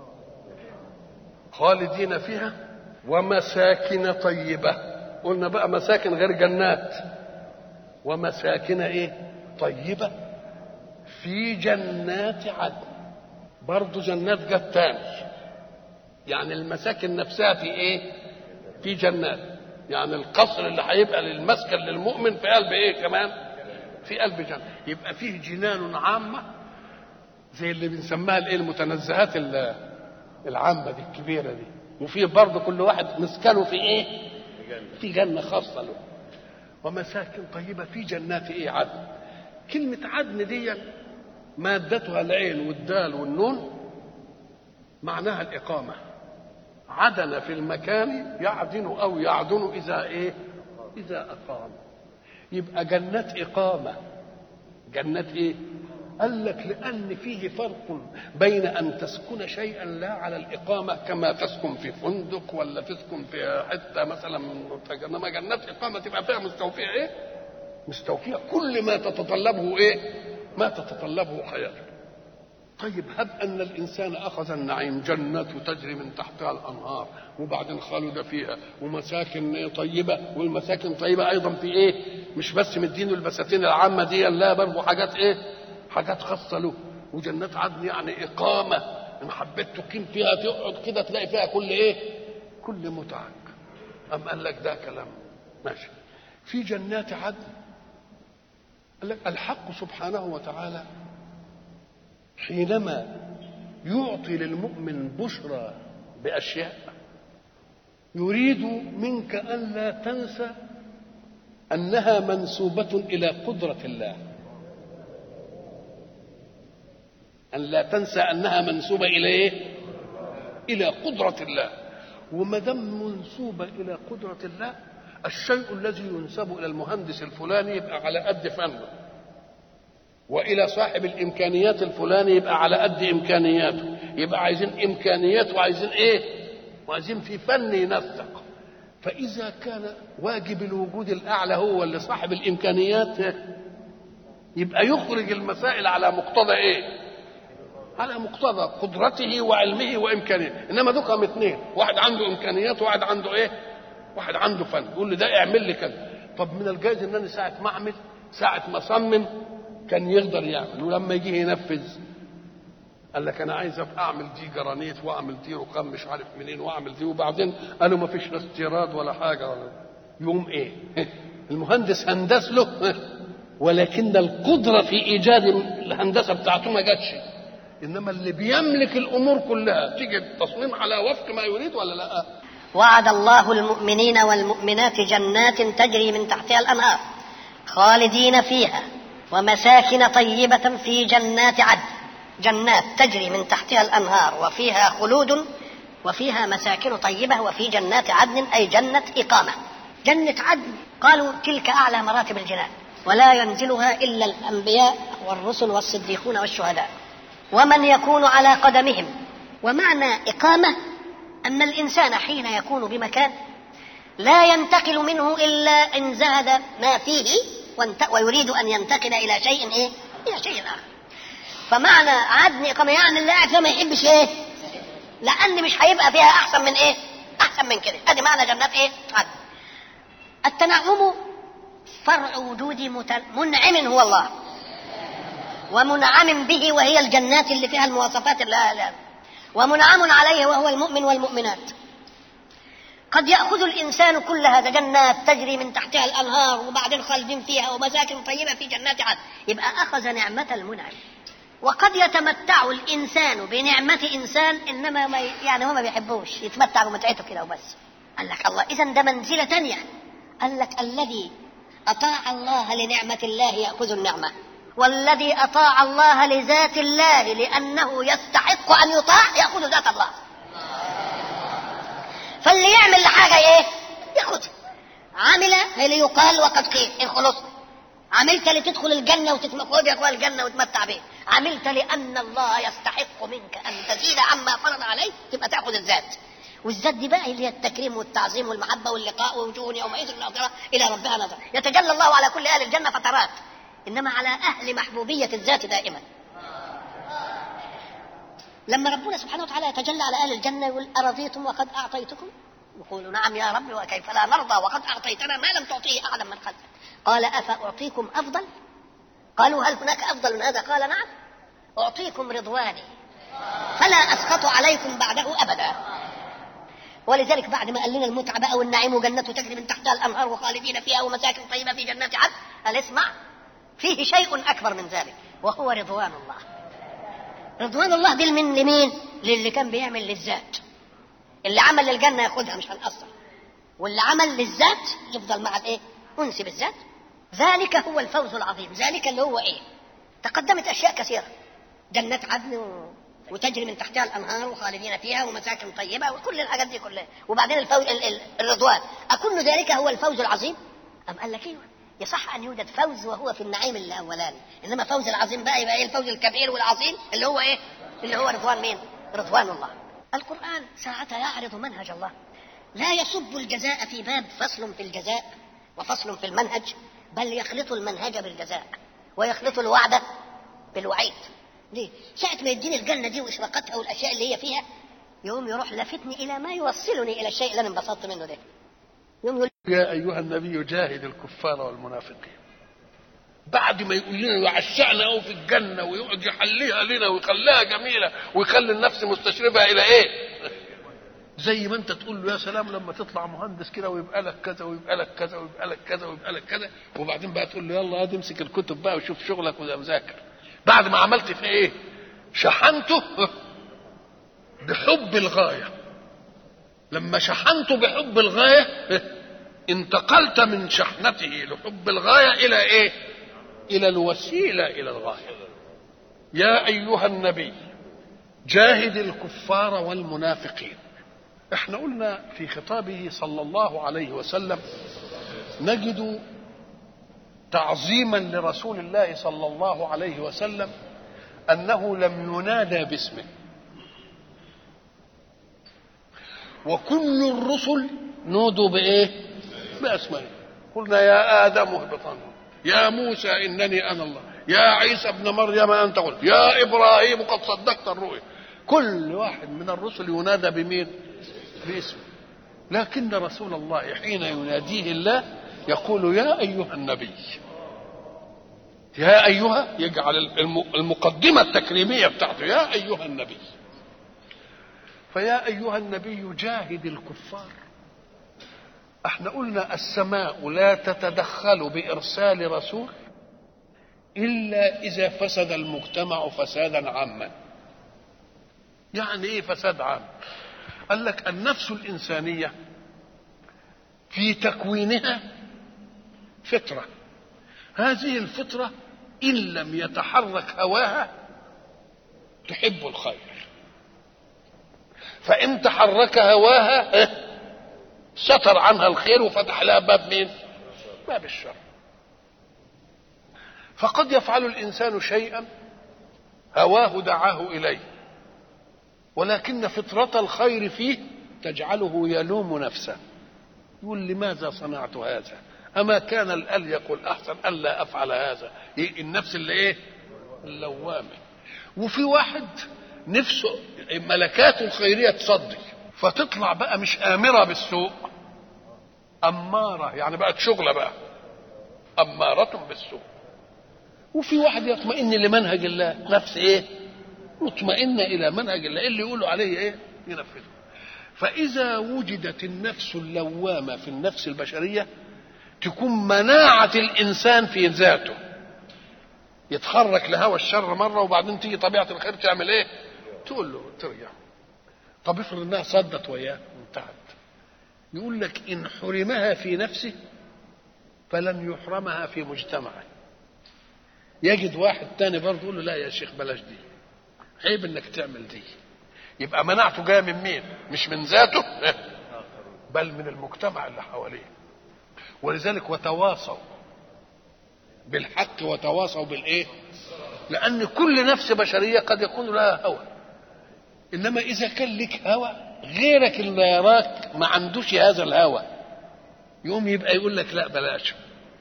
خالدين فيها ومساكن طيبه. قلنا بقى مساكن غير جنات، ومساكن ايه؟ طيبه في جنات عدن. برضو جنات جت تاني، يعني المساكن نفسها في ايه؟ في جنات. يعني القصر اللي هيبقى للمسكن للمؤمن في قلب ايه كمان؟ في قلب جنة. يبقى فيه جنان عامة زي اللي بنسميها الايه؟ المتنزهات العامة دي الكبيرة دي. وفيه برضه كل واحد مسكنه في ايه؟ في جنة خاصة له. ومساكن طيبة في جنات ايه؟ عدن. كلمة عدن دي مادتها العين والدال والنون، معناها الإقامة. عدن في المكان يعدن أو يعدن إذا إيه؟ إذا أقام. يبقى جنات إقامة. جنات إيه؟ قال لك لأن فيه فرق بين أن تسكن شيئا لا على الإقامة كما تسكن في فندق ولا تسكن في حتة مثلا، إنما جنات إقامة تبقى فيها مستوفية إيه؟ مستوفية كل ما تتطلبه إيه؟ ما تتطلبه حياته. طيب هب أن الإنسان أخذ النعيم، جنات تجري من تحتها الأنهار وبعدين خلد فيها، ومساكن طيبة، والمساكن طيبة أيضا في إيه؟ مش بس مدينه البساتين العامة دي، لا برضه حاجات إيه؟ حاجات خاصة له. وجنات عدن يعني إقامة، إن حبيت تقيم فيها تقعد كده تلاقي فيها كل إيه؟ كل متعك. أم قال لك ده كلام ماشي. في جنات عدن قال لك الحق سبحانه وتعالى حينما يعطي للمؤمن بشرى بأشياء يريد منك ألا تنسى أنها منسوبة إلى قدرة الله، أن لا تنسى أنها منسوبة إلى إيه؟ إلى قدرة الله. وما دام منسوبة إلى قدرة الله، الشيء الذي ينسب إلى المهندس الفلاني يبقى على قد فنه، وإلى صاحب الإمكانيات الفلاني يبقى على قد إمكانياته. يبقى عايزين إمكانيات وعايزين إيه؟ وعايزين في فن ينسق. فإذا كان واجب الوجود الأعلى هو اللي صاحب الإمكانيات، يبقى يخرج المسائل على مقتضى إيه؟ على مقتضى قدرته وعلمه وإمكانياته. إنما دول اثنين، واحد عنده إمكانيات وواحد عنده إيه؟ واحد عنده فن. يقول لي ده اعمل لي كذا. طب من الجائز إن أنا ساعة ما أعمل، ساعة ما أصمم كان يقدر يعمل، ولما يجي ينفذ قال لك أنا عايز أبقى أعمل دي جرانيت وأعمل دي رقم مش عارف منين وأعمل دي، وبعدين قالوا ما فيش استيراد ولا حاجة ولا يوم إيه؟ المهندس هندس له، ولكن القدرة في إيجاد الهندسة بتاعته ما جاتش. إنما اللي بيملك الأمور كلها تيجي التصميم على وفق ما يريد ولا لا؟ وعد الله المؤمنين والمؤمنات جنات تجري من تحتها الأنهار خالدين فيها ومساكن طيبة في جنات عدن. جنات تجري من تحتها الأنهار وفيها خلود وفيها مساكن طيبة وفي جنات عدن أي جنة إقامة. جنة عدن قالوا تلك أعلى مراتب الجنان، ولا ينزلها إلا الأنبياء والرسل والصديقون والشهداء ومن يكون على قدمهم. ومعنى إقامة أن الإنسان حين يكون بمكان لا ينتقل منه إلا إن زهد ما فيه ويريد أن ينتقل إلى شيء إيه؟ إلى شيء آخر. فمعنى عدن إقامة يعني اللي قاعد فيها ما يحبش إيه؟ لأن مش هيبقى فيها أحسن من إيه؟ أحسن من كده. هذه معنى جنات إيه؟ عدن. التنعم فرع وجود منعم هو الله، ومنعم به وهي الجنات اللي فيها المواصفات اللي ومنعم عليه وهو المؤمن والمؤمنات. قد يأخذ الإنسان كل هذا، جنات تجري من تحتها الأنهار وبعدين خالدين فيها ومساكن طيبة في جنات عدن، يبقى أخذ نعمة المنعم. وقد يتمتع الإنسان بنعمة إنسان إنما يعني هو ما بيحبوش يتمتع بمتعته كده وبس. قال لك الله إذن ده منزلة تانية. قال لك الذي أطاع الله لنعمة الله يأخذ النعمة، والذي أطاع الله لذات الله لأنه يستحق أن يطاع يأخذ ذات الله. فاللي يعمل لحاجة إيه؟ يأخذها. عمل ليقال وقد قيل إن خلص. عملت لتدخل الجنة وتتمخذ يا الجنة وتمتع به. عملت لأن الله يستحق منك أن تزيد عما فرض عليه تبقى تأخذ الذات. والذات دي بقى اللي هي التكريم والتعظيم والمحبة واللقاء ووجوه يومئذ ناظرة إلى ربها نظرة. يتجلى الله على كل أهل الجنة فترات، إنما على أهل محبوبية الذات دائما. لما ربنا سبحانه وتعالى يتجلى على أهل الجنة يقول أرضيتم وقد أعطيتكم؟ يقولوا نعم يا رب وكيف لا نرضى وقد أعطيتنا ما لم تعطيه أحدا من خلقك. قال أفأعطيكم أفضل؟ قالوا هل هناك أفضل من هذا؟ قال نعم، أعطيكم رضواني فلا أسخط عليكم بعده أبدا. ولذلك بعد ما قال لنا المتعة بقى والنعيم وجنة تجري من تحتها الأنهار وخالدين فيها ومساكن طيبة في جنات عدن، قال اسمع فيه شيء أكبر من ذلك وهو رضوان الله. رضوان الله دي لمين؟ للي كان بيعمل للذات. اللي عمل للجنة ياخدها مش هنقصر، واللي عمل للذات يفضل مع الايه؟ أنس بالذات. ذلك هو الفوز العظيم. ذلك اللي هو ايه؟ تقدمت أشياء كثيرة، جنات عدن وتجري من تحتها الأنهار وخالدين فيها ومساكن طيبة وكل الحاجات دي كلها، وبعدين الفوز الرضوان. أكل ذلك هو الفوز العظيم؟ أم قال لك ايوه، يصح أن يوجد فوز وهو في النعيم الأولاني، إنما فوز العظيم بقى يبقى إيه؟ الفوز الكبير والعظيم اللي هو إيه؟ اللي هو رضوان مين؟ رضوان الله. القرآن ساعتها يعرض منهج الله، لا يصب الجزاء في باب فصل في الجزاء وفصل في المنهج، بل يخلط المنهج بالجزاء ويخلط الوعد بالوعيد. ليه؟ ساعة ما يديني الجنة دي وإشراقتها والأشياء اللي هي فيها يوم يروح لفتني إلى ما يوصلني إلى الشيء اللي أنا انبسطت منه ده. يوم يقول يا أيها النبي جاهد الكفار والمنافقين. بعد ما يقول لنا وعشقنا أو في الجنة ويقعد يحليها لنا ويخليها جميلة ويخلي النفس مستشرفة إلى إيه؟ زي ما أنت تقول له يا سلام لما تطلع مهندس كده ويبقى لك كذا ويبقى لك كذا ويبقى لك كذا ويبقى لك كذا، وبعدين بقى تقول له يلا هات امسك الكتب بقى وشوف شغلك وذاكر. بعد ما عملت في إيه؟ شحنته بحب الغاية. لما شحنته بحب الغاية انتقلت من شحنته لحب الغاية إلى إيه؟ إلى الوسيلة إلى الغاية. يا أيها النبي جاهد الكفار والمنافقين. احنا قلنا في خطابه صلى الله عليه وسلم نجد تعظيما لرسول الله صلى الله عليه وسلم أنه لم ينادى باسمه، وكل الرسل نودوا بإيه؟ بأسمائه. قلنا يا آدم اهبط، يا موسى إنني أنا الله، يا عيسى ابن مريم أنت قلت، يا إبراهيم قد صدقت الرؤيا. كل واحد من الرسل ينادى بمين؟ باسمه. لكن رسول الله حين يناديه الله يقول يا أيها النبي. يا أيها يجعل المقدمة التكريمية بتاعته يا أيها النبي. فيا أيها النبي جاهد الكفار. احنا قلنا السماء لا تتدخل بإرسال رسول إلا إذا فسد المجتمع فسادا عاما. يعني إيه فساد عام؟ قال لك النفس الإنسانية في تكوينها فطرة، هذه الفطرة إن لم يتحرك هواها تحب الخير، فإن تحرك هواها ستر عنها الخير وفتح لها باب مين؟ باب الشر. فقد يفعل الإنسان شيئا هواه دعاه إليه، ولكن فطرة الخير فيه تجعله يلوم نفسه، يقول لماذا صنعت هذا؟ أما كان الأليق الأحسن ألا أفعل هذا؟ النفس اللي إيه؟ اللوامة. وفي واحد نفسه ملكاته الخيرية تصدي، فتطلع بقى مش آمرة بالسوء، أمارة، يعني بقت شغلة بقى أمارة بالسوء. وفي واحد يطمئن لمنهج الله، نفس إيه؟ مطمئنة إلى منهج الله، اللي يقولوا عليه إيه؟ ينفذه. فإذا وجدت النفس اللوامة في النفس البشرية تكون مناعة الإنسان في ذاته، يتحرك لهوى الشر مرة وبعدين تيجي طبيعة الخير تعمل إيه؟ تقول له ترجع. طب افرض انها صدت وياه انتهت. يقول لك ان حرمها في نفسه فلن يحرمها في مجتمعه. يجد واحد تاني برضه يقول له لا يا شيخ بلاش دي، عيب انك تعمل دي. يبقى مناعته جايه من مين؟ مش من ذاته بل من المجتمع اللي حواليه. ولذلك وتواصوا بالحق وتواصوا بالايه؟ لان كل نفس بشريه قد يكون لها هوى، انما اذا كان لك هوى غيرك اللي يراك ما عندوش هذا الهوى يقوم يبقى يقول لك لا بلاش.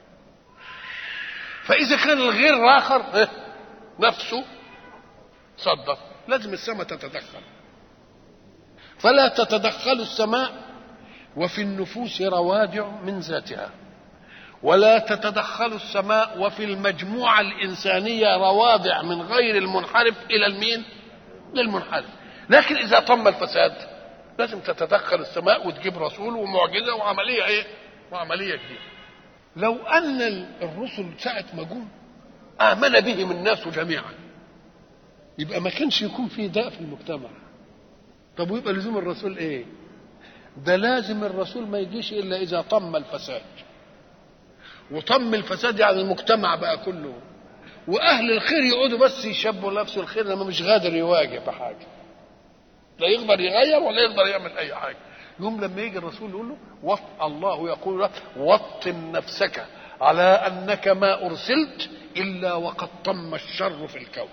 فاذا كان الغير الاخر نفسه صدق لازم السماء تتدخل. فلا تتدخل السماء وفي النفوس روادع من ذاتها، ولا تتدخل السماء وفي المجموعة الإنسانية روادع من غير المنحرف إلى المين؟ للمنحرف. لكن إذا تم الفساد لازم تتدخل السماء وتجيب رسول ومعجزة وعملية إيه؟ وعملية جديدة. لو أن الرسل ساعة ما جم آمن بهم الناس جميعا يبقى ما كانش يكون فيه داء في المجتمع. طب ويبقى لزوم الرسول إيه؟ ده لازم الرسول ما يجيش إلا إذا تم الفساد، وتم الفساد يعني المجتمع بقى كله وأهل الخير يقعدوا بس يشبوا نفسه الخير لما مش قادر يواجه بحاجة، لا يقدر يغير ولا يقدر يعمل أي حاجة. يوم لما يجي الرسول يقول له الله يقول له وطن نفسك على أنك ما أرسلت إلا وقد تم الشر في الكون،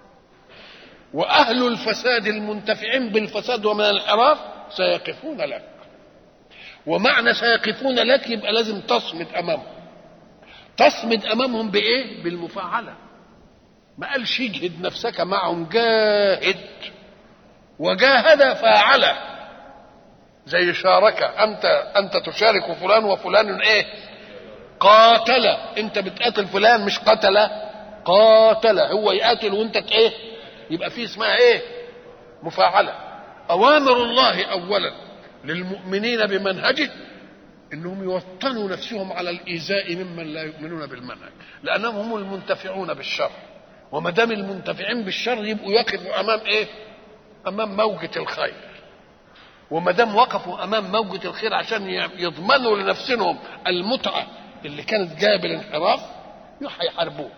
وأهل الفساد المنتفعين بالفساد ومن الانحراف سيقفون لك. ومعنى سيقفون لك يبقى لازم تصمد أمامهم. تصمد أمامهم بإيه؟ بالمفاعلة. ما قالش اجهد نفسك معهم، جاهد. وجاهد فاعله، زي شارك، أنت تشارك فلان وفلان إيه؟ قاتل. أنت بتقاتل فلان مش قتل، قاتل. هو يقاتل وأنت إيه؟ يبقى فيه اسمها إيه؟ مفاعلة. أوامر الله أولا للمؤمنين بمنهجه انهم يوطنوا نفسهم على الايذاء ممن لا يؤمنون بالمنهج، لانهم هم المنتفعون بالشر وما دام المنتفعين بالشر يبقوا يقفوا امام ايه؟ امام موجة الخير. وما دام وقفوا امام موجة الخير عشان يضمنوا لنفسهم المتعة اللي كانت جايه بالانحراف هيحاربوك.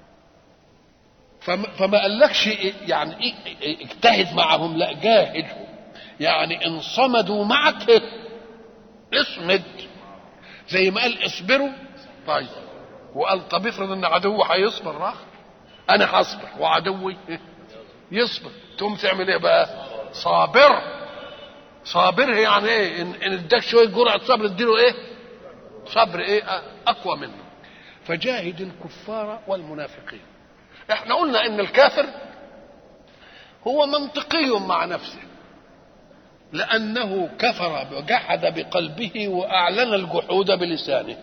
فما قالكش يعني إيه اجتهد معهم، لا جاهدهم، يعني ان صمدوا معك اصمد، زي ما قال اصبروا. طيب وقال طب افرض ان عدوي هيصبر، راح انا هصبر وعدوي يصبر، تقوم تعمل ايه بقى؟ صابر. صابر يعني ايه؟ ان اداك شويه جرعه صبر اديله ايه؟ صبر ايه اقوى منه. فجاهد الكفار والمنافقين. احنا قلنا ان الكافر هو منطقي مع نفسه، لانه كفر وجحد بقلبه واعلن الجحود بلسانه.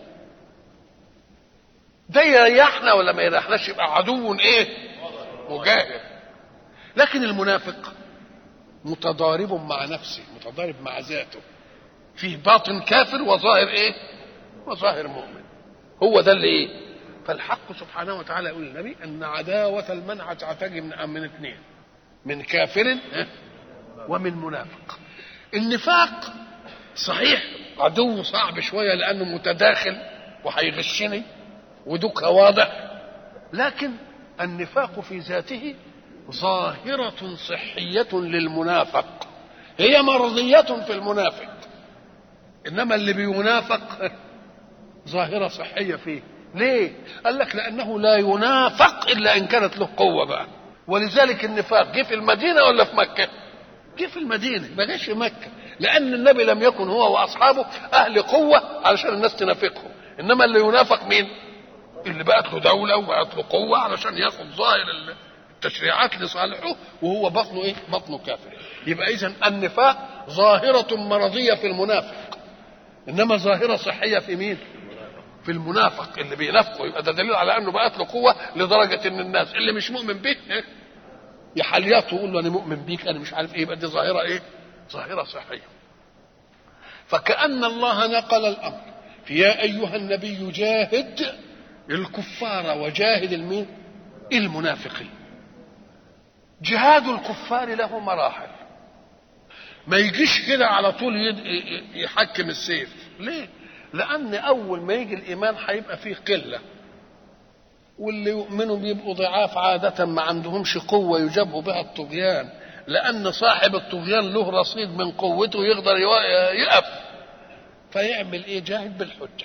ده يريحنا ولا ما يريحناش؟ يبقى عدو ايه؟ مجاهد. لكن المنافق متضارب مع نفسه، متضارب مع ذاته، فيه باطن كافر وظاهر ايه؟ وظاهر مؤمن. هو ده اللي ايه؟ فالحق سبحانه وتعالى يقول للنبي ان عداوة المنع تعتقي من اثنين، من كافر ومن منافق. النفاق صحيح عدو صعب شوية لانه متداخل وهيغشني ودك واضح، لكن النفاق في ذاته ظاهرة صحية للمنافق، هي مرضية في المنافق، انما اللي بينافق ظاهرة صحية فيه. ليه؟ قال لك لانه لا ينافق الا ان كانت له قوة بقى. ولذلك النفاق جه في المدينة ولا في مكة؟ جه في المدينة، ما جاش في مكة، لان النبي لم يكن هو واصحابه اهل قوة علشان الناس تنافقهم. انما اللي ينافق مين؟ اللي بقت له دولة وبقت له قوة علشان ياخد ظاهر التشريعات لصالحه، وهو بطنه ايه؟ بطنه كافر. يبقى اذا النفاق ظاهرة مرضية في المنافق، انما ظاهرة صحية في مين؟ في المنافق اللي بينافقه. يبقى ده دليل على انه بقت له قوة لدرجة ان الناس اللي مش مؤمن به يحلياته ويقول له انا مؤمن بيك انا مش عارف ايه. يبقى دي ظاهرة ايه؟ ظاهرة صحية. فكأن الله نقل الامر في يا ايها النبي جاهد الكفار وجاهد المين؟ المنافقين. جهاد الكفار له مراحل، ما يجيش كده على طول يحكم السيف. ليه؟ لان اول ما يجي الايمان هيبقى فيه قله، واللي يؤمنوا بيبقوا ضعاف عاده، ما عندهمش قوه يجابهوا بها الطغيان، لان صاحب الطغيان له رصيد من قوته يقدر يقف. فيعمل ايه؟ جاهد بالحجه.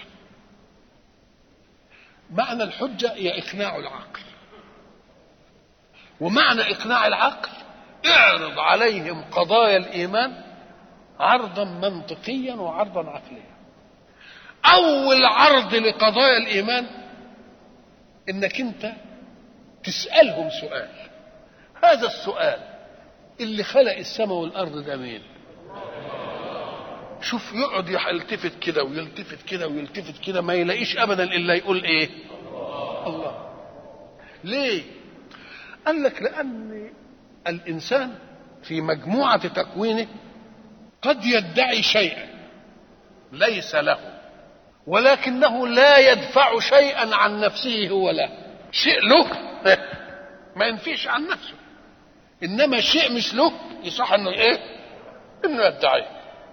معنى الحجه هي اقناع العقل، ومعنى اقناع العقل اعرض عليهم قضايا الايمان عرضا منطقيا وعرضا عقليا. اول عرض لقضايا الايمان انك انت تسالهم سؤال. هذا السؤال اللي خلق السماء والارض ده مين؟ شوف يقعد يلتفت كده ويلتفت كده ويلتفت كده، ما يلاقيش ابدا الا يقول ايه؟ الله. ليه؟ قال لك لأن الإنسان في مجموعة تكوينه قد يدعي شيئا ليس له، ولكنه لا يدفع شيئا عن نفسه هو له. شيء له ما ينفيش عن نفسه، إنما شيء مش له يصح إنه إيه؟ إنه يدعيه.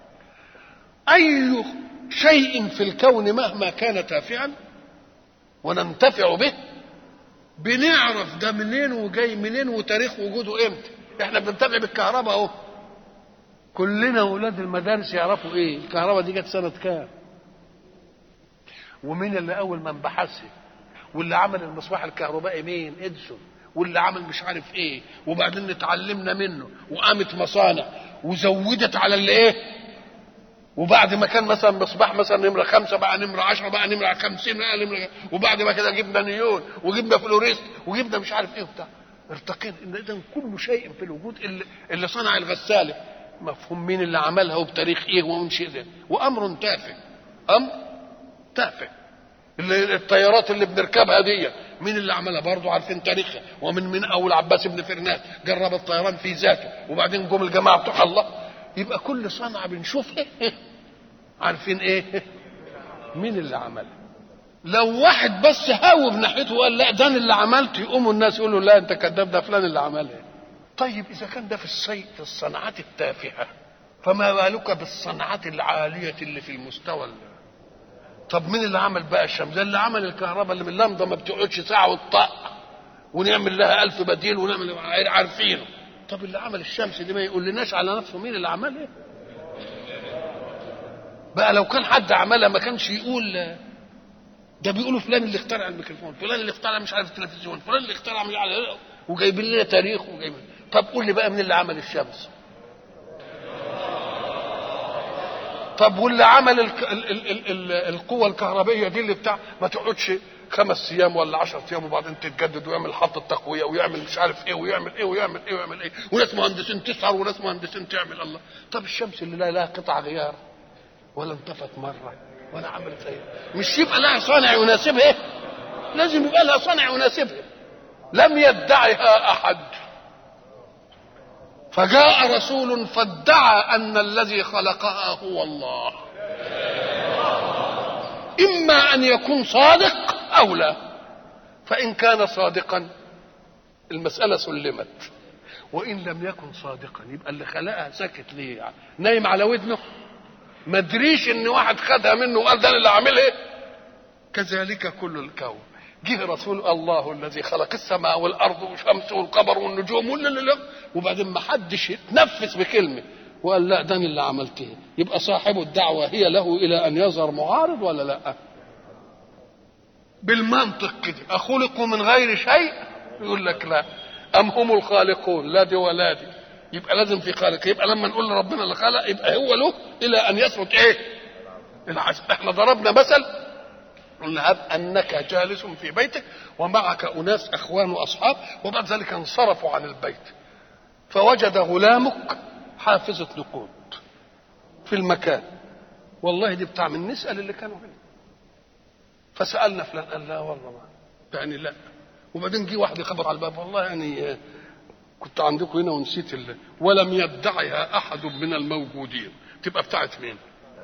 أي شيء في الكون مهما كان تافها وننتفع به بنعرف ده منين وجاي منين وتاريخ وجوده امتى. احنا بننتفع بالكهرباء اهو، كلنا اولاد المدارس يعرفوا ايه الكهرباء دي جت سنه كام، ومين اللي اول من بحثها، واللي عمل المصباح الكهربائي مين؟ اديسون، واللي عمل مش عارف ايه. وبعدين اتعلمنا منه وقامت مصانع وزودت على اللي ايه. وبعد ما كان مثلا مصباح مثلا نمرة 5 بقى نمرة 10 بقى نمرة 50 بقى نمرة، وبعد ما كده جبنا نيون وجبنا فلوريست وجبنا مش عارف ايه وبتاع. ارتقينا. ان اذا كل شيء في الوجود اللي صنع الغسالة مفهوم مين اللي عملها وبتاريخ ايه ومن شيء ده، وامر تافه. امر تافه. الطيارات اللي بنركبها دي مين اللي عملها؟ برضه عارفين تاريخها. ومن اول عباس بن فرناس جرب الطيران في ذاته، وبعدين جم الجماعه بتوع الله. يبقى كل صنعه بنشوف ايه عارفين ايه مين اللي عملها. لو واحد بس هاوب ناحيته وقال لا ده اللي عملته، يقوموا الناس يقولوا لا انت كذاب، ده فلان اللي عملها. طيب اذا كان ده في الصناعات التافهه، فما بالك بالصناعات العاليه اللي في المستوى طب مين اللي عمل بقى الشمس؟ ده اللي عمل الكهرباء اللي من اللمضه ما بتقعدش ساعه وتطق ونعمل لها 1000 بديل ونعمل عارفينه. طب اللي عمل الشمس دي ما يقولناش على نفسه مين اللي عملها بقى؟ لو كان حد عملها ما كانش يقول ده بيقولوا فلان اللي اخترع الميكروفون، فلان اللي اخترع مش عارف التلفزيون، فلان اللي اخترع مش عارف، وجايبين لنا تاريخ وجايبين. طب قول لي بقى مين اللي عمل الشمس؟ طب واللي عمل القوة الكهربية دي اللي بتاع ما تقعدش 5 أيام ولا 10 أيام وبعدين تتجدد ويعمل حط التقوية ويعمل مش عارف ايه ويعمل ايه ويعمل ايه ويعمل ايه، وناس مهندسين تسهر وناس مهندسين تعمل الله. طب الشمس اللي لا لها قطع غيار ولا انطفت مرة ولا عملت ايه، مش يبقى لها صانع يناسبها؟ لازم يبقى لها صانع يناسبها. لم يدعها أحد، فجاء رسول فادعى أن الذي خلقها هو الله. إما أن يكون صادق أو لا، فإن كان صادقا المسألة سلمت، وإن لم يكن صادقا يبقى اللي خلقها ساكت ليه؟ نايم على ودنه؟ ما ادريش ان واحد خدها منه وقال ده اللي عاملها. كذلك كل الكون. جه رسول الله الذي خلق السماء والارض والشمس والقمر والنجوم وبعدين ما حدش يتنفس بكلمه وقال لا ده اللي عملته. يبقى صاحب الدعوه هي له الى ان يظهر معارض ولا لا؟ بالمنطق كده اخلقوا من غير شيء؟ يقول لك لا. ام هم الخالقون؟ لا دي ولا دي. يبقى لازم في خالق. يبقى لما نقول ربنا اللي خلق يبقى هو له الى ان يثبت ايه؟ العزم. احنا ضربنا مثل قلنا هب انك جالس في بيتك ومعك اناس اخوان واصحاب، وبعد ذلك انصرفوا عن البيت فوجد غلامك حافظة نقود في المكان. والله دي بتاع من نسأل اللي كانوا هنا. فسألنا فلان قال لا والله ما يعني لا. وبعدين جه واحد يخبط على الباب والله يعني كنت عندكم هنا ونسيت ولم يدعها احد من الموجودين. تبقى بتاعت مين؟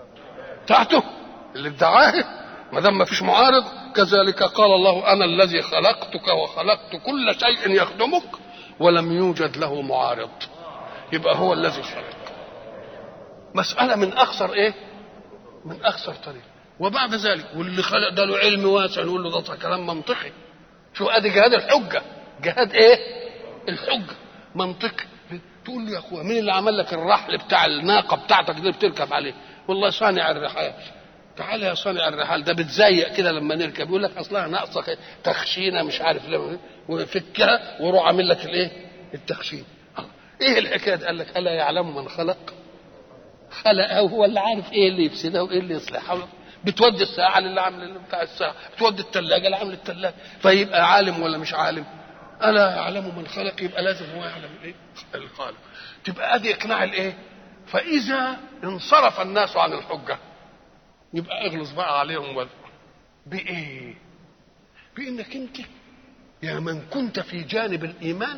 بتاعته اللي ادعاها ما دام ما فيش معارض. كذلك قال الله انا الذي خلقتك وخلقت كل شيء يخدمك ولم يوجد له معارض. يبقى هو الذي خلق. مسألة من اخسر ايه؟ من اخسر طريق. وبعد ذلك واللي خلق ده له علم واسع نقول له ده كلام منطقي. شو ادي جهاد الحجه. جهاد ايه؟ الحجه منطقي. تقول له يا اخويا مين اللي عمل لك الرحل بتاع الناقه بتاعتك دي بتركب عليه؟ والله صانع الرحال. تعالى يا صانع الرحال ده بتزيق كده لما نركب يقول لك اصلها ناقصه تخشينه مش عارف ليه وفكها وروح عامل لك الايه؟ التخشين. ايه الحكايه؟ قال لك الا يعلم من خلق؟ خلقها وهو اللي عارف ايه اللي يفسدها وايه اللي يصلحها. بتودي الساعه للي عامل بتاع الساعه، بتودي الثلاجه اللي عامل الثلاجه. فيبقى عالم ولا مش عالم؟ الا يعلم من خلق. يبقى لازم هو يعلم الايه؟ الخالق. تبقى ادي اقناع الايه؟ فاذا انصرف الناس عن الحجه يبقى اغلظ بقى عليهم بايه؟ بانك انت يا من كنت في جانب الايمان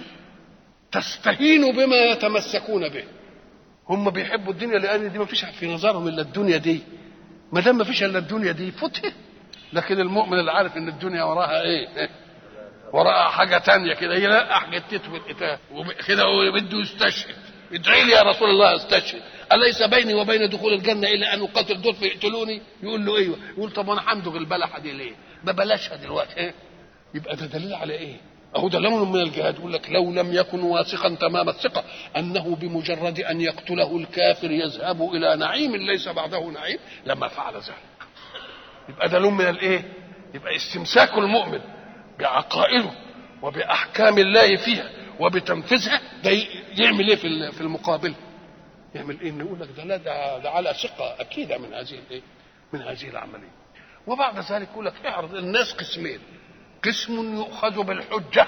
تستهين بما يتمسكون به. هم بيحبوا الدنيا لان دي ما فيش في نظرهم الا الدنيا دي. ما دام ما فيش الا الدنيا دي فتح. لكن المؤمن اللي عارف ان الدنيا وراها ايه؟ وراها حاجه تانية كده يلقح جتته بالقتال وكده وبده يستشهد. ادعي لي يا رسول الله استشهد. أليس بيني وبين دخول الجنة إلا أن أقاتل دول فيقتلوني؟ يقول له أيوه. يقول طب أنا همدغ البلحة دي ليه؟ ببلاشها دلوقتي إيه؟ يبقى ده دليل على إيه؟ أهو دليل من الجهاد. يقول لك لو لم يكن واثقا تمام الثقة أنه بمجرد أن يقتله الكافر يذهب إلى نعيم ليس بعده نعيم لما فعل ذلك. يبقى دليل من الإيه؟ يبقى استمساك المؤمن بعقائده وبأحكام الله فيها وبتنفيذها ده يعمل ايه في المقابل؟ يعمل ايه؟ نقول لك ده لا ده على ثقه اكيده من هذه الايه؟ من هذه العمليه. وبعد ذلك يقول لك اعرض الناس قسمين. قسم يؤخذ بالحجه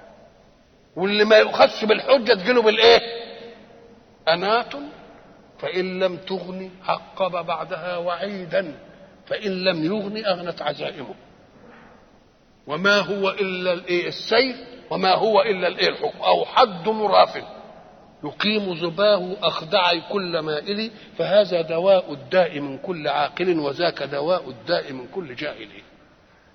واللي ما يؤخذش بالحجه تجيله بالايه؟ انات فان لم تغني عقب بعدها وعيدا فان لم يغني اغنت عزائمه. وما هو الا الايه؟ السير. وما هو الا الايه؟ الحكم. او حد مراف يقيم زباه اخدع كل مائل فهذا دواء الداء من كل عاقل وذاك دواء الداء من كل جاهل.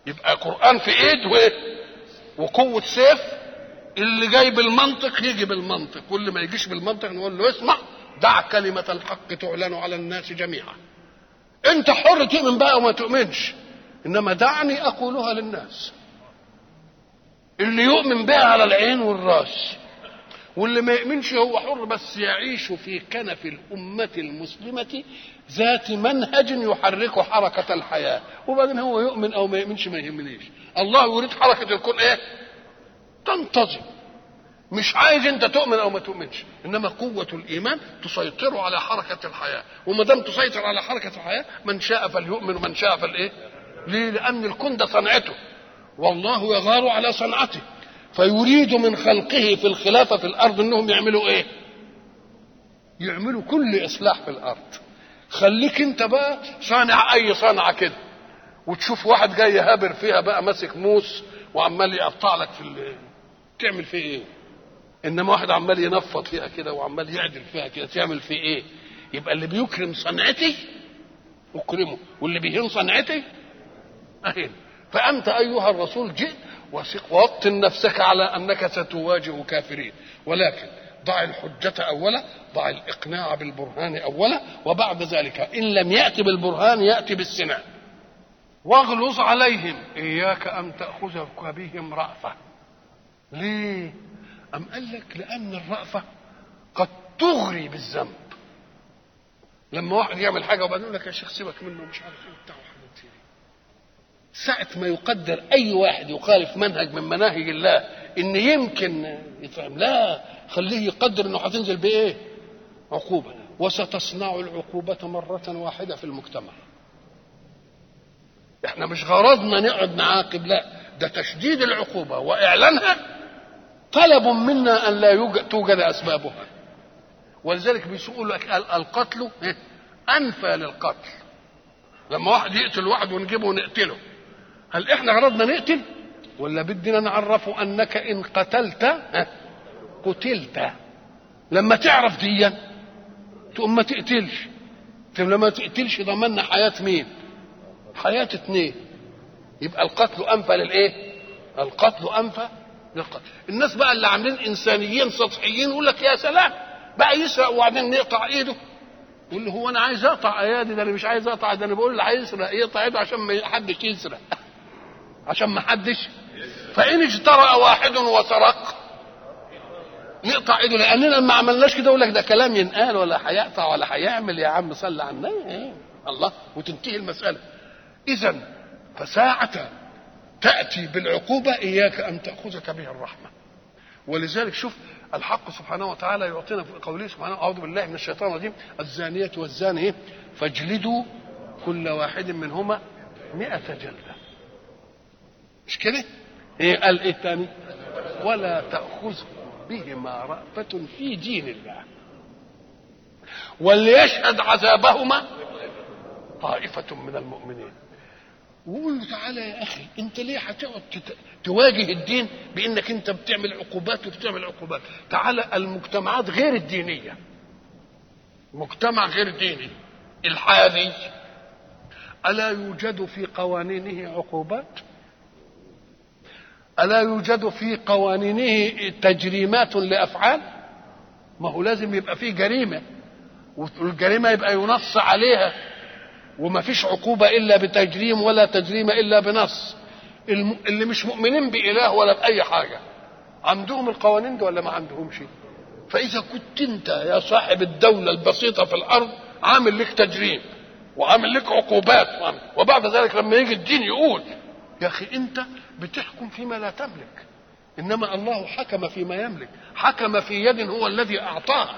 يبقى قرآن في ايد وايه وقوة سيف. اللي جاي بالمنطق يجي بالمنطق، واللي ما يجيش بالمنطق نقول له اسمع دع كلمة الحق تعلن على الناس جميعا. انت حر تؤمن بقى وما تؤمنش، انما دعني اقولها للناس. اللي يؤمن بها على العين والراس، واللي ما يؤمنش هو حر، بس يعيش في كنف الأمة المسلمة ذات منهج يحرك حركة الحياة. وبعدين هو يؤمن أو ما يؤمنش ما يهمنيش. الله يريد حركة الكون ايه؟ تنتظم. مش عايز انت تؤمن او ما تؤمنش، انما قوة الايمان تسيطر على حركة الحياة. وما دام تسيطر على حركة الحياة من شاء فليؤمن ومن شاء فالايه. ليه؟ لان الكون ده صنعته، والله يغار على صنعته، فيريد من خلقه في الخلافة في الارض انهم يعملوا ايه؟ يعملوا كل اصلاح في الارض. خليك انت بقى صانع اي صنعة كده، وتشوف واحد جاي هابر فيها بقى ماسك موس وعمال يقطع لك في تعمل فيه ايه؟ انما واحد عمال ينفض فيها كده وعمال يعدل فيها كده تعمل فيه ايه؟ يبقى اللي بيكرم صنعتي اكرمه، واللي بيهين صنعتي اهين. فانت ايها الرسول جئت ووطن نفسك على انك ستواجه كافرين، ولكن ضع الحجة اولا، ضع الاقناع بالبرهان اولا، وبعد ذلك ان لم يأتي بالبرهان يأتي بالسنان. واغلظ عليهم اياك ان تأخذ بهم رأفة. ليه؟ أم قال لك لأن الرأفة قد تغري بالذنب. لما واحد يعمل حاجة وبعدين يقول لك يا شيخ سيبك منه مش عارف ايه بتاع وحاجات ساعة ما يقدر أي واحد يخالف منهج من مناهج الله إن يمكن يفهم، لا خليه يقدر إنه هتنزل بإيه؟ عقوبة. وستصنع العقوبة مرة واحدة في المجتمع. إحنا مش غرضنا نقعد نعاقب، لا، ده تشديد العقوبة وإعلانها طلب منا أن لا توجد أسبابها. ولذلك بيقول لك القتل أنفى للقتل. لما واحد يقتل واحد ونجيبه ونقتله، هل إحنا غرضنا نقتل؟ ولا بدنا نعرفه أنك إن قتلت قتلت؟ لما تعرف دي تقوم ما تقتلش. لما ما تقتلش ضمننا حياة مين؟ حياة اتنين. يبقى القتل أنفى للإيه؟ القتل أنفى للقتل. الناس بقى اللي عاملين إنسانيين سطحيين يقول لك يا سلام بقى يسرق وبعدين نقطع إيده. يقول له هو أنا عايز أقطع أيادي؟ ده أنا مش عايز أقطع، ده أنا بقول اللي عايز يسرق يقطع إيده عشان ما حدش يسرق، عشان ما حدش. فإن اجترأ واحد وسرق نقطع إيده، لأننا ما عملناش كده. يقول لك ده كلام ينقال ولا هيقطع ولا هيعمل. يا عم صلى على النبي الله وتنتهي المسألة. إذن فساعة تأتي بالعقوبة إياك أن تأخذك بها الرحمة. ولذلك شوف الحق سبحانه وتعالى يعطينا في قوله سبحانه أعوذ بالله من الشيطان الرجيم الزانية والزاني فاجلدوا كل واحد منهما 100 جلدة. مش كده؟ إيه قال إيه تاني؟ ولا تأخذكم بهما رأفة في دين الله وليشهد عذابهما طائفة من المؤمنين. وقول له تعالى يا اخي انت ليه هتقعد تواجه الدين بانك انت بتعمل عقوبات وبتعمل عقوبات؟ تعالى المجتمعات غير الدينيه، مجتمع غير ديني الحادي الا يوجد في قوانينه عقوبات؟ الا يوجد في قوانينه تجريمات لافعال؟ ما هو لازم يبقى فيه جريمه، والجريمه يبقى ينص عليها، وما فيش عقوبة إلا بتجريم ولا تجريم إلا بنص. اللي مش مؤمنين بإله ولا بأي حاجة عندهم القوانين دي ولا ما عندهمش؟ فإذا كنت أنت يا صاحب الدولة البسيطة في الأرض عامل لك تجريم وعامل لك عقوبات وبعد ذلك لما يجي الدين يقول يا أخي أنت بتحكم فيما لا تملك، إنما الله حكم فيما يملك، حكم في يد هو الذي أعطاها.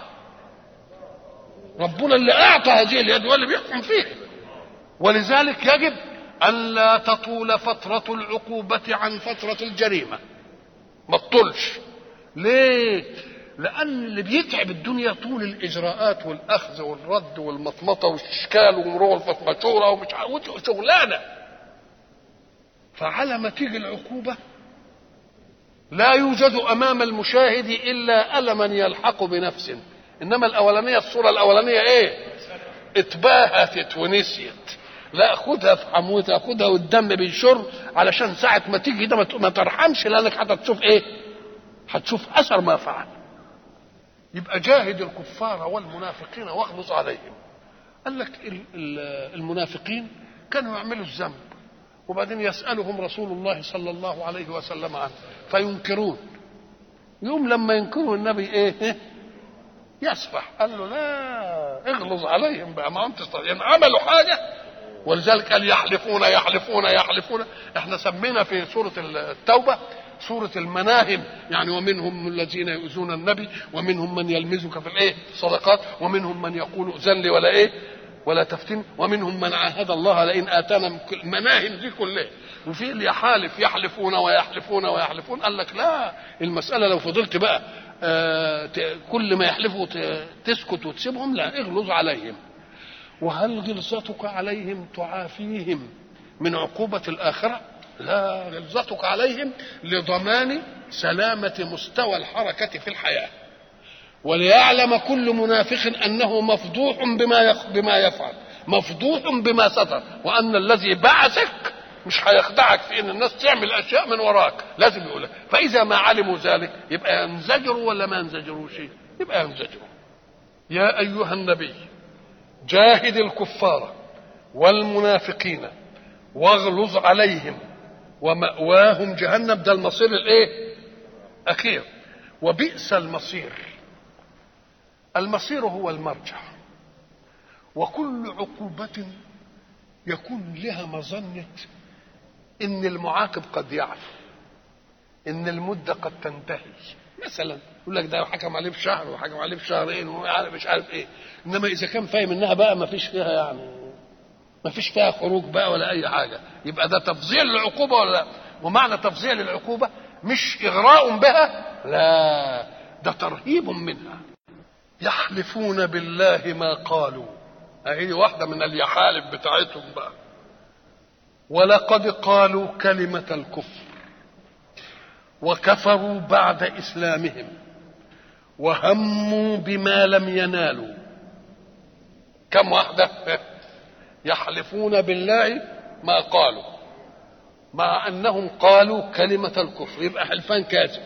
ربنا اللي أعطى هذه اليد هو اللي بيحكم فيها. ولذلك يجب أن لا تطول فترة العقوبة عن فترة الجريمة، ما تطولش. ليه؟ لأن اللي بيتعب الدنيا طول الإجراءات والأخذ والرد والمطمطة والإشكال ومرور الفطمشورة ومش شغلانة. فعلى ما تيجي العقوبة لا يوجد أمام المشاهد إلا ألما يلحق بنفسه. إنما الأولانية الصورة الأولانية إيه؟ اتباهت ونسيت. لا خدها في حموتها، خدها والدم بيشر، علشان ساعة ما تيجي ده ما ترحمش، لأنك هتشوف إيه؟ هتشوف أثر ما فعل. يبقى جاهد الكفار والمنافقين واغلظ عليهم. قال لك المنافقين كانوا يعملوا الذنب وبعدين يسألهم رسول الله صلى الله عليه وسلم عنه فينكرون. يوم لما ينكروا النبي ايه؟ يسفح. قال له لا اغلظ عليهم بقى، ما هم يعني عملوا حاجه. ولذلك قال يحلفون يحلفون يحلفون. احنا سمينا في سوره التوبه سوره المناهم، يعني ومنهم الذين يؤذون النبي ومنهم من يلمزك في الايه؟ الصدقات، ومنهم من يقول ائذن لي ولا ايه؟ ولا تفتن، ومنهم من عاهد الله لئن اتانا. المناهم دي كلها. وفي اللي يحالف يحلفون ويحلفون ويحلفون. قال لك لا، المساله لو فضلت بقى كل ما يحلفوا تسكت وتسيبهم، لا اغلظ عليهم. وهل غلظتك عليهم تعافيهم من عقوبة الآخرة؟ لا، غلظتك عليهم لضمان سلامة مستوى الحركة في الحياة، وليعلم كل منافق أنه مفضوح بما يفعل، مفضوح بما ستر، وأن الذي بعثك مش هيخدعك في ان الناس تعمل اشياء من وراك، لازم يقولها. فاذا ما علموا ذلك يبقى ينزجروا ولا ما ينزجروش؟ يبقى ينزجروا. يا ايها النبي جاهد الكفار والمنافقين واغلظ عليهم ومأواهم جهنم. ده المصير الايه؟ اخير. وبئس المصير. المصير هو المرجع، وكل عقوبة يكون لها مظنة ان المعاقب قد يعفو، ان المده قد تنتهي. مثلا يقول لك ده حكم عليه بشهر وحكم عليه بشهرين ومش عارف ايه، انما اذا كان فاهم انها بقى ما فيش فيها يعني ما فيش فيها خروج بقى ولا اي حاجه، يبقى ده تفظيع للعقوبه ولا لا؟ ومعنى تفظيع للعقوبه مش اغراء بها، لا، ده ترهيب منها. يحلفون بالله ما قالوا، هذه واحده من اليحالف بتاعتهم بقى. ولقد قالوا كلمة الكفر وكفروا بعد إسلامهم وهموا بما لم ينالوا. كم واحدة؟ يحلفون بالله ما قالوا، مع أنهم قالوا كلمة الكفر، يبقى حلفان كاذب.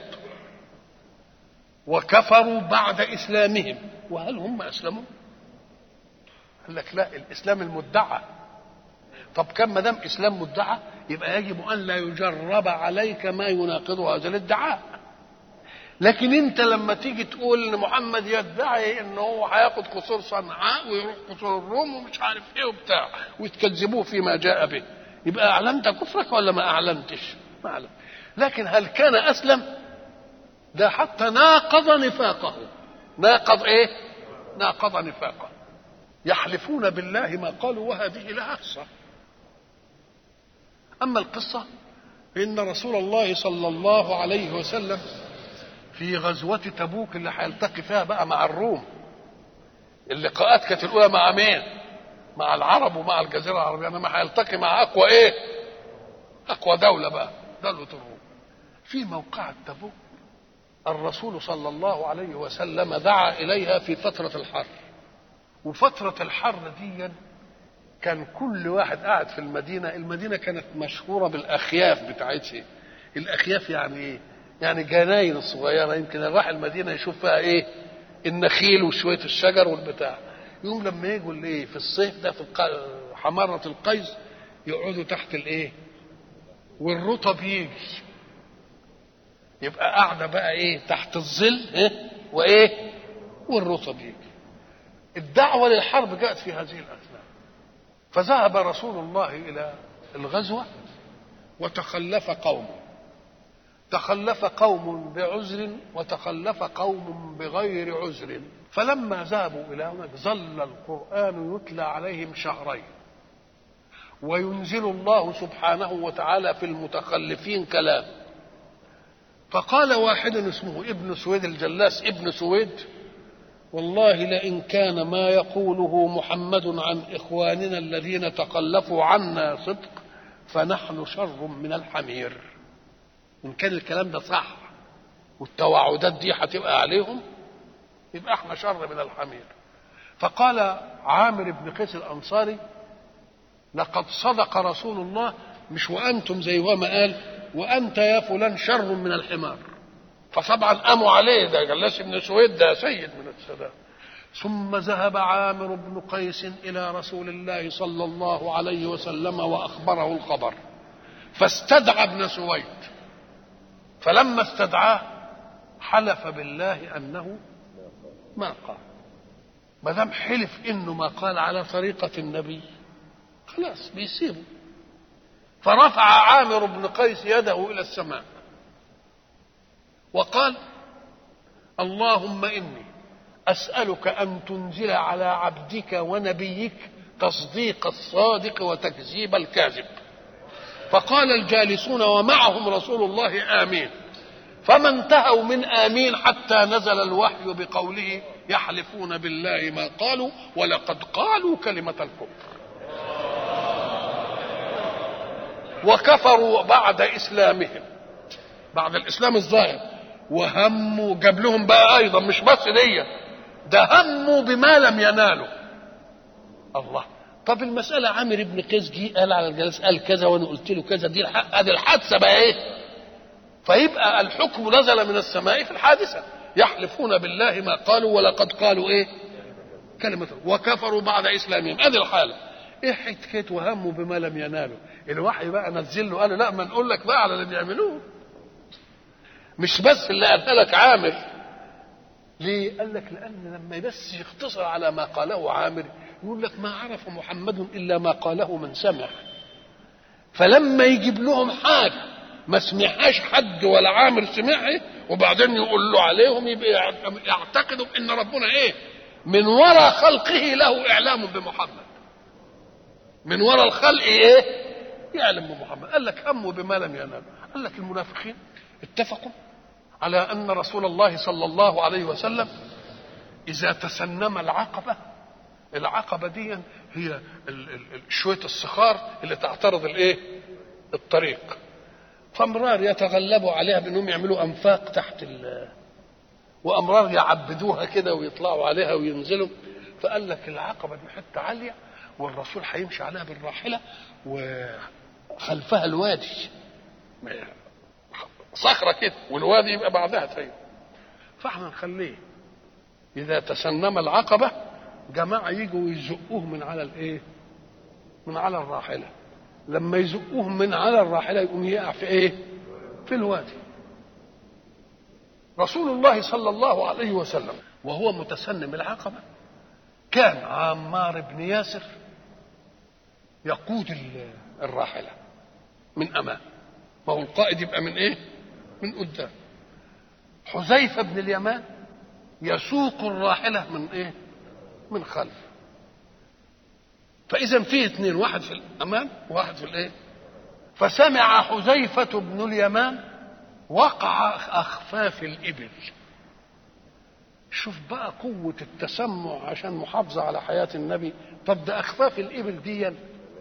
وكفروا بعد إسلامهم، وهل هم أسلموا؟ قال لك لا، الإسلام المدعى. طب كم ما دام اسلام مدعى يبقى يجب ان لا يجرب عليك ما يناقض هذا الادعاء. لكن انت لما تيجي تقول ان محمد يدعي ان هو هياخد قصور صنعاء ويروح قصور الروم ومش عارف ايه وبتاع وتكذبوه فيما جاء به، يبقى اعلنت كفرك ولا ما اعلنتش؟ ما اعلن. لكن هل كان اسلم؟ ده حتى ناقض نفاقه. ناقض ايه؟ ناقض نفاقه. يحلفون بالله ما قالوا وهذه لها قصه. أما القصة فإن رسول الله صلى الله عليه وسلم في غزوة تبوك اللي هيلتقي فيها بقى مع الروم، اللقاءات كانت الأولى مع مين؟ مع العرب ومع الجزيرة العربية، إنما هيلتقي مع أقوى إيه؟ أقوى دولة بقى، دولة الروم. في موقعة تبوك الرسول صلى الله عليه وسلم دعا إليها في فترة الحر، وفترة الحر دي كان كل واحد قاعد في المدينة كانت مشهورة بالأخياف بتاعتها. الأخياف يعني إيه؟ يعني جناين الصغيرة، يمكن راح المدينة يشوف فيها إيه؟ النخيل وشوية الشجر والبتاع. يوم لما يجوا الإيه؟ في الصيف ده في حمارة القيس يقعدوا تحت الإيه؟ والرطب يجي، يبقى قاعدة بقى إيه؟ تحت الظل إيه؟ وإيه؟ والرطب يجي. الدعوة للحرب جاءت في هذه الأثناء. فذهب رسول الله إلى الغزوة وتخلف قوم، تخلف قوم بعذر وتخلف قوم بغير عذر. فلما ذهبوا إلى هناك ظل القرآن يتلى عليهم شهرين، وينزل الله سبحانه وتعالى في المتخلفين كلام. فقال واحد اسمه ابن سويد الجلاس ابن سويد: والله لئن كان ما يقوله محمد عن إخواننا الذين تخلفوا عنا صدق فنحن شر من الحمير. إن كان الكلام ده صح والتوعدات دي هتبقى عليهم يبقى احنا شر من الحمير. فقال عامر بن قيس الأنصاري: لقد صدق رسول الله، مش وأنتم زي ما قال وأنت يا فلان شر من الحمار، فطبعا قاموا عليه، ده جلاس بن سويد ده سيد من السادات. ثم ذهب عامر بن قيس إلى رسول الله صلى الله عليه وسلم وأخبره الخبر، فاستدعى ابن سويد، فلما استدعاه حلف بالله أنه ما قال. ما دام حلف إنه ما قال على طريقة النبي خلاص بيسيبه. فرفع عامر بن قيس يده إلى السماء وقال: اللهم إني أسألك أن تنزل على عبدك ونبيك تصديق الصادق وتكذيب الكاذب. فقال الجالسون ومعهم رسول الله: آمين. فما انتهوا من آمين حتى نزل الوحي بقوله: يحلفون بالله ما قالوا ولقد قالوا كلمة الكفر وكفروا بعد إسلامهم، بعد الإسلام الظاهر، وهموا. جاب لهم بقى أيضا مش بس دي، ده هموا بما لم ينالوا. الله، طب المسألة عامر بن قيس جه قال على الجلسة قال كذا وأنا قلت له كذا، دي ادي الحادثة بقى إيه؟ فيبقى الحكم نزل من السماء في الحادثة. يحلفون بالله ما قالوا ولقد قالوا إيه؟ كلمة، وكفروا بعد إسلامهم، ادي الحالة. ايه حكايه وهموا بما لم ينالوا؟ الوحي بقى نزل له قال له: لا، ما نقول لك بقى على اللي بيعملوه، مش بس اللي قالها لك عامر. ليه؟ قال لك لان لما بس يختصر على ما قاله عامر يقول لك: ما عرف محمد الا ما قاله من سمع. فلما يجيب لهم حاجه ما سمعهاش حد ولا عامر سمعها وبعدين يقول له عليهم، يبقى يعتقدوا ان ربنا ايه؟ من وراء خلقه له اعلام بمحمد، من وراء الخلق ايه؟ يعلم بمحمد. قال لك: هموا بما لم ينالوا. قال لك المنافقين اتفقوا على ان رسول الله صلى الله عليه وسلم اذا تسنم العقبه دي هي شويه الصخار اللي تعترض الايه؟ الطريق، فامرار يتغلبوا عليها بانهم يعملوا انفاق تحت وامرار يعبدوها كده ويطلعوا عليها وينزلوا. فقال لك العقبه دي حته عاليه والرسول هيمشي عليها بالراحله وخلفها الوادي، صخره كده والوادي يبقى بعدها طيب. فاحنا نخليه اذا تسنم العقبه جماعه يجوا يزقوه من على الايه؟ من على الراحله. لما يزقوه من على الراحله يقوم يقع في ايه؟ في الوادي. رسول الله صلى الله عليه وسلم وهو متسنم العقبه كان عمار بن ياسر يقود الراحله من امام، ما هو القائد يبقى من ايه؟ من قدام. حذيفه بن اليمان يسوق الراحله من ايه؟ من خلف. فاذا فيه اثنين، واحد في الامام وواحد في الايه؟ فسمع حذيفه بن اليمان وقع اخفاف الابل. شوف بقى قوه التسمع عشان محافظه على حياه النبي. طب ده اخفاف الابل دي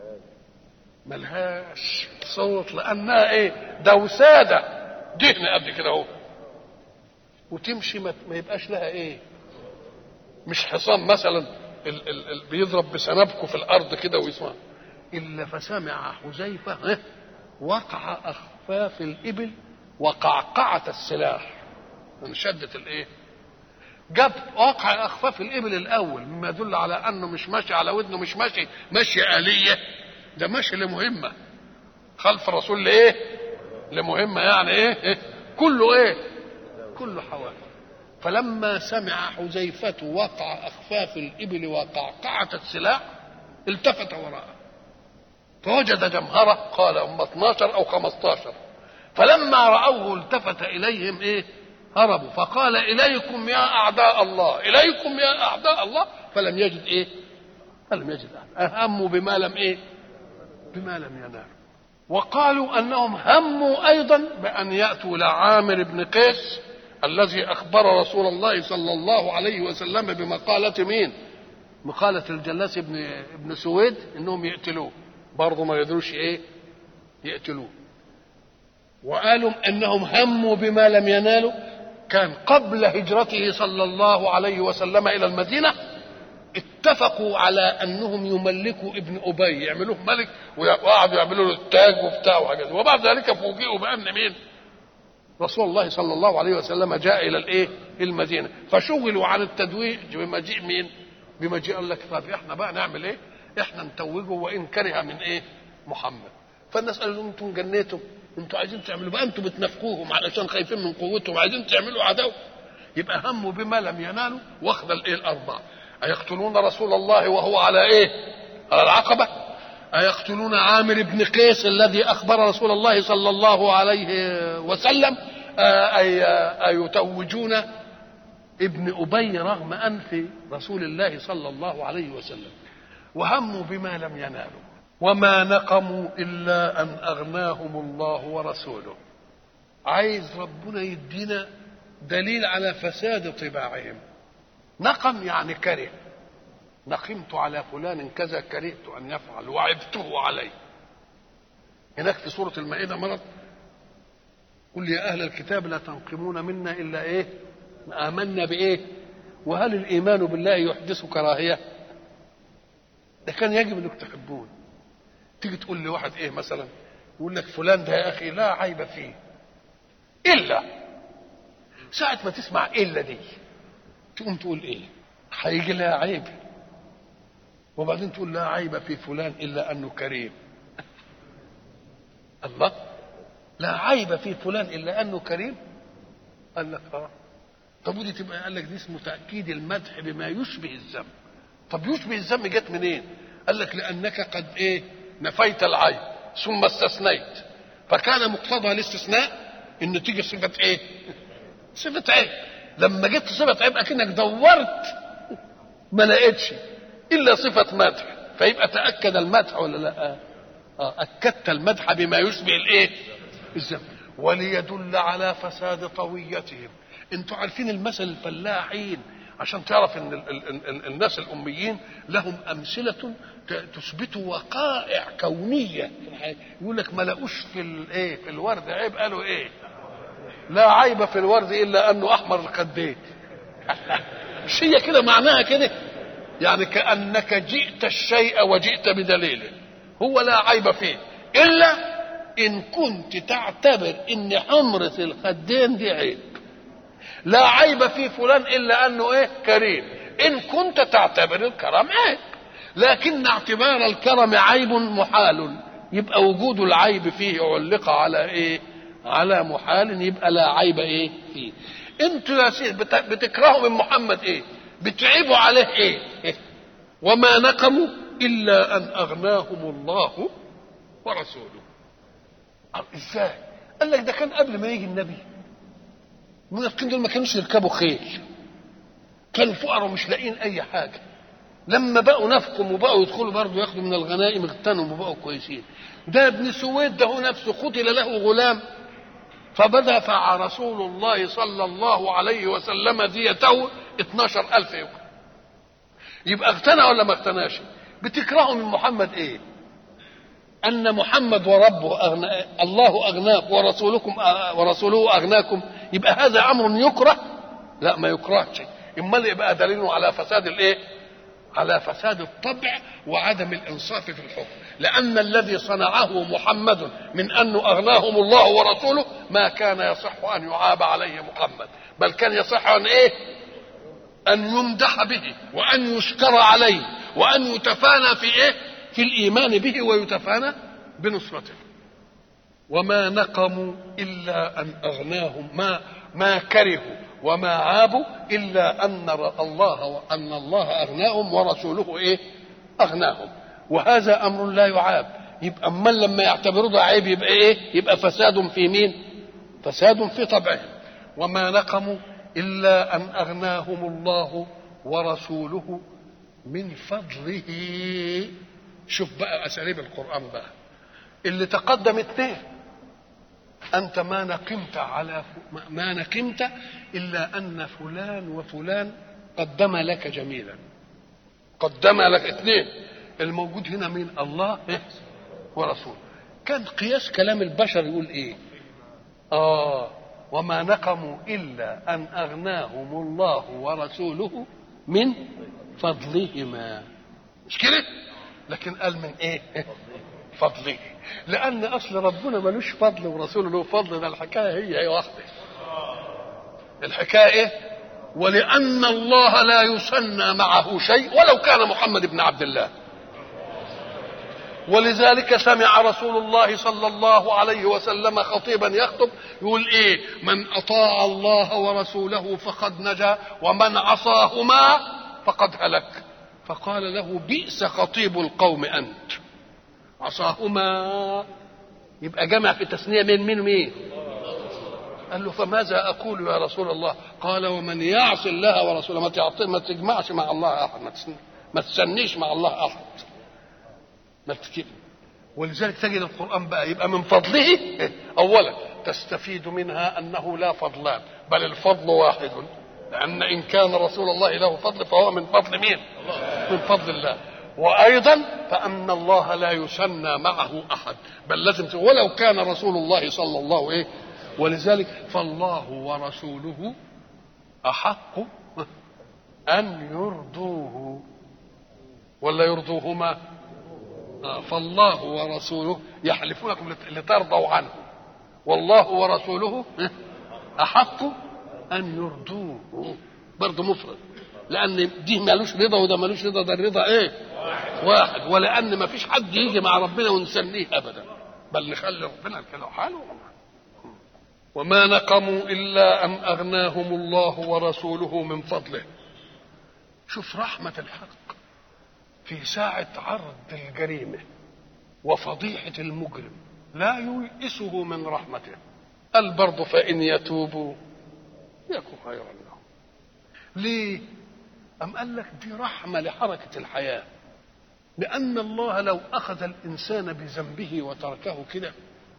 ملهاش صوت لانها ايه؟ ده وساده دهن قد كده اهو، وتمشي ما يبقاش لها ايه؟ مش حصان مثلا بيضرب بسنابكه في الارض كده ويسمع. الا فسمع حذيفه وقع اخفاف الابل وقعقعه السلاح من شده الايه؟ جاب وقع اخفاف الابل الاول مما يدل على انه مش ماشي على ودنه، مش ماشي آلية، ده ماشي لمهمه خلف الرسول لايه؟ لمهمه يعني ايه؟ كله ايه؟ كله حوادث. فلما سمع حذيفة وقع أخفاف الإبل وقعقعة السلاح التفت وراءه فوجد جمهرة، قال هم 12 أو 15. فلما رأوه التفت إليهم إيه؟ هربوا. فقال: إليكم يا أعداء الله، إليكم يا أعداء الله. فلم يجد إيه؟ فلم يجد أحد. هموا بما لم إيه؟ بما لم ينالوا. وقالوا أنهم هموا أيضا بأن يأتوا لعامر بن قيس الذي أخبر رسول الله صلى الله عليه وسلم بمقالة مين؟ مقالة الجلاس ابن سويد إنهم يقتلوه، برضه ما يقدروش إيه؟ يقتلوه. وقالوا أنهم هموا بما لم ينالوا. كان قبل هجرته صلى الله عليه وسلم إلى المدينة اتفقوا على انهم يملكوا ابن ابي، يعملوه ملك وقعدوا يعملوا له التاج وبتاع وحاجات، وبعد ذلك فوجئوا بان مين؟ رسول الله صلى الله عليه وسلم جاء الى الايه؟ المدينه، فشغلوا عن التدويج بمجيء مين؟ بمجيء قال لك طب احنا بقى نعمل ايه؟ احنا نتوجه وان كره من ايه؟ محمد. فالناس قالوا لهم انتم جنيتم، انتم عايزين تعملوا بقى، انتم بتنافقوهم علشان خايفين من قوتهم، عايزين تعملوا عدو. يبقى هموا بما لم ينالوا واخذ الايه؟ الاربعه. ايقتلون رسول الله وهو على ايه؟ على العقبه؟ ايقتلون عامر بن قيس الذي اخبر رسول الله صلى الله عليه وسلم؟ ايتوجون ابن ابي رغم انف رسول الله صلى الله عليه وسلم؟ وهموا بما لم ينالوا. وما نقموا الا ان اغناهم الله ورسوله. عايز ربنا يدينا دليل على فساد طباعهم. نقم يعني كره، نقمت على فلان كذا، كرهت ان يفعل وعبته عليه. هناك في سوره المائده مرض قل يا اهل الكتاب لا تنقمون منا الا ايه؟ آمنا بايه؟ وهل الايمان بالله يحدث كراهيه؟ ده كان يجب انك تحبون. تيجي تقول لواحد ايه مثلا؟ يقول لك فلان ده يا اخي لا عيب فيه الا، ساعة ما تسمع الا دي تقوم تقول ايه؟ هيجي لها عيب، وبعدين تقول لا عيب في فلان الا انه كريم. الله، لا عيب في فلان الا انه كريم؟ قال لك اه. طب ودي تبقى قال لك دي اسمه تاكيد المدح بما يشبه الذم. طب يشبه الذم جت منين؟ قال لك لانك قد ايه؟ نفيت العيب ثم استثنيت، فكان مقتضى الاستثناء ان تيجي صفه ايه؟ صفه عيب. لما جت صفه عيب اكنك دورت ما لقيتش الا صفه مدح، فيبقى تاكد المدح ولا لا؟ اكدت المدح بما يشبه الايه؟ الذم. وليدل على فساد طويتهم. انتوا عارفين المثل الفلاحين عشان تعرف ان الناس الاميين لهم امثله تثبت وقائع كونيه. يقول لك ما لقوش في الايه؟ في الورد عيب، قالوا ايه؟ لا عيب في الورد الا انه احمر الخدين. مش هي كده معناها كده؟ يعني كانك جئت الشيء وجئت بدليله. هو لا عيب فيه الا ان كنت تعتبر ان حمرة الخدين دي عيب. لا عيب في فلان الا انه ايه؟ كريم. ان كنت تعتبر الكرم عيب، لكن اعتبار الكرم عيب محال، يبقى وجود العيب فيه علق على ايه؟ على محال، يبقى لا عيب ايه فيه. انتوا يا سيدي بتكرهوا من محمد ايه؟ بتعيبوا عليه ايه؟ وما نقموا الا ان اغناهم الله ورسوله. ازاي؟ قال لك ده كان قبل ما يجي النبي المنافقين دول ما كانوش يركبوا خيل، كانوا فقراء ومش لاقيين اي حاجه. لما بقوا نفقهم وبقوا يدخلوا برضه ياخدوا من الغنائم اغتنموا وبقوا كويسين. ده ابن سويد ده هو نفسه قتل له غلام، فبدفع رسول الله صلى الله عليه وسلم ديته 12,000 يوم. يبقى اغتنى ولا ما اغتناش؟ بتكرهوا من محمد ايه؟ ان محمد وربه الله اغناك ورسوله اغناكم، يبقى هذا امر يكره؟ لا ما يكرهش. امال يبقى دليله على فساد الايه؟ على فساد الطبع وعدم الانصاف في الحكم. لان الذي صنعه محمد من انه اغناهم الله ورسوله ما كان يصح ان يعاب عليه محمد، بل كان يصح ان ايه؟ ان يمدح به وان يشكر عليه وان يتفانى في ايه؟ في الايمان به ويتفانى بنصرته. وما نقموا الا ان اغناهم، ما كرهوا وما عابوا الا ان الله اغناهم ورسوله ايه؟ اغناهم. وهذا امر لا يعاب. يبقى اما لما يعتبروا ده عيب يبقى ايه؟ يبقى فساد في مين؟ فساد في طبعهم. وما نقموا الا ان اغناهم الله ورسوله من فضله. شوف بقى اساليب القران بقى اللي تقدم 2. انت ما نقمت الا ان فلان وفلان قدم لك جميلا، قدم لك 2. الموجود هنا مين؟ الله ورسوله. كان قياس كلام البشر يقول ايه؟ وما نقموا الا ان اغناهم الله ورسوله من فضلهما، مش كده؟ لكن قال من ايه؟ فضله، لان اصل ربنا ملوش فضل ورسوله له فضل، ده الحكايه هي واحده. الحكايه ايه؟ ولان الله لا يثنى معه شيء ولو كان محمد بن عبد الله. ولذلك سمع رسول الله صلى الله عليه وسلم خطيبا يخطب يقول ايه؟ من اطاع الله ورسوله فقد نجا ومن عصاهما فقد هلك. فقال له بئس خطيب القوم انت. عصاهما يبقى جمع في تثنيه من مين؟ قال له فماذا اقول يا رسول الله؟ قال ومن يعص الله ورسوله ما تجمعش مع الله احد، ما تسنيش مع الله احد، ما تكتب. ولذلك تجد القرآن بقى يبقى من فضله أولا تستفيد منها أنه لا فضلان بل الفضل واحد، لأن إن كان رسول الله له فضل فهو من فضل مين؟ من فضل الله. وأيضا فأن الله لا يثنى معه أحد بل لازم ولو كان رسول الله صلى الله عليه. ولذلك فالله ورسوله أحق أن يرضوه ولا يرضوهما. فالله ورسوله يحلفونكم لترضوا عنه، والله ورسوله أحق أن يرضوه، برضه مفرد، لأن دي مالوش رضا وده مالوش رضا، ده الرضا إيه؟ واحد. ولأن ما فيش حد يجي مع ربنا ونسنيه أبدا، بل نخلي ربنا كده حاله. وما نقموا إلا أن أغناهم الله ورسوله من فضله. شوف رحمة الحق في ساعة عرض الجريمة وفضيحة المجرم لا ييئسه من رحمته، قال برضه فإن يتوبوا يكن خيرا لهم. ليه؟ أم قال لك دي رحمة لحركة الحياة، لأن الله لو أخذ الإنسان بذنبه وتركه كده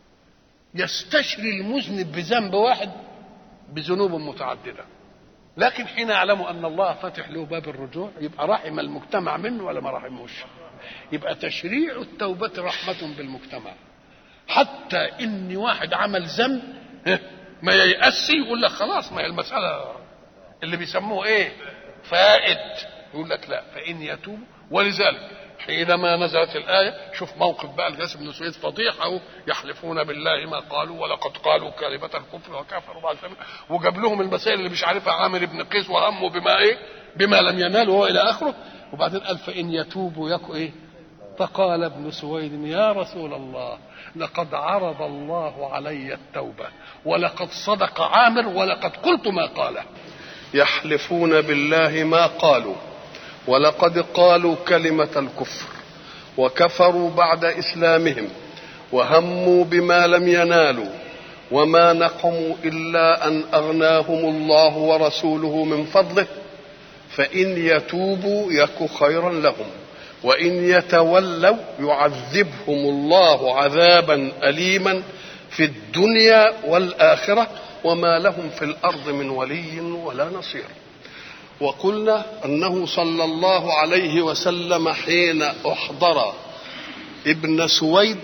يستشري المذنب بذنب واحد بذنوب متعددة، لكن حين يعلم أن الله فتح له باب الرجوع يبقى رحم المجتمع منه ولا ما رحموش؟ يبقى تشريع التوبة رحمة بالمجتمع، حتى إن واحد عمل ذنب ما ييأسي يقول لك خلاص ما هي المسألة اللي بيسموه إيه؟ فائد، يقول لك لا فإن يتوبوا. ولذلك حينما نزلت الآية شوف موقف بقى الجاسم بن سويد فضيحة، يحلفون بالله ما قالوا ولقد قالوا كلمة الكفر وكفروا بعد ذلك، وجاب لهم المسائل اللي مش عارفها عامر بن قيس وهموا بما ايه؟ بما لم ينالوا وإلى آخره. وبعدين قال فإن يتوبوا يكو ايه؟ فقال ابن سويد يا رسول الله لقد عرض الله علي التوبة ولقد صدق عامر ولقد قلت ما قاله. يحلفون بالله ما قالوا ولقد قالوا كلمة الكفر وكفروا بعد إسلامهم وهموا بما لم ينالوا وما نقموا إلا أن أغناهم الله ورسوله من فضله فإن يتوبوا يك خيرا لهم وإن يتولوا يعذبهم الله عذابا أليما في الدنيا والآخرة وما لهم في الأرض من ولي ولا نصير. وقلنا أنه صلى الله عليه وسلم حين أحضر ابن سويد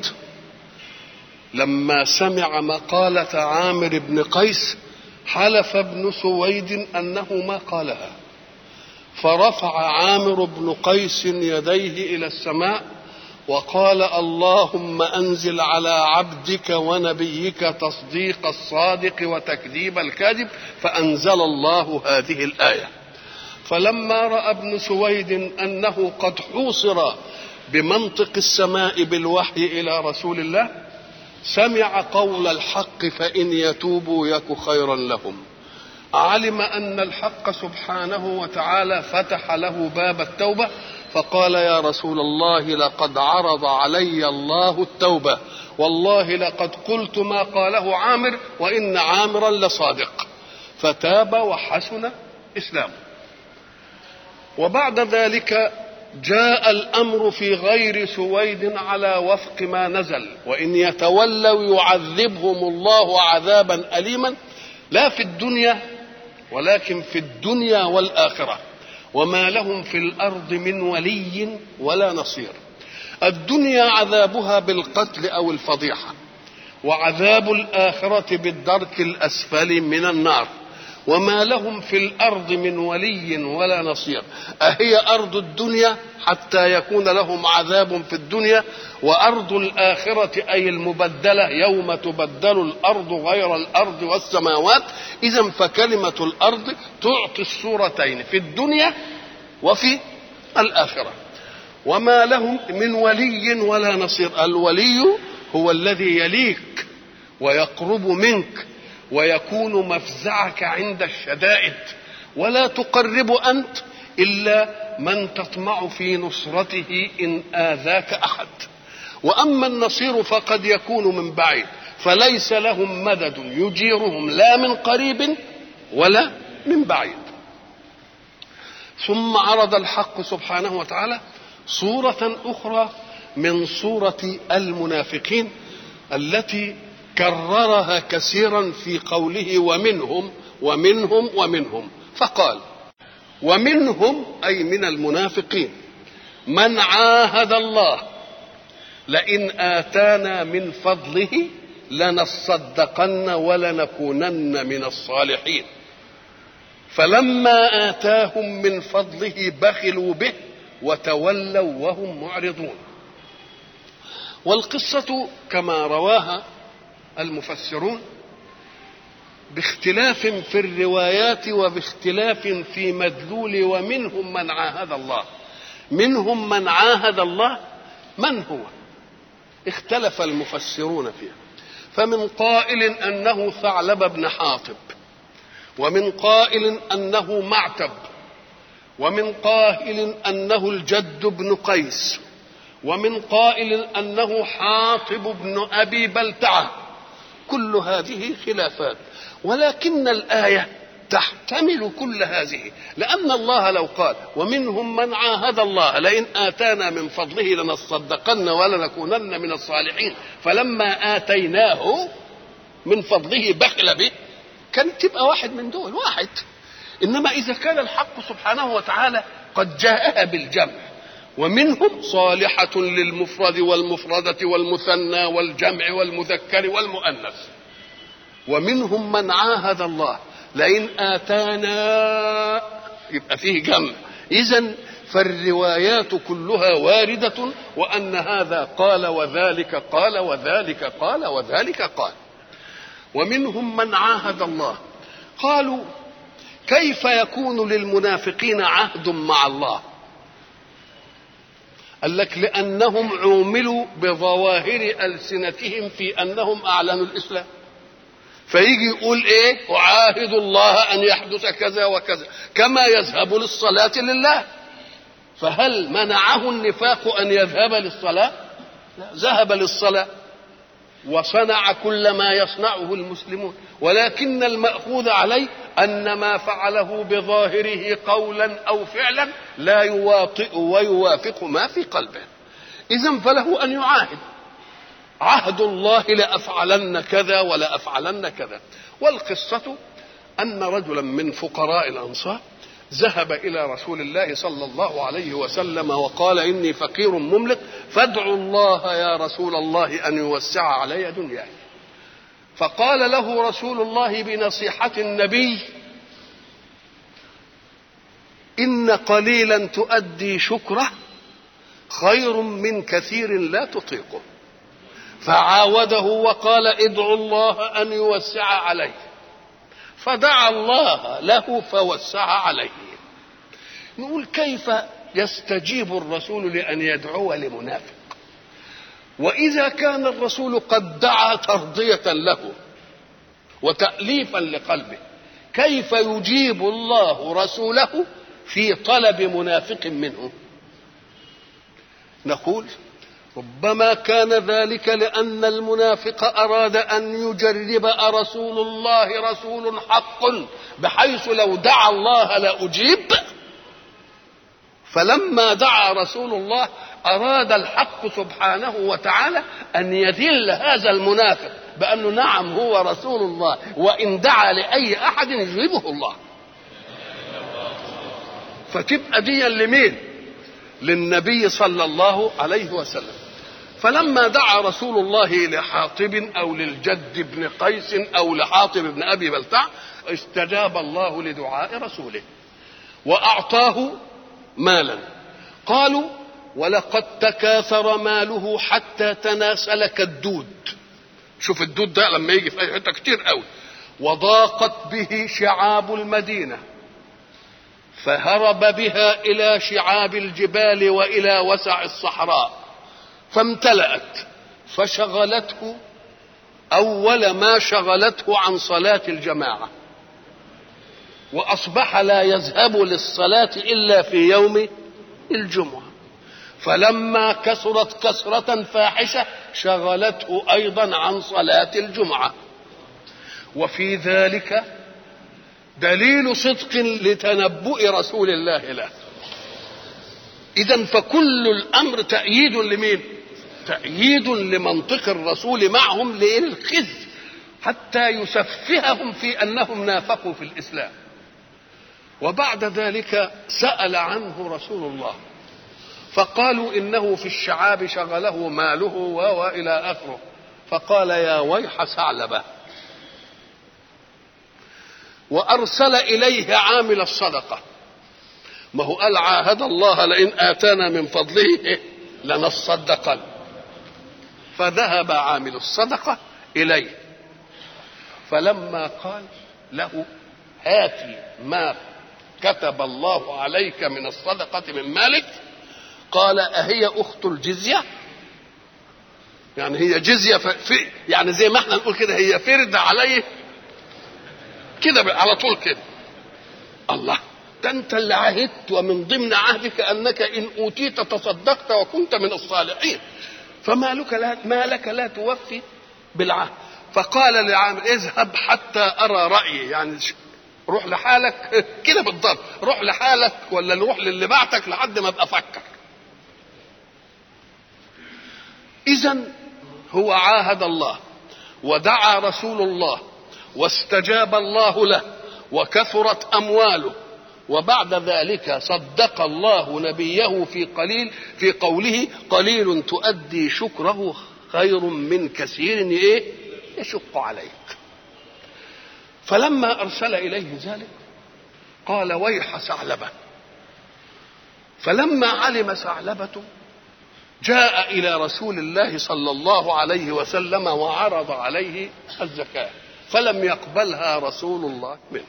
لما سمع مقالة عامر بن قيس حلف ابن سويد أنه ما قالها، فرفع عامر بن قيس يديه إلى السماء وقال اللهم أنزل على عبدك ونبيك تصديق الصادق وتكذيب الكاذب، فأنزل الله هذه الآية. فلما رأى ابن سويد أنه قد حوصر بمنطق السماء بالوحي إلى رسول الله سمع قول الحق فإن يتوبوا يك خيرا لهم، علم أن الحق سبحانه وتعالى فتح له باب التوبة فقال يا رسول الله لقد عرض علي الله التوبة والله لقد قلت ما قاله عامر وإن عامرا لصادق، فتاب وحسن إسلامه. وبعد ذلك جاء الأمر في غير سويد على وفق ما نزل وإن يتولوا يعذبهم الله عذابا أليما لا في الدنيا ولكن في الدنيا والآخرة وما لهم في الأرض من ولي ولا نصير. الدنيا عذابها بالقتل أو الفضيحة، وعذاب الآخرة بالدرك الأسفل من النار، وما لهم في الأرض من ولي ولا نصير. أهي أرض الدنيا حتى يكون لهم عذاب في الدنيا، وأرض الآخرة أي المبدلة يوم تبدل الأرض غير الأرض والسماوات. إذن فكلمة الأرض تعطي الصورتين في الدنيا وفي الآخرة. وما لهم من ولي ولا نصير. الولي هو الذي يليك ويقرب منك ويكون مفزعك عند الشدائد، ولا تقرب أنت إلا من تطمع في نصرته إن آذاك أحد. وأما النصير فقد يكون من بعيد، فليس لهم مدد يجيرهم لا من قريب ولا من بعيد. ثم عرض الحق سبحانه وتعالى صورة أخرى من صورة المنافقين التي كررها كثيرا في قوله ومنهم ومنهم ومنهم، فقال ومنهم أي من المنافقين من عاهد الله لئن آتانا من فضله لنصدقن ولنكونن من الصالحين، فلما آتاهم من فضله بخلوا به وتولوا وهم معرضون. والقصة كما رواها المفسرون باختلاف في الروايات وباختلاف في مدلول ومنهم من عاهد الله. منهم من عاهد الله من هو؟ اختلف المفسرون فيها، فمن قائل أنه ثعلب بن حاطب، ومن قائل أنه معتب، ومن قائل أنه الجد بن قيس، ومن قائل أنه حاطب بن أبي بلتعة. كل هذه خلافات، ولكن الآية تحتمل كل هذه، لأن الله لو قال ومنهم من عاهد الله لئن آتانا من فضله لنصدقن ولنكونن من الصالحين فلما آتيناه من فضله بخل به، كانت تبقى واحد من دول واحد. إنما إذا كان الحق سبحانه وتعالى قد جاءها بالجمع، ومنهم صالحة للمفرد والمفردة والمثنى والجمع والمذكر والمؤنث، ومنهم من عاهد الله لئن آتانا، يبقى فيه جمع. إذن فالروايات كلها واردة، وأن هذا قال وذلك قال وذلك قال وذلك قال. ومنهم من عاهد الله. قالوا كيف يكون للمنافقين عهد مع الله؟ قال لك لأنهم عوملوا بظواهر ألسنتهم في أنهم أعلنوا الإسلام، فيجي يقول إيه أعاهد الله أن يحدث كذا وكذا، كما يذهب للصلاة لله. فهل منعه النفاق أن يذهب للصلاة؟ لا، ذهب للصلاة وصنع كل ما يصنعه المسلمون، ولكن المأخوذ عليه أن ما فعله بظاهره قولا أو فعلا لا يواطئ ويوافق ما في قلبه. إذن فله أن يعاهد عهد الله لأفعلن كذا ولا أفعلن كذا. والقصة أن رجلا من فقراء الأنصار ذهب إلى رسول الله صلى الله عليه وسلم وقال إني فقير مملك فادعوا الله يا رسول الله أن يوسع علي دنياي. فقال له رسول الله بنصيحة النبي إن قليلا تؤدي شكره خير من كثير لا تطيقه. فعاوده وقال ادعوا الله أن يوسع عليه، فدعا الله له فوسع عليه. نقول كيف يستجيب الرسول لأن يدعو لمنافق؟ وإذا كان الرسول قد دعا ترضية له وتأليفا لقلبه، كيف يجيب الله رسوله في طلب منافق منه؟ نقول ربما كان ذلك لأن المنافق أراد أن يجرب أرسول الله رسول حق بحيث لو دعا الله لأجيب، فلما دعا رسول الله أراد الحق سبحانه وتعالى أن يذل هذا المنافق بأنه نعم هو رسول الله، وإن دعا لأي أحد يجيبه الله. فتبقى دي لمين؟ للنبي صلى الله عليه وسلم. فلما دعا رسول الله لحاطب أو للجد بن قيس أو لحاطب بن أبي بلتع استجاب الله لدعاء رسوله وأعطاه مالا. قالوا ولقد تكاثر ماله حتى تناسل كالدود. شوف الدود ده لما يجي في أي حتة كتير قوي. وضاقت به شعاب المدينة فهرب بها إلى شعاب الجبال وإلى وسع الصحراء فامتلأت فشغلته أول ما شغلته عن صلاة الجماعة، وأصبح لا يذهب للصلاة إلا في يوم الجمعة. فلما كثرت كثرة فاحشة شغلته أيضا عن صلاة الجمعة. وفي ذلك دليل صدق لتنبؤ رسول الله له. إذن فكل الأمر تأييد لمين؟ تأييد لمنطق الرسول معهم للخزي حتى يسفههم في أنهم نافقوا في الإسلام. وبعد ذلك سأل عنه رسول الله فقالوا إنه في الشعاب شغله ماله وإلى آخره. فقال يا ويح ثعلبة، وأرسل إليه عامل الصدقة. ما هو قال عاهد الله لئن آتانا من فضله لنصدقن. فذهب عامل الصدقة إليه فلما قال له هاتي ما كتب الله عليك من الصدقة من مالك، قال أهي أخت الجزية؟ يعني هي جزية يعني زي ما احنا نقول كده هي فرد عليه كده على طول كده. الله، ده انت اللي عهدت ومن ضمن عهدك انك ان اوتيت تصدقت وكنت من الصالحين، ما لك لا توفي بالعهد. فقال لعامر اذهب حتى ارى رايي، يعني روح لحالك كده بالضبط، روح لحالك ولا نروح للي بعتك لحد ما ابقى افكر. اذن هو عاهد الله ودعا رسول الله واستجاب الله له وكثرت امواله، وبعد ذلك صدق الله نبيه في قوله قليل تؤدي شكره خير من كثير يشق عليك. فلما أرسل إليه ذلك قال ويح ثعلبة. فلما علم ثعلبة جاء إلى رسول الله صلى الله عليه وسلم وعرض عليه الزكاة فلم يقبلها رسول الله منه،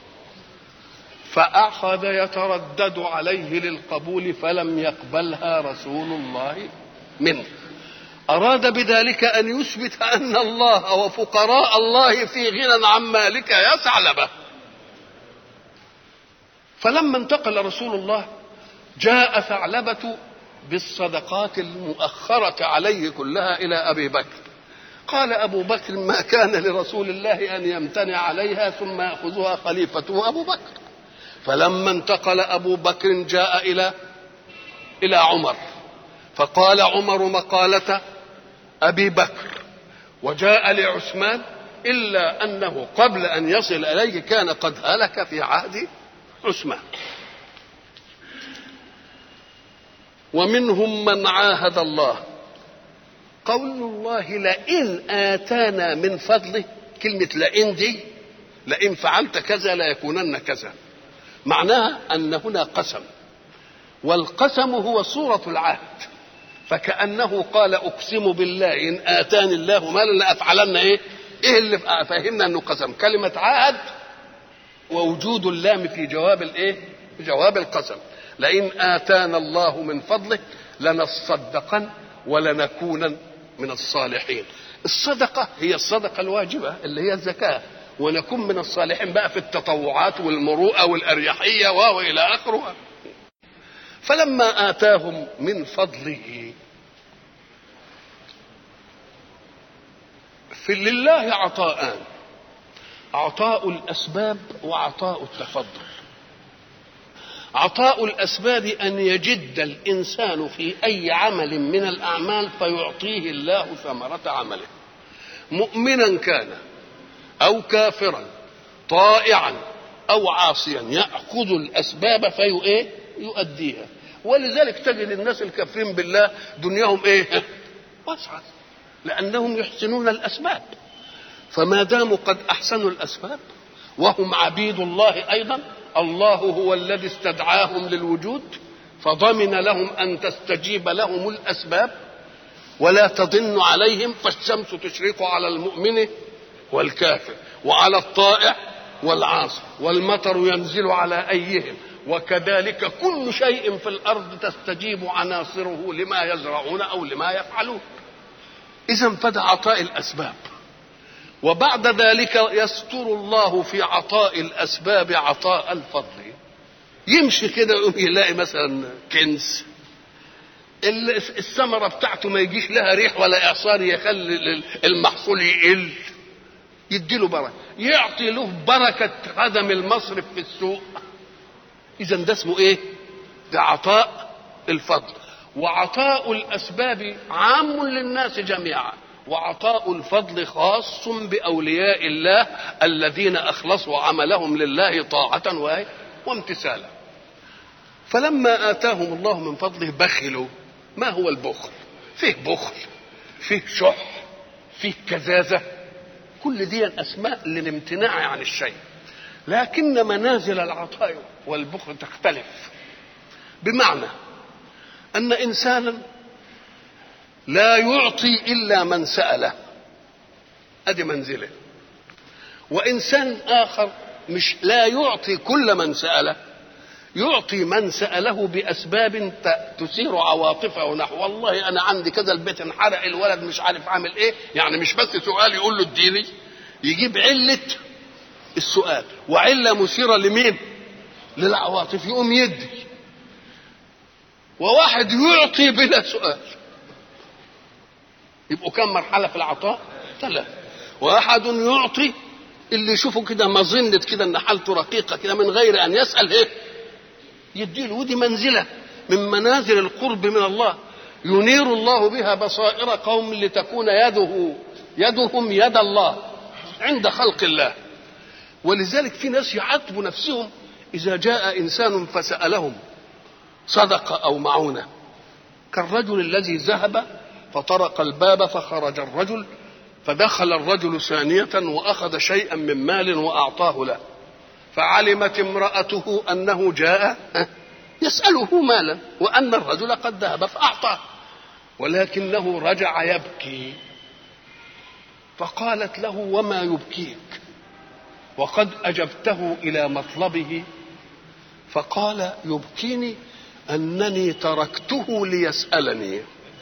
فأخذ يتردد عليه للقبول فلم يقبلها رسول الله منه. أراد بذلك أن يثبت أن الله وفقراء الله في غنى عن مالك يا ثعلبة. فلما انتقل رسول الله جاء ثعلبة بالصدقات المؤخرة عليه كلها إلى أبي بكر. قال أبو بكر ما كان لرسول الله أن يمتنع عليها ثم يأخذها خليفته أبو بكر. فلما انتقل أبو بكر جاء إلى عمر فقال عمر مقالة أبي بكر، وجاء لعثمان إلا أنه قبل أن يصل إليه كان قد هلك في عهد عثمان. ومنهم من عاهد الله. قول الله لئن آتانا من فضله، كلمة لئن دي لئن فعلت كذا لا يكونن كذا، معناها أن هنا قسم، والقسم هو صورة العهد، فكأنه قال أقسم بالله إن آتاني الله مالا لأفعلن إيه اللي فهمنا أنه قسم، كلمة عهد ووجود اللام في جواب القسم. لئن آتانا الله من فضله لنصدقن ولنكونن من الصالحين. الصدقة هي الصدقة الواجبة اللي هي الزكاة، ونكون من الصالحين بقى في التطوعات والمروءة والأريحية وإلى آخره. فلما آتاهم من فضله، لله عطاءان: عطاء الأسباب وعطاء التفضل. عطاء الأسباب أن يجد الإنسان في أي عمل من الأعمال فيعطيه الله ثمرة عمله، مؤمنا كان أو كافرا، طائعا أو عاصيا، يأخذ الأسباب يؤديها. ولذلك تجد الناس الكافرين بالله دنياهم واسعة، لأنهم يحسنون الأسباب. فما داموا قد أحسنوا الأسباب وهم عبيد الله أيضا، الله هو الذي استدعاهم للوجود، فضمن لهم أن تستجيب لهم الأسباب ولا تضن عليهم. فالشمس تشرق على المؤمن والكافر، وعلى الطائع والعاصي، والمطر ينزل على أيهم، وكذلك كل شيء في الأرض تستجيب عناصره لما يزرعون أو لما يفعلون. إذن فده عطاء الأسباب. وبعد ذلك يستر الله في عطاء الأسباب عطاء الفضل. يمشي كده يقوم يلاقي مثلا كنز الثمرة بتاعته ما يجيش لها ريح ولا إعصار يخلي المحصول يقل، يديله بركة، يعطي له بركة قدم المصرف في السوق. إذا ده اسمه إيه؟ ده عطاء الفضل. وعطاء الأسباب عام للناس جميعا، وعطاء الفضل خاص بأولياء الله الذين أخلصوا عملهم لله طاعة وامتثالا. فلما آتاهم الله من فضله بخلوا. ما هو البخل؟ فيه بخل، فيه شح، فيه كزازة، كل دي أسماء للامتناع عن الشيء. لكن منازل العطاء والبخل تختلف، بمعنى أن إنسانا لا يعطي إلا من سأله، أدي منزله. وإنسان آخر مش لا يعطي كل من سأله، يعطي من سأله بأسباب تثير عواطفه نحو والله أنا عندي كذا، البيت انحرق، الولد مش عارف عامل إيه. يعني مش بس سؤال يقول له اديني، يجيب علة السؤال وعلة مثيرة لمين؟ للعواطف، يقوم يدي. وواحد يعطي بلا سؤال. يبقوا كم مرحلة في العطاء؟ 3. واحد يعطي اللي يشوفه كده مظنة كده ان حالته رقيقة كده من غير ان يسأل ايه يديله. ودي منزلة من منازل القرب من الله، ينير الله بها بصائر قوم لتكون يدهم يد الله عند خلق الله. ولذلك في ناس يعاتبوا نفسهم إذا جاء إنسان فسألهم صدقة أو معونة، كالرجل الذي ذهب فطرق الباب فخرج الرجل، فدخل الرجل ثانية وأخذ شيئا من مال وأعطاه له، فعلمت امرأته أنه جاء يسأله مالا وأن الرجل قد ذهب فأعطاه، ولكنه رجع يبكي. فقالت له وما يبكيك وقد أجبته إلى مطلبه؟ فقال يبكيني أنني تركته ليسألني.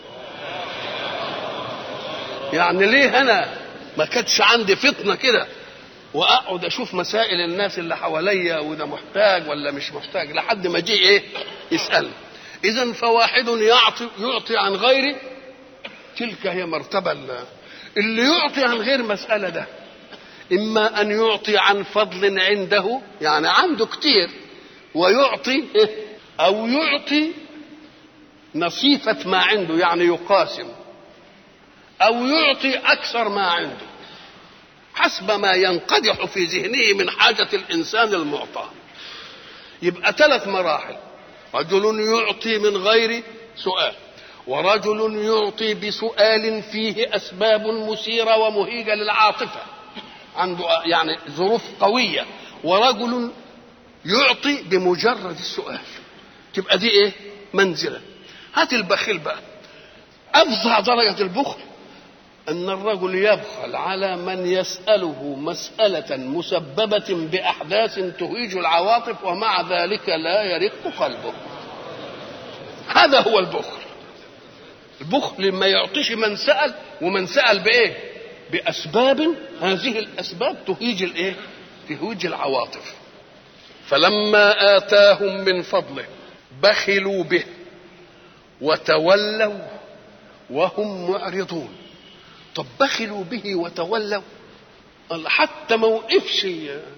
يعني ليه أنا ما كانتش عندي فطنة كده وأقعد أشوف مسائل الناس اللي حواليا وده محتاج ولا مش محتاج لحد ما جي إيه يسأل. إذن فواحد يعطي عن غيره، تلك هي مرتبة. اللي يعطي عن غير مسألة ده إما أن يعطي عن فضل عنده، يعني عنده كتير ويعطي، أو يعطي نصيفة ما عنده يعني يقاسم، أو يعطي أكثر ما عنده حسب ما ينقدح في ذهنه من حاجة الإنسان المعطى. يبقى 3 مراحل: رجل يعطي من غير سؤال، ورجل يعطي بسؤال فيه أسباب مثيرة ومهيجة للعاطفة عنده يعني ظروف قوية، ورجل يعطي بمجرد السؤال. تبقى دي ايه منزلة. هات البخيل بقى. أفظع درجة البخل أن الرجل يبخل على من يسأله مسألة مسببة بأحداث تهيج العواطف ومع ذلك لا يرق قلبه. هذا هو البخل. البخل ما يعطيش من سأل، ومن سأل بإيه؟ بأسباب، هذه الأسباب تهيج الإيه؟ تهيج العواطف. فلما آتاهم من فضله بخلوا به وتولوا وهم معرضون. طب بخلوا به وتولوا، حتى ما وقفش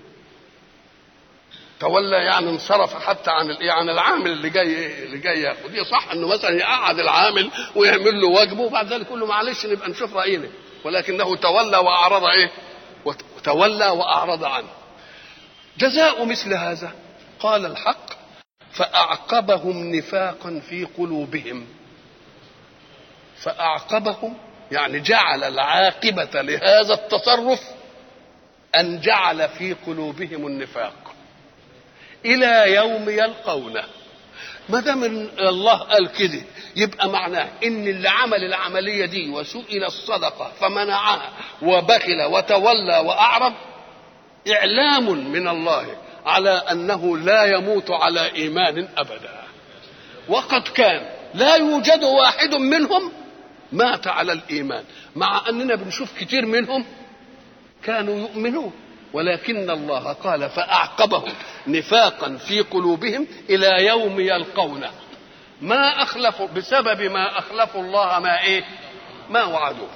تولى، يعني انصرف حتى عن العامل اللي جاي ياخد. صح انه مثلا يقعد العامل ويعمل له واجبه وبعد ذلك يقول له معلش نبقى نشوف راينا، ولكنه تولى واعرض ايه؟ وتولى واعرض عنه. جزاء مثل هذا قال الحق فأعقبهم نفاقا في قلوبهم. فأعقبهم يعني جعل العاقبة لهذا التصرف أن جعل في قلوبهم النفاق إلى يوم يلقونه. ما دام الله قال كده يبقى معناه ان اللي عمل العمليه دي وسئل الصدقه فمنعها وبخل وتولى واعرض اعلام من الله على انه لا يموت على ايمان ابدا. وقد كان لا يوجد واحد منهم مات على الايمان، مع اننا بنشوف كتير منهم كانوا يؤمنون، ولكن الله قال فأعقبهم نفاقا في قلوبهم إلى يوم يلقونه ما أخلفوا بسبب ما أخلفوا الله ما وعدوه.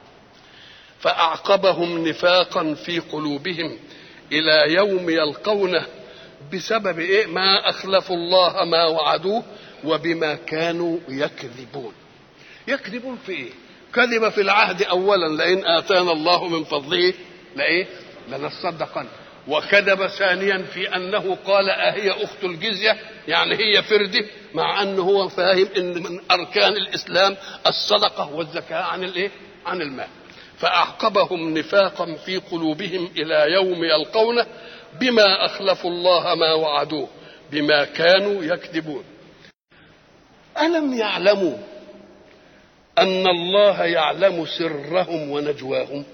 فأعقبهم نفاقا في قلوبهم إلى يوم يلقونه بسبب ما أخلفوا الله ما وعدوه وبما كانوا يكذبون. يكذبون في إيه؟ كذب في العهد أولا لئن آتانا الله من فضله لنصدقن، وكذب ثانيا في انه قال اهي اخت الجزيه يعني هي فرده، مع انه هو فاهم ان من اركان الاسلام الصدقه والزكاه عن المال. فاعقبهم نفاقا في قلوبهم الى يوم يلقونه بما اخلفوا الله ما وعدوه بما كانوا يكذبون. الم يعلموا ان الله يعلم سرهم ونجواهم؟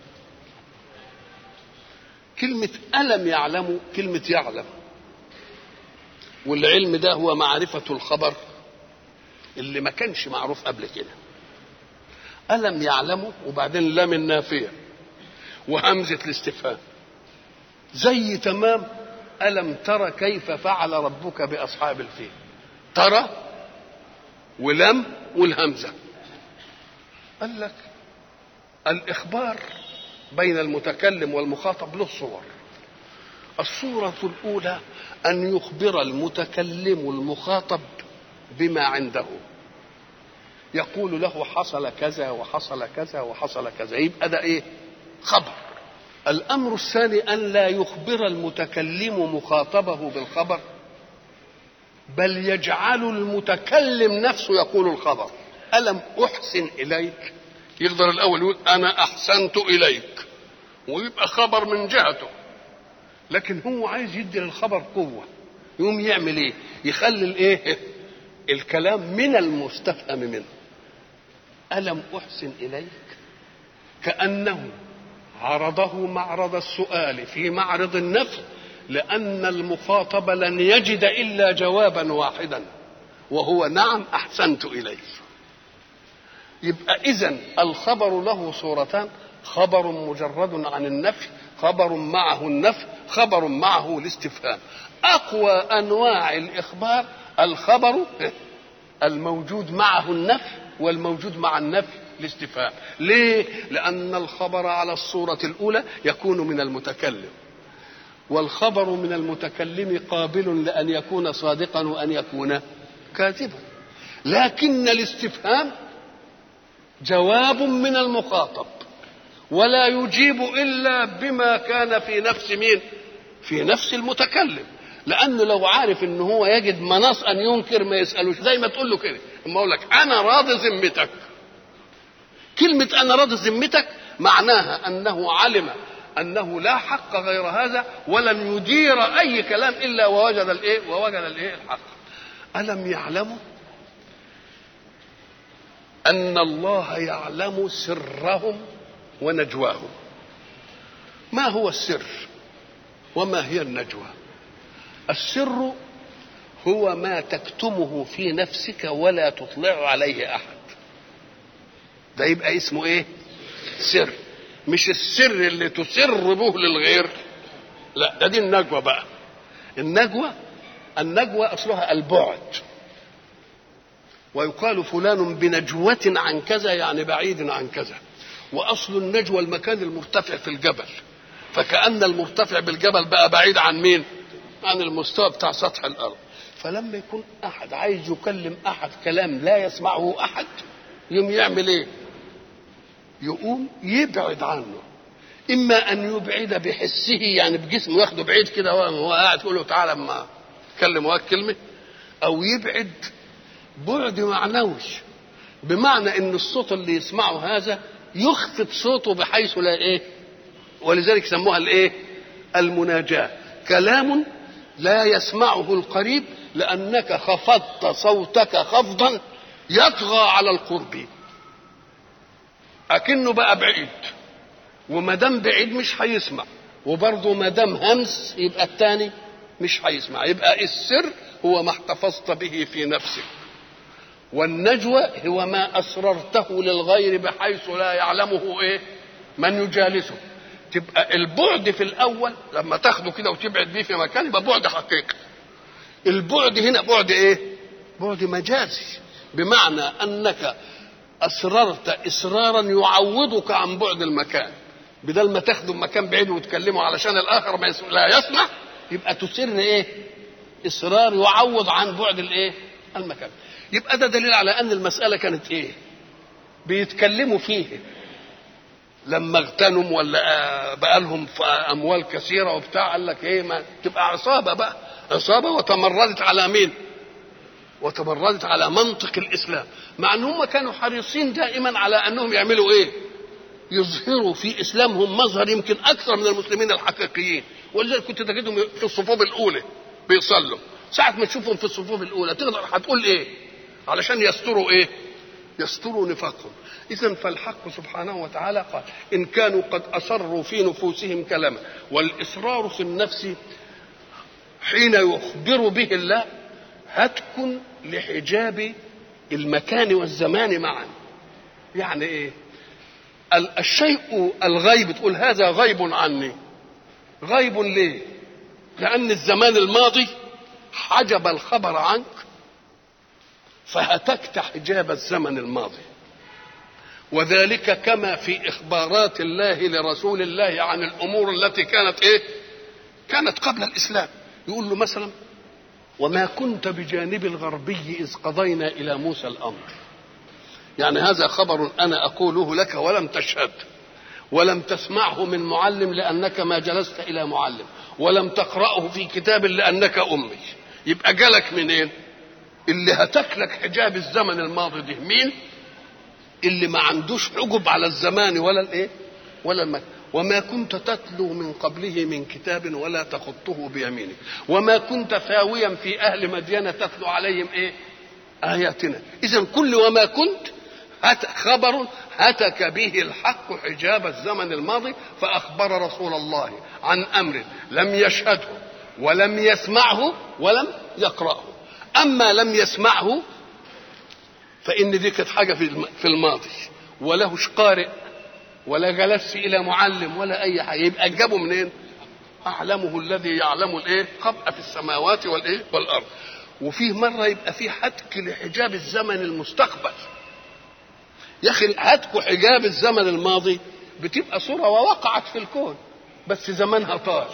كلمة ألم يعلموا كلمة يعلم، والعلم ده هو معرفة الخبر اللي ما كانش معروف قبل كده. ألم يعلموا وبعدين لام النافية وهمزة الاستفهام زي تمام ألم ترى كيف فعل ربك بأصحاب الفيل. ترى ولم والهمزة. قال لك الإخبار بين المتكلم والمخاطب له صور. الصورة الأولى أن يخبر المتكلم المخاطب بما عنده، يقول له حصل كذا وحصل كذا وحصل كذا، يبقى ده خبر. الأمر الثاني أن لا يخبر المتكلم مخاطبه بالخبر، بل يجعل المتكلم نفسه يقول الخبر. ألم أحسن إليك؟ يقدر الأول يقول أنا أحسنت إليك ويبقى خبر من جهته، لكن هو عايز يدي للخبر قوة، يقوم يعمل يخلي الكلام من المستفهم منه. ألم أحسن إليك كأنه عرضه معرض السؤال في معرض النفي، لأن المخاطب لن يجد إلا جوابا واحدا وهو نعم أحسنت إليك. يبقى إذن الخبر له صورتان: خبر مجرد عن النفي، خبر معه النفي، خبر معه الاستفهام. أقوى أنواع الإخبار الخبر الموجود معه النفي والموجود مع النفي الاستفهام. ليه؟ لأن الخبر على الصورة الأولى يكون من المتكلم، والخبر من المتكلم قابل لأن يكون صادقا وأن يكون كاذبا، لكن الاستفهام جواب من المخاطب ولا يجيب إلا بما كان في نفس مين؟ في نفس المتكلم. لأنه لو عارف إن هو يجد مناص أن ينكر ما يسألوش، زي ما تقول له كده اما أقول لك أنا راضي ذمتك. كلمة أنا راضي ذمتك معناها أنه علم أنه لا حق غير هذا ولن يدير أي كلام إلا ووجد الحق. ألم يعلموا أن الله يعلم سرهم ونجواهم؟ ما هو السر وما هي النجوى؟ السر هو ما تكتمه في نفسك ولا تطلع عليه أحد، ده يبقى اسمه سر. مش السر اللي تسر به للغير، لا، دي النجوى بقى. النجوى أصلها البعد، ويقال فلان بنجوة عن كذا يعني بعيد عن كذا. وأصل النجوى المكان المرتفع في الجبل، فكأن المرتفع بالجبل بقى بعيد عن مين؟ عن المستوى بتاع سطح الأرض. فلما يكون أحد عايز يكلم أحد كلام لا يسمعه أحد، يوم يعمل يقوم يبعد عنه. إما أن يبعد بحسه، يعني بجسمه ياخده بعيد كده وهو قاعد يقول له تعالى ما تكلم وهاك كلمة، أو يبعد بعد معنوي، بمعنى ان الصوت اللي يسمعه هذا يخفت صوته بحيث لا ايه، ولذلك سموها الايه؟ المناجاة. كلام لا يسمعه القريب لانك خفضت صوتك خفضا يطغى على القرب، اكنه بقى بعيد، وما دام بعيد مش هيسمع، وبرضه ما دام همس يبقى الثاني مش هيسمع. يبقى السر هو ما احتفظت به في نفسك، والنجوى هو ما اسررته للغير بحيث لا يعلمه ايه؟ من يجالسه. تبقى البعد في الاول لما تاخده كده وتبعد بيه في مكان يبقى بعد حقيقي. البعد هنا بعد ايه؟ بعد مجازي، بمعنى انك اسررت اسرارا يعوضك عن بعد المكان. بدل ما تاخده مكان بعيد وتكلمه علشان الاخر ما لا يسمع، يبقى تسر ايه؟ اصرار يعوض عن بعد الايه؟ المكان. يبقى ده دليل على ان المساله كانت ايه؟ بيتكلموا فيه لما اغتنم ولا بقى لهم اموال كثيره وبتاع، قال لك ايه؟ ما تبقى عصابه بقى، عصابه وتمردت على مين؟ وتمردت على منطق الاسلام، مع ان هم كانوا حريصين دائما على انهم يعملوا ايه؟ يظهروا في اسلامهم مظهر يمكن اكثر من المسلمين الحقيقيين. ولذلك كنت تجدهم في الصفوف الاولى بيصلوا، ساعه ما تشوفهم في الصفوف الاولى تقدر هتقول ايه؟ علشان يستروا ايه؟ يستروا نفاقهم. اذا فالحق سبحانه وتعالى قال ان كانوا قد اصروا في نفوسهم كلاما، والاصرار في النفس حين يخبر به الله هتك لحجاب المكان والزمان معا. يعني ايه؟ الشيء الغيب تقول هذا غيب عني. غيب ليه؟ لأن الزمان الماضي حجب الخبر عنك فهتكت حجاب الزمن الماضي. وذلك كما في إخبارات الله لرسول الله عن الأمور التي كانت إيه؟ كانت قبل الإسلام. يقول له مثلا وما كنت بجانب الغربي إذ قضينا إلى موسى الأمر. يعني هذا خبر أنا أقوله لك ولم تشهد ولم تسمعه من معلم لأنك ما جلست إلى معلم، ولم تقرأه في كتاب لأنك أمي. يبقى جالك منين؟ اللي هتكلك حجاب الزمن الماضي ده مين؟ اللي ما عندوش حجب على الزمان ولا الايه ولا المكان. وما كنت تتلو من قبله من كتاب ولا تخطه بيمينك وما كنت ثاويا في أهل مدين تتلو عليهم ايه؟ آياتنا. إذن كل وما كنت خبر هتك به الحق حجاب الزمن الماضي، فأخبر رسول الله عن أمر لم يشهده ولم يسمعه ولم يقرأه. أما لم يسمعه فإن دي كانت حاجة في الماضي، ولهش قارئ ولا جلس إلى معلم ولا أي حاجة. يبقى جابه منين؟ أعلمه الذي يعلم الإيه؟ خبأ في السماوات والإيه؟ والأرض. وفيه مرة يبقى فيه هتك لحجاب الزمن المستقبل. يا أخي هتك حجاب الزمن الماضي بتبقى صورة ووقعت في الكون بس زمنها طال،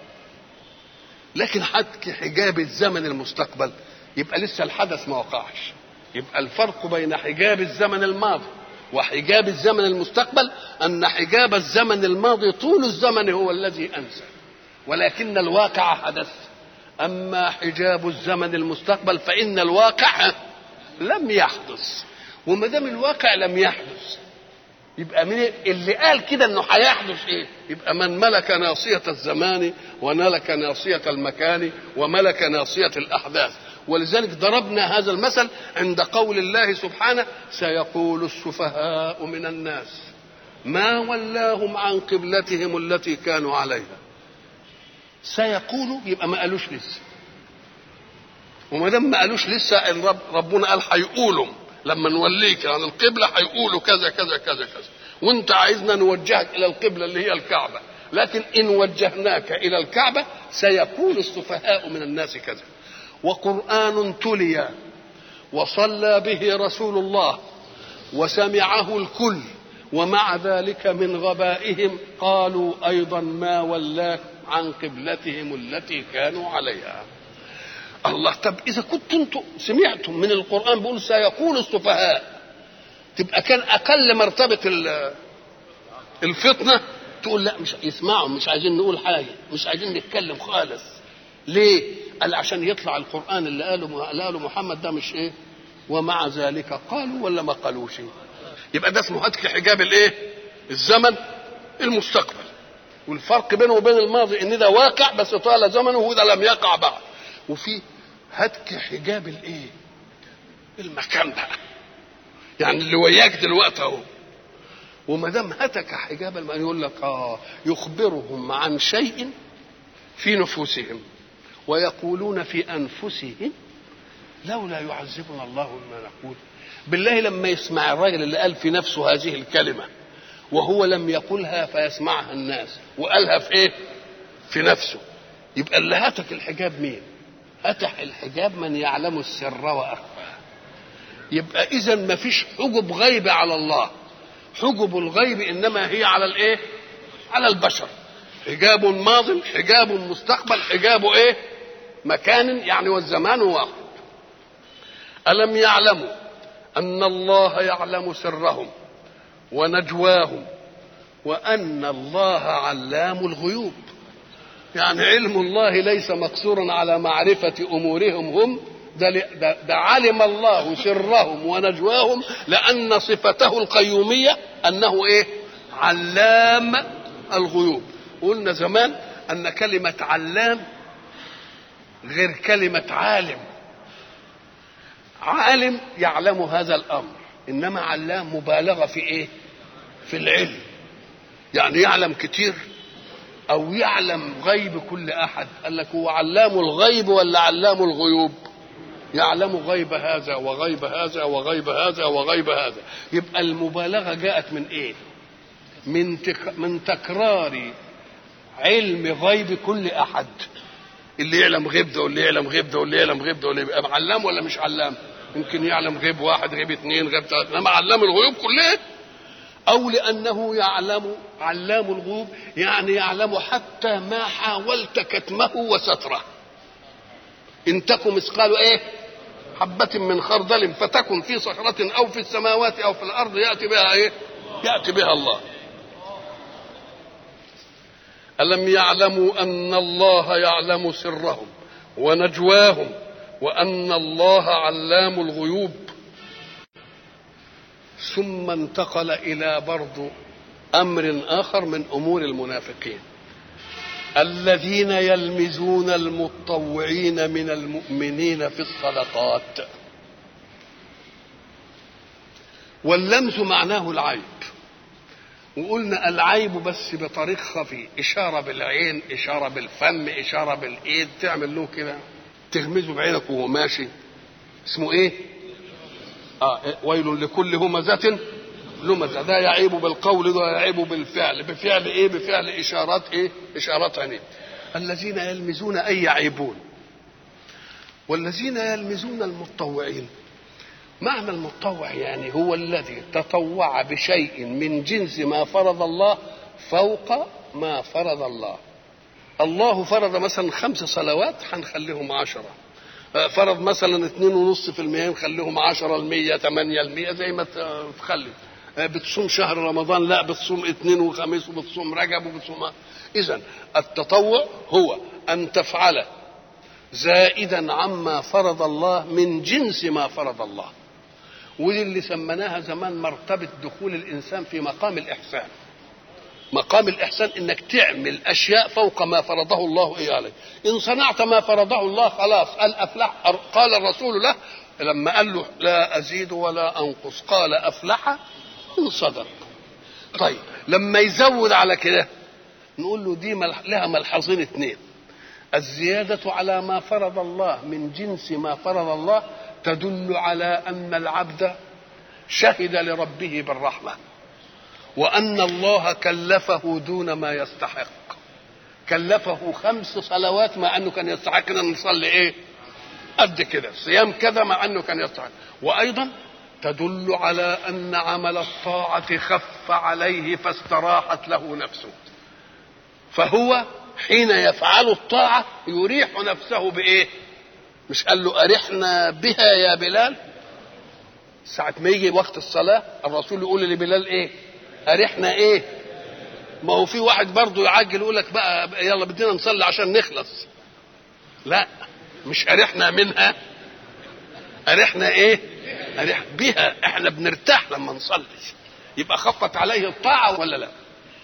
لكن هتك حجاب الزمن المستقبل يبقى لسه الحدث ما وقعش. يبقى الفرق بين حجاب الزمن الماضي وحجاب الزمن المستقبل أن حجاب الزمن الماضي طول الزمن هو الذي أنسى ولكن الواقع حدث. أما حجاب الزمن المستقبل فإن الواقع لم يحدث، وما دام الواقع لم يحدث يبقى من اللي قال كده انه هيحدث ايه؟ يبقى من ملك ناصية الزمان وملك ناصية المكان وملك ناصية الأحداث. ولذلك ضربنا هذا المثل عند قول الله سبحانه سيقول السفهاء من الناس ما ولاهم عن قبلتهم التي كانوا عليها. سيقولوا يبقى ما قالوش لسه، وما دام ما قالوش لسه ربنا قال هيقولوا لما نوليك عن القبلة هيقولوا كذا كذا كذا كذا، وانت عايزنا نوجهك الى القبلة اللي هي الكعبة، لكن ان وجهناك الى الكعبة سيقول السفهاء من الناس كذا. وقرآن تلي وصلى به رسول الله وسمعه الكل ومع ذلك من غبائهم قالوا أيضا ما ولاك عن قبلتهم التي كانوا عليها. الله، طب إذا كنتم انتم سمعتم من القرآن بيقول سيقول السفهاء، تبقى كان أقل مرتبة الفطنة تقول لا مش يسمعوا، مش عايزين نقول حاجة، مش عايزين نتكلم خالص. ليه؟ قال عشان يطلع القرآن اللي قاله محمد ده مش ايه؟ ومع ذلك قالوا ولا ما قالوش؟ يبقى ده اسمه هتك حجاب الايه؟ الزمن المستقبل. والفرق بينه وبين الماضي ان ده واقع بس طال زمنه وده لم يقع بعد. وفي هتك حجاب الايه؟ المكان بقى، يعني اللي وياك دلوقتي اهو. وما دام هتك حجاب المكان يقول لك يخبرهم عن شيء في نفوسهم ويقولون في انفسهم لولا يعذبنا الله بما نقول. بالله لما يسمع الراجل اللي قال في نفسه هذه الكلمة وهو لم يقولها فيسمعها الناس وقالها في ايه؟ في نفسه، يبقى اللي هتك الحجاب مين؟ هتك الحجاب من يعلم السر واخفى. يبقى اذا ما فيش حجب غيب على الله، حجب الغيب انما هي على الايه؟ على البشر. حجاب ماض، حجاب مستقبل، حجاب ايه؟ مكان، يعني والزمان واحد. ألم يعلموا أن الله يعلم سرهم ونجواهم وأن الله علام الغيوب. يعني علم الله ليس مقصورا على معرفة أمورهم هم، ده علم الله سرهم ونجواهم لأن صفته القيومية أنه إيه؟ علام الغيوب. قلنا زمان أن كلمة علام غير كلمة عالم. عالم يعلم هذا الأمر، إنما علام مبالغة في إيه؟ في العلم، يعني يعلم كتير أو يعلم غيب كل أحد. قال لك هو علام الغيب ولا علام الغيوب؟ يعلم غيب هذا وغيب هذا وغيب هذا وغيب هذا. يبقى المبالغة جاءت من إيه؟ من تكرار علم غيب كل أحد. اللي يعلم غيب ده واللي يعلم غيب ده واللي يعلم غيب ده واللي يبقى علام ولا مش علام؟ يمكن يعلم غيب واحد، غيب اثنين، غيب ثلاثة، انما علام الغيوب كلها. او لانه يعلم علام الغيوب يعني يعلم حتى ما حاولت كتمه وستره. ان تكن مثقال ايه؟ حبة من خردل فتكن في صخرة او في السماوات او في الارض يأتي بها ايه؟ يأتي بها الله. ألم يعلموا أن الله يعلم سرهم ونجواهم وأن الله علام الغيوب. ثم انتقل إلى برضو أمر آخر من أمور المنافقين، الذين يلمزون المتطوعين من المؤمنين في الصدقات. واللمز معناه العيب، وقلنا العيب بس بطريق خفي، إشارة بالعين، إشارة بالفم، إشارة بالإيد، تعمل له كده تغمزه بعينك وهو ماشي، اسمه إيه؟ ويل لكل همزة لمزة. ده يعيب بالقول، ده يعيب بالفعل. بفعل إيه؟ بفعل إشارات إيه؟ إشارات عينيه. الذين يلمزون أي يعيبون. والذين يلمزون المتطوعين، معنى المتطوع يعني هو الذي تطوع بشيء من جنس ما فرض الله فوق ما فرض الله. الله فرض مثلا 5 صلوات هنخليهم 10، فرض مثلا 2.5% نخليهم 10%، 8%، زي ما تخلي. بتصوم شهر رمضان، لا بتصوم اثنين وخميس، وبتصوم رجب، وبتصوم. إذن التطوع هو أن تفعل زائدا عما فرض الله من جنس ما فرض الله. ودي اللي سمناها زمان مرتبة دخول الإنسان في مقام الإحسان. مقام الإحسان إنك تعمل أشياء فوق ما فرضه الله إيه عليك. إن صنعت ما فرضه الله خلاص الأفلح. قال الرسول له لما قال له لا أزيد ولا أنقص، قال أفلح إن صدق. طيب لما يزود على كده نقول له دي لها ملحظين 2. الزيادة على ما فرض الله من جنس ما فرض الله تدل على أن العبد شهد لربه بالرحمة، وأن الله كلفه دون ما يستحق. كلفه 5 صلوات مع أنه كان يستحق أن نصلي إيه؟ قد كده. صيام كذا مع أنه كان يستحق. وأيضا تدل على أن عمل الطاعة خف عليه فاستراحت له نفسه. فهو حين يفعل الطاعة يريح نفسه بإيه؟ مش قال له أرحنا بها يا بلال؟ ساعة ما يجي وقت الصلاة الرسول يقول لبلال إيه؟ أرحنا إيه؟ ما هو في واحد برضه يعجل يقول لك بقى يلا بدنا نصلي عشان نخلص. لا، مش أرحنا منها، أرحنا إيه؟ نريح بها، احنا بنرتاح لما نصلي، يبقى خفت عليه الطاعة ولا لا؟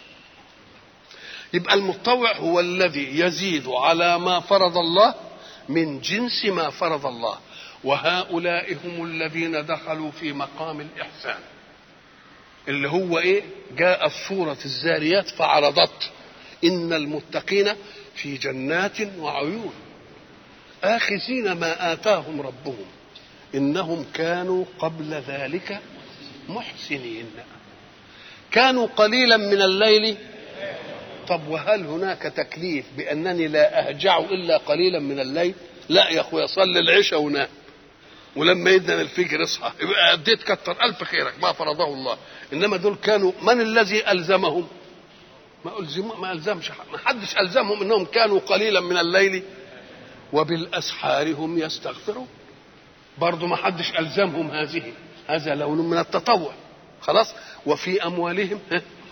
يبقى المتطوع هو الذي يزيد على ما فرض الله من جنس ما فرض الله، وهؤلاء هم الذين دخلوا في مقام الإحسان اللي هو ايه؟ جاء الصورة الزاريات فعرضت إن المتقين في جنات وعيون آخذين ما آتاهم ربهم إنهم كانوا قبل ذلك محسنين. كانوا قليلا من الليل. طب وهل هناك تكليف بأنني لا أهجع إلا قليلا من الليل؟ لا يا أخويا، صلي العشاء ونام، ولما يدن الفجر اصحى، يبقى أديت كتر ألف خيرك ما فرضه الله. إنما دول كانوا من الذي ألزمهم؟ ما ألزمش، ما حدش ألزمهم إنهم كانوا قليلا من الليل وبالأسحار هم يستغفرون. برضو ما حدش ألزمهم هذا لون من التطوع. خلاص. وفي أموالهم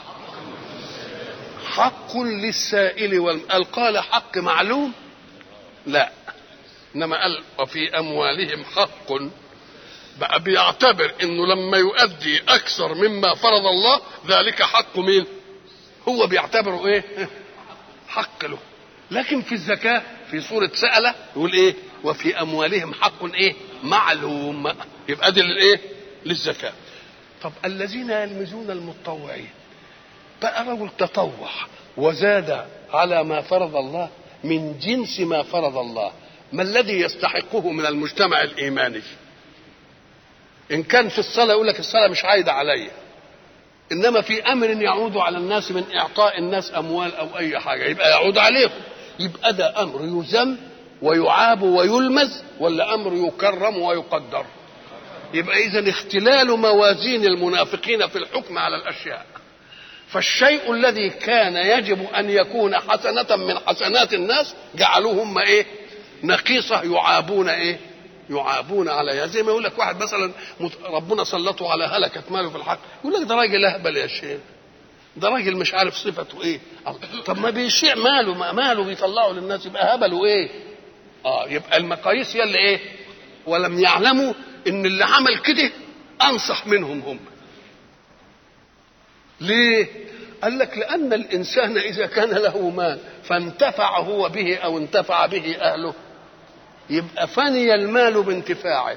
حق للسائل قال حق معلوم؟ لا، إنما قال وفي أموالهم حق، بقى بيعتبر إنه لما يؤدي أكثر مما فرض الله ذلك حق مين؟ هو بيعتبره إيه؟ حق له. لكن في الزكاة في سورة سألة يقول إيه؟ وفي أموالهم حق إيه؟ معلوم. يبقى دي للإيه؟ للزكاة. طب الذين يلمزون المتطوعين بقى رجل تطوع وزاد على ما فرض الله من جنس ما فرض الله، ما الذي يستحقه من المجتمع الإيماني؟ إن كان في الصلاة يقول لك الصلاة مش عايدة عليا، إنما في أمر يعود على الناس من إعطاء الناس أموال أو أي حاجة يبقى يعود عليهم. يبقى ده أمر يذم ويعاب ويلمز ولا أمر يكرم ويقدر؟ يبقى إذن اختلال موازين المنافقين في الحكم على الأشياء. فالشيء الذي كان يجب أن يكون حسنة من حسنات الناس جعلوه هم إيه؟ نقيصة يعابون إيه؟ يعابون عليها. زي ما يقول لك واحد مثلا ربنا سلطه على هلكة ماله في الحق، يقول لك ده راجل أهبل يا شيخ، ده راجل مش عارف صفته إيه. طب ما بيشيع ماله بيطلعه للناس، يبقى هبله إيه؟ يبقى المقاييس هي اللي إيه؟ ولم يعلموا إن اللي عمل كده أنصح منهم هم. ليه؟ قال لك لأن الإنسان إذا كان له مال فانتفع هو به أو انتفع به أهله يبقى فني المال بانتفاعه،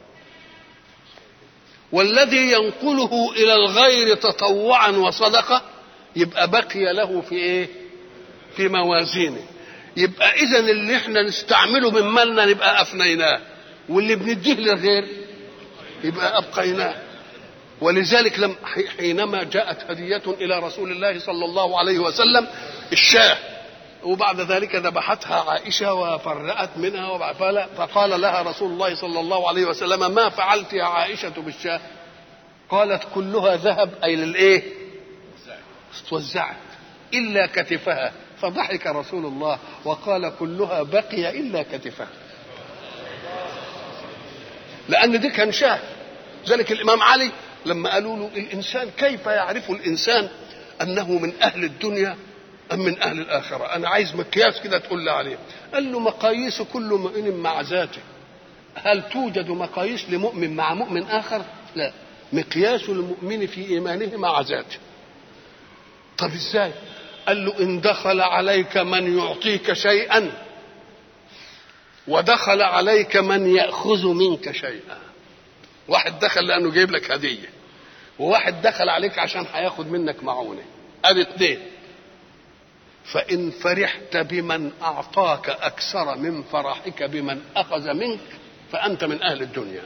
والذي ينقله إلى الغير تطوعا وصدقة يبقى بقي له في إيه؟ في موازينه. يبقى إذن اللي احنا نستعمله من مالنا نبقى أفنيناه، واللي بنديه للغير يبقى أبقيناه. ولذلك حينما جاءت هدية إلى رسول الله صلى الله عليه وسلم الشاة، وبعد ذلك ذبحتها عائشة وفرأت منها، فقال لها رسول الله صلى الله عليه وسلم ما فعلت يا عائشة بالشاة؟ قالت كلها ذهب، أي للإيه؟ توزعت إلا كتفها. فضحك رسول الله وقال كلها بقي إلا كتفها، لأن دي كان شاه. ذلك الإمام علي لما قالوا له الإنسان كيف يعرف الإنسان أنه من أهل الدنيا أم من أهل الآخرة؟ أنا عايز مقياس كده تقول لي عليه. قال له مقاييس كل مؤمن مع ذاته. هل توجد مقاييس لمؤمن مع مؤمن آخر؟ لا، مقياس المؤمن في إيمانه مع ذاته. طب إزاي؟ قال له إن دخل عليك من يعطيك شيئا ودخل عليك من يأخذ منك شيئا. واحد دخل لأنه جايب لك هدية، وواحد دخل عليك عشان هياخد منك معونة، ادي اتنين. فإن فرحت بمن أعطاك أكثر من فرحك بمن أخذ منك فأنت من أهل الدنيا،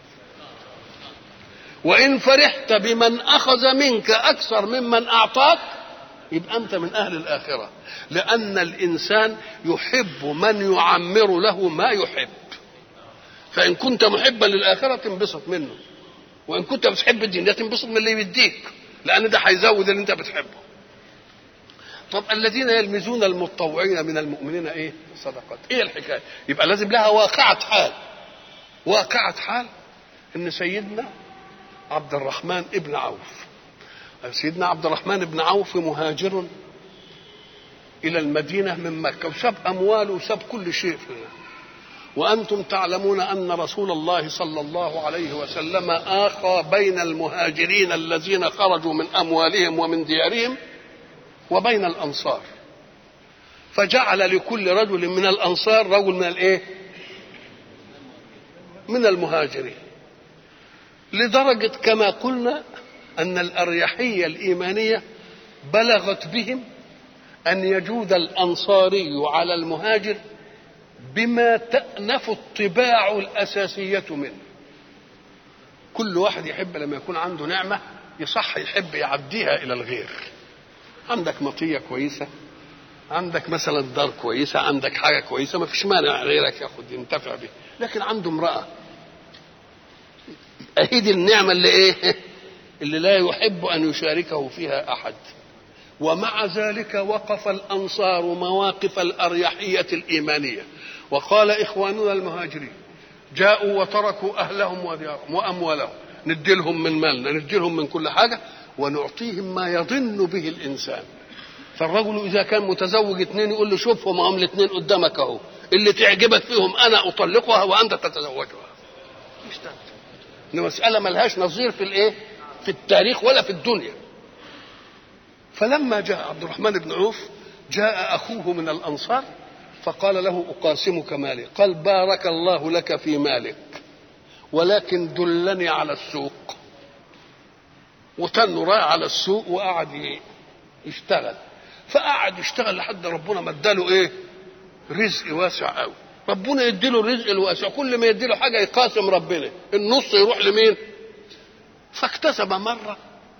وإن فرحت بمن أخذ منك أكثر ممن أعطاك يبقى أنت من أهل الآخرة. لأن الإنسان يحب من يعمر له ما يحب، فإن كنت محبا للآخرة تنبسط منه، وإن كنت بتحب الدنيا تنبسط من اللي يديك، لأن ده هيزود اللي أنت بتحبه. طب الذين يلمزون المتطوعين من المؤمنين إيه؟ صدقات. إيه الحكاية؟ يبقى لازم لها واقعة حال. واقعة حال إن سيدنا عبد الرحمن ابن عوف، سيدنا عبد الرحمن ابن عوف مهاجر إلى المدينة من مكة، وساب أمواله وساب كل شيء فيها، وأنتم تعلمون أن رسول الله صلى الله عليه وسلم آخى بين المهاجرين الذين خرجوا من أموالهم ومن ديارهم وبين الأنصار، فجعل لكل رجل من الأنصار رجل من الإيه؟ من المهاجرين، لدرجة كما قلنا أن الأريحية الإيمانية بلغت بهم أن يجود الأنصاري على المهاجر بما تأنف الطباع الأساسية منه. كل واحد يحب لما يكون عنده نعمة يصح يحب يعديها إلى الغير. عندك مطية كويسة، عندك مثلا دار كويسة، عندك حاجة كويسة، ما فيش مانع غيرك ياخد ينتفع بها، لكن عنده امرأة أهيد النعمة اللي إيه؟ اللي لا يحب أن يشاركه فيها أحد. ومع ذلك وقف الأنصار مواقف الأريحية الإيمانية، وقال إخواننا المهاجرين جاءوا وتركوا أهلهم وديارهم وأموالهم، نديلهم من مالنا، نديلهم من كل حاجة، ونعطيهم ما يظن به الإنسان. فالرجل إذا كان متزوج اثنين يقول له شوفهم هم الاثنين قدامك أهو، اللي تعجبك فيهم أنا أطلقها وأنت تتزوجها. مسألة ملهاش نظير في الإيه؟ في التاريخ ولا في الدنيا. فلما جاء عبد الرحمن بن عوف جاء أخوه من الأنصار فقال له أقاسمك مالي، قال بارك الله لك في مالك ولكن دلني على السوق. وتنه راح على السوق وقعد يشتغل، فقعد يشتغل لحد ربنا ما اداله ايه؟ رزق واسع قوي. ربنا يديله الرزق الواسع، كل ما يديله حاجه يقاسم ربنا، النص يروح لمين؟ فاكتسب مره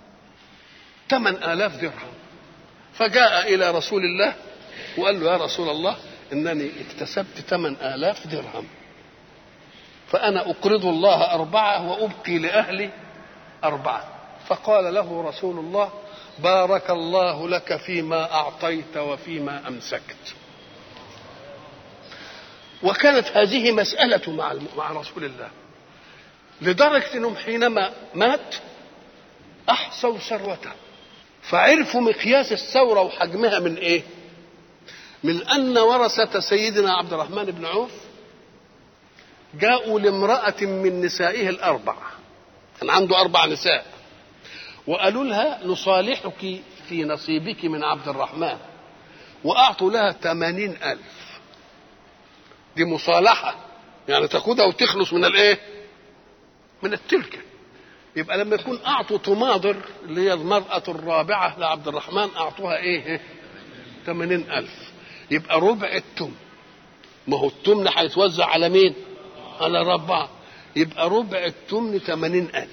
8000 درهم، فجاء الى رسول الله وقال له يا رسول الله انني اكتسبت 8000 درهم، فانا اقرض الله 4 وابقي لاهلي 4. فقال له رسول الله بارك الله لك فيما أعطيت وفيما أمسكت. وكانت هذه مسألة مع رسول الله، لدرجة أنهم حينما مات أحصوا ثروته، فعرفوا مقياس الثورة وحجمها من إيه؟ من أن ورثة سيدنا عبد الرحمن بن عوف جاءوا لامرأة من نسائه ال4، كان عنده 4 نساء، وقالوا لها نصالحك في نصيبك من عبد الرحمن، وأعطوا لها 80,000. دي مصالحة، يعني تاخدها وتخلص من الايه؟ من التلكة. يبقى لما يكون أعطوا تماضر اللي هي المرأة الرابعة لعبد الرحمن أعطوها ايه؟ 80,000. يبقى ربع التمن. ما هو التمن هيتوزع على مين؟ على 4. يبقى ربع التمن 80,000.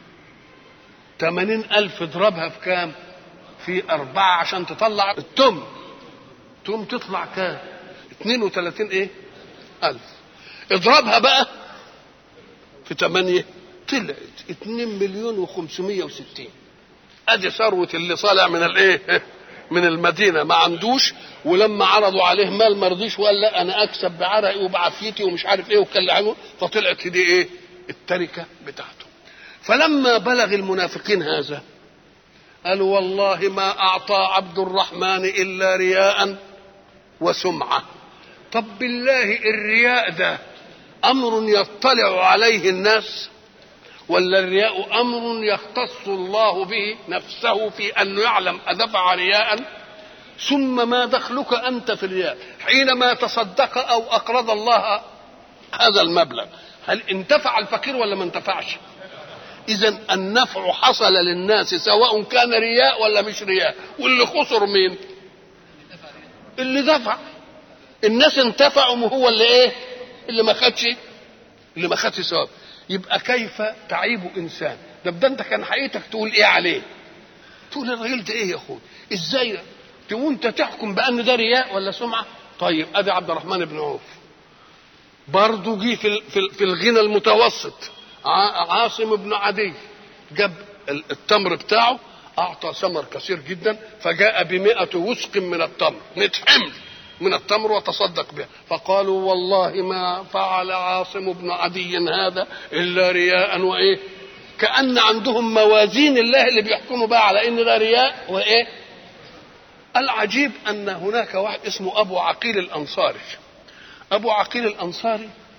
80,000 اضربها في كام؟ في 4 عشان تطلع التمن. تقوم تطلع كام؟ 32 ايه؟ 1000. اضربها بقى في 8 طلعت 2,560,000. ادي ثروة اللي صالع من الايه؟ من المدينة ما عندوش، ولما عرضوا عليه مال ما رضيش وقال لا انا اكسب بعرقي وبعافيتي ومش عارف ايه وكلعه، فطلعت دي ايه؟ التركة بتاعته. فلما بلغ المنافقين هذا قالوا والله ما أعطى عبد الرحمن إلا رياء وسمعة. طب بالله الرياء ده أمر يطلع عليه الناس، ولا الرياء أمر يختص الله به نفسه في أن يعلم أدفع رياء؟ ثم ما دخلك أنت في الرياء؟ حينما تصدق أو أقرض الله هذا المبلغ هل انتفع الفقير ولا ما انتفعش؟ إذن النفع حصل للناس سواء كان رياء ولا مش رياء. واللي خسر مين؟ اللي دفع. الناس انتفعوا وهو اللي ايه؟ اللي ما خدش ثواب. يبقى كيف تعيب انسان؟ ده انت كان حقيقتك تقول ايه عليه؟ تقول الراجل ده ايه يا اخوي؟ ازاي وانت تحكم بان ده رياء ولا سمعه؟ طيب ادي عبد الرحمن بن عوف برضه جه في الغنى المتوسط. عاصم بن عدي جاب التمر بتاعه، أعطى ثمر كثير جدا، فجاء ب100 وسق من التمر، 100 حمل من التمر وتصدق بها. فقالوا والله ما فعل عاصم بن عدي هذا إلا رياء وإيه؟ كأن عندهم موازين الله اللي بيحكموا بقى على إن ده رياء وإيه؟ العجيب أن هناك واحد اسمه أبو عقيل الأنصاري. أبو عقيل الأنصاري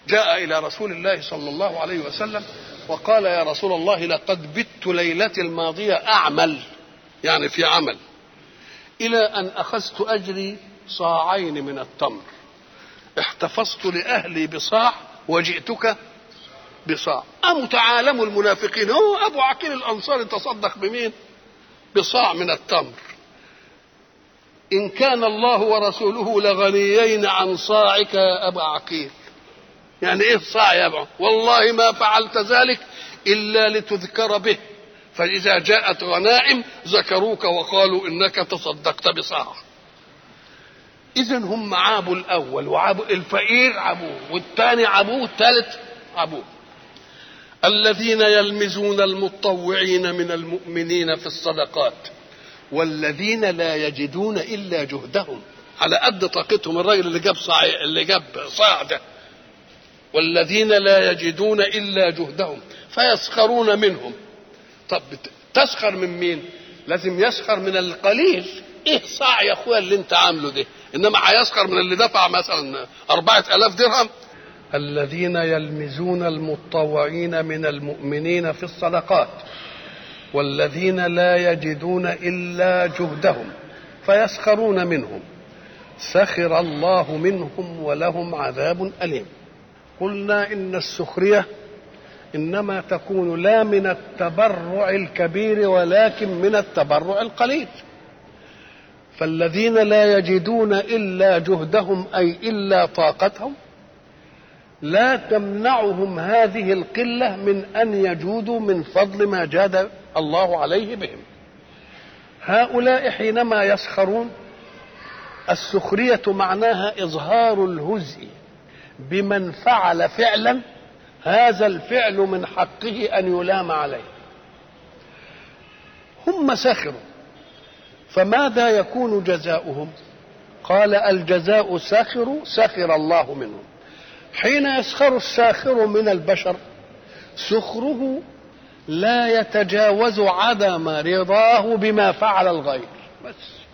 جاء إلى رسول الله صلى الله عليه وسلم وقال: يا رسول الله، لقد بت ليلتي الماضية أعمل، يعني في عمل، إلى أن أخذت أجري صاعين من التمر، احتفظت لأهلي بصاع وجئتك بصاع. أم تعالم المنافقين، هو أبو عقيل الأنصاري تصدق بمين؟ بصاع من التمر. إن كان الله ورسوله لغنيين عن صاعك يا أبا عقيل. يعني إيه صاع يا أبا؟ والله ما فعلت ذلك إلا لتذكر به، فإذا جاءت غنائم ذكروك وقالوا إنك تصدقت بصاع. إذن هم عابوا الأول وعابوا الفقير، عابوه، والثاني عابوه، والثالث عابوه. الذين يلمزون المتطوعين من المؤمنين في الصدقات والذين لا يجدون إلا جهدهم، على قد طاقتهم. الراجل اللي جاب صاع ده، والذين لا يجدون إلا جهدهم فيسخرون منهم. طب تسخر من مين؟ لازم يسخر من القليل. ايه صاع يا اخويا اللي انت عامله ده؟ انما هيسخر من اللي دفع مثلا 4000 درهم. الذين يلمزون المتطوعين من المؤمنين في الصدقات والذين لا يجدون إلا جهدهم فيسخرون منهم سخر الله منهم ولهم عذاب أليم. قلنا إن السخرية إنما تكون لا من التبرع الكبير ولكن من التبرع القليل. فالذين لا يجدون إلا جهدهم أي إلا طاقتهم لا تمنعهم هذه القلة من أن يجودوا من فضل ما جاد الله عليه بهم. هؤلاء حينما يسخرون، السخرية معناها إظهار الهزء بمن فعل فعلا هذا الفعل من حقه أن يلام عليه. هم سخروا، فماذا يكون جزاؤهم؟ قال: الجزاء سخر الله منهم. حين يسخر الساخر من البشر سخره لا يتجاوز عدم رضاه بما فعل الغير بس.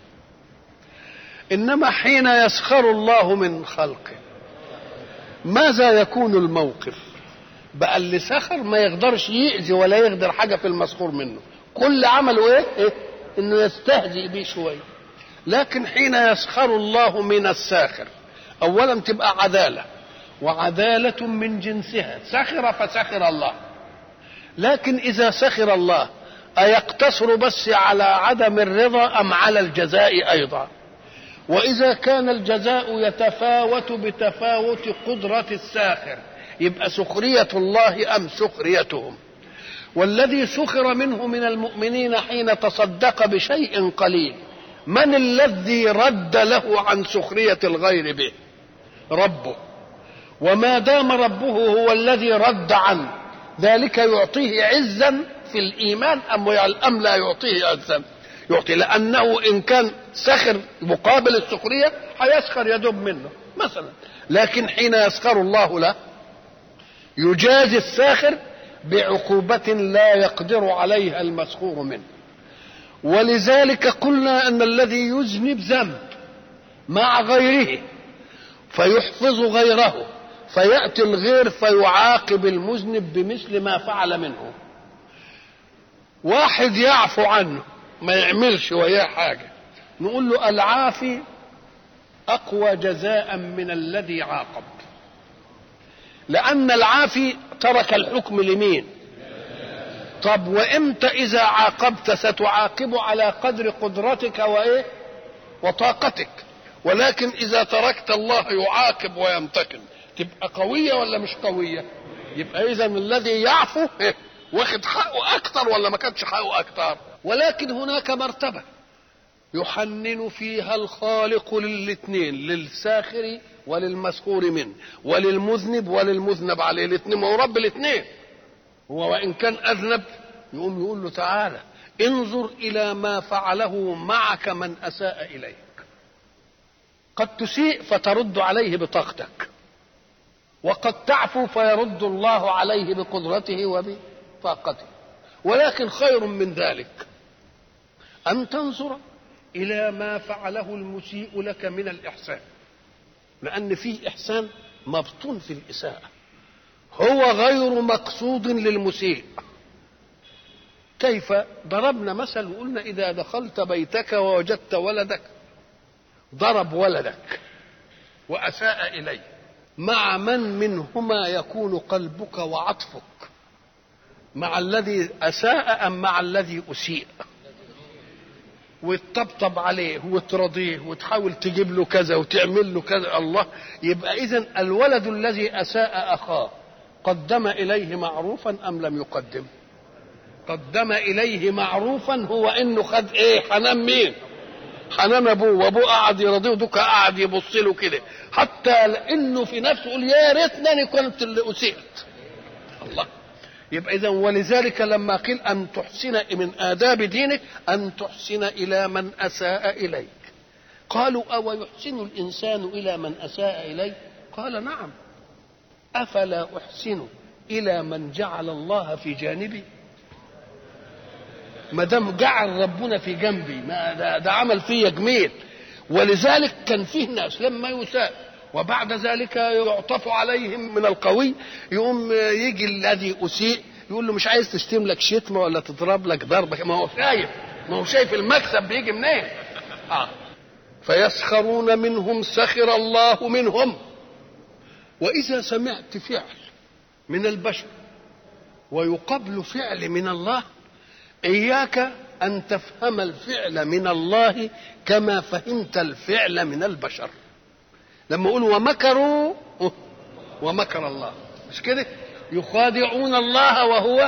إنما حين يسخر الله من خلقه ماذا يكون الموقف؟ بقى اللي سخر ما يقدرش يأذي ولا يقدر حاجة في المسخور منه، كل عمله إيه؟ إنه يستهزئ به شوية. لكن حين يسخر الله من الساخر أولا تبقى عدالة، وعدالة من جنسها، سخر فسخر الله. لكن إذا سخر الله أيقتصر بس على عدم الرضا أم على الجزاء أيضا؟ وإذا كان الجزاء يتفاوت بتفاوت قدرة الساخر يبقى سخرية الله أم سخريتهم؟ والذي سخر منه من المؤمنين حين تصدق بشيء قليل من الذي رد له عن سخرية الغير به؟ ربه. وما دام ربه هو الذي رد عنه، ذلك يعطيه عزا في الإيمان أم لا يعطيه عزا؟ يعطي، لأنه إن كان سخر مقابل السخرية هيسخر يدب منه مثلا. لكن حين يسخر الله له يجازي الساخر بعقوبة لا يقدر عليها المسخور منه. ولذلك قلنا أن الذي يذنب ذنب مع غيره فيحفظ غيره فيأتي الغير فيعاقب المذنب بمثل ما فعل منه. واحد يعفو عنه ما يعملش وياه حاجة، نقول له العافي أقوى جزاء من الذي عاقب، لأن العافي ترك الحكم لمين؟ طب وإمتى إذا عاقبت ستعاقب على قدر قدرتك وإيه وطاقتك، ولكن إذا تركت الله يعاقب وينتقم تبقى قوية ولا مش قوية؟ يبقى إذا الذي يعفو واخد حقه أكتر ولا ما كانش حقه أكتر؟ ولكن هناك مرتبة يحنن فيها الخالق للاثنين، للساخر وللمسخور منه، وللمذنب وللمذنب عليه، الاثنين، ما هو رب الاثنين. هو وإن كان أذنب يقوم يقول له تعالى انظر إلى ما فعله معك من أساء إليك. قد تسيء فترد عليه بطاقتك، وقد تعفو فيرد الله عليه بقدرته وبطاقته. ولكن خير من ذلك أن تنظر إلى ما فعله المسيء لك من الإحسان، لأن فيه إحسان مبطون في الإساءة. هو غير مقصود للمسيء. كيف؟ ضربنا مثل وقلنا إذا دخلت بيتك ووجدت ولدك ضرب ولدك وأساء إليه، مع من منهما يكون قلبك وعطفك؟ مع الذي أساء أم مع الذي أسيء؟ وتطبطب عليه وترضيه وتحاول تجيب له كذا وتعمل له كذا. الله، يبقى إذن الولد الذي أساء أخاه قدم إليه معروفا أم لم يقدم؟ قدم إليه معروفا. هو إنه خد إيه؟ حنان مين؟ حنان أبوه، وأبوه قعد يرضيه ودوكا قعد يبص له كده، حتى إنه في نفسه يقول يا ريتني كنت اللي أسيت. الله. يبقى إذن ولذلك لما قيل أن تحسن من آداب دينك أن تحسن إلى من أساء إليك. قالوا أو يحسن الإنسان إلى من أساء إليه؟ قال نعم. أفلا أحسن إلى من جعل الله في جانبي؟ ما دام جعل ربنا في جنبي، ما ده عمل فيا جميل. ولذلك كان فيه ناس لما يساء وبعد ذلك يعطف عليهم من القوي، يقوم يجي الذي أسيء يقول له مش عايز تشتم لك شتمه ولا تضرب لك ضربه، ما هو شايف المكسب بيجي منين. فيسخرون منهم سخر الله منهم. وإذا سمعت فعل من البشر ويقابل فعل من الله، إياك أن تفهم الفعل من الله كما فهمت الفعل من البشر. لما يقول ومكروا ومكر الله، مش كده؟ يخادعون الله وهو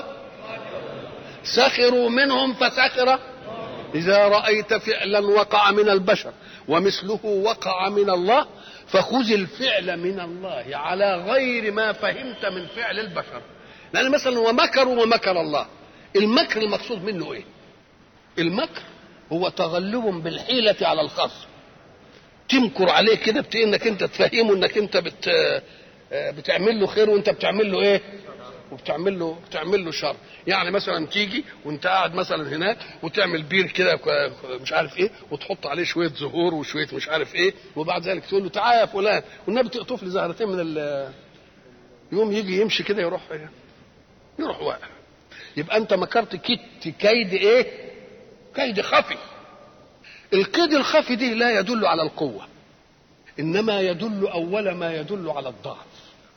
سخروا منهم فسخر. إذا رأيت فعلا وقع من البشر ومثله وقع من الله فخذ الفعل من الله على غير ما فهمت من فعل البشر. لأن مثلا ومكروا ومكر الله، المكر المقصود منه ايه؟ المكر هو تغلب بالحيلة على الخصم، تمكر عليه كده انك انت تفهمه انك انت بتعمل له خير وانت بتعمل له ايه؟ وبتعمل له شر. يعني مثلا تيجي وانت قاعد مثلا هناك وتعمل بير كده مش عارف ايه وتحط عليه شويه زهور وشويه مش عارف ايه، وبعد ذلك تقول له تعالى يا فلان والنبي تقطف لي زهرتين من يوم يجي يمشي كده يروح واقع. يبقى انت مكرت كيد ايه؟ كيد خفي. الكيد الخفي دي لا يدل على القوة، انما يدل اول ما يدل على الضعف.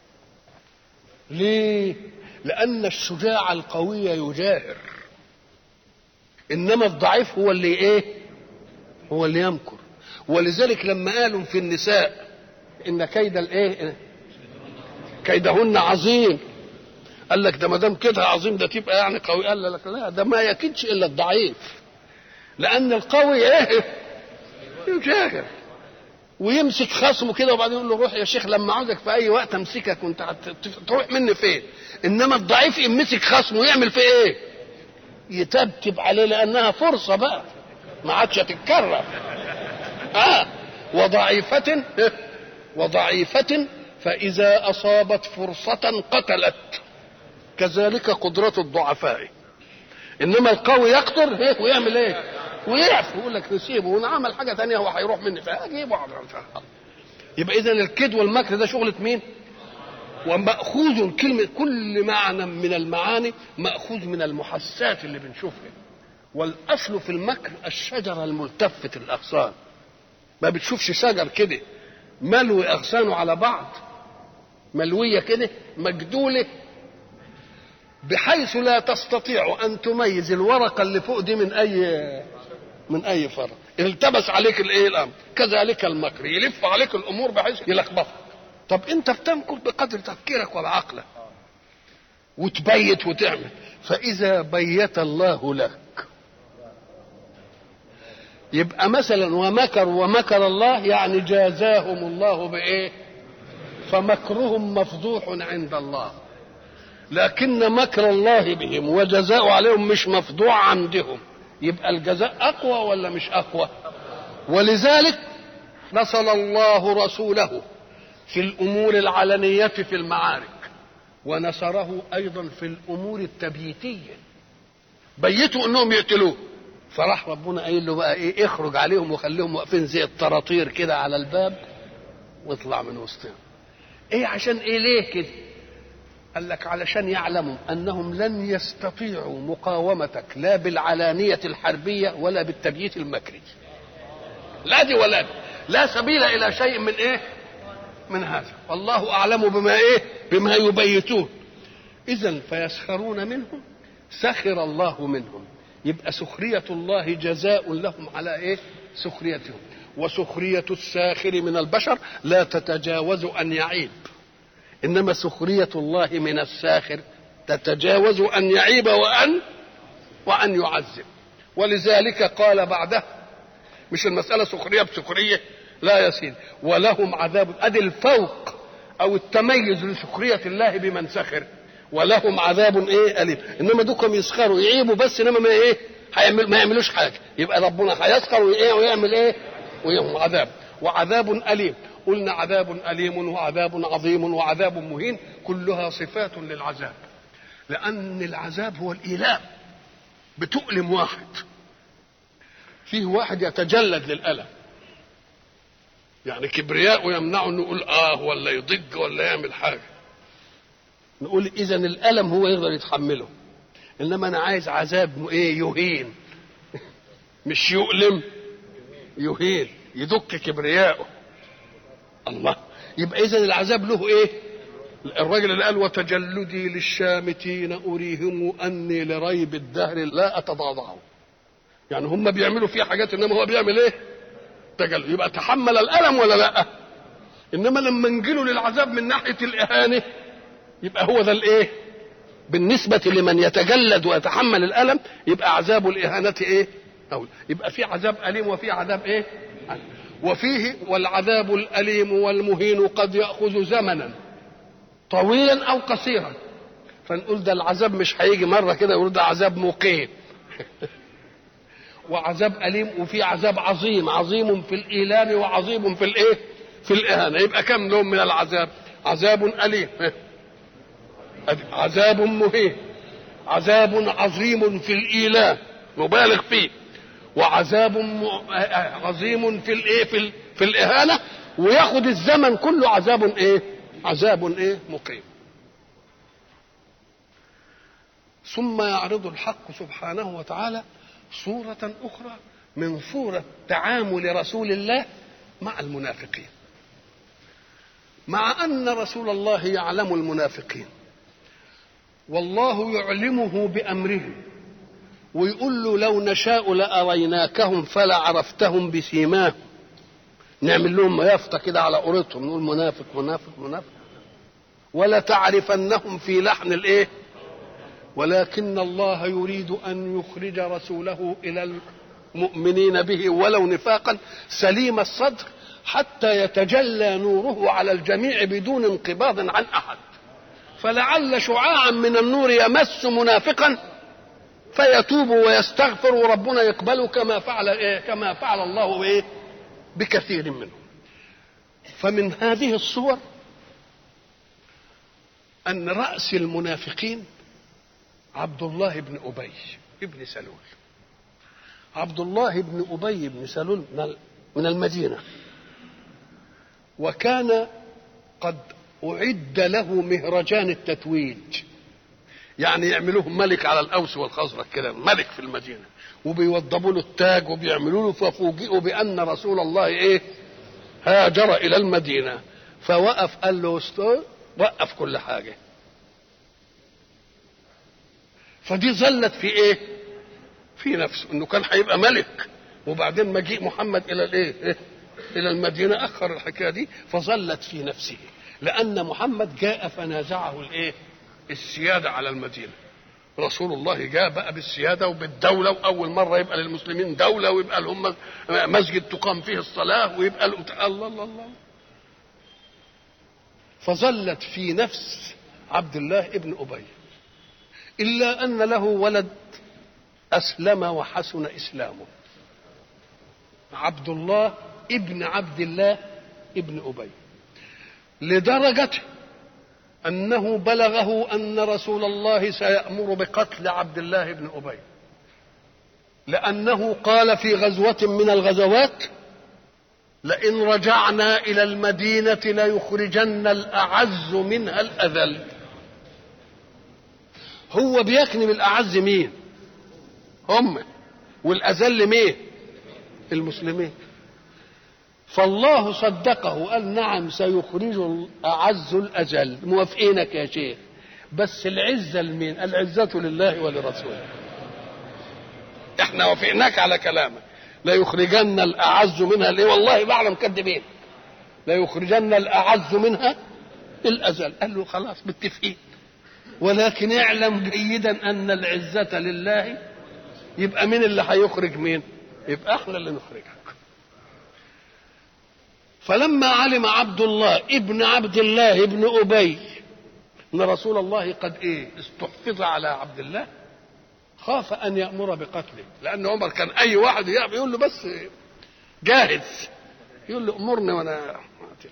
ليه؟ لان الشجاع القوي يجاهر، انما الضعيف هو اللي ايه؟ هو اللي يمكر. ولذلك لما قالوا في النساء ان كيد الايه؟ كيدهن عظيم، قال لك ده ما دام كده عظيم ده تبقى يعني قوي. قال لك لا، ده ما يكيدش الا الضعيف، لان القوي ايه؟ يجاهر ويمسك خصمه كده وبعدين يقول له روح يا شيخ لما عاوزك في اي وقت امسكك وانت تروح مني فين. انما الضعيف يمسك خصمه يعمل فيه ايه؟ يتبتب عليه، لانها فرصه بقى ما عادش تتكرر. وضعيفة فإذا أصابت فرصة قتلت، كذلك قدرة الضعفاء. إنما القوي يقدر ويعمل إيه؟ ويعفو، يقول لك نسيبه ونعمل حاجة تانية هو هيروح مني فأجيبه. يبقى إذن الكيد والمكر ده شغلة مين؟ ومأخوذ كلمة كل معنى من المعاني مأخوذ من المحسات اللي بنشوفها. والأصل في المكر الشجرة الملتفة الأغصان، ما بتشوفش شجر كده ملوي أغصانه على بعض، ملوية كده مجدولة بحيث لا تستطيع أن تميز الورقة اللي فوق دي من أي فرع. التبس عليك الإيه الأمر. كذلك المكر يلف عليك الأمور بحيث يلخبطك. طب أنت بتمكر بقدر تفكيرك وبعقلك وتبيت وتعمل. فإذا بيت الله لك يبقى مثلا ومكر الله يعني جازاهم الله بإيه؟ فمكرهم مفضوح عند الله، لكن مكر الله بهم وجزاء عليهم مش مفضوع عندهم. يبقى الجزاء أقوى ولا مش أقوى؟ ولذلك نصر الله رسوله في الأمور العلنية في المعارك، ونصره أيضا في الأمور التبييتية. بيتوا أنهم يقتلوه، فراح ربنا قايل له بقى ايه؟ اخرج عليهم وخليهم واقفين زي الطراطير كده على الباب واطلع من وسطهم. ايه عشان ايه؟ ليه كده؟ قال لك علشان يعلموا أنهم لن يستطيعوا مقاومتك لا بالعلانية الحربية ولا بالتبييت المكري. لا دي ولا دي، لا سبيل إلى شيء من إيه؟ من هذا. والله أعلم بما إيه؟ بما يبيتون. إذن فيسخرون منهم سخر الله منهم. يبقى سخرية الله جزاء لهم على إيه؟ سخريتهم. وسخرية الساخر من البشر لا تتجاوز أن يعيب، إنما سخرية الله من الساخر تتجاوز أن يعيب وأن يعذب. ولذلك قال بعده، مش المسألة سخرية بسخرية، لا يا سيدي، ولهم عذاب. أدي الفوق أو التميز لسخرية الله بمن سخر، ولهم عذاب إيه؟ أليم. إنما دوكم يسخروا يعيبوا بس، إنما ما إيه؟ ما يعملوش حاجة. يبقى ربنا هيسخر ويعمل إيه؟ ويهم عذاب وعذاب أليم. قلنا عذاب أليم وعذاب عظيم وعذاب مهين، كلها صفات للعذاب، لأن العذاب هو الإيلام. بتؤلم واحد، فيه واحد يتجلد للألم، يعني كبرياء يمنعه انه يقول ولا يضج ولا يعمل حاجة. نقول إذا الألم هو يقدر يتحمله، إنما أنا عايز عذاب إيه؟ يهين، مش يؤلم، يهين، يدك كبرياءه. الله، يبقى إذن العذاب له إيه؟ الراجل اللي قال وتجلدي للشامتين أريهم أني لريب الدهر لا أتضاضعه، يعني هم بيعملوا فيه حاجات إنما هو بيعمل إيه؟ تجلد. يبقى تحمل الألم ولا لا؟ إنما لما نجيله للعذاب من ناحية الإهانة يبقى هو ذا الإيه؟ بالنسبة لمن يتجلد ويتحمل الألم يبقى عذاب الإهانة إيه؟ أول. يبقى في عذاب أليم وفي عذاب إيه؟ وفيه والعذاب الأليم والمهين قد يأخذ زمنا طويلا أو قصيرا، فنقول ده العذاب مش هيجي مرة كده يقول ده عذاب مقيم. وعذاب أليم، وفي عذاب عظيم، عظيم في الإيلام وعظيم في الإيه؟ في الإهانة. يبقى كم نوع من العذاب؟ عذاب أليم، عذاب مهين، عذاب عظيم في الإيلام مبالغ فيه، وعذاب عظيم في الايه؟ في الاهانه، وياخد الزمن كله عذاب ايه؟ عذاب ايه؟ مقيم. ثم يعرض الحق سبحانه وتعالى صورة أخرى من صورة تعامل رسول الله مع المنافقين، مع أن رسول الله يعلم المنافقين والله يعلمه بأمره، ويقول له لو نشاء لأريناكهم فلا عرفتهم بسيماهم، نعمل لهم يافطة كده على قرطهم نقول منافق منافق منافق، ولا تعرفنهم في لحن الايه. ولكن الله يريد أن يخرج رسوله إلى المؤمنين به ولو نفاقا سليم الصدر حتى يتجلى نوره على الجميع بدون انقباض عن أحد، فلعل شعاعا من النور يمس منافقا فيتوب ويستغفر وربنا يقبله كما فعل الله بكثير منهم. فمن هذه الصور أن رأس المنافقين عبد الله بن أبي بن سلول. عبد الله بن أبي بن سلول من المدينة، وكان قد أعد له مهرجان التتويج، يعني يعملوه ملك على الأوس والخزرج كده، ملك في المدينة، وبيوضبوا له التاج وبيعملوا له، ففوجئوا بأن رسول الله هاجر إلى المدينة، فوقف قال له وقف كل حاجة. فدي ظلت في في نفسه انه كان هيبقى ملك، وبعدين مجيء محمد الى الى المدينة اخر الحكاية دي، فظلت في نفسه، لأن محمد جاء فنازعه السيادة على المدينة. رسول الله جاء بقى بالسيادة وبالدولة، وأول مرة يبقى للمسلمين دولة، ويبقى لهم مسجد تقام فيه الصلاة، ويبقى الله الله الله. فظلت في نفس عبد الله ابن أبي، إلا أن له ولد أسلم وحسن إسلامه، عبد الله ابن عبد الله ابن أبي، لدرجة أنه بلغه أن رسول الله سيأمر بقتل عبد الله بن أبي، لأنه قال في غزوة من الغزوات لئن رجعنا إلى المدينة ليخرجن الأعز منها الأذل. هو بيكني بالأعز مين؟ هم. والأذل مين؟ المسلمين. فالله صدقه وقال نعم سيخرج الأعز الأذل. موافقينك يا شيخ، بس العزة لمين؟ العزة لله ولرسوله. احنا وافقناك على كلامك، لا يخرجن الأعز منها الايه؟ والله بعلم كذبين. لا يخرجن الأعز منها الأذل. قال له خلاص متفقين، ولكن اعلم جيدا أن العزة لله. يبقى مين اللي هيخرج مين؟ يبقى احنا اللي نخرجك. فلما علم عبد الله ابن عبد الله ابن أبي ان رسول الله قد استحفظ على عبد الله، خاف ان يأمر بقتله، لان عمر كان اي واحد يقول له بس جاهز، يقول له امرني وانا اقتله.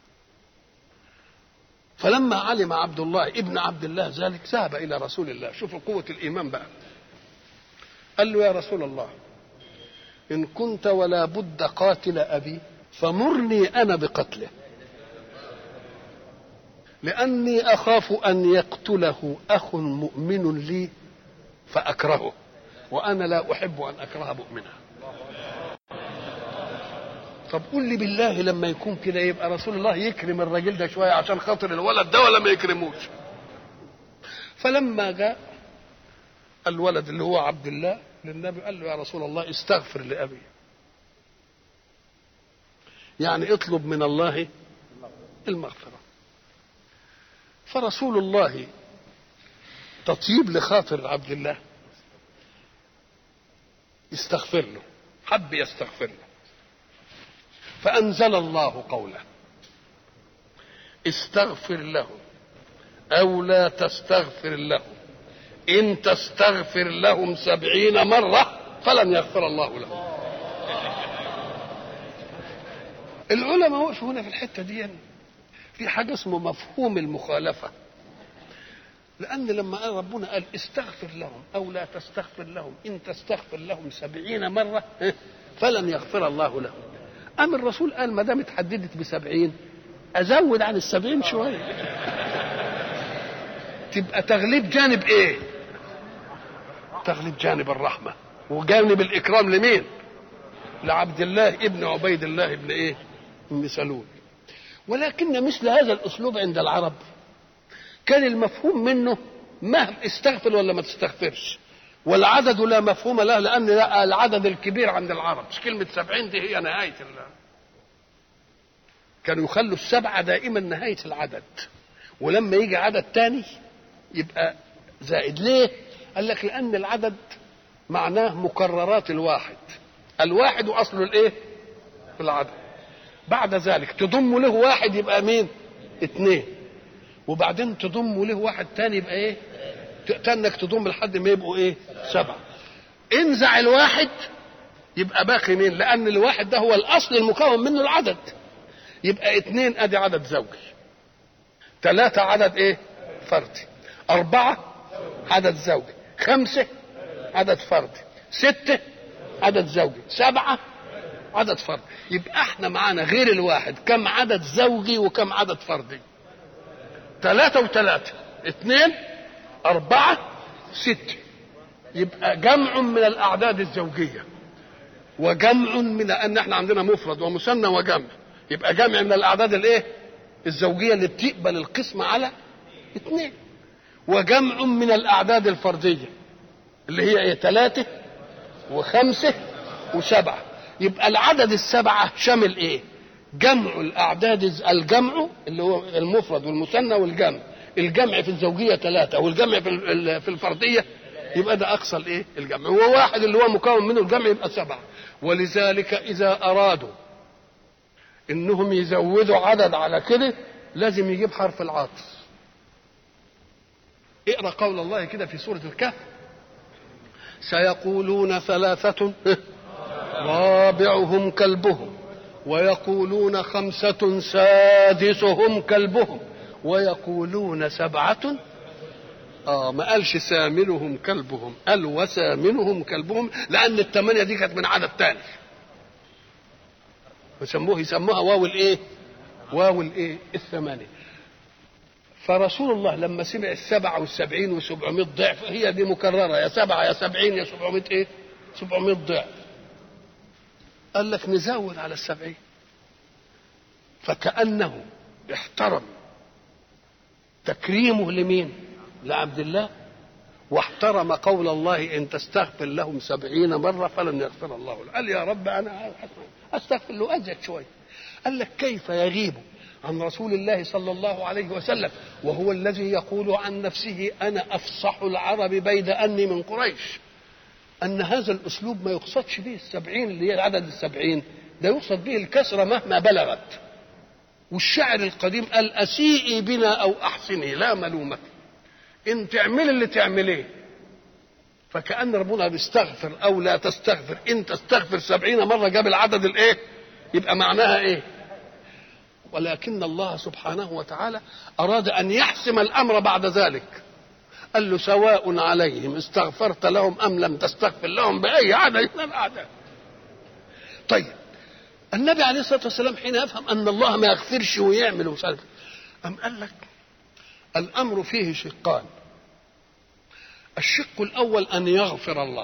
فلما علم عبد الله ابن عبد الله ذلك ذهب الى رسول الله. شوفوا قوة الايمان بقى. قال له يا رسول الله ان كنت ولا بد قاتل ابي فمرني انا بقتله، لاني اخاف ان يقتله اخ مؤمن لي فاكرهه، وانا لا احب ان اكره مؤمنا. طب قول لي بالله لما يكون كده يبقى رسول الله يكرم الراجل ده شويه عشان خاطر الولد ده ولا ما يكرموش؟ فلما جاء الولد اللي هو عبد الله للنبي قال له يا رسول الله استغفر لأبي، يعني اطلب من الله المغفرة. فرسول الله تطيب لخاطر عبد الله استغفر له، حب يستغفر له، فأنزل الله قوله استغفر له أو لا تستغفر له إن تستغفر لهم 70 مرة فلن يغفر الله لهم. العلماء وقفوا هنا في الحتة دي في حاجة اسمه مفهوم المخالفة، لأن لما قال ربنا قال استغفر لهم أو لا تستغفر لهم إن تستغفر لهم 70 مرة فلن يغفر الله لهم، أم الرسول قال ما دام اتحددت ب70 أزود عن 70 شوية، تبقى تغليب جانب ايه؟ تغليب جانب الرحمة وجانب الإكرام لمين؟ لعبد الله ابن عبيد الله ابن ابن سلول. ولكن مثل هذا الأسلوب عند العرب كان المفهوم منه مهما استغفر ولا ما تستغفرش، والعدد لا مفهوم له، لأن العدد الكبير عند العرب مش كلمة 70 دي هي نهاية كانوا يخلوا 7 دائما نهاية العدد، ولما يجي عدد تاني يبقى زائد. ليه؟ قال لك لأن العدد معناه مكررات الواحد وأصله في العدد. بعد ذلك تضم له واحد يبقى مين؟ 2، وبعدين تضم له واحد تاني يبقى تأنك تضم لحد ما يبقوا 7. انزع الواحد يبقى باقي مين؟ لأن الواحد ده هو الأصل المكون منه العدد، يبقى 2 ادي عدد زوجي، 3 عدد فردي، 4 عدد زوجي، 5 عدد فردي، 6 عدد زوجي، 7 عدد فردي. يبقى احنا معانا غير الواحد كم عدد زوجي وكم عدد فردي؟ 3 و3، 2 4 6. يبقى جمع من الأعداد الزوجية وجمع من أن احنا عندنا مفرد ومثنى وجمع، يبقى جمع من الأعداد الزوجية اللي بتقبل القسمة على 2، وجمع من الأعداد الفردية اللي هي 3 و5 و7. يبقى العدد 7 شامل جمع الأعداد، الجمع اللي هو المفرد والمثنى والجمع، الجمع في الزوجية 3 والجمع في الفردية، يبقى ده أقصى الجمع، وواحد اللي هو مكون منه الجمع يبقى 7. ولذلك إذا أرادوا إنهم يزودوا عدد على كده لازم يجيب حرف العطف. اقرأ قول الله كده في سورة الكهف سيقولون 3 رابعهم كلبهم ويقولون 5 سادسهم كلبهم ويقولون 7 ما قالش ثامنهم كلبهم، قال وثامنهم كلبهم، لأن 8 دي كانت من عدد تاني يسموها واو واو 8. فرسول الله لما سمع 77 و700 ضعف، هي دي مكررة، يا 7 يا 70 يا 700 ايه 700 ضعف، قال لك نزود على 70. فكأنه احترم تكريمه لمين؟ لعبد الله، واحترم قول الله إن تستغفر لهم 70 مرة فلن يغفر الله له. قال يا رب أنا أستغفر له أزيد شوية. قال لك كيف يغيب عن رسول الله صلى الله عليه وسلم وهو الذي يقول عن نفسه أنا أفصح العرب بيد أني من قريش، أن هذا الأسلوب ما يقصدش به 70 اللي هي عدد 70، ده يقصد به الكسرة مهما بلغت. والشاعر القديم قال أسيئي بنا أو أحسني لا ملومة، إن تعمل اللي تعمليه. فكأن ربنا بيستغفر أو لا تستغفر، إن تستغفر 70 مرة جاب العدد الإيه، يبقى معناها إيه؟ ولكن الله سبحانه وتعالى أراد أن يحسم الأمر بعد ذلك، قال له سواء عليهم استغفرت لهم أم لم تستغفر لهم بأي عدد من الأعداد. طيب النبي عليه الصلاة والسلام حين يفهم أن الله ما يغفرش ويعمل ومش عارف، أم قال لك الأمر فيه شقان. الشق الأول أن يغفر الله،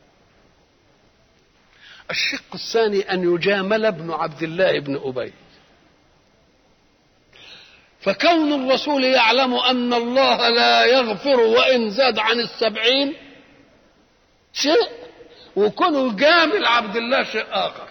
الشق الثاني أن يجامل ابن عبد الله بن أبي. فكون الرسول يعلم أن الله لا يغفر وإن زاد عن 70 شيء، وكونه جامل عبد الله شيء آخر.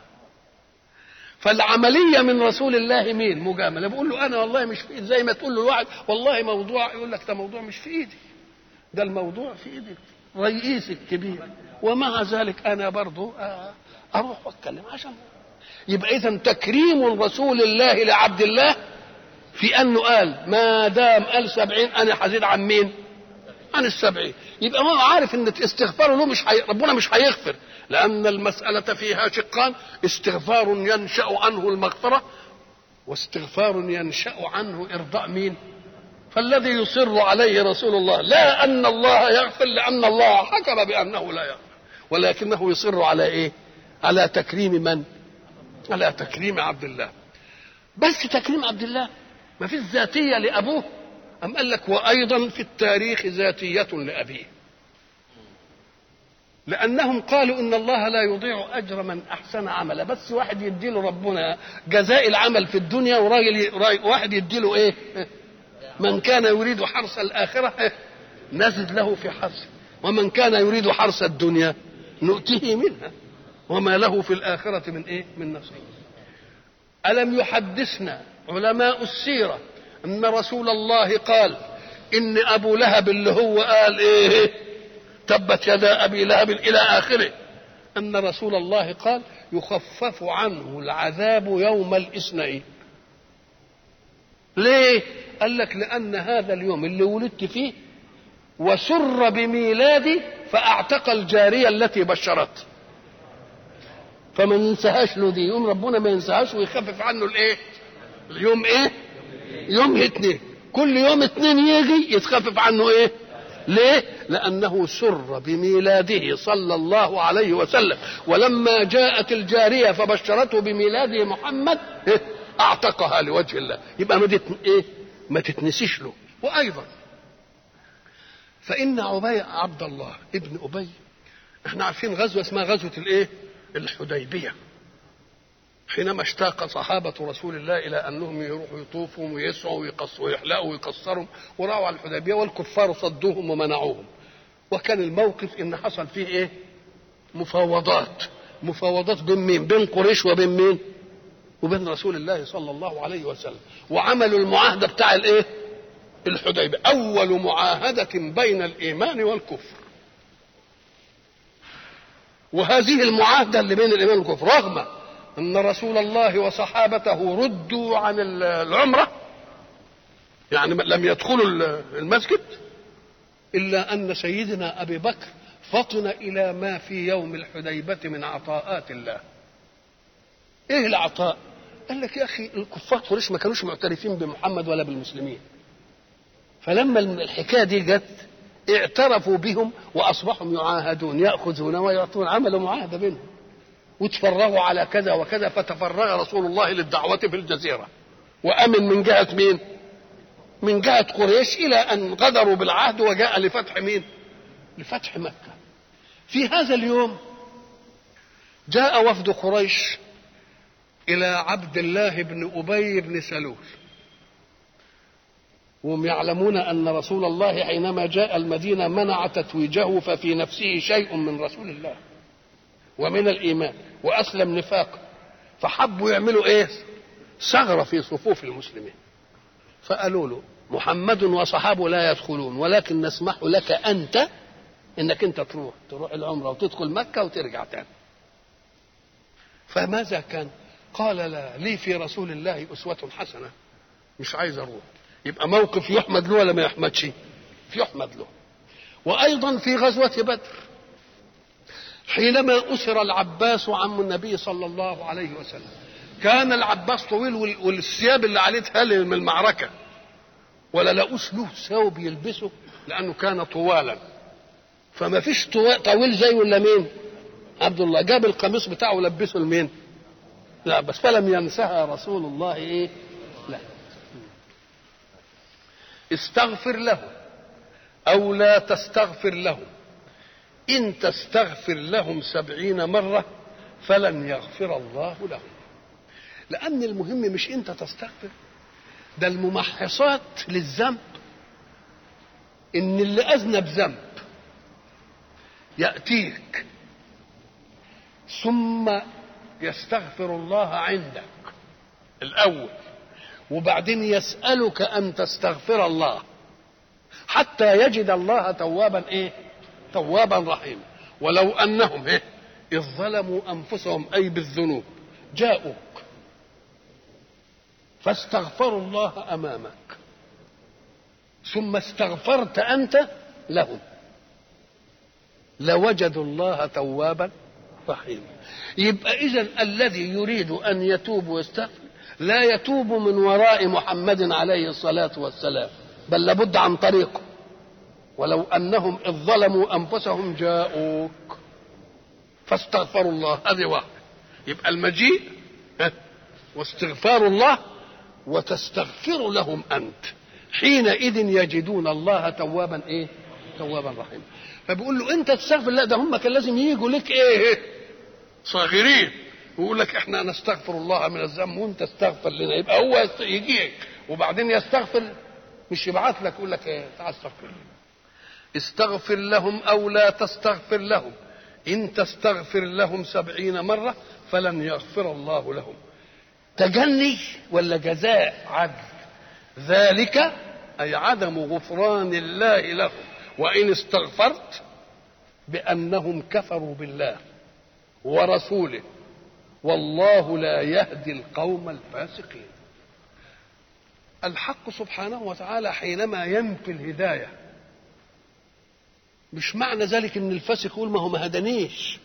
فالعملية من رسول الله مين؟ مجاملة. بقول له أنا والله مش في إيدي، زي ما تقول له واحد والله موضوع، يقول لك ده موضوع مش في إيدي، ده الموضوع في إيدي رئيس الكبير، ومع ذلك أنا برضو أروح وأتكلم عشان. يبقى إذن تكريم رسول الله لعبد الله في أنه قال ما دام قال 70 أنا حزيد عن مين؟ عن 70. يبقى هو عارف ان استغفاره له ربنا مش هيغفر، لان المساله فيها شقان: استغفار ينشا عنه المغفره، واستغفار ينشا عنه ارضاء مين؟ فالذي يصر عليه رسول الله لا ان الله يغفر، لان الله حكم بانه لا يغفر، ولكنه يصر على ايه؟ على تكريم من؟ على تكريم عبد الله. بس تكريم عبد الله ما فيش ذاتيه لابوه، أم قال لك وأيضا في التاريخ ذاتية لأبيه، لأنهم قالوا إن الله لا يضيع أجر من أحسن عملا. بس واحد يديله ربنا جزاء العمل في الدنيا، واحد يديله إيه؟ من كان يريد حرث الآخرة نزد له في حرثه، ومن كان يريد حرث الدنيا نؤتيه منها وما له في الآخرة من إيه؟ من نصيب. ألم يحدثنا علماء السيرة ان رسول الله قال ان ابو لهب اللي هو قال ايه تبت يدا ابي لهب الى اخره، ان رسول الله قال يخفف عنه العذاب يوم الاثنين. ليه؟ قال لك لان هذا اليوم اللي ولدت فيه وسر بميلادي فاعتق الجاريه التي بشرت، فما ينساهاش له دي، يوم ربنا ما ينساهاش ويخفف عنه الايه؟ اليوم ايه؟ يوم اثنين، كل يوم اثنين يجي يتخفف عنه ايه؟ ليه؟ لأنه سر بميلاده صلى الله عليه وسلم، ولما جاءت الجارية فبشرته بميلاده محمد اعتقها لوجه الله. يبقى ما تتنسيش له. وأيضا فإن عبد الله ابن أبي، احنا عارفين غزوة اسمها غزوة الايه؟ الحديبية، حينما اشتاق صحابة رسول الله إلى أنهم يروحوا يطوفوا ويسعوا ويقصوا ويحلقوا ويقصروا، وراوا على الحديبية والكفار صدوهم ومنعوهم. وكان الموقف إن حصل فيه إيه؟ مفاوضات بين مين؟ بين قريش وبين مين؟ وبين رسول الله صلى الله عليه وسلم. وعملوا المعاهدة بتاع الإيه؟ الحديبية، أول معاهدة بين الإيمان والكفر. وهذه المعاهدة اللي بين الإيمان والكفر رغم أن رسول الله وصحابته ردوا عن العمرة، يعني لم يدخلوا المسجد، إلا أن سيدنا أبي بكر فطن إلى ما في يوم الحديبة من عطاءات الله. إيه العطاء؟ قال لك يا أخي الكفار قريش ما كانوش معترفين بمحمد ولا بالمسلمين، فلما الحكاية دي جت اعترفوا بهم وأصبحوا يعاهدون، يأخذون ويعطون، عملوا معاهدة بينهم وتفرغوا على كذا وكذا. فتفرغ رسول الله للدعوة في الجزيرة، وأمن من جهة مين؟ من جهة قريش إلى أن غدروا بالعهد وجاء لفتح مين؟ لفتح مكة. في هذا اليوم جاء وفد قريش إلى عبد الله بن أبي بن سلول، وهم يعلمون أن رسول الله حينما جاء المدينة منع تتويجه، ففي نفسه شيء من رسول الله ومن الإيمان، وأسلم نفاقا، فحبوا يعملوا إيه؟ ثغرة في صفوف المسلمين. فقالوا له محمد وصحابه لا يدخلون، ولكن نسمح لك أنت إنك أنت تروح العمرة وتدخل مكة وترجع تاني. فماذا كان؟ قال لا، لي في رسول الله أسوة حسنة، مش عايز أروح. يبقى موقف يحمد له ولا ما يحمدش؟ يحمد له. وأيضا في غزوة بدر حينما أسر العباس عم النبي صلى الله عليه وسلم، كان العباس طويل والثياب اللي عليه تهلل من المعركة، ولا لقوش له ثوب يلبسه لأنه كان طوالا، فما فيش طويل زيه ولا مين؟ عبد الله. جاب القميص بتاعه ولبسه لمين؟ لا بس. فلم ينسها رسول الله ايه؟ لا. استغفر له او لا تستغفر لهم، ان تستغفر لهم 70 مرة فلن يغفر الله لهم. لان المهم مش انت تستغفر، ده الممحصات للذنب ان اللي اذنب ذنب يأتيك ثم يستغفر الله عندك الأول، وبعدين يسألك أن تستغفر الله حتى يجد الله توابا إيه؟ توابا رحيما. ولو أنهم إيه؟ إذ ظلموا أنفسهم أي بالذنوب جاءوك فاستغفروا الله أمامك ثم استغفرت أنت لهم لوجدوا الله توابا رحيما. يبقى إذن الذي يريد أن يتوب ويستغفر لا يتوب من وراء محمد عليه الصلاة والسلام، بل لابد عن طريقه. ولو أنهم إذ ظلموا أنفسهم جاءوك فاستغفروا الله، هذه واحدة. يبقى المجيء واستغفار الله وتستغفر لهم أنت، حينئذ يجدون الله توابا إيه؟ توابا رحيما. فبيقول له انت تستغفر، لا ده هم كان لازم يجوا لك ايه؟ صاغرين، ويقول لك احنا نستغفر الله من الذنب وانت استغفر لنا. يبقى هو يجيك وبعدين يستغفر، مش يبعث لك يقول لك ايه؟ تعال استغفر لي. استغفر لهم او لا تستغفر لهم، ان تستغفر لهم 70 مرة فلن يغفر الله لهم. تجني ولا جزاء عدل؟ ذلك اي عدم غفران الله لهم وإن استغفرت بأنهم كفروا بالله ورسوله والله لا يهدي القوم الفاسقين. الحق سبحانه وتعالى حينما ينفي الهداية مش معنى ذلك ان الفاسق يقول ما هو ما هدانيش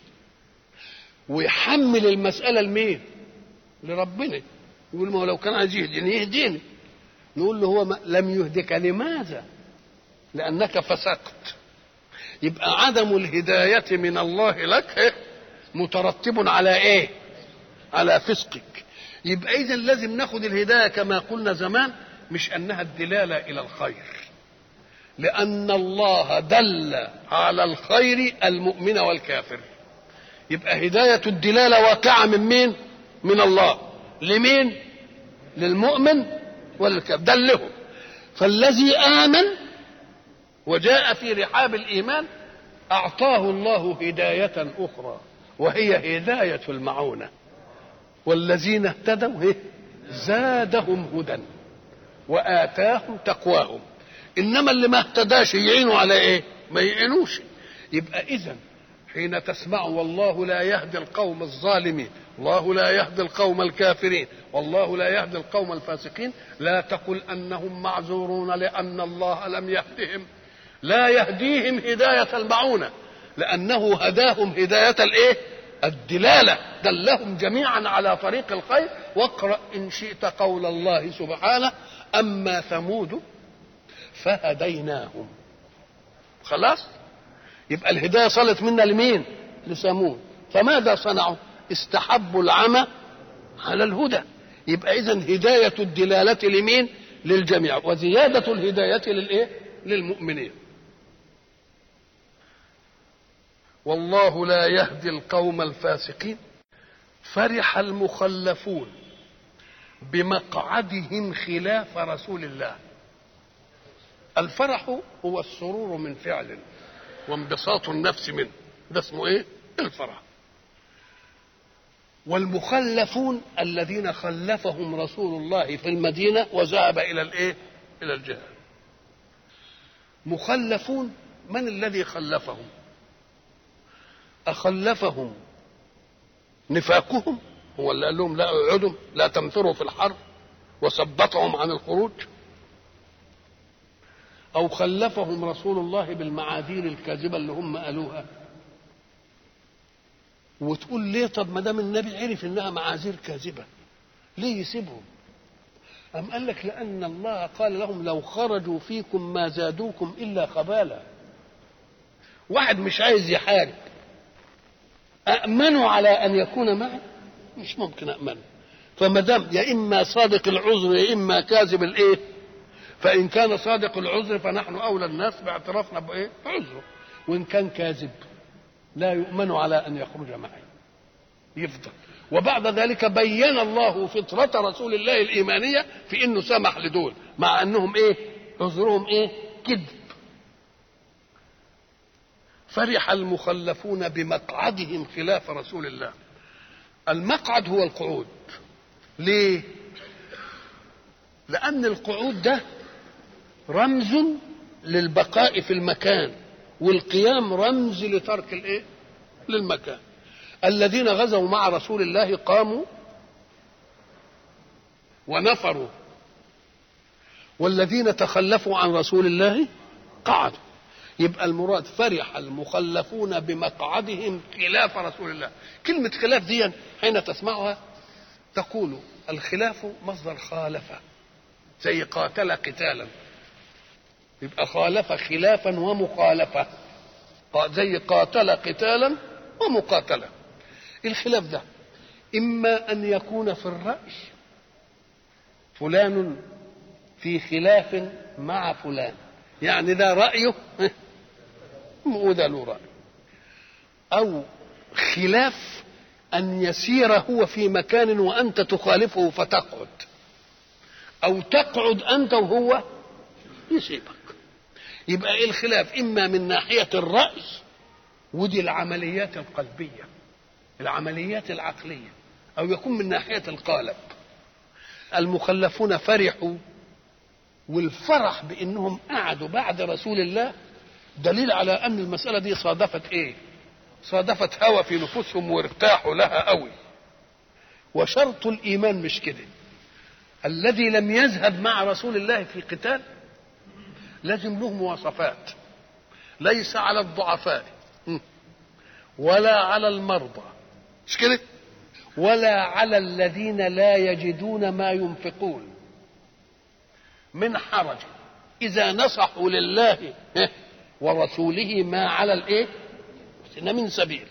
ويحمل المسألة لمين؟ لربنا. يقول ما هو لو كان عايز يهديني يهديني. نقول له هو لم يهدك، لماذا؟ لأنك فسقت. يبقى عدم الهداية من الله لك مترتب على ايه؟ على فسقك. يبقى إذن لازم ناخد الهداية كما قلنا زمان، مش أنها الدلالة إلى الخير، لأن الله دل على الخير المؤمن والكافر. يبقى هداية الدلالة واقعة من مين؟ من الله. لمين؟ للمؤمن والكافر، دلهم. فالذي آمن وجاء في رحاب الإيمان أعطاه الله هداية أخرى وهي هداية المعونة. والذين اهتدوا زادهم هدى وآتاهم تقواهم. إنما اللي ما اهتداش يعينوا على إيه؟ ما يعينوش. يبقى إذن حين تسمع والله لا يهدي القوم الظالمين، الله لا يهدي القوم الكافرين، والله لا يهدي القوم الفاسقين، لا تقل أنهم معذورون لأن الله لم يهدهم. لا يهديهم هداية المعونة، لأنه هداهم هداية الإيه؟ الدلالة، دلهم جميعا على طريق الخير. واقرأ إن شئت قول الله سبحانه أما ثمود فهديناهم. خلاص؟ يبقى الهداية صلت منا لمين؟ لثمود. فماذا صنعوا؟ استحبوا العمى على الهدى. يبقى إذن هداية الدلالة لمين؟ للجميع، وزيادة الهداية للايه؟ للمؤمنين. والله لا يهدي القوم الفاسقين. فرح المخلفون بمقعدهم خلاف رسول الله. الفرح هو السرور من فعل وانبساط النفس منه، ده اسمه ايه؟ الفرح. والمخلفون الذين خلفهم رسول الله في المدينة وذهب إلى الايه؟ إلى الجهاد. مخلفون، من الذي خلفهم؟ أخلفهم نفاقهم؟ هو اللي قال لهم لا اقعدوا لا تنفروا في الحرب وثبطهم عن الخروج؟ أو خلفهم رسول الله بالمعاذير الكاذبة اللي هم قالوها؟ وتقول ليه؟ طب ما دام النبي عرف انها معاذير كاذبة ليه يسيبهم؟ أم قال لك لأن الله قال لهم لو خرجوا فيكم ما زادوكم إلا خبالا. واحد مش عايز يحارب أأمنوا على أن يكون معي؟ مش ممكن أأمنه. فما دام يا إما صادق العذر يا إما كاذب الإيه؟ فإن كان صادق العذر فنحن أولى الناس باعترافنا بإيه؟ عذره. وإن كان كاذب لا يؤمن على أن يخرج معي، يفضل. وبعد ذلك بين الله فطرة رسول الله الإيمانية في إنه سمح لدول مع أنهم إيه؟ عذرهم إيه؟ كذب. فرح المخلفون بمقعدهم خلاف رسول الله. المقعد هو القعود. ليه؟ لأن القعود ده رمز للبقاء في المكان، والقيام رمز لترك الايه؟ للمكان. الذين غزوا مع رسول الله قاموا ونفروا، والذين تخلفوا عن رسول الله قعدوا. يبقى المراد فرح المخلفون بمقعدهم خلاف رسول الله. كلمة خلاف دي حين تسمعها تقول الخلاف مصدر خالفة، زي قاتل قتالا، يبقى خالف خلافا ومخالفة، زي قاتل قتالا ومقاتلة. الخلاف ده إما أن يكون في الرأي، فلان في خلاف مع فلان، يعني ده رأيه وده له رأي، أو خلاف أن يسير هو في مكان وأنت تخالفه فتقعد، أو تقعد أنت وهو يسيبك. يبقى إيه الخلاف؟ إما من ناحية الرأي، ودي العمليات القلبية العمليات العقلية، أو يكون من ناحية القالب. المخلفون فرحوا، والفرح بأنهم قعدوا بعد رسول الله دليل على أن المسألة دي صادفت إيه؟ صادفت هوى في نفوسهم وارتاحوا لها قوي. وشرط الإيمان مش كده. الذي لم يذهب مع رسول الله في قتال لازم له مواصفات، ليس على الضعفاء ولا على المرضى، مش كده؟ ولا على الذين لا يجدون ما ينفقون من حرج إذا نصحوا لله ورسوله ما على الإيه؟ من سبيل.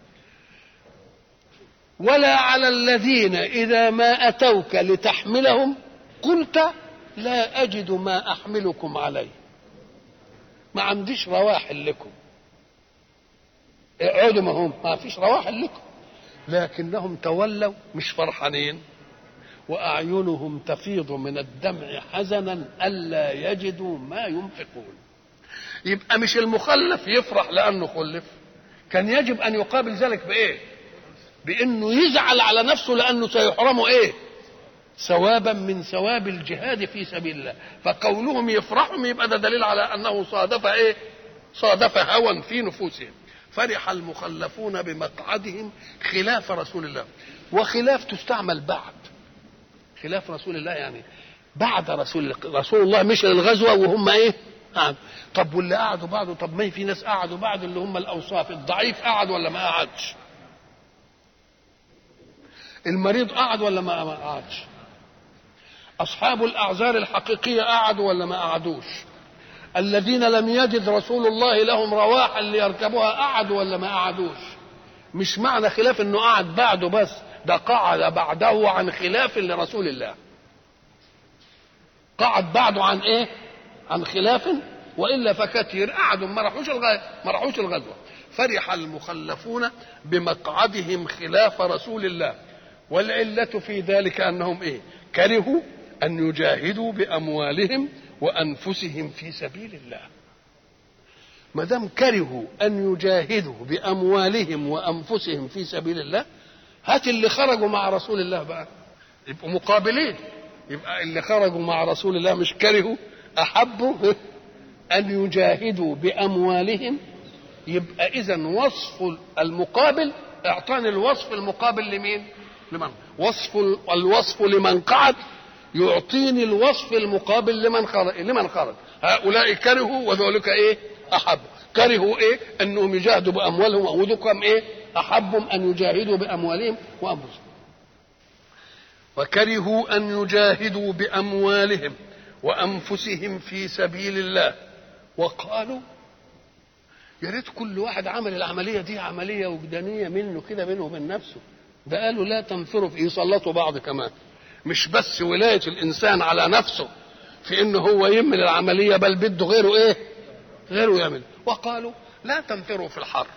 ولا على الذين إذا ما أتوك لتحملهم قلت لا أجد ما أحملكم عليه، ما عنديش رواحل لكم، اقعدوا ما هم ما فيش رواحل لكم. لكنهم تولوا مش فرحانين، وأعينهم تفيض من الدمع حزنا ألا يجدوا ما ينفقون. يبقى مش المخلف يفرح لأنه خلف، كان يجب أن يقابل ذلك بإيه؟ بأنه يزعل على نفسه لأنه سيحرمه إيه؟ ثوابا من ثواب الجهاد في سبيل الله. فقولهم يفرحهم يبقى ده دليل على أنه صادف إيه؟ صادف هوى في نفوسهم. فرح المخلفون بمقعدهم خلاف رسول الله. وخلاف تستعمل بعد، خلاف رسول الله يعني بعد رسول الله مش للغزوة وهم إيه؟ طب واللي قعدوا بعده، طب ما في ناس قعدوا بعد اللي هم الأوصاف. الضعيف قعد ولا ما قعدش؟ المريض قعد ولا ما قعدش؟ أصحاب الأعذار الحقيقية قعدوا ولا ما قعدوش؟ الذين لم يجد رسول الله لهم رواحل ليركبوها قعدوا ولا ما قعدوش؟ مش معنى خلاف انه قعد بعده بس، ده قعد بعده عن خلاف لرسول الله. قعد بعده عن ايه؟ عن خلاف، والا فكثير قعدوا ما راحوش الغزوه. فرح المخلفون بمقعدهم خلاف رسول الله، والعله في ذلك انهم ايه؟ كرهوا ان يجاهدوا باموالهم وانفسهم في سبيل الله. ما دام كرهوا ان يجاهدوا باموالهم وانفسهم في سبيل الله، هات اللي خرجوا مع رسول الله بقى يبقوا مقابلين. يبقى اللي خرجوا مع رسول الله مش كرهوا، احبوا ان يجاهدوا باموالهم. يبقى اذا وصف المقابل، اعطاني الوصف المقابل لمين؟ الوصف لمن قعد يعطيني الوصف المقابل لمن خرج. هؤلاء كرهوا وذلك ايه؟ احبوا. كرهوا ايه؟ انهم يجاهدوا باموالهم، وذلكم ايه؟ احبهم ان يجاهدوا باموالهم وانفسهم. وكرهوا ان يجاهدوا باموالهم وانفسهم في سبيل الله، وقالوا يا ريت كل واحد عمل العمليه دي عمليه وجدانيه منه كده بينه وبين نفسه. ده قالوا لا تنفروا في يسلطوا بعض كمان، مش بس ولايه الانسان على نفسه في انه هو يعمل العمليه، بل بده غيره ايه؟ غيره يعمل. وقالوا لا تنفروا في الحر.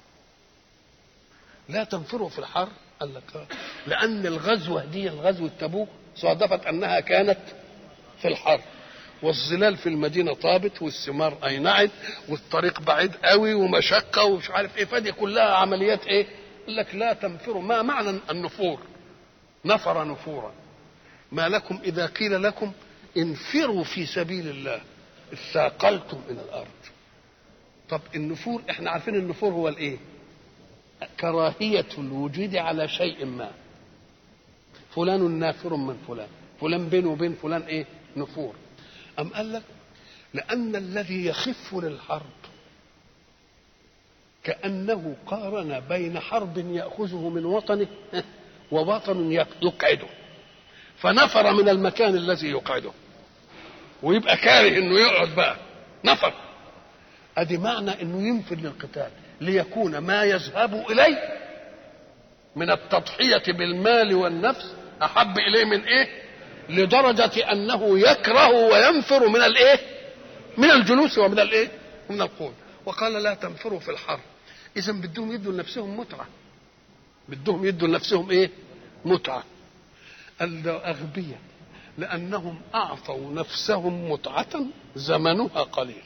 لا تنفروا في الحر، قال لك لان الغزوه دي، الغزوه تبوك، صادفت انها كانت في الحر، والظلال في المدينه طابت، والثمار اينعت، والطريق بعيد قوي ومشقه ومش عارف ايه، فدي كلها عمليات ايه؟ قال لك لا تنفروا. ما معنى النفور؟ نفر نفورا. ما لكم اذا قيل لكم انفروا في سبيل الله اثاقلتم الى الارض. طب النفور، احنا عارفين النفور هو الايه؟ كراهيه الوجود على شيء ما. فلان نافر من فلان، فلان بينه وبين فلان ايه؟ نفور. أم قال لك لأن الذي يخف للحرب كأنه قارن بين حرب يأخذه من وطنه ووطن يقعده، فنفر من المكان الذي يقعده، ويبقى كاره انه يقعد بقى، نفر. ادي معنى انه ينفر للقتال ليكون ما يذهب اليه من التضحية بالمال والنفس احب اليه من ايه؟ لدرجة انه يكره وينفر من الايه؟ من الجلوس ومن الايه؟ ومن القعود. وقال لا تنفروا في الحر. اذا بدهم يدوا لنفسهم متعة، بدهم يدوا لنفسهم ايه؟ متعة. الأغبياء لأنهم أعطوا نفسهم متعة زمنها قليل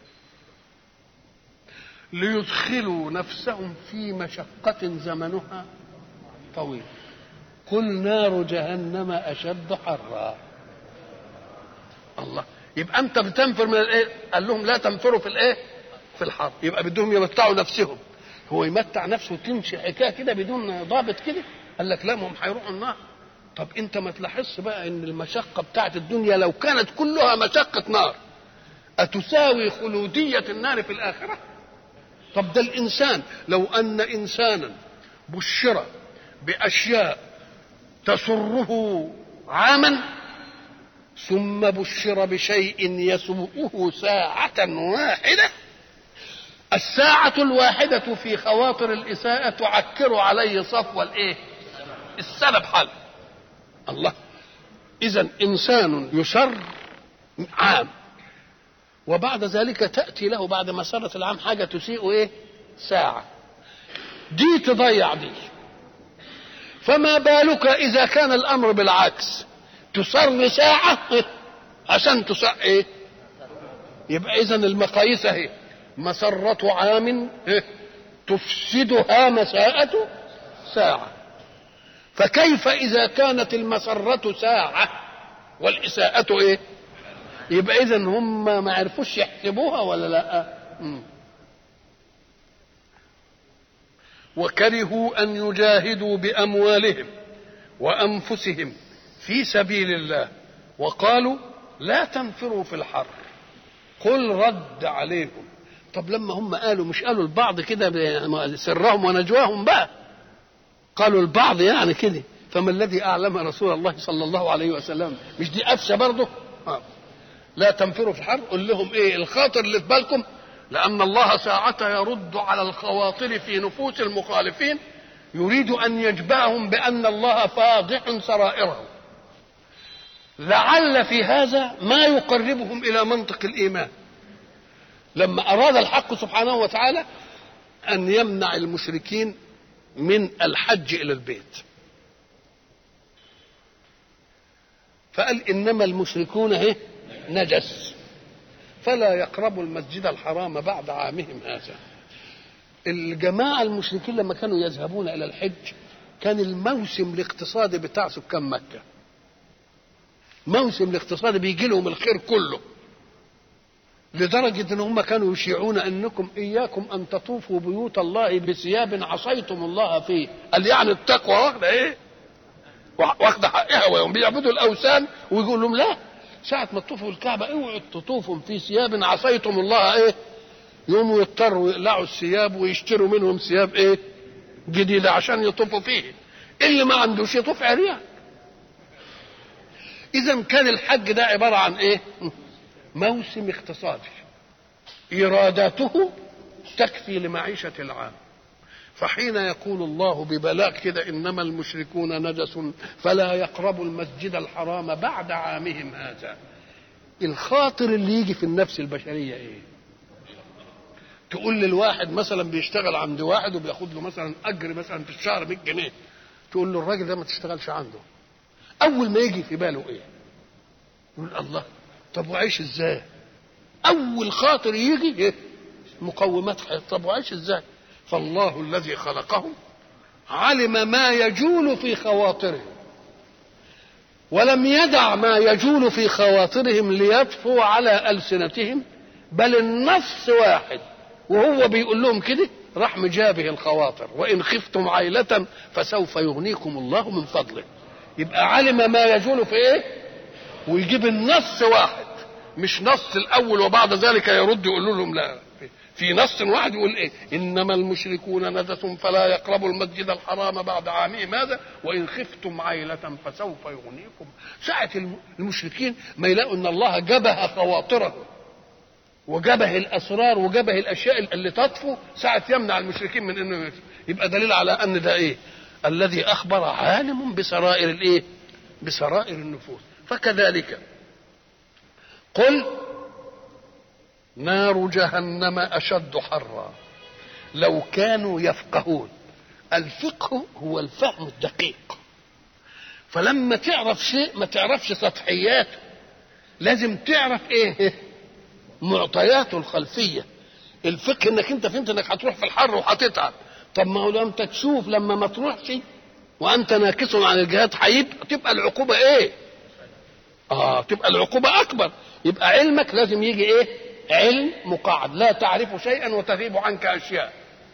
ليدخلوا نفسهم في مشقة زمنها طويل. قل نار جهنم أشد حرا. الله، يبقى أنت بتنفر من الإيه؟ قال لهم لا تنفروا في الإيه؟ في الحر. يبقى بدهم يمتعوا نفسهم. هو يمتع نفسه وتمشي حكاية كده بدون ضابط كده؟ قال لك لا، ما هم هيروحوا النار. طب انت ما تلاحظش بقى ان المشقة بتاعت الدنيا لو كانت كلها مشقة نار أتساوي خلودية النار في الآخرة؟ طب ده الإنسان لو أن إنسانا بشر بأشياء تسره عاما ثم بشر بشيء يسوءه ساعة واحدة، الساعة الواحدة في خواطر الإساءة تعكر عليه صفو الإيه؟ السلب حاله. الله، إذن إنسان يسر عام وبعد ذلك تأتي له بعد مسرة العام حاجة تسيء إيه؟ ساعة، دي تضيع دي. فما بالك إذا كان الأمر بالعكس، تسر ساعة عشان تساء إيه؟ يبقى إذن المقاييس اهي، مسرة عام تفسدها مساءة ساعة. فكيف إذا كانت المسرة ساعة والإساءة إيه؟ يبقى إذن هم ما عرفوش يحسبوها ولا لا؟ وكرهوا أن يجاهدوا بأموالهم وأنفسهم في سبيل الله، وقالوا لا تنفروا في الحر قل رد عليكم. طب لما هم قالوا، مش قالوا البعض كده سرهم ونجواهم بقى، قالوا البعض يعني كده، فما الذي أعلم رسول الله صلى الله عليه وسلم؟ مش دي أفشى برضه؟ لا تنفروا في الحر. قل لهم إيه الخاطر اللي في بالكم؟ لأن الله ساعة يرد على الخواطر في نفوس المخالفين، يريد أن يجبعهم بأن الله فاضح سرائرهم. لعل في هذا ما يقربهم إلى منطق الإيمان، لما أراد الحق سبحانه وتعالى أن يمنع المشركين من الحج إلى البيت، فقال إنما المشركون نجس فلا يقربوا المسجد الحرام بعد عامهم هذا. الجماعة المشركين لما كانوا يذهبون إلى الحج كان الموسم الاقتصادي بتاع سكان مكة، موسم الاقتصادي بيجي لهم الخير كله، لدرجة ان هم كانوا يشيعون انكم اياكم ان تطوفوا بيوت الله بثياب عصيتم الله فيه. قال يعني التقوى واخده حقها، ويوم بيعبدوا الاوثان ويقول لهم لا، ساعة ما تطوفوا الكعبة اوعوا تطوفوا في ثياب عصيتم الله يوموا يضطروا يقلعوا الثياب ويشتروا منهم ثياب جديدة عشان يطوفوا فيه، اللي ما عندوش يطوف عريان. اذا كان الحج ده عبارة عن موسم اقتصادي إراداته تكفي لمعيشة العام. فحين يقول الله ببلاغ كده إنما المشركون نجس فلا يقربوا المسجد الحرام بعد عامهم هذا، الخاطر اللي يجي في النفس البشرية تقول للواحد مثلا بيشتغل عند واحد وبياخد له مثلا أجر مثلا في الشهر 100 جنيه، تقول له الراجل ده ما تشتغلش عنده. أول ما يجي في باله يقول الله طب وعيش ازاي؟ اول خاطر يجي مقومات حياة، طب وعيش ازاي؟ فالله الذي خلقهم علم ما يجول في خواطرهم ولم يدع ما يجول في خواطرهم ليطفو على ألسنتهم، بل النص واحد وهو بيقول لهم كده راح مجابه الخواطر، وإن خفتم عيلة فسوف يغنيكم الله من فضله. يبقى علم ما يجول في ويجيب النص واحد، مش نص الاول وبعد ذلك يرد يقول لهم لا، في نص واحد يقول انما المشركون نجس فلا يقربوا المسجد الحرام بعد عامهم هذا وان خفتم عيلة فسوف يغنيكم. ساعة المشركين ما يلاقوا ان الله جبه خواطرهم وجبه الاسرار وجبه الاشياء اللي تطفو، ساعة يمنع المشركين من انه يبقى دليل على ان ده الذي اخبر عالم بسرائر بسرائر النفوس. فكذلك قل نار جهنم أشد حرا لو كانوا يفقهون. الفقه هو الفهم الدقيق، فلما تعرف شيء ما تعرفش سطحياته، لازم تعرف معطياته الخلفية. الفقه انك انت فهمت انك هتروح في الحر وهتتعب، طب ما هو انت تشوف لما ما تروحش وانت ناكس عن الجهاد تبقى العقوبة تبقى العقوبة أكبر. يبقى علمك لازم يجي علم مقعد، لا تعرف شيئا وتغيب عنك أشياء.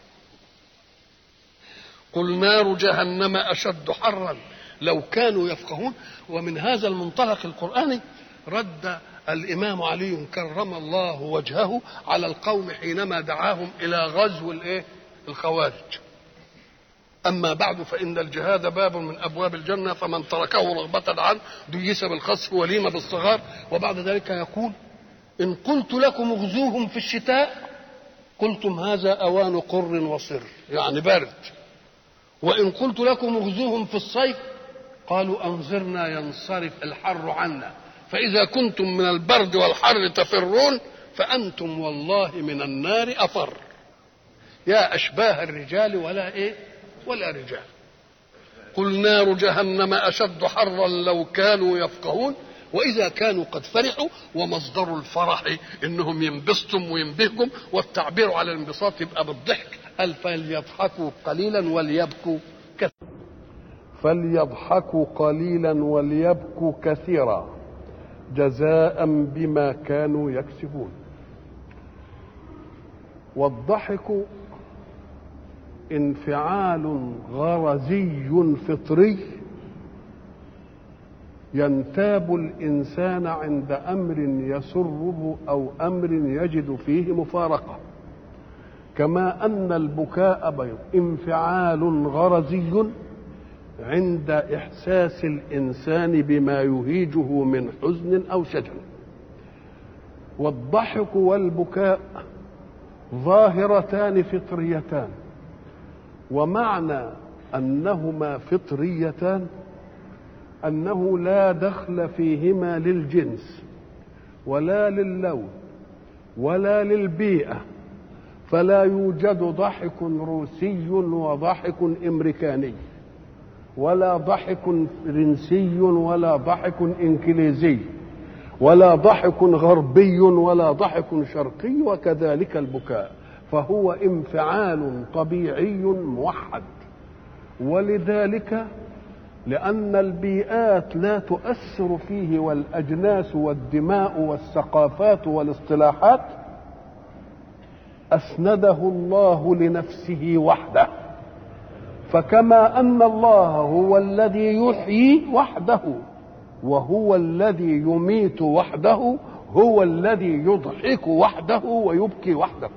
قل نار جهنم أشد حرا لو كانوا يفقهون. ومن هذا المنطلق القرآني رد الإمام علي كرم الله وجهه على القوم حينما دعاهم إلى غزو الخوارج. أما بعد فإن الجهاد باب من أبواب الجنة فمن تركه رغبة عنه ديس بالخسف وليم بالصغار. وبعد ذلك يقول إن قلت لكم اغزوهم في الشتاء قلتم هذا أوان قر وصر، يعني برد، وإن قلت لكم اغزوهم في الصيف قالوا أنظرنا ينصرف الحر عنا، فإذا كنتم من البرد والحر تفرون فأنتم والله من النار أفر. يا أشباه الرجال ولا رجال. قل نار جهنم أشد حرا لو كانوا يفقهون. وإذا كانوا قد فرحوا، ومصدر الفرح إنهم ينبسطوا وينبهجوا، والتعبير على الانبساط يبقى بالضحك. قال فليضحكوا قليلا وليبكوا كثيرا. فليضحكوا قليلا وليبكوا كثيرا جزاء بما كانوا يكسبون. والضحك انفعال غرزي فطري ينتاب الإنسان عند أمر يسره أو أمر يجد فيه مفارقة، كما أن البكاء انفعال غرزي عند إحساس الإنسان بما يهيجه من حزن أو شجن. والضحك والبكاء ظاهرتان فطريتان، ومعنى أنهما فطريتان أنه لا دخل فيهما للجنس ولا للون ولا للبيئة، فلا يوجد ضحك روسي وضحك أمريكاني، ولا ضحك فرنسي ولا ضحك إنجليزي، ولا ضحك غربي ولا ضحك شرقي، وكذلك البكاء، فهو انفعال طبيعي موحد. ولذلك لأن البيئات لا تؤثر فيه، والأجناس والدماء والثقافات والاصطلاحات، أسنده الله لنفسه وحده. فكما أن الله هو الذي يحيي وحده وهو الذي يميت وحده، هو الذي يضحك وحده ويبكي وحده،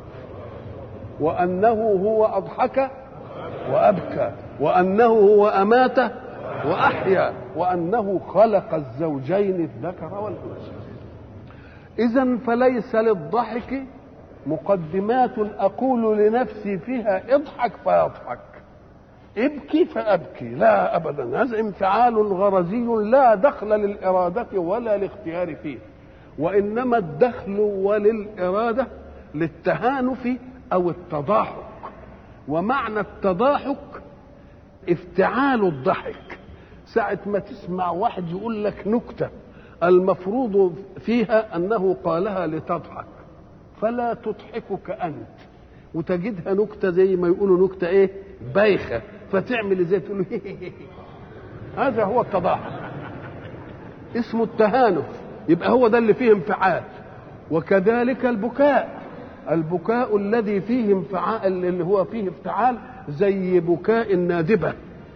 وأنه هو أضحك وأبكى، وأنه هو أمات وأحيا، وأنه خلق الزوجين الذكر والأنثى. إذن فليس للضحك مقدمات أقول لنفسي فيها اضحك فيضحك، ابكي فأبكي، لا أبدا، هذا انفعال غرزي لا دخل للإرادة ولا الاختيار فيه، وإنما الدخل وللإرادة للتهانف أو التضاحك. ومعنى التضاحك افتعال الضحك. ساعة ما تسمع واحد يقول لك نكتة المفروض فيها أنه قالها لتضحك، فلا تضحكك أنت، وتجدها نكتة زي ما يقولوا نكتة إيه بايخة، فتعمل زي تقول هذا هو التضاحك، اسمه التهانف، يبقى هو ده اللي فيه انفعال. وكذلك البكاء الذي فيه انفعال، اللي هو فيه افتعال، زي بكاء النادبة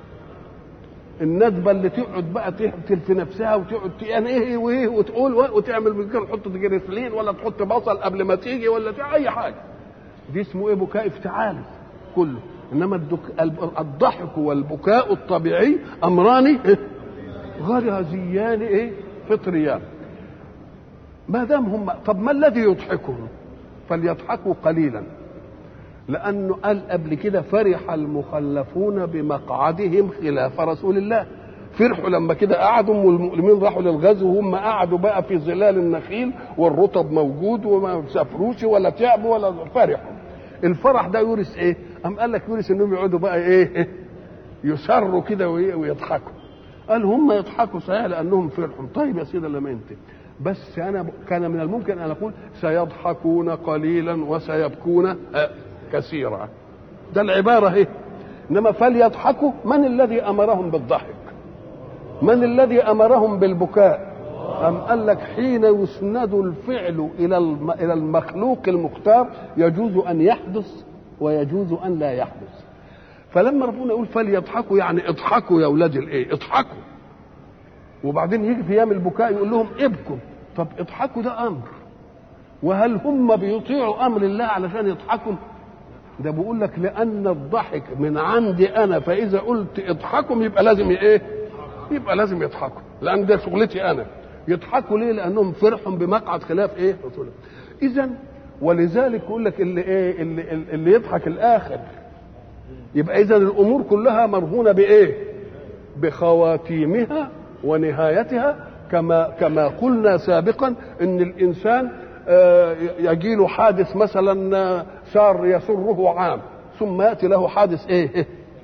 اللي تقعد بقى تقتل في نفسها وتقعد يعني ايه وايه وتقول وتعمل بالكده، تحط جريسلين ولا تحط بصل قبل ما تيجي ولا اي حاجه، دي اسمه ايه بكاء افتعال كله. انما الضحك والبكاء الطبيعي امران غريزيان ايه فطريان. ما دام هم، طب ما الذي يضحكهم؟ فليضحكوا قليلا، لأنه قال قبل كده فرح المخلفون بمقعدهم خلاف رسول الله. فرحوا لما كده قعدوا والمؤمنين راحوا للغزو وهم قعدوا بقى في ظلال النخيل والرطب موجود وما سافروش ولا تعبوا ولا فرحوا. الفرح ده يورث ايه؟ قال لك يورث انهم يقعدوا بقى ايه يسروا كده ويضحكوا. قال هم يضحكوا صحيح لانهم فرحوا. طيب يا سيدي لما انت بس انا كان من الممكن ان اقول سيضحكون قليلا وسيبكون كثيرا، ده العباره اهي. انما فليضحكوا، من الذي امرهم بالضحك؟ من الذي امرهم بالبكاء؟ قال لك حين يسند الفعل الى المخلوق المختار يجوز ان يحدث ويجوز ان لا يحدث. فلما ربنا يقول فليضحكوا يعني اضحكوا يا اولاد الايه، اضحكوا. وبعدين يجي في ايام البكاء يقول لهم ابكوا. طب اضحكوا ده امر، وهل هم بيطيعوا امر الله علشان يضحكوا؟ ده بيقول لك لان الضحك من عندي انا، فاذا قلت اضحكوا يبقى لازم ايه؟ يبقى لازم يضحكوا، لان ده شغلتي انا. يضحكوا ليه؟ لانهم فرحوا بمقعد خلاف ايه رسوله. اذا ولذلك يقول لك اللي يضحك الاخر. يبقى اذا الامور كلها مرهونه بايه؟ بخواتيمها ونهايتها. كما قلنا سابقا ان الانسان يجي له حادث مثلا صار يسره عام، ثم ياتي له حادث ايه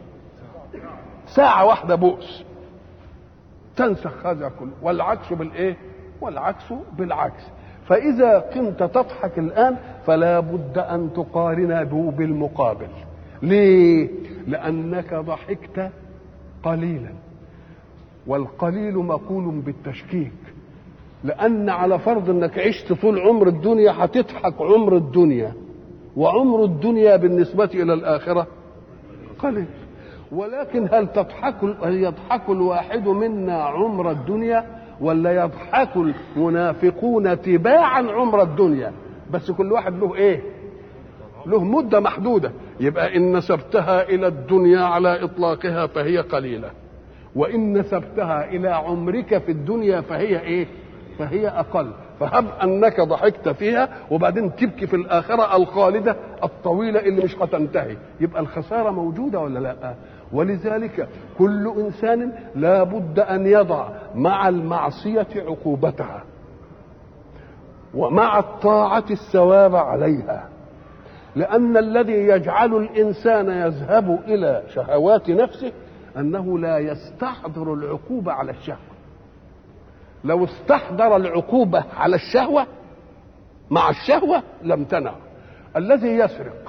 ساعه واحده بؤس تنسخ هذا كله، والعكس بالايه؟ والعكس بالعكس. فاذا كنت تضحك الان فلا بد ان تقارن بالمقابل. ليه؟ لانك ضحكت قليلا، والقليل مقول بالتشكيك. لأن على فرض أنك عشت طول عمر الدنيا هتضحك عمر الدنيا، وعمر الدنيا بالنسبة إلى الآخرة قليل. ولكن هل يضحك الواحد منا عمر الدنيا، ولا يضحك المنافقون تباعا عمر الدنيا؟ بس كل واحد له إيه؟ له مدة محدودة. يبقى إن نسبتها إلى الدنيا على إطلاقها فهي قليلة، وإن نسبتها إلى عمرك في الدنيا فهي إيه؟ فهي أقل. فهب أنك ضحكت فيها وبعدين تبكي في الآخرة الخالدة الطويلة اللي مش هتنتهي، يبقى الخسارة موجودة ولا لا؟ ولذلك كل إنسان لا بد أن يضع مع المعصية عقوبتها ومع الطاعة الثواب عليها، لأن الذي يجعل الإنسان يذهب إلى شهوات نفسه أنه لا يستحضر العقوبة على الشهوة. لو استحضر العقوبة على الشهوة مع الشهوة لم تنع. الذي يسرق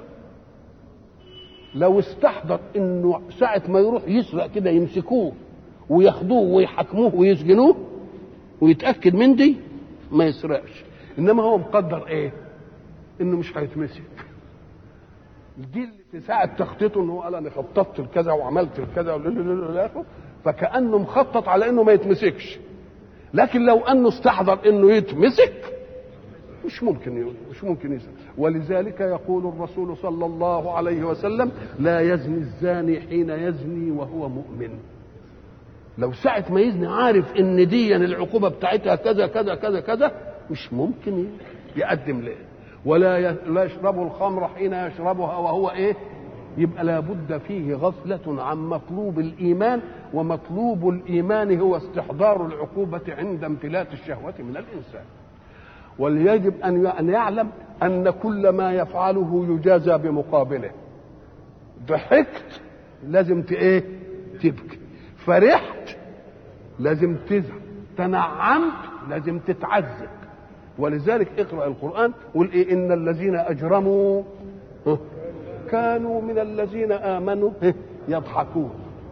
لو استحضر انه ساعة ما يروح يسرق كده يمسكوه وياخدوه ويحكموه ويسجنوه ويتأكد من دي ما يسرقش. انما هو مقدر ايه؟ انه مش هيتمسك. دي اللي في ساعة تخطيطه انه قال انا خططت لكذا وعملت لكذا فكأنه مخطط على انه ما يتمسكش. لكن لو انه استحضر انه يتمسك مش ممكن يسرق. ولذلك يقول الرسول صلى الله عليه وسلم لا يزني الزاني حين يزني وهو مؤمن. لو ساعة ما يزني عارف ان دي العقوبة بتاعتها كذا كذا كذا كذا مش ممكن يقدم له. لا يشرب الخمر حين يشربها وهو ايه؟ يبقى لابد فيه غفلة عن مطلوب الإيمان، ومطلوب الإيمان هو استحضار العقوبة عند امتلاك الشهوة من الإنسان. وليجب أن يعلم أن كل ما يفعله يجازى بمقابله. ضحكت لازم تبكي، فرحت لازم تزعل، تنعمت لازم تتعذب. ولذلك اقرأ القرآن قل إيه إن الذين أجرموا كانوا من الذين آمنوا يضحكون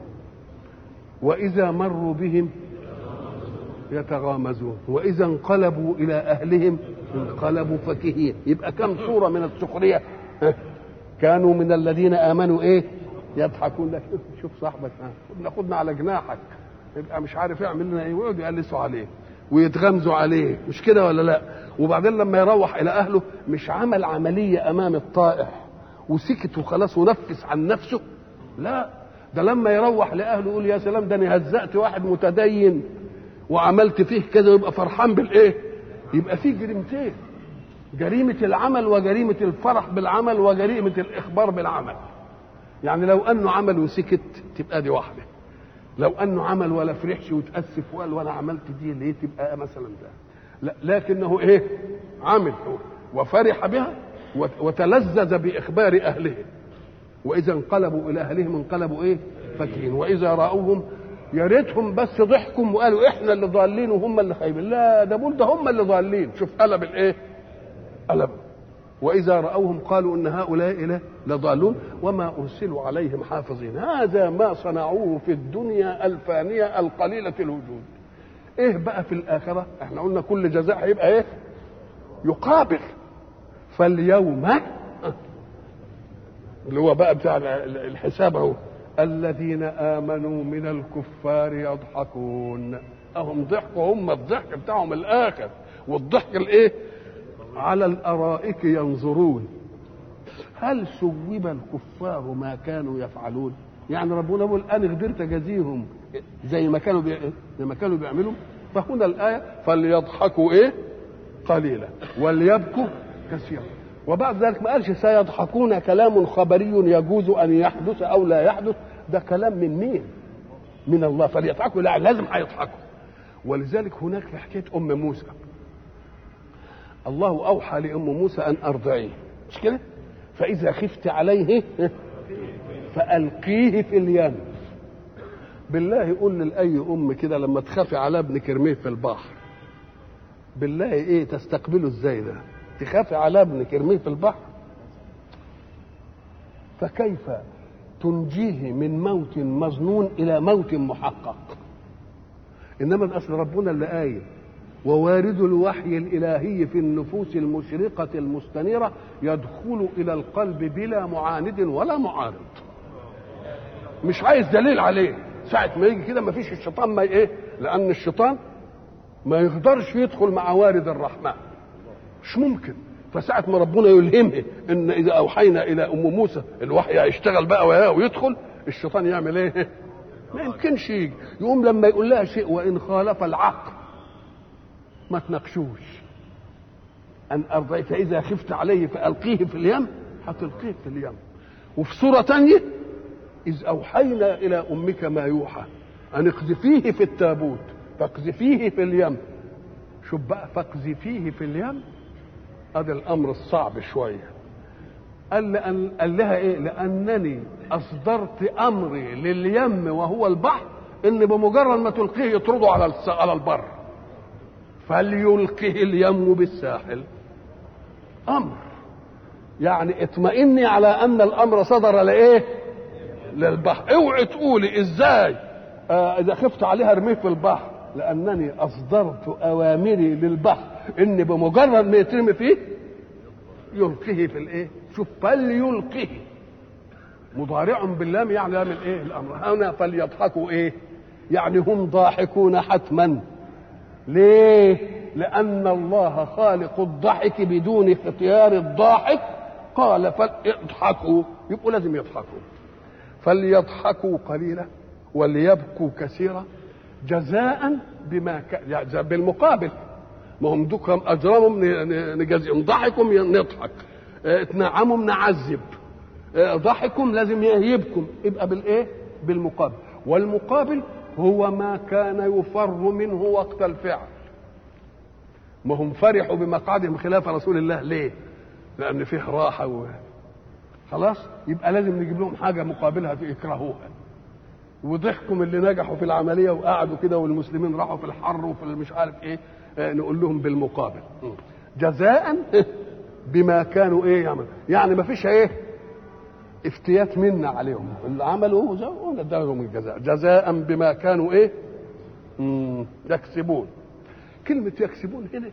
وإذا مروا بهم يتغامزون وإذا انقلبوا إلى أهلهم انقلبوا فكهين. يبقى كم صورة من السخرية؟ كانوا من الذين آمنوا يضحكون. لك شوف صاحبك ناخدنا على جناحك يبقى مش عارف يعمل لنا ايه، ويقعدوا يقلسوا عليه ويتغمزوا عليه، مش كده ولا لا؟ وبعدين لما يروح إلى أهله مش عمل عملية أمام الطائع وسكت وخلاص ونفس عن نفسه، لا، ده لما يروح لأهله يقول يا سلام ده أنا هزأت واحد متدين وعملت فيه كذا، ويبقى فرحان بالايه؟ يبقى فيه جريمتين، جريمة العمل وجريمة الفرح بالعمل وجريمة الإخبار بالعمل. يعني لو أنه عمل وسكت تبقى دي واحدة، لو أنه عمل ولا فرحش وتأسف وقال وأنا عملت دي ليه تبقى مثلا ده، لا، لكنه عمل وفرح بها وتلذذ بإخبار أهله. وإذا انقلبوا إلى أهلهم انقلبوا فكهين وإذا رأوهم يا ريتهم بس ضحكوا وقالوا احنا اللي ضالين وهم اللي خايبين، لا ده بقول ده هم اللي ضالين. شوف قلب قلب. واذا راوهم قالوا ان هؤلاء لضالون وما ارسلوا عليهم حافظين. هذا ما صنعوه في الدنيا الفانيه القليله الوجود. بقى في الاخره؟ احنا قلنا كل جزاء هيبقى يقابل. فاليوم اللي هو بقى بتاع الحساب اهو الذين آمنوا من الكفار يضحكون. هم ضحكوا، هم الضحك بتاعهم الآخر، والضحك على الأرائك ينظرون هل ثوب الكفار ما كانوا يفعلون. يعني ربنا يقول أنا قدرت أجازيهم زي ما كانوا بيعملوا. فهنا الآية فليضحكوا قليلا وليبكوا كثيرا. وبعد ذلك ما قالش سيضحكون كلام خبري يجوز أن يحدث أو لا يحدث، ده كلام من مين؟ من الله. فليضحكوا، لا لازم هيضحكوا. ولذلك هناك في حكاية أم موسى الله أوحى لأم موسى أن أرضعيه، مش كده؟ فإذا خفت عليه فألقيه في اليم. بالله يقول لأي أم كده لما تخافي على ابنك ارميه في البحر، بالله تستقبله ازاي ده؟ تخافي على ابنك ارميه في البحر؟ فكيف تنجيه من موت مظنون الى موت محقق؟ انما الاصل ربنا اللي قايل ووارد الوحي الالهي في النفوس المشرقه المستنيره يدخل الى القلب بلا معاند ولا معارض. مش عايز دليل عليه. ساعه ما يجي كده ما فيش الشيطان ما لان الشيطان ما يقدرش يدخل مع وارد الرحمن، مش ممكن. فساعة ما ربنا يلهمه ان اذا اوحينا الى ام موسى الوحي هيشتغل بقى وياه ويدخل، الشيطان يعمل ما يمكنش يجي. يقوم لما يقول لها شيء وان خالف العقل ما تناقشوش. ان ارضيت فاذا خفت عليه فالقيه في اليم، هتلقيه في اليم. وفي سورة تانية إذ أوحينا إلى أمك ما يوحى أن اقذفيه في التابوت فاقذفيه في اليم. شوف بقى، فاقذفيه في اليم، هذا الأمر الصعب شوية. قال لها إيه؟ لأنني أصدرت أمري لليم وهو البحر إن بمجرد ما تلقيه يطرده على البر، فليلقه اليم بالساحل. أمر يعني اطمئني على أن الأمر صدر لإيه؟ للبحر. اوعي تقولي ازاي اذا خفت عليها ارميه في البحر، لانني اصدرت اوامري للبحر ان بمجرد ما يترمي فيه يلقيه في الايه. شوف، فليلقه مضارع باللام، يعني لام الايه؟ الامر. هنا فليضحكوا ايه؟ يعني هم ضاحكون حتما. ليه؟ لان الله خالق الضحك بدون اختيار الضاحك. قال فليضحكوا، يبقوا لازم يضحكوا. فليضحكوا قليلا وليبكوا كثيرا جزاء بما يعني بالمقابل. ما هم دوكم اجرمهم نجازيهم، ضحكم نضحك، اتنعمهم نعذب، ضحكم لازم يبكم، يبقى بالايه؟ بالمقابل. والمقابل هو ما كان يفر منه وقت الفعل. ما هم فرحوا بمقعدهم خلاف رسول الله. ليه؟ لان فيه راحه خلاص، يبقى لازم نجيب لهم حاجه مقابلها يكرهوها. وضحكم اللي نجحوا في العمليه وقعدوا كده والمسلمين راحوا في الحر وفي مش عارف ايه، نقول لهم بالمقابل جزاء بما كانوا ايه يعملوا. يعني ما فيش ايه افتيات منا عليهم، اللي عملوا وندالهم الجزاء جزاء بما كانوا ايه يكسبون. كلمه يكسبون هنا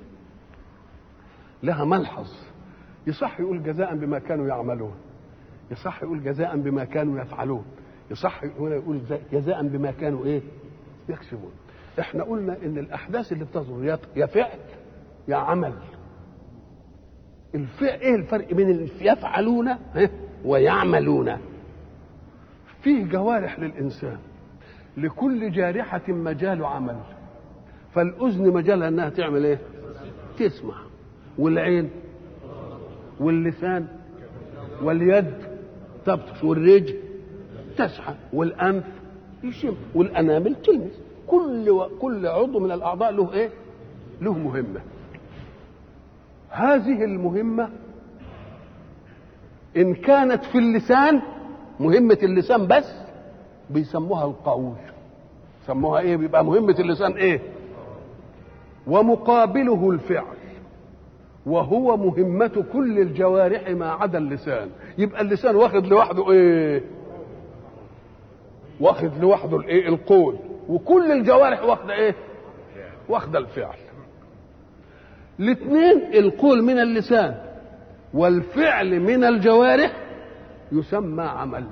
لها ملحظ. يصح يقول جزاء بما كانوا يعملون، يصح يقول جزاء بما كانوا يفعلون، يصح هنا يقول جزاء بما كانوا ايه يكسبون. احنا قلنا ان الاحداث اللي بتصدر يا فعل يا عمل. الفعل ايه الفرق بين يفعلون ويعملون؟ فيه جوارح للانسان، لكل جارحة مجال عمل. فالاذن مجالها انها تعمل ايه؟ تسمع. والعين واللسان واليد تبطش والرجل تسعى والانف يشم والانامل تلمس. كل عضو من الاعضاء له ايه؟ له مهمه. هذه المهمه ان كانت في اللسان، مهمه اللسان بس، بيسموها القول. سموها ايه؟ بيبقى مهمه اللسان ايه؟ ومقابله الفعل، وهو مهمة كل الجوارح ما عدا اللسان. يبقى اللسان واخد لوحده ايه؟ واخد لوحده الايه؟ القول. وكل الجوارح واخده ايه؟ واخده الفعل. الاثنين، القول من اللسان والفعل من الجوارح، يسمى عمل.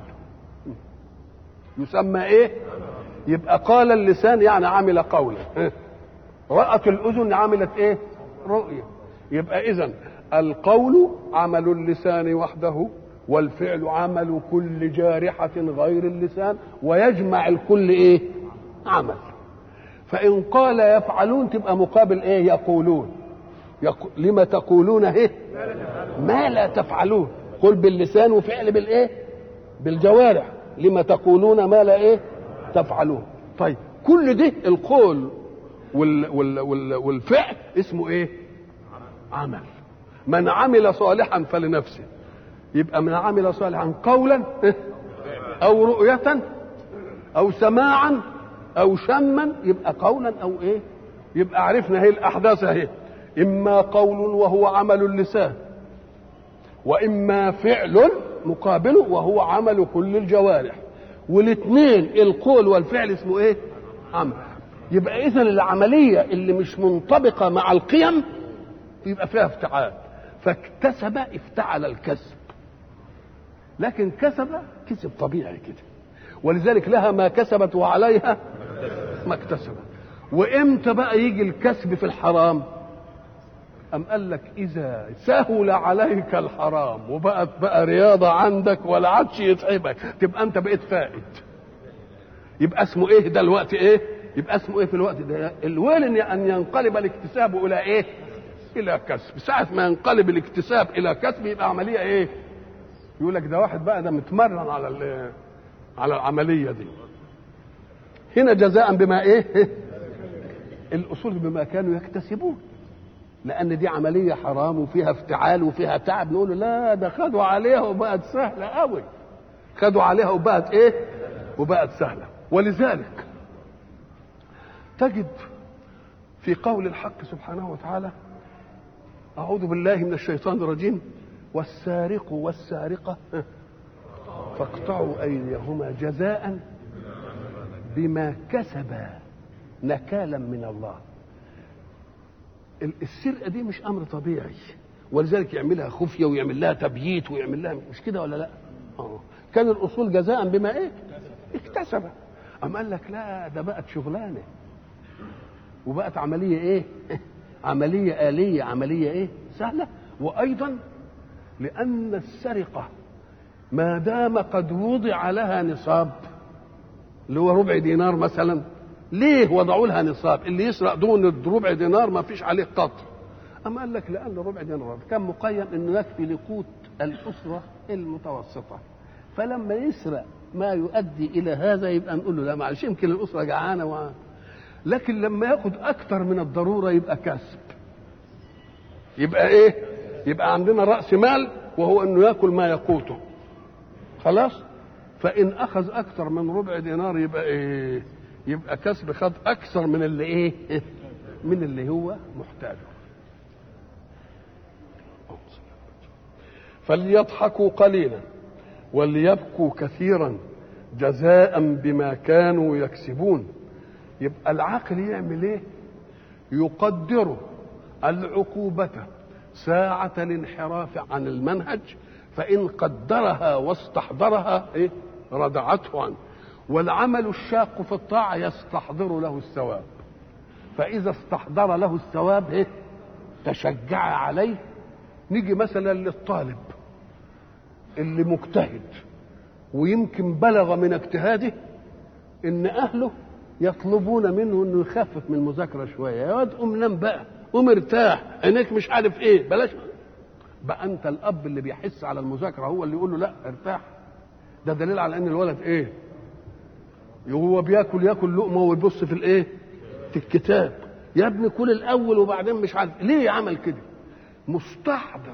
يسمى ايه؟ يبقى قال اللسان يعني عمل قولا، رأت الأذن عملت ايه؟ رؤية. يبقى إذن القول عمل اللسان وحده، والفعل عمل كل جارحة غير اللسان، ويجمع الكل ايه؟ عمل. فإن قال يفعلون تبقى مقابل ايه؟ يقولون. لما تقولون ايه؟ ما لا تفعلون. قل باللسان وفعل بالايه؟ بالجوارح. لما تقولون ما لا ايه؟ تفعلون. طيب كل ده القول والفعل اسمه ايه؟ عمل. من عمل صالحا فلنفسه. يبقى من عمل صالحا قولا او رؤية او سماعا او شما، يبقى قولا او ايه؟ يبقى عرفنا هي الاحداث اهي، اما قول وهو عمل اللسان، واما فعل مقابله وهو عمل كل الجوارح. والاثنين القول والفعل اسمه ايه؟ عمل. يبقى اذا العمليه اللي مش منطبقه مع القيم يبقى فيها افتعال. فاكتسب افتعل الكسب، لكن كسب طبيعي كده. ولذلك لها ما كسبت وعليها ما اكتسبت. وامتى بقى يجي الكسب في الحرام؟ أم قال لك إذا سهل عليك الحرام وبقت بقى رياضة عندك ولا عادش يتعبك، تبقى أنت بقيت فائد. يبقى اسمه إيه ده الوقت إيه؟ يبقى اسمه إيه في الوقت ده؟ الويل أن ينقلب الاكتساب إلى إيه؟ إلى كسب. ساعة ما ينقلب الاكتساب إلى كسب يبقى عملية إيه؟ يقول لك ده واحد بقى ده متمرن على العملية دي. هنا جزاء بما ايه؟ الأصول بما كانوا يكتسبون، لأن دي عملية حرام وفيها افتعال وفيها تعب. نقول لا ده خدوا عليها وبقت سهلة قوي، خدوا عليها وبقت ايه؟ وبقت سهلة. ولذلك تجد في قول الحق سبحانه وتعالى: أعوذ بالله من الشيطان الرجيم: والسارق والسارقة فاقطعوا أيديهما جزاء بما كسبا نكالا من الله. السرقة دي مش أمر طبيعي، ولذلك يعملها خفية ويعمل لها تبييت ويعمل لها، مش كده ولا لا؟ كان الأصول جزاء بما إيه؟ اكتسب. أم قال لك لا ده بقت شغلانة وبقت عملية إيه؟ عملية آلية، عملية إيه؟ سهلة. وأيضا لأن السرقة ما دام قد وضع لها نصاب اللي هو ربع دينار مثلا، ليه وضعوا لها نصاب؟ اللي يسرق دون ربع دينار ما فيش عليه قطع. أما قال لك لأن ربع دينار كان مقيم إنه يكفي لقوت الأسرة المتوسطة، فلما يسرق ما يؤدي إلى هذا يبقى نقول له لا معلش يمكن الأسرة جعانة لكن لما ياخد أكثر من الضرورة يبقى كسب. يبقى إيه؟ يبقى عندنا رأس مال وهو إنه يأكل ما يقوته، خلاص. فإن أخذ أكثر من ربع دينار يبقى إيه؟ يبقى كسب، خد أكثر من اللي إيه؟ من اللي هو محتاجه. فليضحكوا قليلا وليبكوا كثيرا جزاء بما كانوا يكسبون. يبقى العاقل يعمل ايه؟ يقدر العقوبة ساعة الانحراف عن المنهج، فإن قدرها واستحضرها ايه؟ ردعته عنه. والعمل الشاق في الطاعة يستحضر له الثواب، فإذا استحضر له الثواب ايه؟ تشجع عليه. نيجي مثلا للطالب اللي مجتهد ويمكن بلغ من اجتهاده ان اهله يطلبون منه انه يخفف من المذاكره شويه، يا واد قوم نام بقى، قوم ارتاح، عينيك مش عارف ايه، بلاش بقى. انت الاب اللي بيحس على المذاكره هو اللي يقول له لا ارتاح. ده دليل على ان الولد ايه؟ هو بياكل لقمه ويبص في الايه؟ في الكتاب. يا ابني كل الاول وبعدين مش عارف ليه عمل كده. مستحضر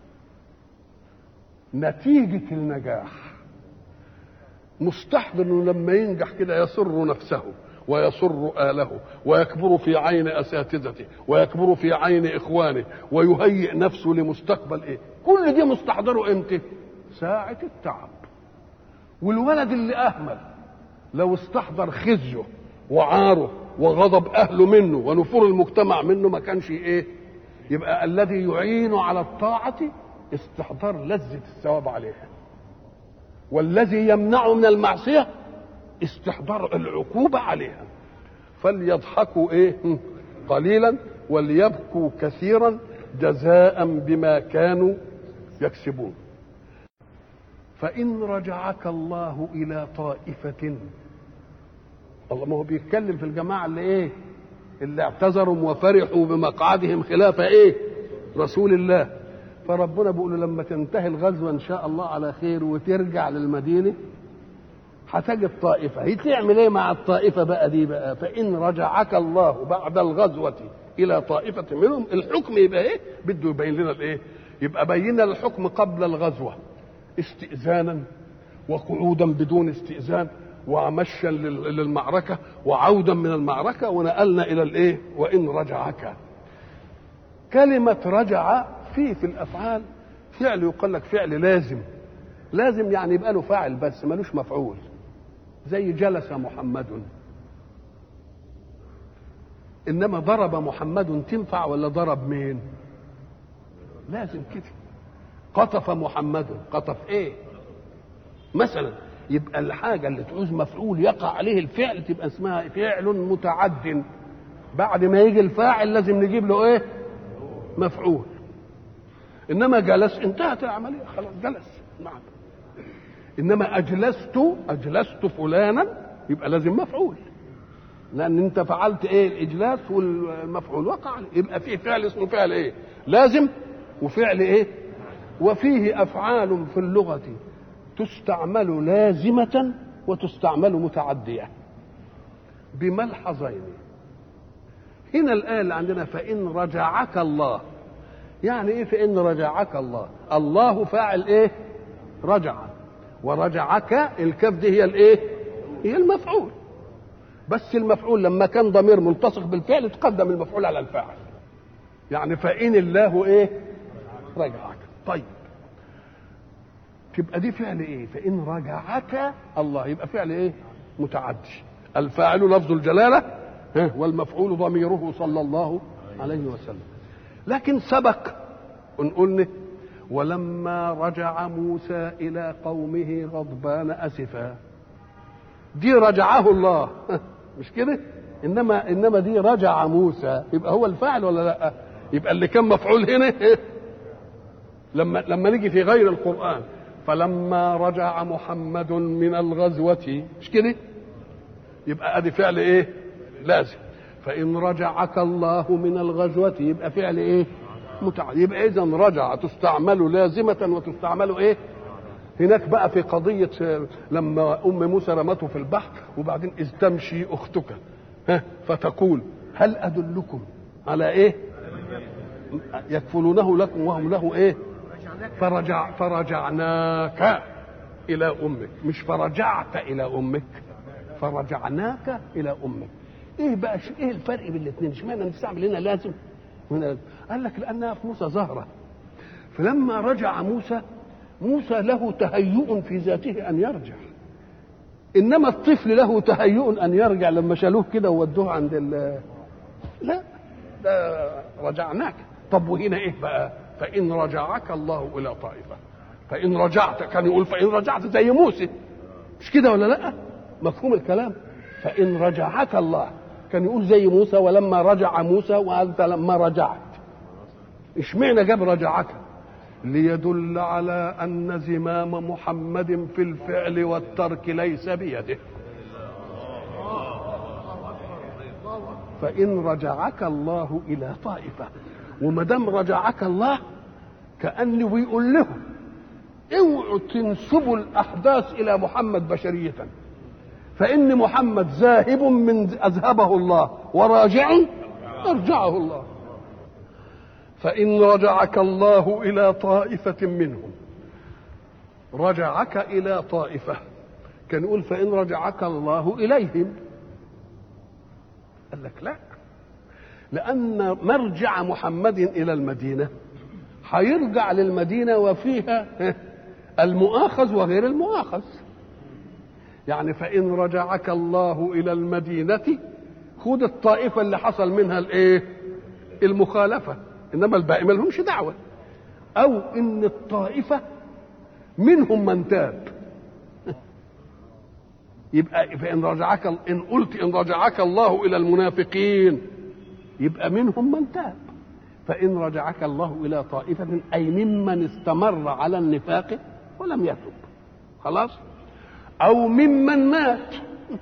نتيجه النجاح، مستحضر انه لما ينجح كده يسر نفسه ويسر آله ويكبر في عين اساتذته ويكبر في عين اخوانه ويهيئ نفسه لمستقبل ايه. كل دي مستحضره امتى؟ ساعة التعب. والولد اللي اهمل لو استحضر خزيه وعاره وغضب اهله منه ونفور المجتمع منه ما كانش ايه. يبقى الذي يعين على الطاعة استحضار لذة الثواب عليها، والذي يمنع من المعصية استحضار العقوبة عليها. فليضحكوا ايه؟ قليلا وليبكوا كثيرا جزاء بما كانوا يكسبون. فإن رجعك الله إلى طائفة، الله ما هو بيتكلم في الجماعة اللي ايه؟ اللي اعتذروا وفرحوا بمقعدهم خلاف ايه؟ رسول الله. فربنا بيقول لما تنتهي الغزوة ان شاء الله على خير وترجع للمدينة هتجد طائفة، هي تعمل ايه مع الطائفة بقى دي بقى؟ فإن رجعك الله بعد الغزوة إلى طائفة منهم، الحكم يبقى ايه؟ بده يبين لنا الايه؟ يبقى بينا الحكم قبل الغزوة استئذانا وقعودا بدون استئذان ومشيا للمعركة وعودا من المعركة، ونقلنا إلى الايه؟ وإن رجعك. كلمة رجع في الأفعال فعل يقال لك فعل لازم يعني يبقى له فاعل بس ملوش مفعول، زي جلس محمد. إنما ضرب محمد تنفع ولا ضرب مين؟ لازم كده. قطف محمد، قطف ايه مثلا؟ يبقى الحاجة اللي تعوز مفعول يقع عليه الفعل تبقى اسمها فعل متعد. بعد ما يجي الفاعل لازم نجيب له ايه؟ مفعول. انما جلس انتهت العمليه خلاص، جلس نعم. انما اجلست فلانا يبقى لازم مفعول، لان انت فعلت ايه؟ الاجلاس والمفعول وقع عليه. يبقى فيه فعل اسمه فعل ايه؟ لازم، وفعل ايه؟ وفيه افعال في اللغه تستعمل لازمه وتستعمل متعدية بملحظين. هنا الآية اللي عندنا فإن رجعك الله، يعني إيه فإن رجعك الله؟ الله فاعل إيه؟ رجع، ورجعك الكاف دي هي الإيه؟ هي المفعول، بس المفعول لما كان ضمير ملتصق بالفعل تقدم المفعول على الفاعل، يعني فإن الله إيه؟ رجعك. طيب تبقى دي فعل إيه؟ فإن رجعك الله يبقى فعل إيه؟ متعدي، الفاعل لفظ الجلالة والمفعول ضميره صلى الله عليه وسلم. لكن سبق ان قلنا ولما رجع موسى الى قومه غضبان اسفا، دي رجعه الله مش كده؟ انما دي رجع موسى، يبقى هو الفاعل ولا لا؟ يبقى اللي كان مفعول هنا لما نيجي في غير القرآن فلما رجع محمد من الغزوة، مش كده؟ يبقى ادي فعل ايه؟ لازم. فإن رجعك الله من الغزوة يبقى فعل ايه؟ متعدي. يبقى إذا رجع تستعمل لازمة وتستعمل ايه؟ هناك بقى في قضية لما أم موسى رمته في البحر وبعدين إذ تمشي أختك فتقول هل أدلكم على ايه؟ يكفلونه لكم وهم له ايه؟ فرجعناك إلى أمك، مش فرجعت إلى أمك، فرجعناك إلى أمك. ايه بقى ايه الفرق بين الاثنين؟ اشمعنى نستعمل هنا لازم وهنا لازم؟ قال لك لانها في موسى ظاهره، فلما رجع موسى له تهيؤ في ذاته ان يرجع، انما الطفل له تهيؤ ان يرجع لما شالوه كده وودوه عند لا ده رجعناك. طب وهنا ايه بقى؟ فان رجعك الله الى طائفه، فان رجعت كان يقول فان رجعت زي موسى، مش كده ولا لا؟ مفهوم الكلام؟ فإن رجعك الله كان يقول زي موسى ولما رجع موسى وأنت لما رجعت. اشمعنى جاب رجعك؟ ليدل على أن زمام محمد في الفعل والترك ليس بيده. فإن رجعك الله إلى طائفة، وما دام رجعك الله كأنه بيقول لهم اوعوا تنسبوا الأحداث إلى محمد بشرية، فإن محمد ذاهب من أذهبه الله وراجع أرجعه الله. فإن رجعك الله إلى طائفة منهم، رجعك إلى طائفة، كان يقول فإن رجعك الله إليهم، قال لك لا، لأن مرجع محمد إلى المدينة هيرجع للمدينة وفيها المؤاخذ وغير المؤاخذ. يعني فإن رجعك الله إلى المدينة خد الطائفة اللي حصل منها الإيه؟ المخالفة، إنما الباقي ما لهمش دعوة. أو إن الطائفة منهم من تاب، يبقى فإن رجعك، إن قلت إن رجعك الله إلى المنافقين يبقى منهم من تاب. فإن رجعك الله إلى طائفة أي ممن استمر على النفاق ولم يتب، خلاص؟ أو ممن مات،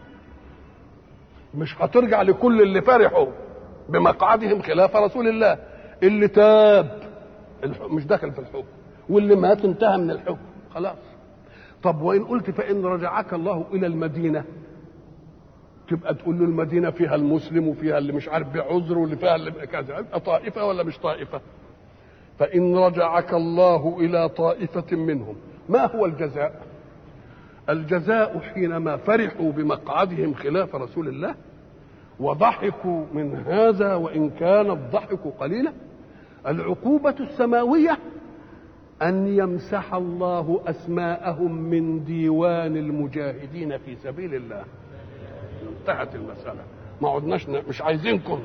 مش هترجع لكل اللي فرحوا بمقعدهم خلاف رسول الله، اللي تاب مش داخل في الحكم، واللي مات انتهى من الحكم، خلاص. طب وإن قلت فإن رجعك الله إلى المدينة تبقى تقول له المدينة فيها المسلم وفيها اللي مش عارف بعذر واللي فيها اللي كذا، يبقى طائفة ولا مش طائفة؟ فإن رجعك الله إلى طائفة منهم، ما هو الجزاء؟ الجزاء حينما فرحوا بمقعدهم خلاف رسول الله وضحكوا من هذا وإن كان الضحك قليلا، العقوبة السماوية أن يمسح الله أسماءهم من ديوان المجاهدين في سبيل الله. انتهت المسألة، ما عدناش مش عايزينكم.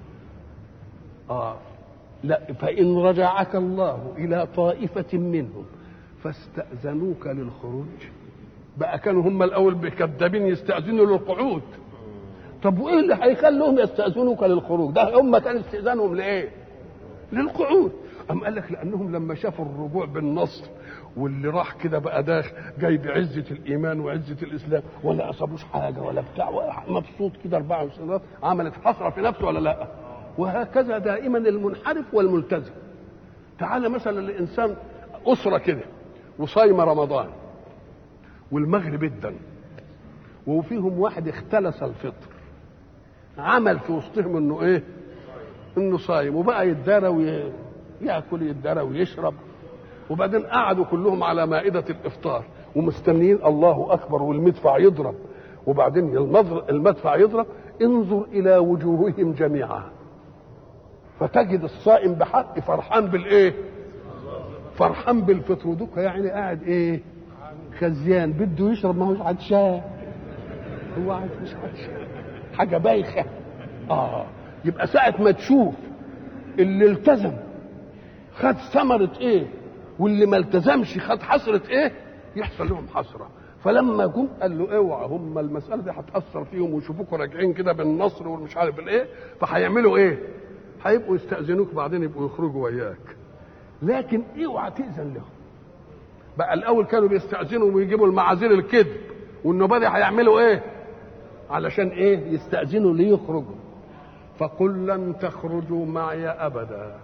لا، فإن رجعك الله إلى طائفة منهم فاستأذنوك للخروج، بقى كانوا هم الأول بكذابين يستأذنوا للقعود. طب وإيه اللي هيخلوهم يستأذنوك للخروج؟ ده هم كان استئذانهم لإيه؟ للقعود. أم قال لك لأنهم لما شافوا الرجوع بالنصر واللي راح كده بقى داخل جاي بعزة الإيمان وعزة الإسلام ولا أصابوش حاجة ولا بتاع، مبسوط كده 24 سنة، عملت حسرة في نفسه ولا لا؟ وهكذا دائما المنحرف والملتزم. تعال مثلا الإنسان أسرة كده وصايمة رمضان والمغرب الدن وفيهم واحد اختلس الفطر، عمل في وسطهم انه ايه؟ انه صايم، وبقى يتدارى وياكل يتدارى ويشرب. وبعدين قعدوا كلهم على مائدة الافطار ومستنيين الله اكبر والمدفع يضرب، وبعدين المدفع يضرب، انظر الى وجوههم جميعا فتجد الصائم بحق فرحان بالايه؟ فرحان بالفطر، ودوك يعني قاعد ايه؟ خزيان بده يشرب، ما هوش عطشان، هو قاعد مش عطشان، حاجه بايخه. يبقى ساعه ما تشوف اللي التزم خد ثمره ايه واللي ما التزمش خد حسره ايه، يحصل لهم حسره. فلما جم قال له اوعى، هم المساله دي هتاثر فيهم ويشوفوكوا راجعين كده بالنصر والمش عارف الايه، فهيعملوا ايه؟ هيبقوا يستاذنوك بعدين يبقوا يخرجوا وياك، لكن اوعى تاذن لهم. بقى الاول كانوا بيستاذنوا ويجيبوا المعاذير الكذب، والنوبه دي هيعملوا ايه؟ علشان ايه؟ يستاذنوا ليخرجوا. فقل لن تخرجوا معي ابدا،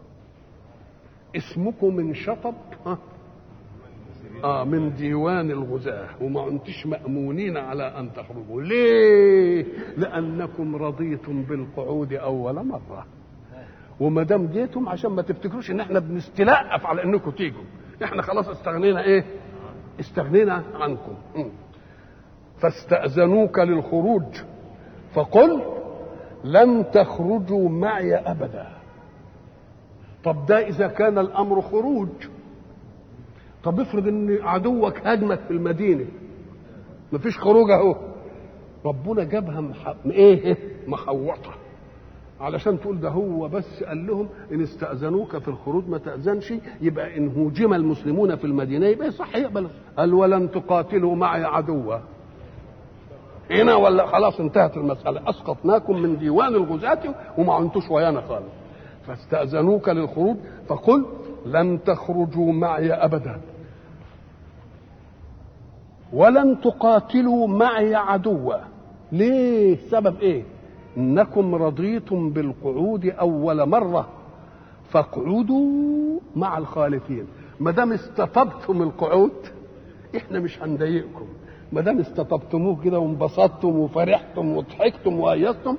اسمكم من شطب من ديوان الغزاة، وما انتش مأمونين على ان تخرجوا. ليه؟ لانكم رضيتم بالقعود اول مرة، وما دام جيتم عشان ما تفتكروش ان احنا بنستلقف على انكم تيجوا، احنا خلاص استغنينا ايه؟ استغنينا عنكم. فاستأذنوك للخروج فقل لن تخرجوا معي ابدا. طب ده اذا كان الامر خروج، طب افرض ان عدوك هاجمك في المدينه، مفيش خروج اهو، ربنا جابها ايه؟ محوطه، علشان تقول ده هو بس قال لهم ان استأذنوك في الخروج ما تأذنش، يبقى ان هوجم المسلمون في المدينه يبقى صح يقبل. قال ولن تقاتلوا معي عدوا هنا، ولا خلاص انتهت المساله، اسقطناكم من ديوان الغزاة وما عنتوش ويانا خالص. فاستأذنوك للخروج فقل لن تخرجوا معي ابدا ولن تقاتلوا معي عدوا. ليه؟ سبب ايه؟ انكم رضيتم بالقعود اول مره فاقعدوا مع الخالفين. ما دام استطبتم القعود احنا مش هنضايقكم، ما دام استطبتموه كده وانبسطتم وفرحتم وضحكتم وهيصتم،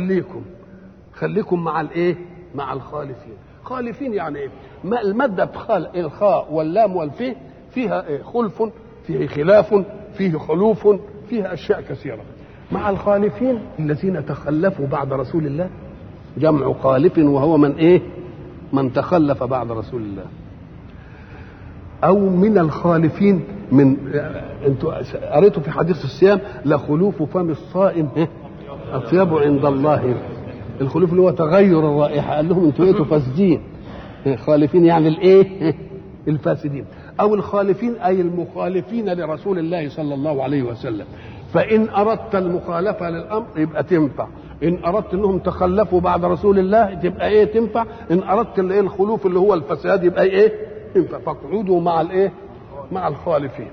خليكم مع الايه؟ مع الخالفين. خالفين يعني ايه؟ ما الماده الخاء واللام والفيه فيها ايه؟ خلف، فيه خلاف، فيه خلوف، فيها اشياء كثيره. مع الخالفين الذين تخلفوا بعد رسول الله، جمع خالف وهو من ايه؟ من تخلف بعد رسول الله. او من الخالفين من انتوا قريتوا في حديث الصيام لخلوف فم الصائم اطيب عند الله. الخلوف اللي هو تغير الرائحه، قال لهم انتوا ايه؟ فاسدين. خالفين يعني الايه؟ الفاسدين. او الخالفين اي المخالفين لرسول الله صلى الله عليه وسلم. فان اردت المخالفه للامر يبقى تنفع، ان اردت انهم تخلفوا بعد رسول الله تبقى ايه؟ تنفع. ان اردت الايه؟ الخلوف اللي هو الفساد يبقى ايه؟ ينفع. فاقعدوا مع الايه؟ مع الخالفين.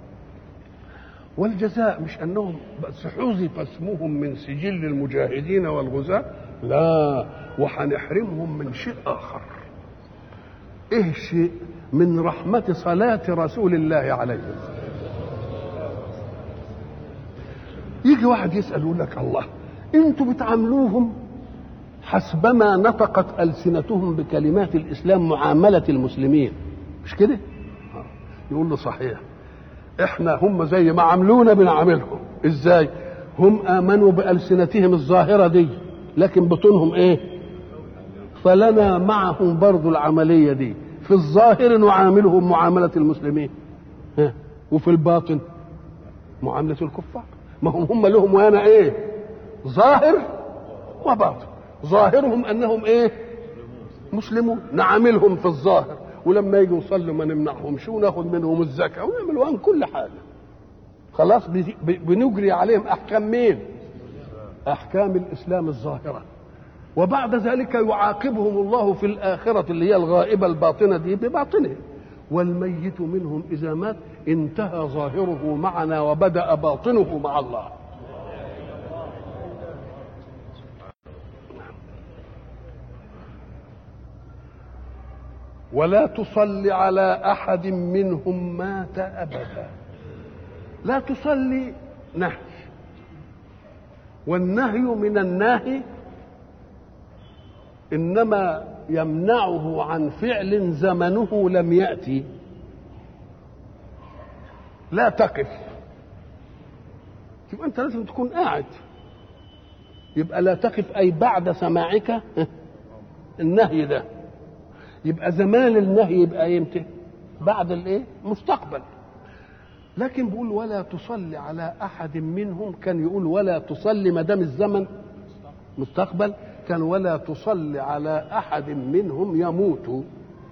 والجزاء مش انهم بس حذف اسمهم من سجل المجاهدين والغزاة، لا، وحنحرمهم من شيء اخر. ايه شيء؟ من رحمة صلاة رسول الله عليه. يجي واحد يسأل يقول لك الله انتوا بتعاملوهم حسبما نطقت ألسنتهم بكلمات الإسلام معاملة المسلمين، مش كده؟ يقول له صحيح، احنا هم زي ما عملونا بنعاملهم. ازاي؟ هم آمنوا بألسنتهم الظاهرة دي لكن بطونهم ايه؟ فلنا معهم برضو العملية دي، في الظاهر نعاملهم معاملة المسلمين وفي الباطن معاملة الكفار. ما هم لهم وانا ايه؟ ظاهر وباطن. ظاهرهم انهم ايه؟ مسلمون، نعاملهم في الظاهر، ولما يجوا يصلوا ما نمنعهمش وناخد منهم الزكاة ونعمل عن كل حاجة. خلاص بنجري عليهم احكام مين؟ احكام الاسلام الظاهرة. وبعد ذلك يعاقبهم الله في الآخرة اللي هي الغائبة الباطنة دي بباطنه. والميت منهم إذا مات انتهى ظاهره معنا وبدأ باطنه مع الله. ولا تصلي على أحد منهم مات أبدا. لا تصلي نهي، والنهي من الناهي إنما يمنعه عن فعل زمنه لم يأتي. لا تقف، يبقى أنت لازم تكون قاعد. يبقى لا تقف أي بعد سماعك النهي ده. يبقى زمان النهي يبقى امتى؟ بعد الايه؟ مستقبل. لكن بيقول ولا تصلي على احد منهم، كان يقول ولا تصلي ما دام الزمن مستقبل، كان ولا تصلي على احد منهم يموت.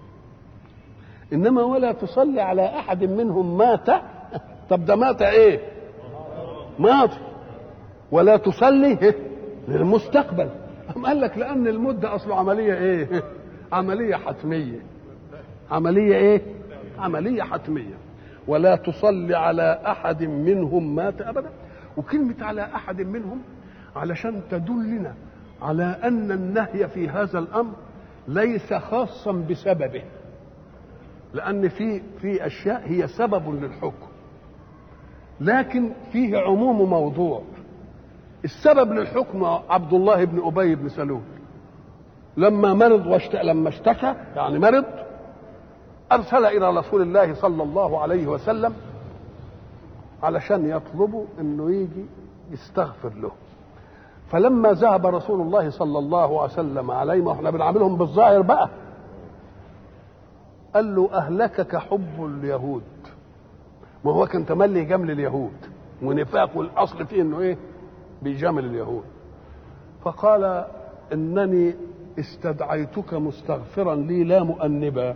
انما ولا تصلي على احد منهم مات. طب ده مات ايه؟ ماضي. ولا تصلي للمستقبل. قال لك لان الموت ده اصله عمليه ايه؟ عمليه حتميه. عمليه ايه؟ عمليه حتميه. ولا تصلي على احد منهم مات ابدا. وكلمه على احد منهم علشان تدلنا على ان النهي في هذا الامر ليس خاصا بسببه، لان في اشياء هي سبب للحكم، لكن فيه عموم موضوع. السبب للحكم عبد الله بن ابي بن سلول لما مرض لما اشتكى يعني مرض، ارسل الى رسول الله صلى الله عليه وسلم علشان يطلبوا انه يجي يستغفر له. فلما ذهب رسول الله صلى الله عليه وسلم عليه، ما احنا بنعاملهم بالظاهر بقى، قال له اهلكك حب اليهود. ما هو كان تملي يجامل اليهود ونفاق، والاصل فيه انه ايه؟ بيجامل اليهود. فقال انني استدعيتك مستغفرا لي لا مؤنبا.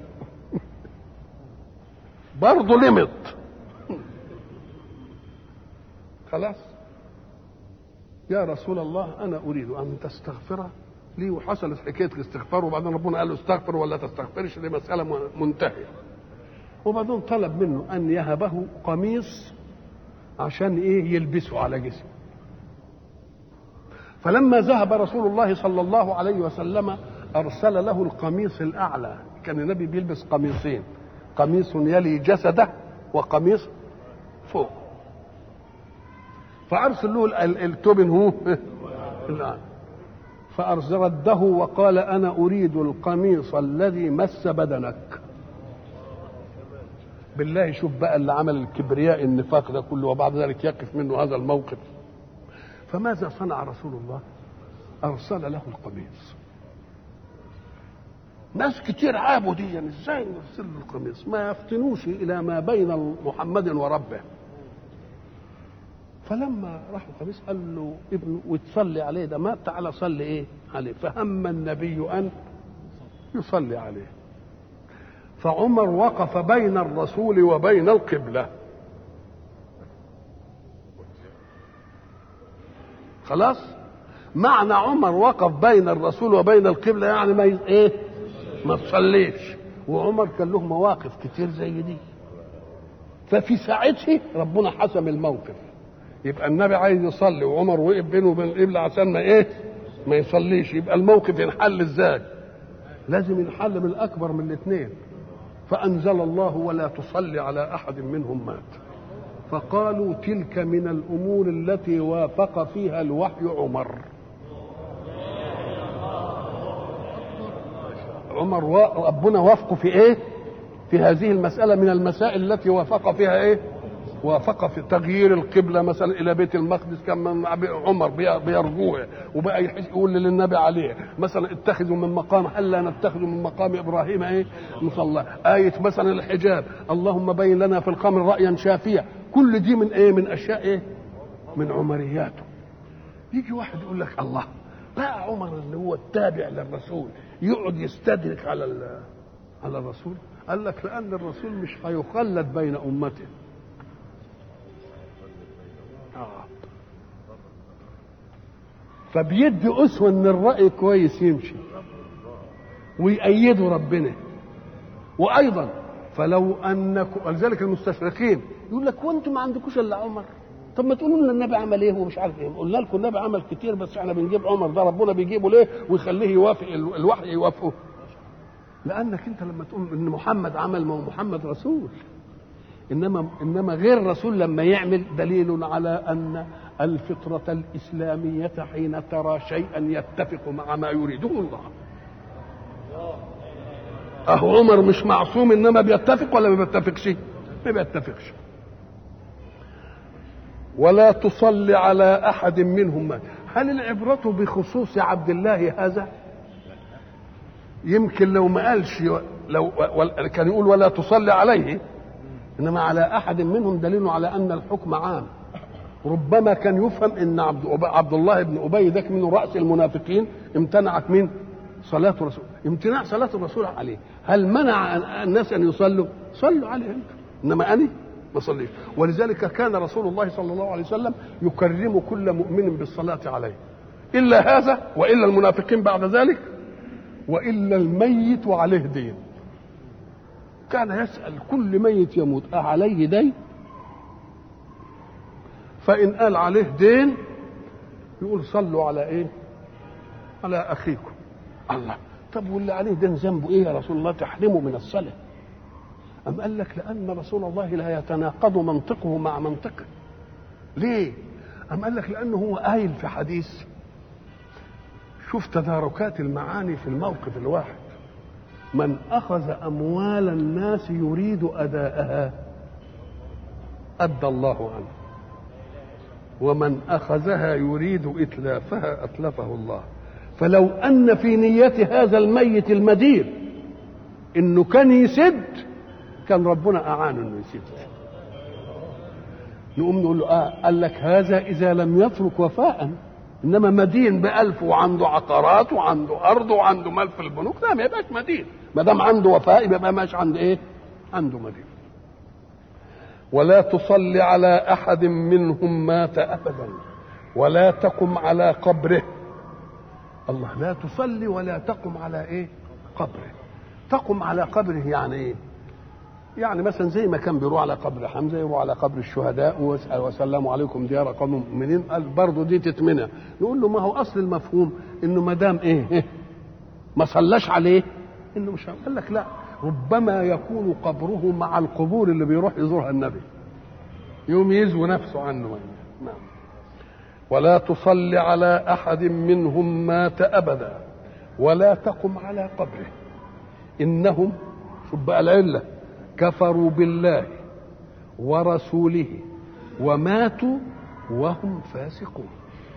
برضه لمط. خلاص يا رسول الله انا اريد ان تستغفر لي. وحصلت حكايه الاستغفار، وبعدين ربنا قال له استغفر ولا تستغفرش، دي مساله منتهيه. وبعدين طلب منه ان يهبه قميص عشان ايه؟ يلبسه على جسمه. فلما ذهب رسول الله صلى الله عليه وسلم ارسل له القميص الاعلى. كان النبي بيلبس قميصين، قميص يلي جسده وقميص فوق. فارسل له التوبن هو الان، فارسله وقال انا اريد القميص الذي مس بدنك. بالله شوف بقى اللي عمل الكبرياء النفاق ده كله، وبعد ذلك يقف منه هذا الموقف. فماذا صنع رسول الله؟ ارسل له القميص. ناس كتير عابوا دي، يعني ازاي نرسل له القميص؟ ما يفتنوش الى ما بين محمد وربه. فلما راح القميص قال له ابنه وتصلي عليه، ده مات، تعالى صلي ايه عليه. فهم النبي ان يصلي عليه. فعمر وقف بين الرسول وبين القبله. خلاص، معنى عمر وقف بين الرسول وبين القبله يعني ما ايه؟ ما تصليش. وعمر كان له مواقف كتير زي دي. ففي ساعتها ربنا حسم الموقف. يبقى النبي عايز يصلي وعمر وقف بينه وبين القبله عشان ما ايه؟ ما يصليش. يبقى الموقف ينحل ازاي؟ لازم ينحل من الاكبر من الاثنين. فانزل الله ولا تصلي على احد منهم مات. فقالوا تلك من الامور التي وافق فيها الوحي عمر. عمر ربنا وافقه في ايه؟ في هذه المسألة من المسائل التي وافق فيها ايه؟ وافق في تغيير القبلة مثلا الى بيت المقدس. كان عمر بيرجوه وبقى يقول للنبي عليه مثلا اتخذوا من مقام، هلا نتخذ من مقام ابراهيم ايه؟ مصلى. آية مثلا الحجاب، اللهم بين لنا في الخمر رأيا شافيا. كل دي من ايه؟ من اشياء ايه؟ من عمرياته. يجي واحد يقول لك الله، بقى عمر اللي هو التابع للرسول يقعد يستدرك على الرسول؟ قال لك لأن الرسول مش هيخلد بين أمته. فبيدي أسوة إن الرأي كويس يمشي ويأيده ربنا. وأيضا فلو أنكم، ولذلك المستشرقين يقول لك وأنتم ما عندكوش إلا عمر، طب ما تقولوا لنا النبي عمل ايه ومش عارف ايه. قلنا لكم النبي عمل كتير، بس احنا بنجيب عمر ده ربنا بيجيبه ليه ويخليه يوافق الوحي يوافقه؟ لانك انت لما تقول ان محمد عمل، ما هو محمد رسول. انما غير رسول لما يعمل دليل على ان الفطرة الإسلامية حين ترى شيئا يتفق مع ما يريده الله. أهو عمر مش معصوم، إنما بيتفق ولا ما بيتفقش؟ ما بيتفقش. ولا تصلي على أحد منهم مات. هل العبرة بخصوص عبد الله هذا؟ يمكن لو ما قالش، لو كان يقول ولا تصلي عليه، إنما على أحد منهم دليل على أن الحكم عام. ربما كان يفهم ان عبد الله بن ابي ذاك من راس المنافقين امتنعت من صلاه الرسول. امتناع صلاه الرسول عليه هل منع الناس ان يصلوا؟ صلوا عليه انت، انما انا ما صليش. ولذلك كان رسول الله صلى الله عليه وسلم يكرم كل مؤمن بالصلاه عليه، الا هذا والا المنافقين بعد ذلك والا الميت وعليه دين. كان يسال كل ميت يموت أعليه دين؟ فإن قال عليه دين يقول صلوا على ايه؟ على اخيكم. الله، طب واللي عليه دين ذنبه ايه يا رسول الله تحرمه من الصلاة؟ أم قال لك لأن رسول الله لا يتناقض منطقه مع منطقه. ليه؟ أم قال لك لأنه هو قايل في حديث، شوف تداركات المعاني في الموقف الواحد، من أخذ أموال الناس يريد أداءها أدى الله عنه، ومن أخذها يريد إتلافها أتلفه الله. فلو أن في نية هذا الميت المدين إنه كان يسد، كان ربنا أعانه إنه يسد. نقوم نقول له قال لك هذا إذا لم يترك وفاء، إنما مدين ب1000 وعنده عقارات وعنده أرض وعنده مال في البنوك، لا ما يبقاش مدين. ما دام عنده وفاء يبقى ماش عنده إيه؟ عنده مدين. ولا تصلي على أحد منهم مات أبدا ولا تقم على قبره. الله، لا تصلي ولا تقم على إيه؟ قبره. تقم على قبره يعني إيه؟ يعني مثلا زي ما كان بيروح على قبر حمزة يروح على قبر الشهداء ويسأل وسلام عليكم ديار قوم مؤمنين، قال برضه دي تتمنع. نقول له ما هو أصل المفهوم إنه ما دام إيه ما صلاش عليه إنه مش قال لك لا، ربما يكون قبره مع القبور اللي بيروح يزورها النبي، يوم يزوي نفسه عنه. نعم. ولا تصلي على أحد منهم مات أبدا ولا تقم على قبره إنهم، شوف بقى العلة، كفروا بالله ورسوله وماتوا وهم فاسقون.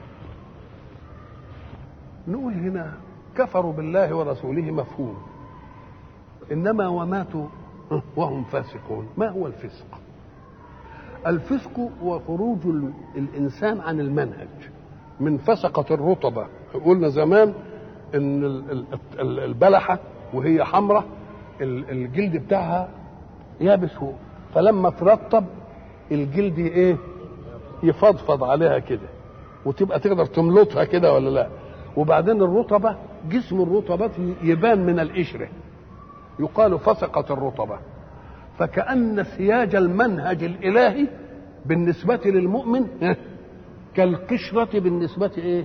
نقول هنا كفروا بالله ورسوله مفهوم، إنما وماتوا وهم فاسقون. ما هو الفسق؟ الفسق هو خروج الإنسان عن المنهج، من فسقة الرطبة. قلنا زمان إن البلحة وهي حمراء الجلد بتاعها يابس، هو فلما ترطب الجلد ايه؟ يفضفض عليها كده وتبقى تقدر تملطها كده ولا لا. وبعدين الرطبة، جسم الرطبة يبان من القشرة، يقال فسقت الرطبة. فكأن سياج المنهج الإلهي بالنسبة للمؤمن كالقشرة بالنسبة ايه؟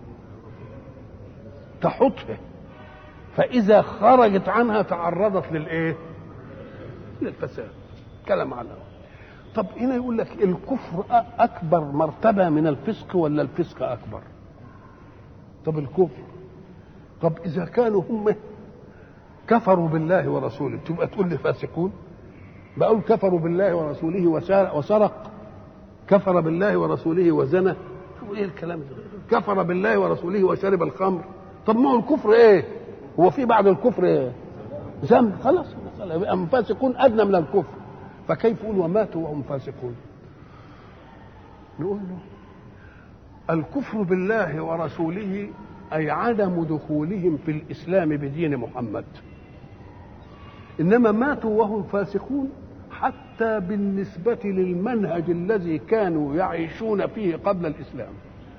تحطها، فإذا خرجت عنها تعرضت للايه؟ للفساد. كلام على. طب هنا يقول لك الكفر أكبر مرتبة من الفسق ولا الفسق أكبر؟ طب الكفر، طب إذا كانوا هم كفروا بالله ورسوله تبقى تقول لي فاسقون؟ بقول كفروا بالله ورسوله وسرق، كفر بالله ورسوله وزنى، شو ايه الكلام ده؟ كفر بالله ورسوله وشرب الخمر. طب ما هو الكفر ايه؟ هو في بعد الكفر ايه؟ ذنب، خلاص يبقى فاسقون ادنى من الكفر. فكيف يقول وماتوا وهم فاسقون؟ نقول له الكفر بالله ورسوله اي عدم دخولهم في الاسلام بدين محمد، انما ماتوا وهم فاسقون حتى بالنسبة للمنهج الذي كانوا يعيشون فيه قبل الاسلام.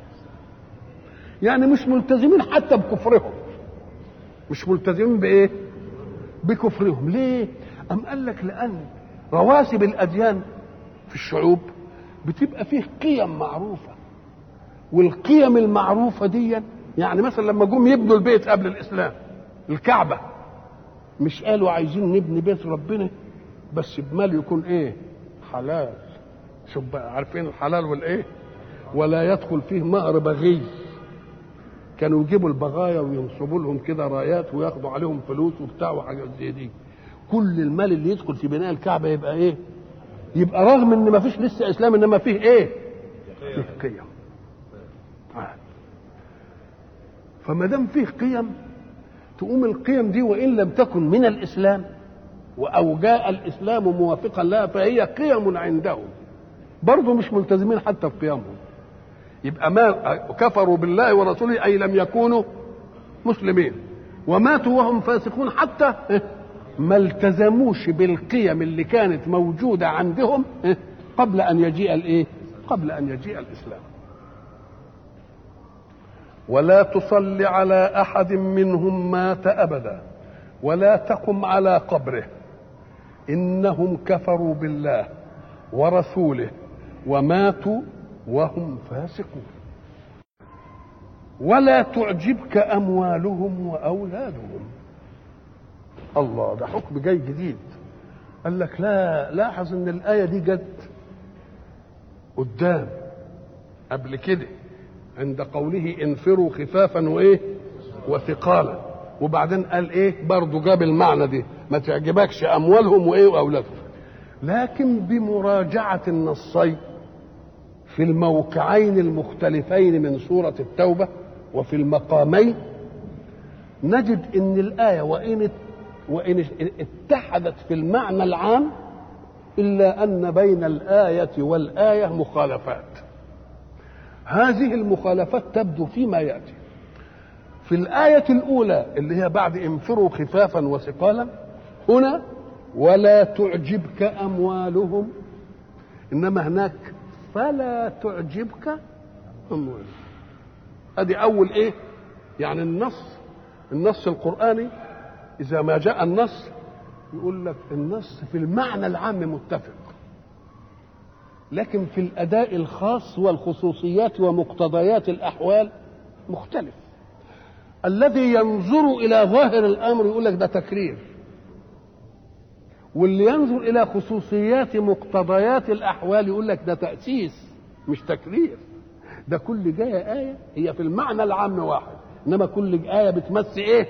يعني مش ملتزمين حتى بكفرهم، مش ملتزمين بايه؟ بكفرهم. ليه؟ أم قال لك لأن رواسب الأديان في الشعوب بتبقى فيه قيم معروفة، والقيم المعروفة دي يعني مثلا لما جم يبنوا البيت قبل الإسلام الكعبة، مش قالوا عايزين نبني بيت ربنا بس بمال يكون ايه؟ حلال. شوف بقى، عارفين الحلال والايه؟ ولا يدخل فيه مهر بغي. كانوا يجيبوا البغايا وينصبوا لهم كده رايات وياخدوا عليهم فلوس وبتاع وحاجات زي دي. كل المال اللي يدخل في بناء الكعبه يبقى ايه؟ يبقى رغم ان ما فيش لسه اسلام انما فيه ايه؟ فيه قيم. فما دام فيه قيم تقوم القيم دي وان لم تكن من الاسلام او جاء الاسلام موافقا لها فهي قيم عندهم برضه مش ملتزمين حتى في قيمهم. يبقى ما كفروا بالله ورسوله اي لم يكونوا مسلمين وماتوا وهم فاسقون حتى ما التزموش بالقيم اللي كانت موجوده عندهم قبل ان يجيء الايه؟ قبل ان يجيء الاسلام. ولا تصل على احد منهم مات ابدا ولا تقم على قبره انهم كفروا بالله ورسوله وماتوا وهم فاسقون. ولا تعجبك اموالهم واولادهم. الله، ده حكم جاي جديد. قال لك لا، لاحظ ان الايه دي جت قدام قبل كده عند قوله انفروا خفافا وايه وثقالا، وبعدين قال ايه برضه جاب المعنى دي ما تعجبكش اموالهم وايه واولادهم. لكن بمراجعه النصين في الموقعين المختلفين من سوره التوبه وفي المقامين نجد ان الايه وان اتحدت في المعنى العام الا ان بين الايه والايه مخالفات. هذه المخالفات تبدو فيما ياتي. في الآية الأولى اللي هي بعد انفروا خفافا وثقالا هنا ولا تعجبك أموالهم، إنما هناك فلا تعجبك أموالهم. أدي أول إيه؟ يعني النص القرآني إذا ما جاء النص يقول لك النص في المعنى العام متفق، لكن في الأداء الخاص والخصوصيات ومقتضيات الأحوال مختلف. الذي ينظر إلى ظاهر الأمر يقول لك ده تكرير، واللي ينظر إلى خصوصيات مقتضيات الأحوال يقول لك ده تأسيس مش تكرير. ده كل جاية آية هي في المعنى العام واحد، إنما كل آية بتمثل إيه؟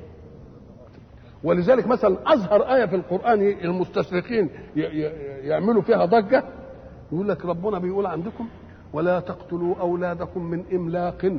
ولذلك مثلا أظهر آية في القرآن المستشرقين يعملوا فيها ضجة، يقول لك ربنا بيقول عندكم ولا تقتلوا أولادكم من إملاق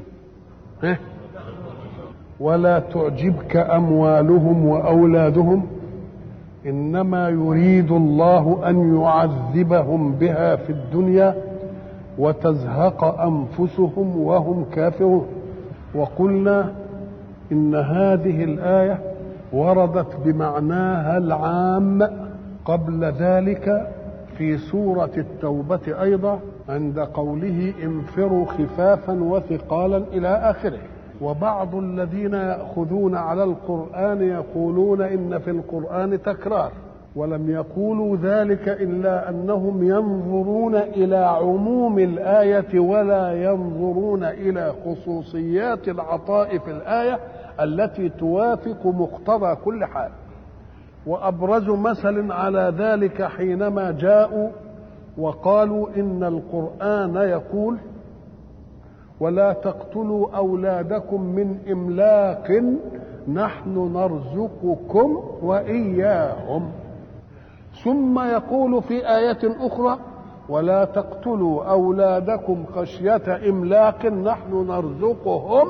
ولا تعجبك أموالهم وأولادهم إنما يريد الله أن يعذبهم بها في الدنيا وتزهق أنفسهم وهم كافرون. وقلنا إن هذه الآية وردت بمعناها العام قبل ذلك في سورة التوبة أيضا عند قوله انفروا خفافا وثقالا إلى آخره. وبعض الذين يأخذون على القرآن يقولون إن في القرآن تكرار، ولم يقولوا ذلك إلا أنهم ينظرون إلى عموم الآية ولا ينظرون إلى خصوصيات العطاء في الآية التي توافق مقتضى كل حال. وأبرز مثل على ذلك حينما جاءوا وقالوا إن القرآن يقول ولا تقتلوا أولادكم من إملاق نحن نرزقكم وإياهم، ثم يقول في آية أخرى ولا تقتلوا أولادكم خشية إملاق نحن نرزقهم.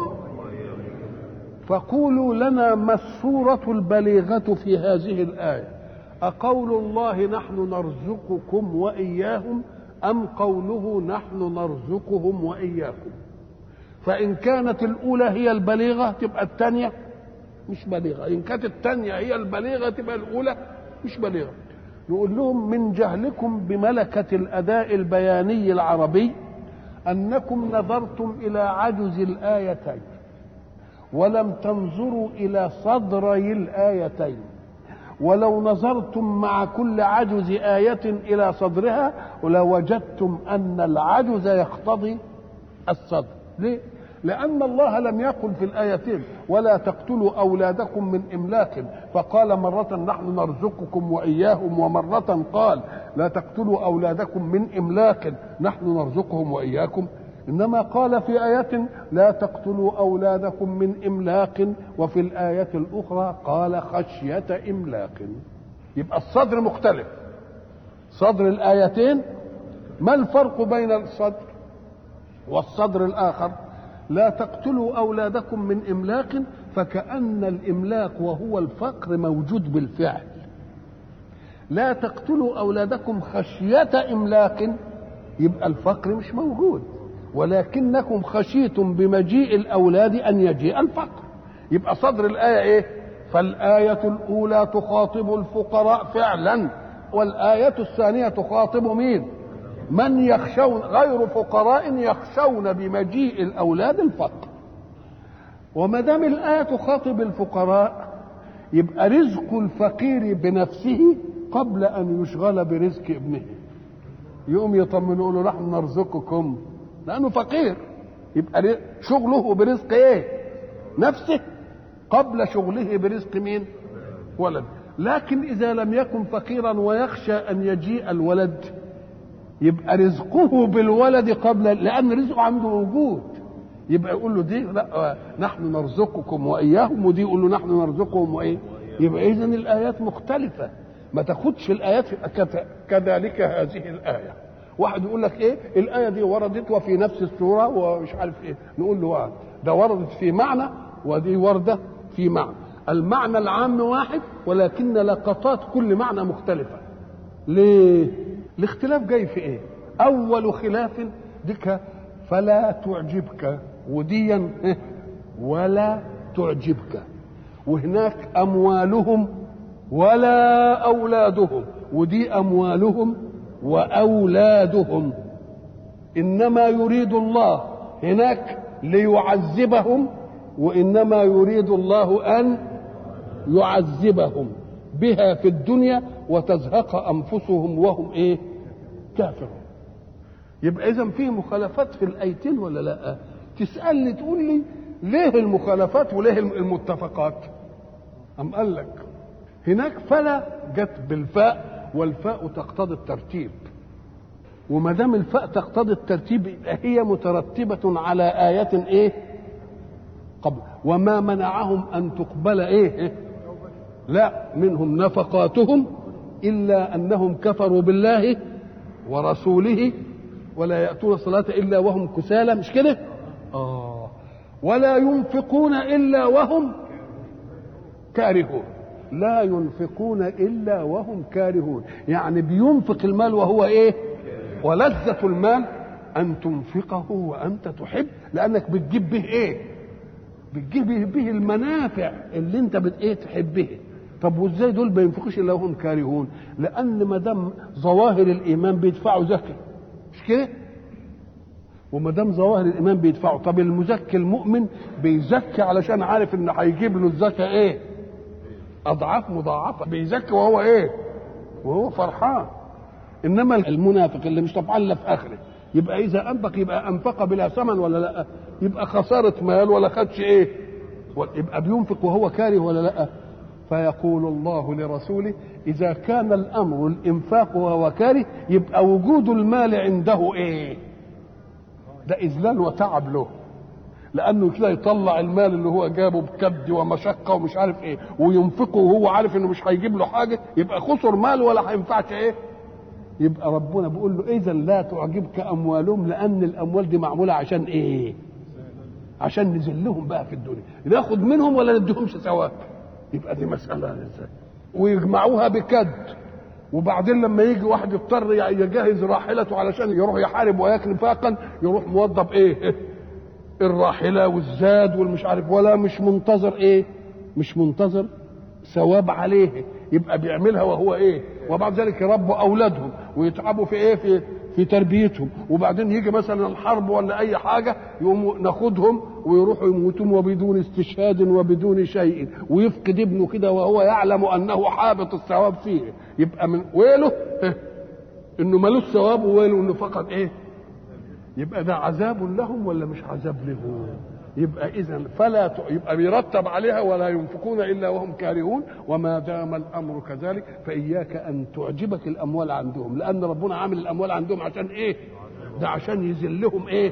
فقولوا لنا ما الصورة البليغة في هذه الآية؟ أقول الله نحن نرزقكم وإياهم أم قوله نحن نرزقهم وإياكم؟ فإن كانت الأولى هي البليغة تبقى الثانية مش بليغة، إن كانت الثانية هي البليغة تبقى الأولى مش بليغة. نقول لهم من جهلكم بملكة الأداء البياني العربي أنكم نظرتم إلى عجز الآيتين ولم تنظروا إلى صدري الآيتين، ولو نظرتم مع كل عجز آية إلى صدرها لوجدتم أن العجز يقتضي الصدر. ليه؟ لأن الله لم يقل في الآيتين ولا تقتلوا أولادكم من إملاق، فقال مرة نحن نرزقكم وإياهم، ومرة قال لا تقتلوا أولادكم من إملاق نحن نرزقهم وإياكم. إنما قال في آية لا تقتلوا أولادكم من إملاق، وفي الآية الأخرى قال خشية إملاق. يبقى الصدر مختلف، صدر الآيتين. ما الفرق بين الصدر والصدر الآخر؟ لا تقتلوا أولادكم من إملاق، فكأن الإملاق وهو الفقر موجود بالفعل. لا تقتلوا أولادكم خشية إملاق، يبقى الفقر مش موجود، ولكنكم خشيتم بمجيء الأولاد أن يجيء الفقر. يبقى صدر الآية إيه؟ فالآية الأولى تخاطب الفقراء فعلا، والآية الثانية تخاطب مين؟ من يخشون، غير فقراء يخشون بمجيء الأولاد الفقر. وما دام الآية تخاطب الفقراء، يبقى رزق الفقير بنفسه قبل أن يشغل برزق ابنه. يقوم يطمنوا له نحن نرزقكم، لأنه فقير، يبقى شغله برزق ايه؟ نفسه قبل شغله برزق مين؟ ولد. لكن إذا لم يكن فقيرا ويخشى أن يجيء الولد، يبقى رزقه بالولد قبل، لأن رزقه عنده موجود. يبقى يقول له دي لا نحن نرزقكم وإياهم، ودي يقول له نحن نرزقهم وإيه. يبقى إذن الآيات مختلفة، ما تاخدش الآيات كذلك. هذه الآية واحد يقول لك ايه الآية دي وردت وفي نفس السورة ومش عارف ايه، نقول له ده وردت في معنى ودي وردة في معنى. المعنى العام واحد، ولكن لقطات كل معنى مختلفة. ليه؟ الاختلاف جاي في ايه؟ أول خلاف ديك فلا تعجبك، وديا ولا تعجبك، وهناك أموالهم ولا أولادهم، ودي أموالهم وأولادهم. إنما يريد الله هناك ليعذبهم، وإنما يريد الله أن يعذبهم بها في الدنيا وتزهق أنفسهم وهم إيه؟ كافرون. يبقى إذن فيه مخالفات في الآيتين ولا لا؟ تسألني تقول لي ليه المخالفات وليه المتفقات؟ أم قال لك هناك فلا جت بالفاء، والفاء تقتضي الترتيب، وما دام الفاء تقتضي الترتيب يبقى هي مترتبة على آية ايه؟ قبل. وما منعهم أن تقبل ايه؟ لا منهم نفقاتهم إلا أنهم كفروا بالله ورسوله ولا يأتون الصلاة إلا وهم كسالى، مش كده؟ ولا ينفقون إلا وهم كارهون. لا ينفقون إلا وهم كارهون، يعني بينفق المال وهو إيه؟ ولذة المال أن تنفقه وأنت تحب، لأنك بتجيب به إيه؟ بتجيب به المنافع اللي أنت إيه تحبه. طب وإزاي دول ما ينفقوش إلا وهم كارهون؟ لأن ما دام ظواهر الإيمان بيدفعوا زكاة، مش كده؟ وما دام ظواهر الإيمان بيدفعوا، طب المزكي المؤمن بيزكي علشان عارف إن هيجيب له الزكاة إيه؟ أضعاف مضاعفة، بيزكي وهو إيه؟ وهو فرحان. إنما المنافق اللي مش طبعا لا في آخره، يبقى إذا أنفق يبقى أنفق بلا ثمن ولا لا؟ يبقى خسارة مال ولا خدش إيه؟ يبقى بينفق وهو كاره ولا لا؟ فيقول الله لرسوله إذا كان الأمر الإنفاق وهو كاره، يبقى وجود المال عنده إيه؟ ده إذلال وتعب له، لأنه كده يطلع المال اللي هو جابه بكد ومشقة ومش عارف إيه وينفقه وهو عارف إنه مش هيجيب له حاجة، يبقى خسر مال ولا هينفعش إيه؟ يبقى ربنا بيقول له إذا لا تعجبك أموالهم، لأن الأموال دي معمولة عشان إيه؟ عشان نذلهم بقى في الدنيا، ناخد منهم ولا نديهمش ثواب؟ يبقى دي مسألة إزاي؟ ويجمعوها بكد، وبعدين لما يجي واحد يضطر يجهز راحلته علشان يروح يحارب وياكل فاقا، يروح موظف ايه؟ الراحله والزاد والمش عارف، ولا مش منتظر ايه؟ مش منتظر ثواب عليه، يبقى بيعملها وهو ايه؟ وبعد ذلك يربوا اولادهم ويتعبوا في ايه؟ في تربيتهم، وبعدين يجي مثلا الحرب ولا اي حاجه يقوموا ناخدهم ويروحوا يموتون وبدون استشهاد وبدون شيء، ويفقد ابنه كده وهو يعلم انه حابط الثواب فيه، يبقى من ويله انه ملوش ثواب، وويله انه فقد ايه؟ يبقى ده عذاب لهم ولا مش عذاب لهم؟ يبقى اذا فلا يبقى بيرتب عليها ولا ينفقون الا وهم كارهون. وما دام الامر كذلك فاياك ان تعجبك الاموال عندهم، لان ربنا عامل الاموال عندهم عشان ايه؟ ده عشان يذلهم ايه؟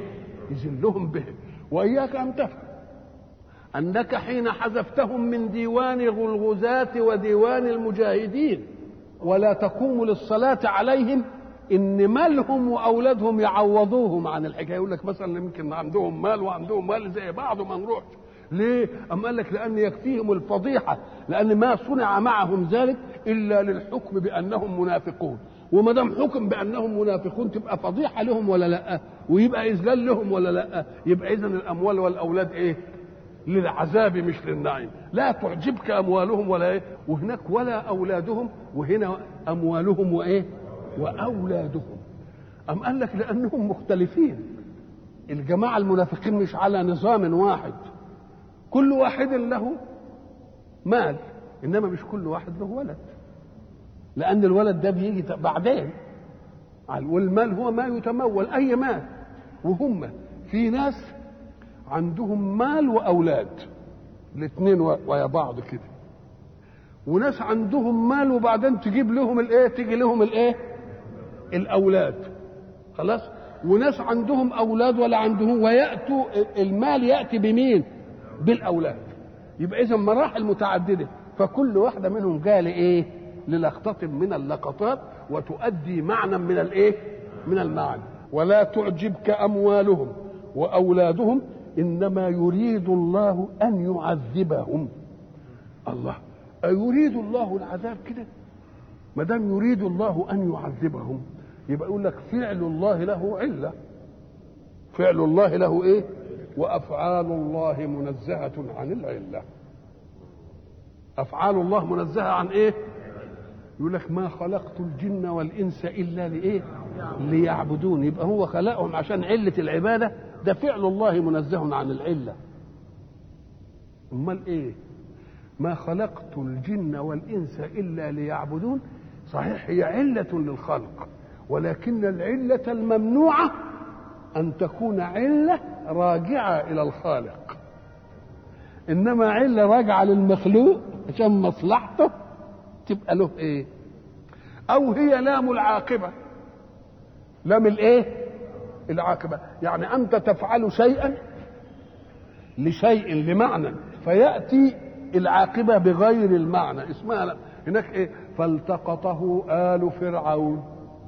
يذلهم به. وإياك أن تفهم أنك حين حذفتهم من ديوان الغزاة وديوان المجاهدين ولا تقوم للصلاة عليهم إن مالهم وأولادهم يعوضوهم عن الحكاية. يقول لك مثلا يمكن عندهم مال وعندهم مال زي بعض وما نروحش. ليه؟ أم قال لك لأن يكفيهم الفضيحة، لأن ما صنع معهم ذلك إلا للحكم بأنهم منافقون، وما دام حكم بأنهم منافقون تبقى فضيحة لهم ولا لأ؟ ويبقى إذلال لهم ولا لأ؟ يبقى إذن الأموال والأولاد إيه؟ للعذاب مش للنعيم. لا تعجبك أموالهم ولا إيه؟ وهناك ولا أولادهم، وهنا أموالهم وإيه؟ وأولادهم. أم قال لك لأنهم مختلفين. الجماعة المنافقين مش على نظام واحد، كل واحد له مال، إنما مش كل واحد له ولد، لأن الولد ده بيجي بعدين، والمال هو ما يتمول أي مال. وهم في ناس عندهم مال وأولاد الاثنين ويا بعض كده، وناس عندهم مال وبعدين تجي لهم الايه الأولاد خلاص، وناس عندهم أولاد ولا عندهم، ويأتوا المال يأتي بمين؟ بالأولاد. يبقى إذا مراحل متعددة، فكل واحدة منهم جاء لإيه؟ للقطة من اللقطات، وتؤدي معنى من الإيه؟ من المعنى. ولا تعجبك أموالهم وأولادهم إنما يريد الله أن يعذبهم. الله، أيريد الله العذاب كده؟ ما دام يريد الله أن يعذبهم يبقى يقول لك فعل الله له علة، فعل الله له إيه؟ وأفعال الله منزهة عن العلة. أفعال الله منزهة عن إيه؟ يقول لك ما خلقت الجن والإنس إلا لإيه؟ ليعبدون. يبقى هو خلقهم عشان علة العبادة، ده فعل الله منزه عن العلة. أمال إيه؟ ما خلقت الجن والإنس إلا ليعبدون، صحيح هي علة للخلق، ولكن العلة الممنوعة أن تكون علة راجعة إلى الخالق، إنما علة راجعة للمخلوق عشان مصلحته تبقى له إيه؟ أو هي لام العاقبة، لام الإيه؟ العاقبة. يعني أنت تفعل شيئا لشيء لمعنى، فيأتي العاقبة بغير المعنى، اسمها هناك إيه؟ فالتقطه آل فرعون.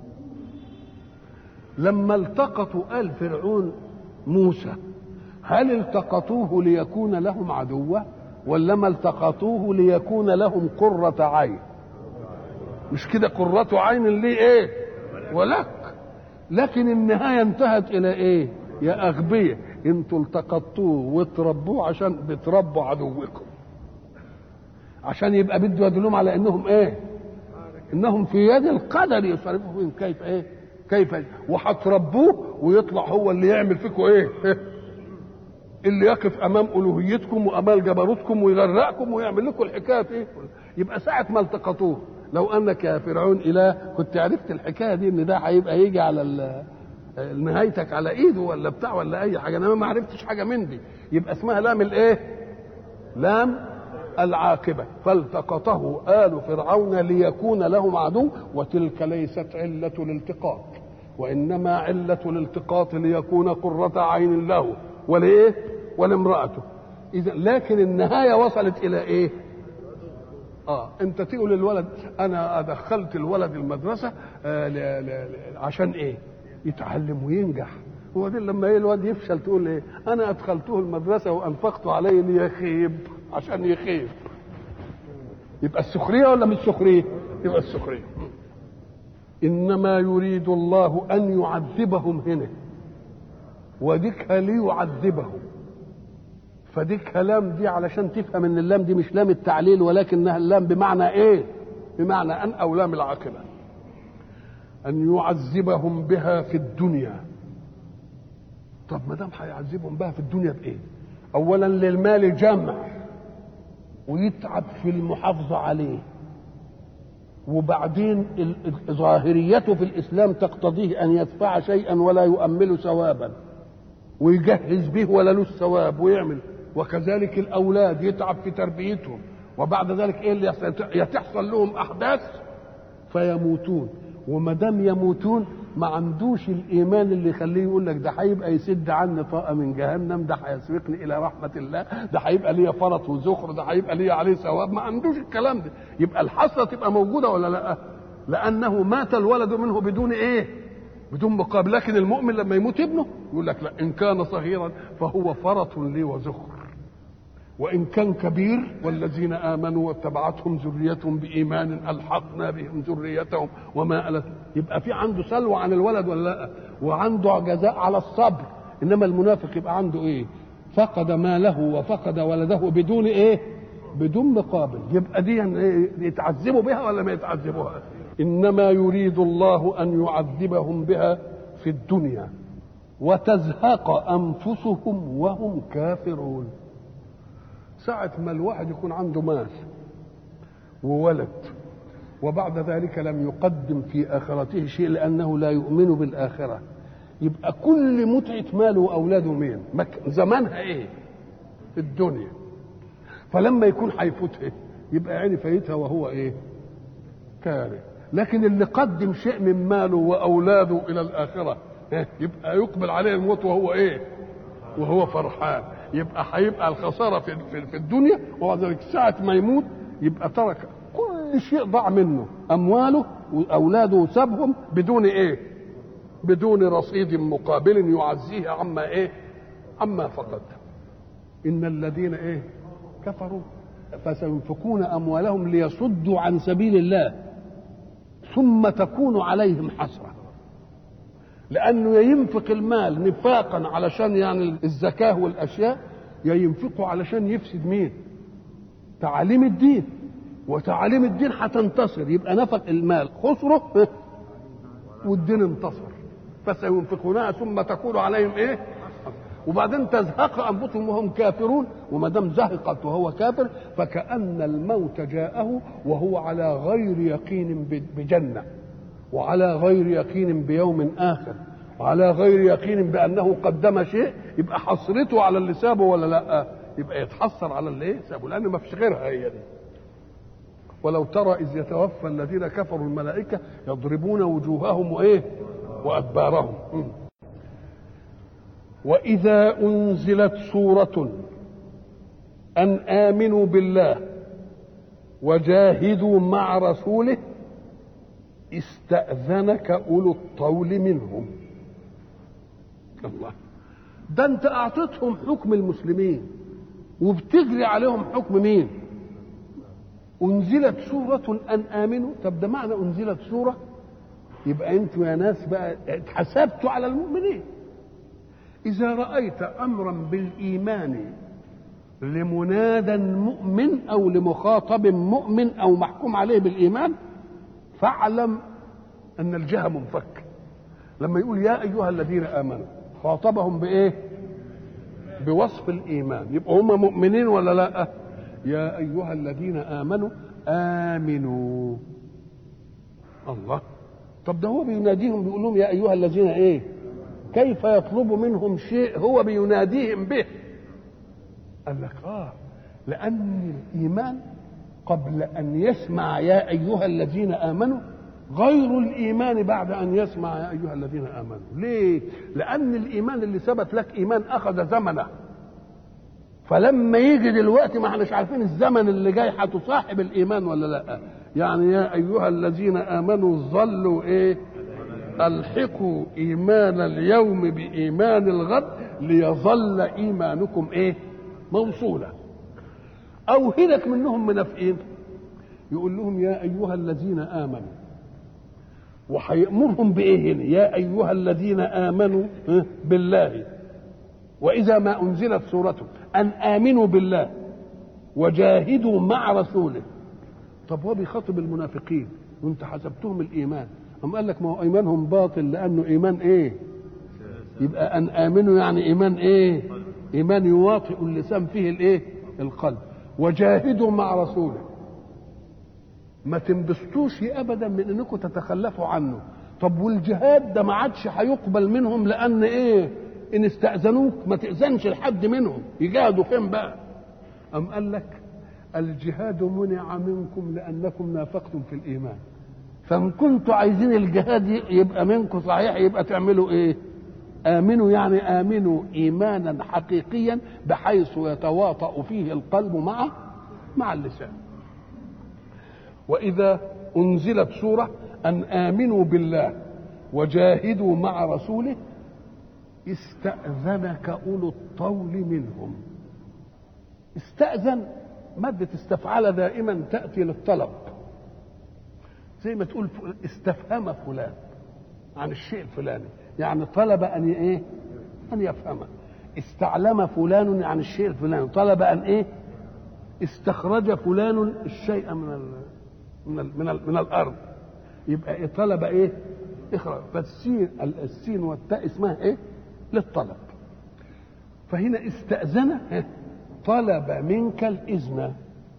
لما التقطوا آل فرعون موسى، هل التقطوه ليكون لهم عدوا ولا ما التقطوه ليكون لهم قرة عين؟ مش كده قرة عين ليه ايه ولك، لكن النهاية انتهت الى ايه؟ يا اغبياء انتوا التقطوه وتربوه عشان بتربوا عدوكم، عشان يبقى بده يدلهم على انهم ايه؟ انهم في يد القدر يصرفهم كيف ايه؟ كيف وهتربوه ويطلع هو اللي يعمل فيكم ايه؟ اللي يقف امام الوهيتكم وامام جبروتكم ويغرقكم ويعمل لكم الحكايه ايه؟ يبقى ساعه ما التقطوه، لو انك يا فرعون اله كنت عرفت الحكايه دي ان ده هيبقى يجي على نهايتك على ايده ولا بتاع ولا اي حاجه، انا ما عرفتش حاجه من دي. يبقى اسمها لام الايه؟ لام العاقبه. فالتقطه آل فرعون ليكون لهم عدو، وتلك ليست علة الالتقاط، وإنما علة الالتقاط ليكون قرة عين له ولإيه؟ ولامرأته. إذا لكن النهاية وصلت إلى إيه؟ أنت تقول للولد أنا أدخلت الولد المدرسة عشان إيه؟ يتعلم وينجح. هو ده لما الولد يفشل تقول إيه؟ أنا أدخلته المدرسة وأنفقت عليه ليخيب، عشان يخيب. يبقى السخرية ولا مش سخرية؟ يبقى السخرية. إنما يريد الله أن يعذبهم هنا، وديك ليعذبهم، فديك كلام دي علشان تفهم ان اللام دي مش لام التعليل، ولكنها اللام بمعنى ايه؟ بمعنى ان او لام العاقبة. ان يعذبهم بها في الدنيا. طب ما دام هيعذبهم بها في الدنيا بايه؟ اولا للمال جمع ويتعب في المحافظة عليه، وبعدين ظاهريته في الإسلام تقتضيه أن يدفع شيئا ولا يؤمل ثوابا ويجهز به ولا له ثواب ويعمل، وكذلك الأولاد يتعب في تربيتهم، وبعد ذلك إيه اللي يحصل لهم أحداث فيموتون، وما دام يموتون ما عندوش الايمان اللي يخليه يقول لك ده هيبقى يسد عني طاقه من جهنم، ده هيسبقني الى رحمه الله، ده هيبقى ليا فرط وزخر، ده هيبقى ليا عليه ثواب. ما عندوش الكلام ده. يبقى الحسره تبقى موجوده ولا لا؟ لانه مات الولد منه بدون ايه؟ بدون مقابل. لكن المؤمن لما يموت ابنه يقول لك لا، ان كان صغيرا فهو فرط لي وزخر، وإن كان كبير والذين آمنوا واتبعتهم ذريتهم بإيمان ألحقنا بهم ذريتهم وما ألت. يبقى في عنده سلوى عن الولد ولا لا؟ وعنده جزاء على الصبر. إنما المنافق يبقى عنده إيه؟ فقد ماله وفقد ولده بدون إيه؟ بدون مقابل. يبقى دي يتعذبوا بها ولا ما يتعذبوها؟ إنما يريد الله أن يعذبهم بها في الدنيا وتزهق أنفسهم وهم كافرون. ساعة ما الواحد يكون عنده مال وولد وبعد ذلك لم يقدم في آخرته شيء لأنه لا يؤمن بالآخرة، يبقى كل متعة ماله وأولاده مين؟ زمانها إيه؟ الدنيا. فلما يكون هيفوتها يبقى يعني فايتها وهو إيه؟ كاره. لكن اللي قدم شيء من ماله وأولاده إلى الآخرة يبقى يقبل عليه الموت وهو إيه؟ وهو فرحان. يبقى هيبقى الخساره في الدنيا، وبعد ذلك ساعه ما يموت يبقى ترك كل شيء ضاع منه، امواله واولاده وسابهم بدون ايه؟ بدون رصيد مقابل يعزيه عما ايه؟ عما فقد. ان الذين ايه؟ كفروا فسينفقون اموالهم ليصدوا عن سبيل الله ثم تكون عليهم حسره. لأنه ينفق المال نفاقا علشان يعني الزكاة والأشياء، ينفقه علشان يفسد مين؟ تعاليم الدين. وتعاليم الدين هتنتصر. يبقى نفق المال خسره والدين انتصر. فسينفقونها ثم تكون عليهم ايه؟ وبعدين تزهق أنفسهم وهم كافرون. وما دام زهقت وهو كافر فكأن الموت جاءه وهو على غير يقين بجنة، وعلى غير يقين بيوم آخر، وعلى غير يقين بأنه قدم شيء. يبقى حصرته على اللي سابه ولا لا؟ يبقى يتحسر على اللي سابه، لأنه ما فيش غيرها هي دي. ولو ترى إذ يتوفى الذين كفروا الملائكة يضربون وجوههم وإيه؟ وأدبارهم. وإذا أنزلت سورة أن آمنوا بالله وجاهدوا مع رسوله استأذنك أولو الطول منهم. الله، ده أنت أعطيتهم حكم المسلمين وبتجري عليهم حكم مين؟ أنزلت سورة أن آمنوا. طب ده معنى أنزلت سورة يبقى أنتوا يا ناس بقى اتحسبتوا على المؤمنين. إذا رأيت أمرا بالإيمان لمنادى مؤمن أو لمخاطب مؤمن أو محكوم عليه بالإيمان فاعلم أن الجهة منفك. لما يقول يا أيها الذين آمنوا خاطبهم بإيه؟ بوصف الإيمان. يبقى هم مؤمنين ولا لا؟ يا أيها الذين آمنوا آمنوا. الله، طب ده هو بيناديهم بيقول لهم يا أيها الذين إيه؟ كيف يطلب منهم شيء هو بيناديهم به؟ قال لك لأن الإيمان قبل أن يسمع يا أيها الذين آمنوا غير الإيمان بعد أن يسمع يا أيها الذين آمنوا. ليه؟ لأن الإيمان اللي ثبت لك إيمان أخذ زمنه، فلما يجي دلوقتي ما احناش عارفين الزمن اللي جاي هتصاحب الإيمان ولا لا. يعني يا أيها الذين آمنوا ظلوا إيه؟ ألحقوا إيمان اليوم بإيمان الغد ليظل إيمانكم إيه؟ موصولا. أو هلك منهم منافقين يقول لهم يا أيها الذين آمنوا، وهيأمرهم بإيه هنا؟ يا أيها الذين آمنوا بالله وإذا ما أنزلت سورة أن آمنوا بالله وجاهدوا مع رسوله. طب هو بيخاطب المنافقين وانت حسبتهم الإيمان، أم قال لك ما هو إيمانهم باطل لأنه إيمان إيه؟ يبقى أن آمنوا يعني إيمان إيه؟ إيمان يواطئ اللسان فيه الإيه؟ القلب. وجاهدوا مع رسوله. ما تنبسطوش ابدا من انكم تتخلفوا عنه. طب والجهاد ده ما عادش هيقبل منهم لان ايه؟ ان استاذنوك ما تاذنش لحد منهم، يجاهدوا فين بقى؟ ام قال لك الجهاد منع منكم لانكم نافقتم في الايمان. فإن كنتوا عايزين الجهاد يبقى منكم صحيح، يبقى تعملوا إيه؟ آمنوا، يعني آمنوا إيمانا حقيقيا بحيث يتواطأ فيه القلب مع اللسان. وإذا أنزلت سورة أن آمنوا بالله وجاهدوا مع رسوله استأذنك أولو الطول منهم. استأذن مادة استفعل دائما تأتي للطلب، زي ما تقول استفهم فلان عن الشيء الفلاني، يعني طلب أن إيه؟ أن يفهمه. استعلم فلان عن الشيء الفلاني، طلب أن إيه؟ استخرج فلان الشيء من الأرض، يبقى إيه؟ طلب إيه؟ اخرج. فالسين والتاء اسمها إيه؟ للطلب. فهنا استأذن طلب منك الإذن.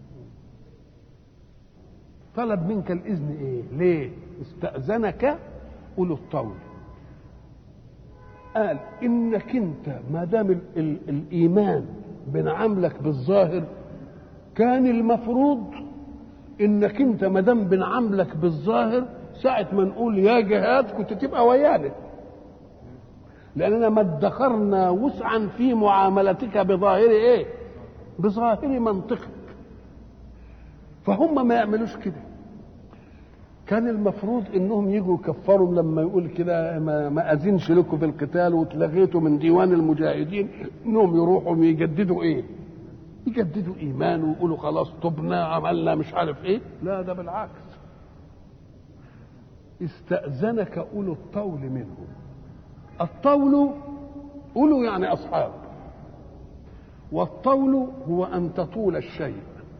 طلب منك الإذن إيه؟ ليه؟ استأذنك أولو الطول. قال إنك أنت ما دام الإيمان بنعاملك بالظاهر، كان المفروض إنك أنت ما دام بنعاملك بالظاهر ساعة ما نقول يا جهاد كنت تبقى ويانا، لأننا ما ادخرنا وسعا في معاملتك بظاهر إيه؟ بظاهر منطقك. فهم ما يعملوش كده. كان المفروض انهم يجوا يكفروا لما يقول كده ما اذنش لكم في القتال واتلغيتوا من ديوان المجاهدين، انهم يروحوا يجددوا ايه؟ يجددوا ايمان ويقولوا خلاص تبنا عملنا مش عارف ايه. لا، ده بالعكس. استأذنك اولو الطول منهم. الطول اولو يعني اصحاب، والطول هو ان تطول الشيء،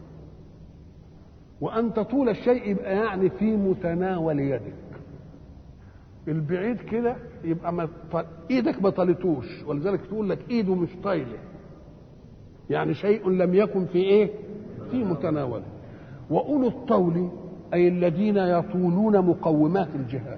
وأن تطول الشيء يبقى يعني في متناول يدك. البعيد كده يبقى ايدك ما طالتوش، ولذلك تقول لك ايده مش طايله، يعني شيء لم يكن في ايه؟ في متناوله. وأولو الطول أي الذين يطولون مقومات الجهاد.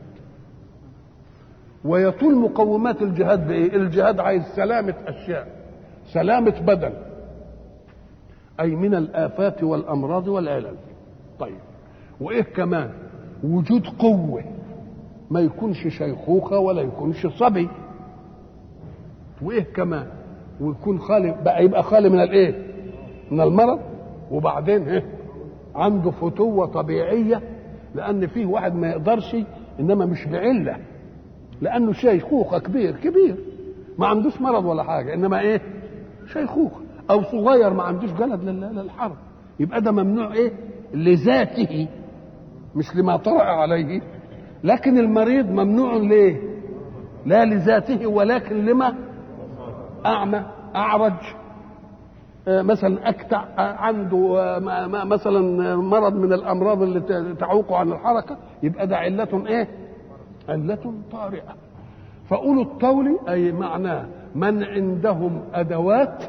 ويطول مقومات الجهاد بإيه؟ الجهاد عايز سلامة أشياء، سلامة بدن، أي من الآفات والأمراض والعلل. طيب، وايه كمان؟ وجود قوه، ما يكونش شيخوخه ولا يكونش صبي. وايه كمان؟ ويكون خالي بقى، يبقى خالي من الايه؟ من المرض. وبعدين ايه؟ عنده فتوه طبيعيه، لان فيه واحد ما يقدرش، انما مش بعله، لانه شيخوخه كبير ما عندوش مرض ولا حاجه، انما ايه؟ شيخوخه. او صغير ما عندوش جلد للحرب، يبقى ده ممنوع ايه؟ لذاته مش لما طرأ عليه. لكن المريض ممنوع ليه؟ لا لذاته ولكن لما أعمى، أعرج، مثلا أكتع، عنده مثلا مرض من الأمراض اللي تعوقه عن الحركة، يبقى ده علة إيه؟ علة طارئة. فأولو الطول أي معناه من عندهم أدوات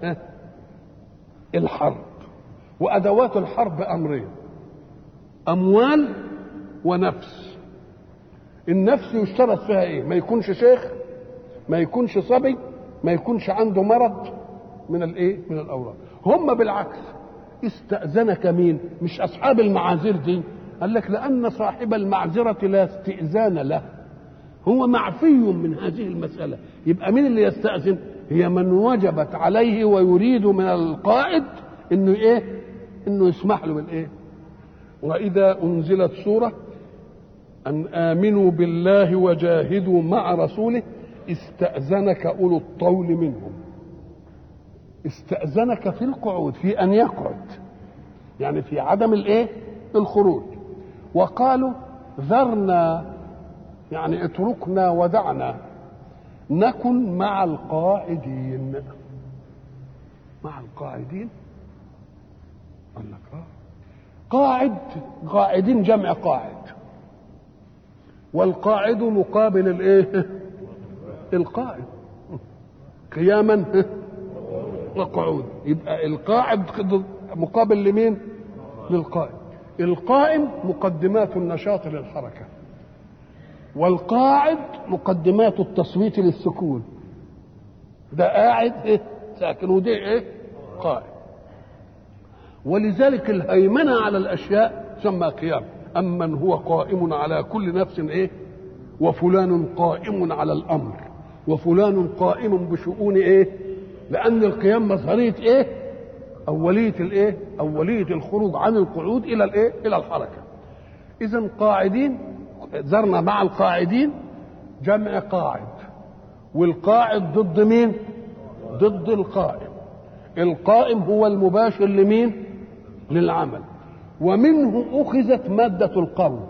الحرب. وأدوات الحرب أمرين: أموال ونفس. النفس يشترط فيها إيه؟ ما يكونش شيخ، ما يكونش صبي، ما يكونش عنده مرض من الإيه؟ من الأورام. هم بالعكس استأذنك مين؟ مش أصحاب المعاذير دي. قال لك لأن صاحب المعذرة لا استئذان له، هو معفي من هذه المسألة. يبقى مين اللي يستأذن؟ هي من وجبت عليه ويريد من القائد إنه إيه؟ إنه يسمح له بالإيه؟ وإذا أنزلت سورة أن آمنوا بالله وجاهدوا مع رسوله استأذنك أولو الطول منهم. استأذنك في القعود، في أن يقعد، يعني في عدم الإيه؟ الخروج. وقالوا ذرنا، يعني اتركنا ودعنا نكن مع القاعدين. مع القاعدين قال لك قاعدين جمع قاعد، والقاعد مقابل الايه؟ القائم، قياما وقعود. يبقى القاعد مقابل لمين؟ للقائم. القائم مقدمات النشاط للحركة، والقاعد مقدمات التصويت للسكون. ده قاعد ايه؟ ساكن، وده ايه؟ قائم. ولذلك الهيمنة على الأشياء تسمى قيام. أمن هو قائم على كل نفس إيه؟ وفلان قائم على الأمر، وفلان قائم بشؤون إيه؟ لأن القيام مظهرية إيه؟ أولية الإيه؟ أولية الخروج عن القعود إلى الإيه؟ إلى الحركة. إذن قاعدين، زرنا مع القاعدين جمع قاعد، والقاعد ضد مين؟ ضد القائم. القائم هو المباشر لمين؟ للعمل، ومنه أخذت مادة القوم.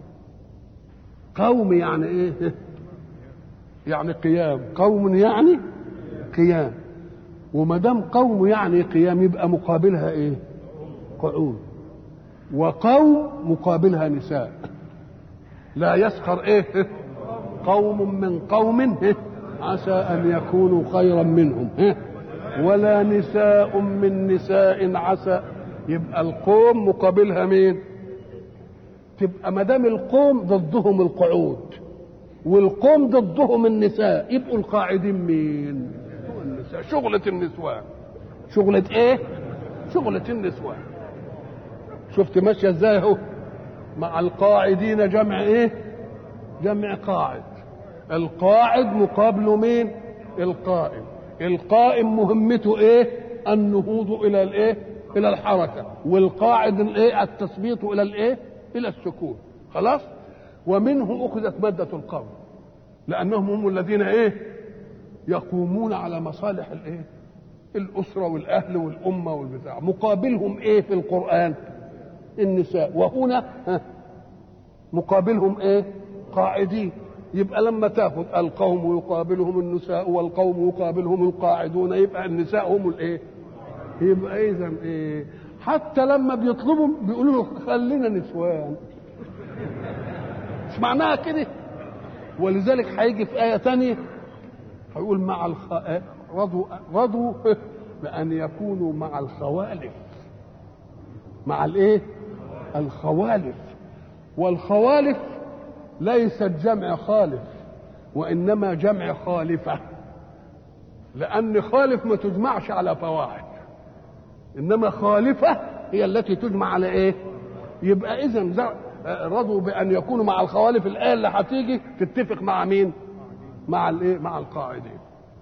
قوم يعني إيه؟ يعني قيام. قوم يعني قيام، وما دام قوم يعني قيام يبقى مقابلها إيه؟ قعود. وقوم مقابلها نساء. لا يسخر إيه؟ قوم من قوم عسى أن يكونوا خيرا منهم، ولا نساء من نساء عسى. يبقى القوم مقابلها مين؟ تبقى ما دام القوم ضدهم القعود والقوم ضدهم النساء، يبقوا القاعدين مين؟ النساء. شغلة النسوان. شغلة ايه؟ شغلة النسوان. شفت ماشية ازاي اهو؟ مع القاعدين جمع ايه؟ جمع قاعد. القاعد مقابله مين؟ القائم. القائم مهمته ايه؟ النهوض الى الايه؟ الى الحركة. والقاعد الايه؟ التثبيت الى الايه؟ الى السكون. خلاص. ومنه اخذت مادة القوم، لانهم هم الذين ايه؟ يقومون على مصالح الايه؟ الاسرة والاهل والامة والبتاع. مقابلهم ايه في القرآن؟ النساء. وهنا مقابلهم ايه؟ قاعدين. يبقى لما تاخذ القوم يقابلهم النساء والقوم يقابلهم القاعدون، يبقى النساء هم الايه؟ يبقى اذا ايه؟ حتى لما بيطلبوا بيقولوا له خلينا نسوان. مش معناها كده. ولذلك هيجي في آية تانية هيقول مع رضوا بأن يكونوا مع الخوالف. مع الايه؟ الخوالف. والخوالف ليست جمع خالف، وإنما جمع خالفة، لأن خالف ما تجمعش على فواحد، إنما خالفة هي التي تجمع على إيه؟ يبقى إذن رضوا بأن يكونوا مع الخوالف. الآية اللي هتيجي تتفق مع مين؟ مع الإيه؟ مع القاعدين.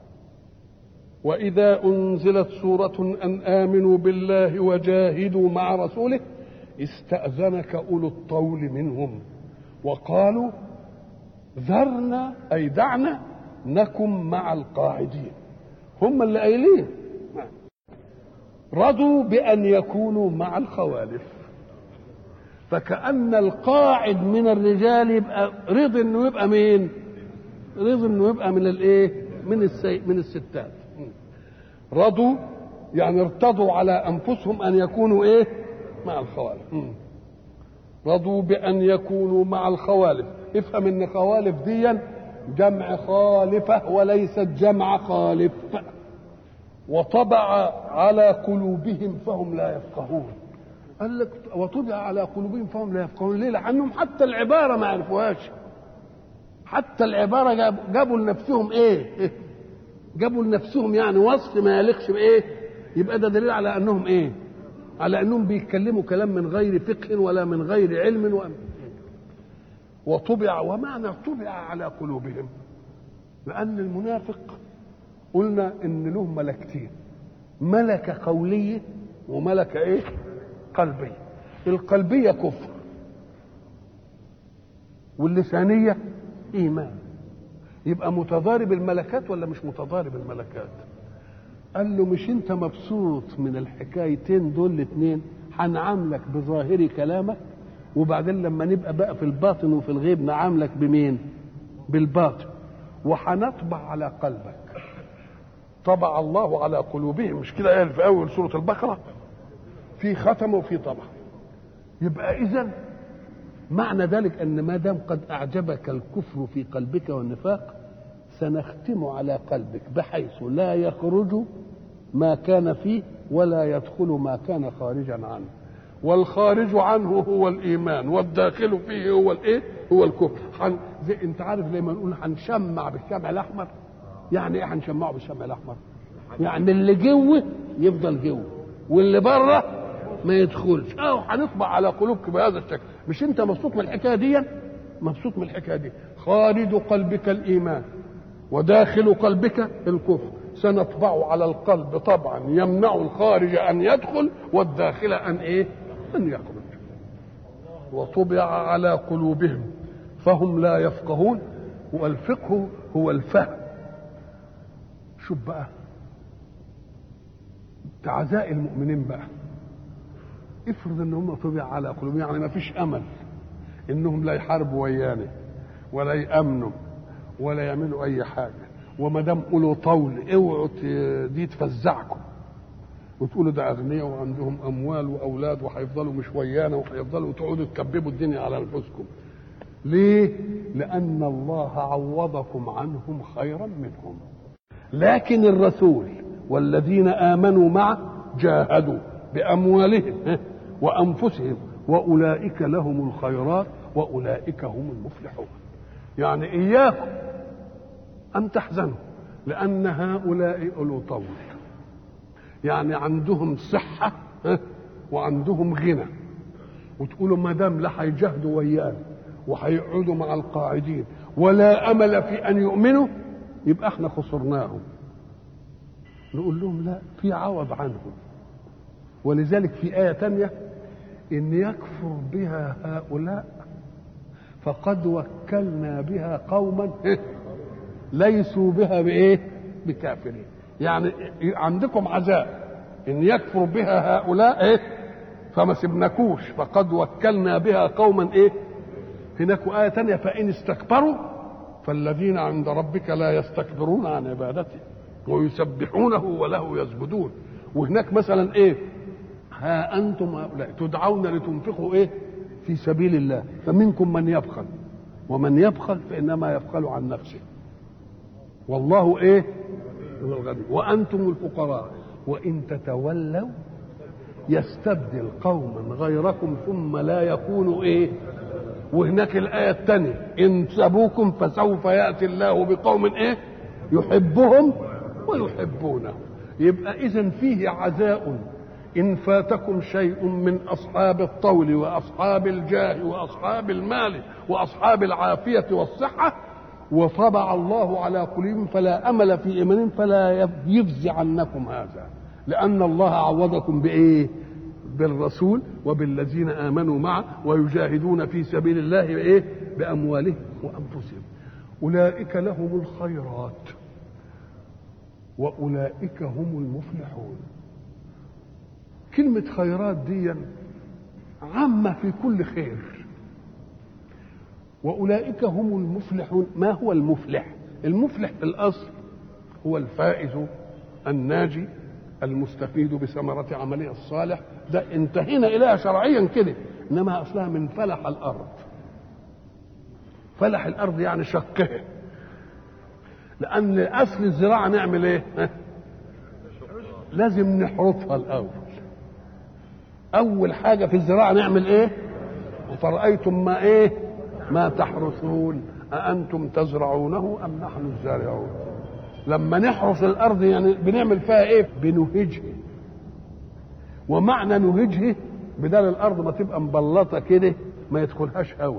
وإذا أنزلت سورة أن آمنوا بالله وجاهدوا مع رسوله استأذنك أولو الطول منهم وقالوا ذرنا أي دعنا نكن مع القاعدين. هم اللي قايلين رضوا بأن يكونوا مع الخوالف. فكأن القاعد من الرجال يبقى رضي انه يبقى مين؟ رضي انه يبقى من الايه؟ من الستات. رضوا يعني ارتضوا على انفسهم ان يكونوا ايه؟ مع الخوالف. رضوا بأن يكونوا مع الخوالف. افهم ان خوالف دي جمع خالفة وليست جمع خالف. وطبع على قلوبهم فهم لا يفقهون. قال لك وطبع على قلوبهم فهم لا يفقهون. ليه؟ لأنهم حتى العبارة ما عرفوهاش. حتى العبارة جابوا لنفسهم ايه؟ جابوا لنفسهم يعني وصف ما يليقش بايه؟ يبقى ده دليل على انهم ايه؟ على انهم بيتكلموا كلام من غير فقه ولا من غير علم. وطبع. ومعنى طبع على قلوبهم لأن المنافق قلنا ان له ملكتين، ملكة قولية وملكة ايه؟ قلبية. القلبية كفر واللسانية ايمان. يبقى متضارب الملكات ولا مش متضارب الملكات؟ قال له مش انت مبسوط من الحكايتين دول الاثنين؟ هنعاملك بظاهر كلامك، وبعدين لما نبقى بقى في الباطن وفي الغيب نعاملك بمين؟ بالباطن. وهنطبع على قلبك. طبع الله على قلوبهم. مش كده قال في اول سورة البقرة؟ في ختم وفي طبع. يبقى اذن معنى ذلك ان ما دام قد اعجبك الكفر في قلبك والنفاق سنختم على قلبك بحيث لا يخرج ما كان فيه ولا يدخل ما كان خارجا عنه. والخارج عنه هو الايمان والداخل فيه هو الايه؟ هو الكفر. زي انت عارف لما نقول هنشمع بالشمع الاحمر، يعني ايه هنشمعه بالشمع الاحمر؟ يعني اللي جوه يفضل جوه واللي بره ما يدخلش، هنطبع على قلوبك بهذا الشكل. مش انت مبسوط من الحكايه دي؟ مبسوط من الحكايه دي. خارج قلبك الايمان وداخل قلبك الكفر، سنطبع على القلب طبعا يمنع الخارج ان يدخل والداخل ان ايه؟ ان يخرج. وطبع على قلوبهم فهم لا يفقهون. والفقه هو الفهم. شوف بقى عزاء المؤمنين بقى، افرض ان هم طبع على قلوبهم، يعني ما فيش امل انهم لا يحاربوا ويانا ولا يامنوا ولا يعملوا اي حاجه، وما دام قولوا طول اوعوا دي تفزعكم وتقولوا ده اغنياء وعندهم اموال واولاد وهيفضلوا مش ويانا وهيفضلوا تقعدوا تكببوا الدنيا على انفسكم. ليه؟ لان الله عوضكم عنهم خيرا منهم. لكن الرسول والذين آمنوا معه جاهدوا بأموالهم وأنفسهم وأولئك لهم الخيرات وأولئك هم المفلحون. يعني إياكم أن تحزنوا لأن هؤلاء أولو طول، يعني عندهم صحة وعندهم غنى، وتقولوا ما دام لا هيجاهدوا ويانا وهيقعدوا مع القاعدين ولا أمل في أن يؤمنوا يبقى احنا خسرناهم. نقول لهم لا، في عوض عنهم. ولذلك في آية تانية إن يكفر بها هؤلاء فقد وكلنا بها قوما ليسوا بها بإيه؟ بكافرين. يعني عندكم عذاب إن يكفر بها هؤلاء إيه؟ فما سبناكوش، فقد وكلنا بها قوما إيه؟ هناك آية تانية فإن استكبروا فالذين عند ربك لا يستكبرون عن عبادته ويسبحونه وله يسجدون. وهناك مثلا ايه؟ ها انتم هؤلاء تدعون لتنفقوا ايه؟ في سبيل الله فمنكم من يبخل ومن يبخل فانما يبخل عن نفسه والله ايه؟ الغني وانتم الفقراء وان تتولوا يستبدل قوما غيركم ثم لا يكونوا ايه؟ وهناك الآية الثانية إن سبوكم فسوف يأتي الله بقوم إيه؟ يحبهم ويحبونه. يبقى إذن فيه عزاء إن فاتكم شيء من أصحاب الطول وأصحاب الجاه وأصحاب المال وأصحاب العافية والصحة وطبع الله على قلوبهم فلا أمل في إيمانهم فلا يفزع عنكم هذا، لأن الله عوضكم بإيه؟ بالرسول وبالذين آمنوا معه ويجاهدون في سبيل الله إيه؟ بأموالهم وأنفسهم. أولئك لهم الخيرات وأولئك هم المفلحون. كلمة خيرات دي عامة في كل خير. وأولئك هم المفلحون. ما هو المفلح؟ المفلح في الأصل هو الفائز الناجي المستفيد بثمرة عمله الصالح. ده انتهينا إليها شرعيا كده، إنما أصلها من فلح الأرض. فلح الأرض يعني شقها، لأن أصل الزراعة نعمل إيه؟ لازم نحرثها الأول. أول حاجة في الزراعة نعمل إيه؟ فرأيتم ما إيه؟ ما تحرثون أأنتم تزرعونه أم نحن الزارعون. لما نحرث الأرض يعني بنعمل فيها إيه؟ بنهجها. ومعنى نهجها بدل الأرض ما تبقى مبلطة كده ما يدخلهاش هواء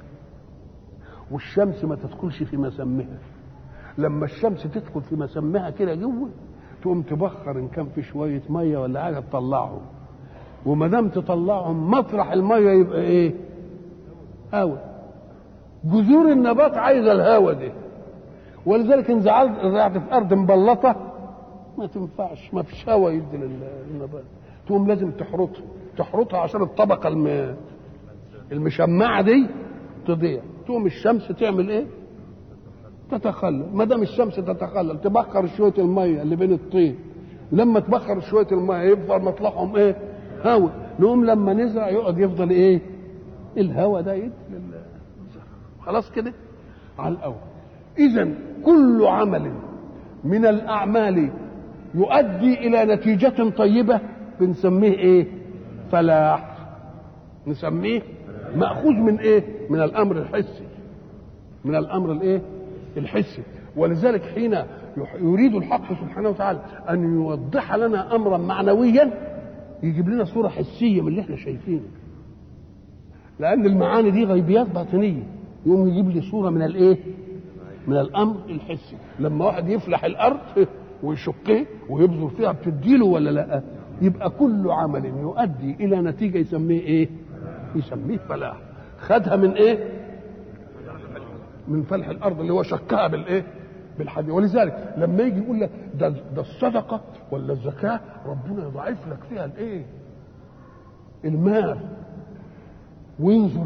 والشمس ما تدخلش في مسمها. لما الشمس تدخل في مسمها كده جوه تقوم تبخر ان كان في شويه ميه ولا حاجه تطلعهم، وما دام تطلعهم مطرح الميه يبقى ايه؟ هواء. جذور النبات عايزه الهواء ده، ولذلك ان زرعت في ارض مبلطه ما تنفعش، ما فيش هواء يدي للنبات. تقوم لازم تحرطها عشان الطبقه المشمعه دي تضيع. تقوم الشمس تعمل ايه؟ تتخلل. ما دام الشمس تتخلل تبخر شويه الميه اللي بين الطين، لما تبخر شويه الميه يفضل مطلعهم ايه؟ هواء. نقوم لما نزرع يقعد يفضل ايه؟ الهواء ده يدي خلاص كده على الاول. اذا كل عمل من الاعمال يؤدي الى نتيجه طيبه بنسميه ايه؟ فلاح. نسميه ماخوذ من ايه؟ من الامر الحسي، من الامر الايه؟ الحسي. ولذلك حين يريد الحق سبحانه وتعالى ان يوضح لنا امرا معنويا يجيب لنا صورة حسية من اللي احنا شايفينه، لأن المعاني دي غيبيات باطنية، يقوم يجيب لي صورة من الايه؟ من الأمر الحسي. لما واحد يفلح الأرض ويشقها ويبذر فيها بتديله ولا لا؟ يبقى كل عمل يؤدي إلى نتيجة يسميه ايه؟ يسميه فلاح. خدها من ايه؟ من فلح الأرض اللي هو شقها بالايه؟ بالحديد. ولذلك لما يجي يقول لك ده الصدقة ولا الزكاة ربنا يضاعف لك فيها الايه؟ المال، وينظر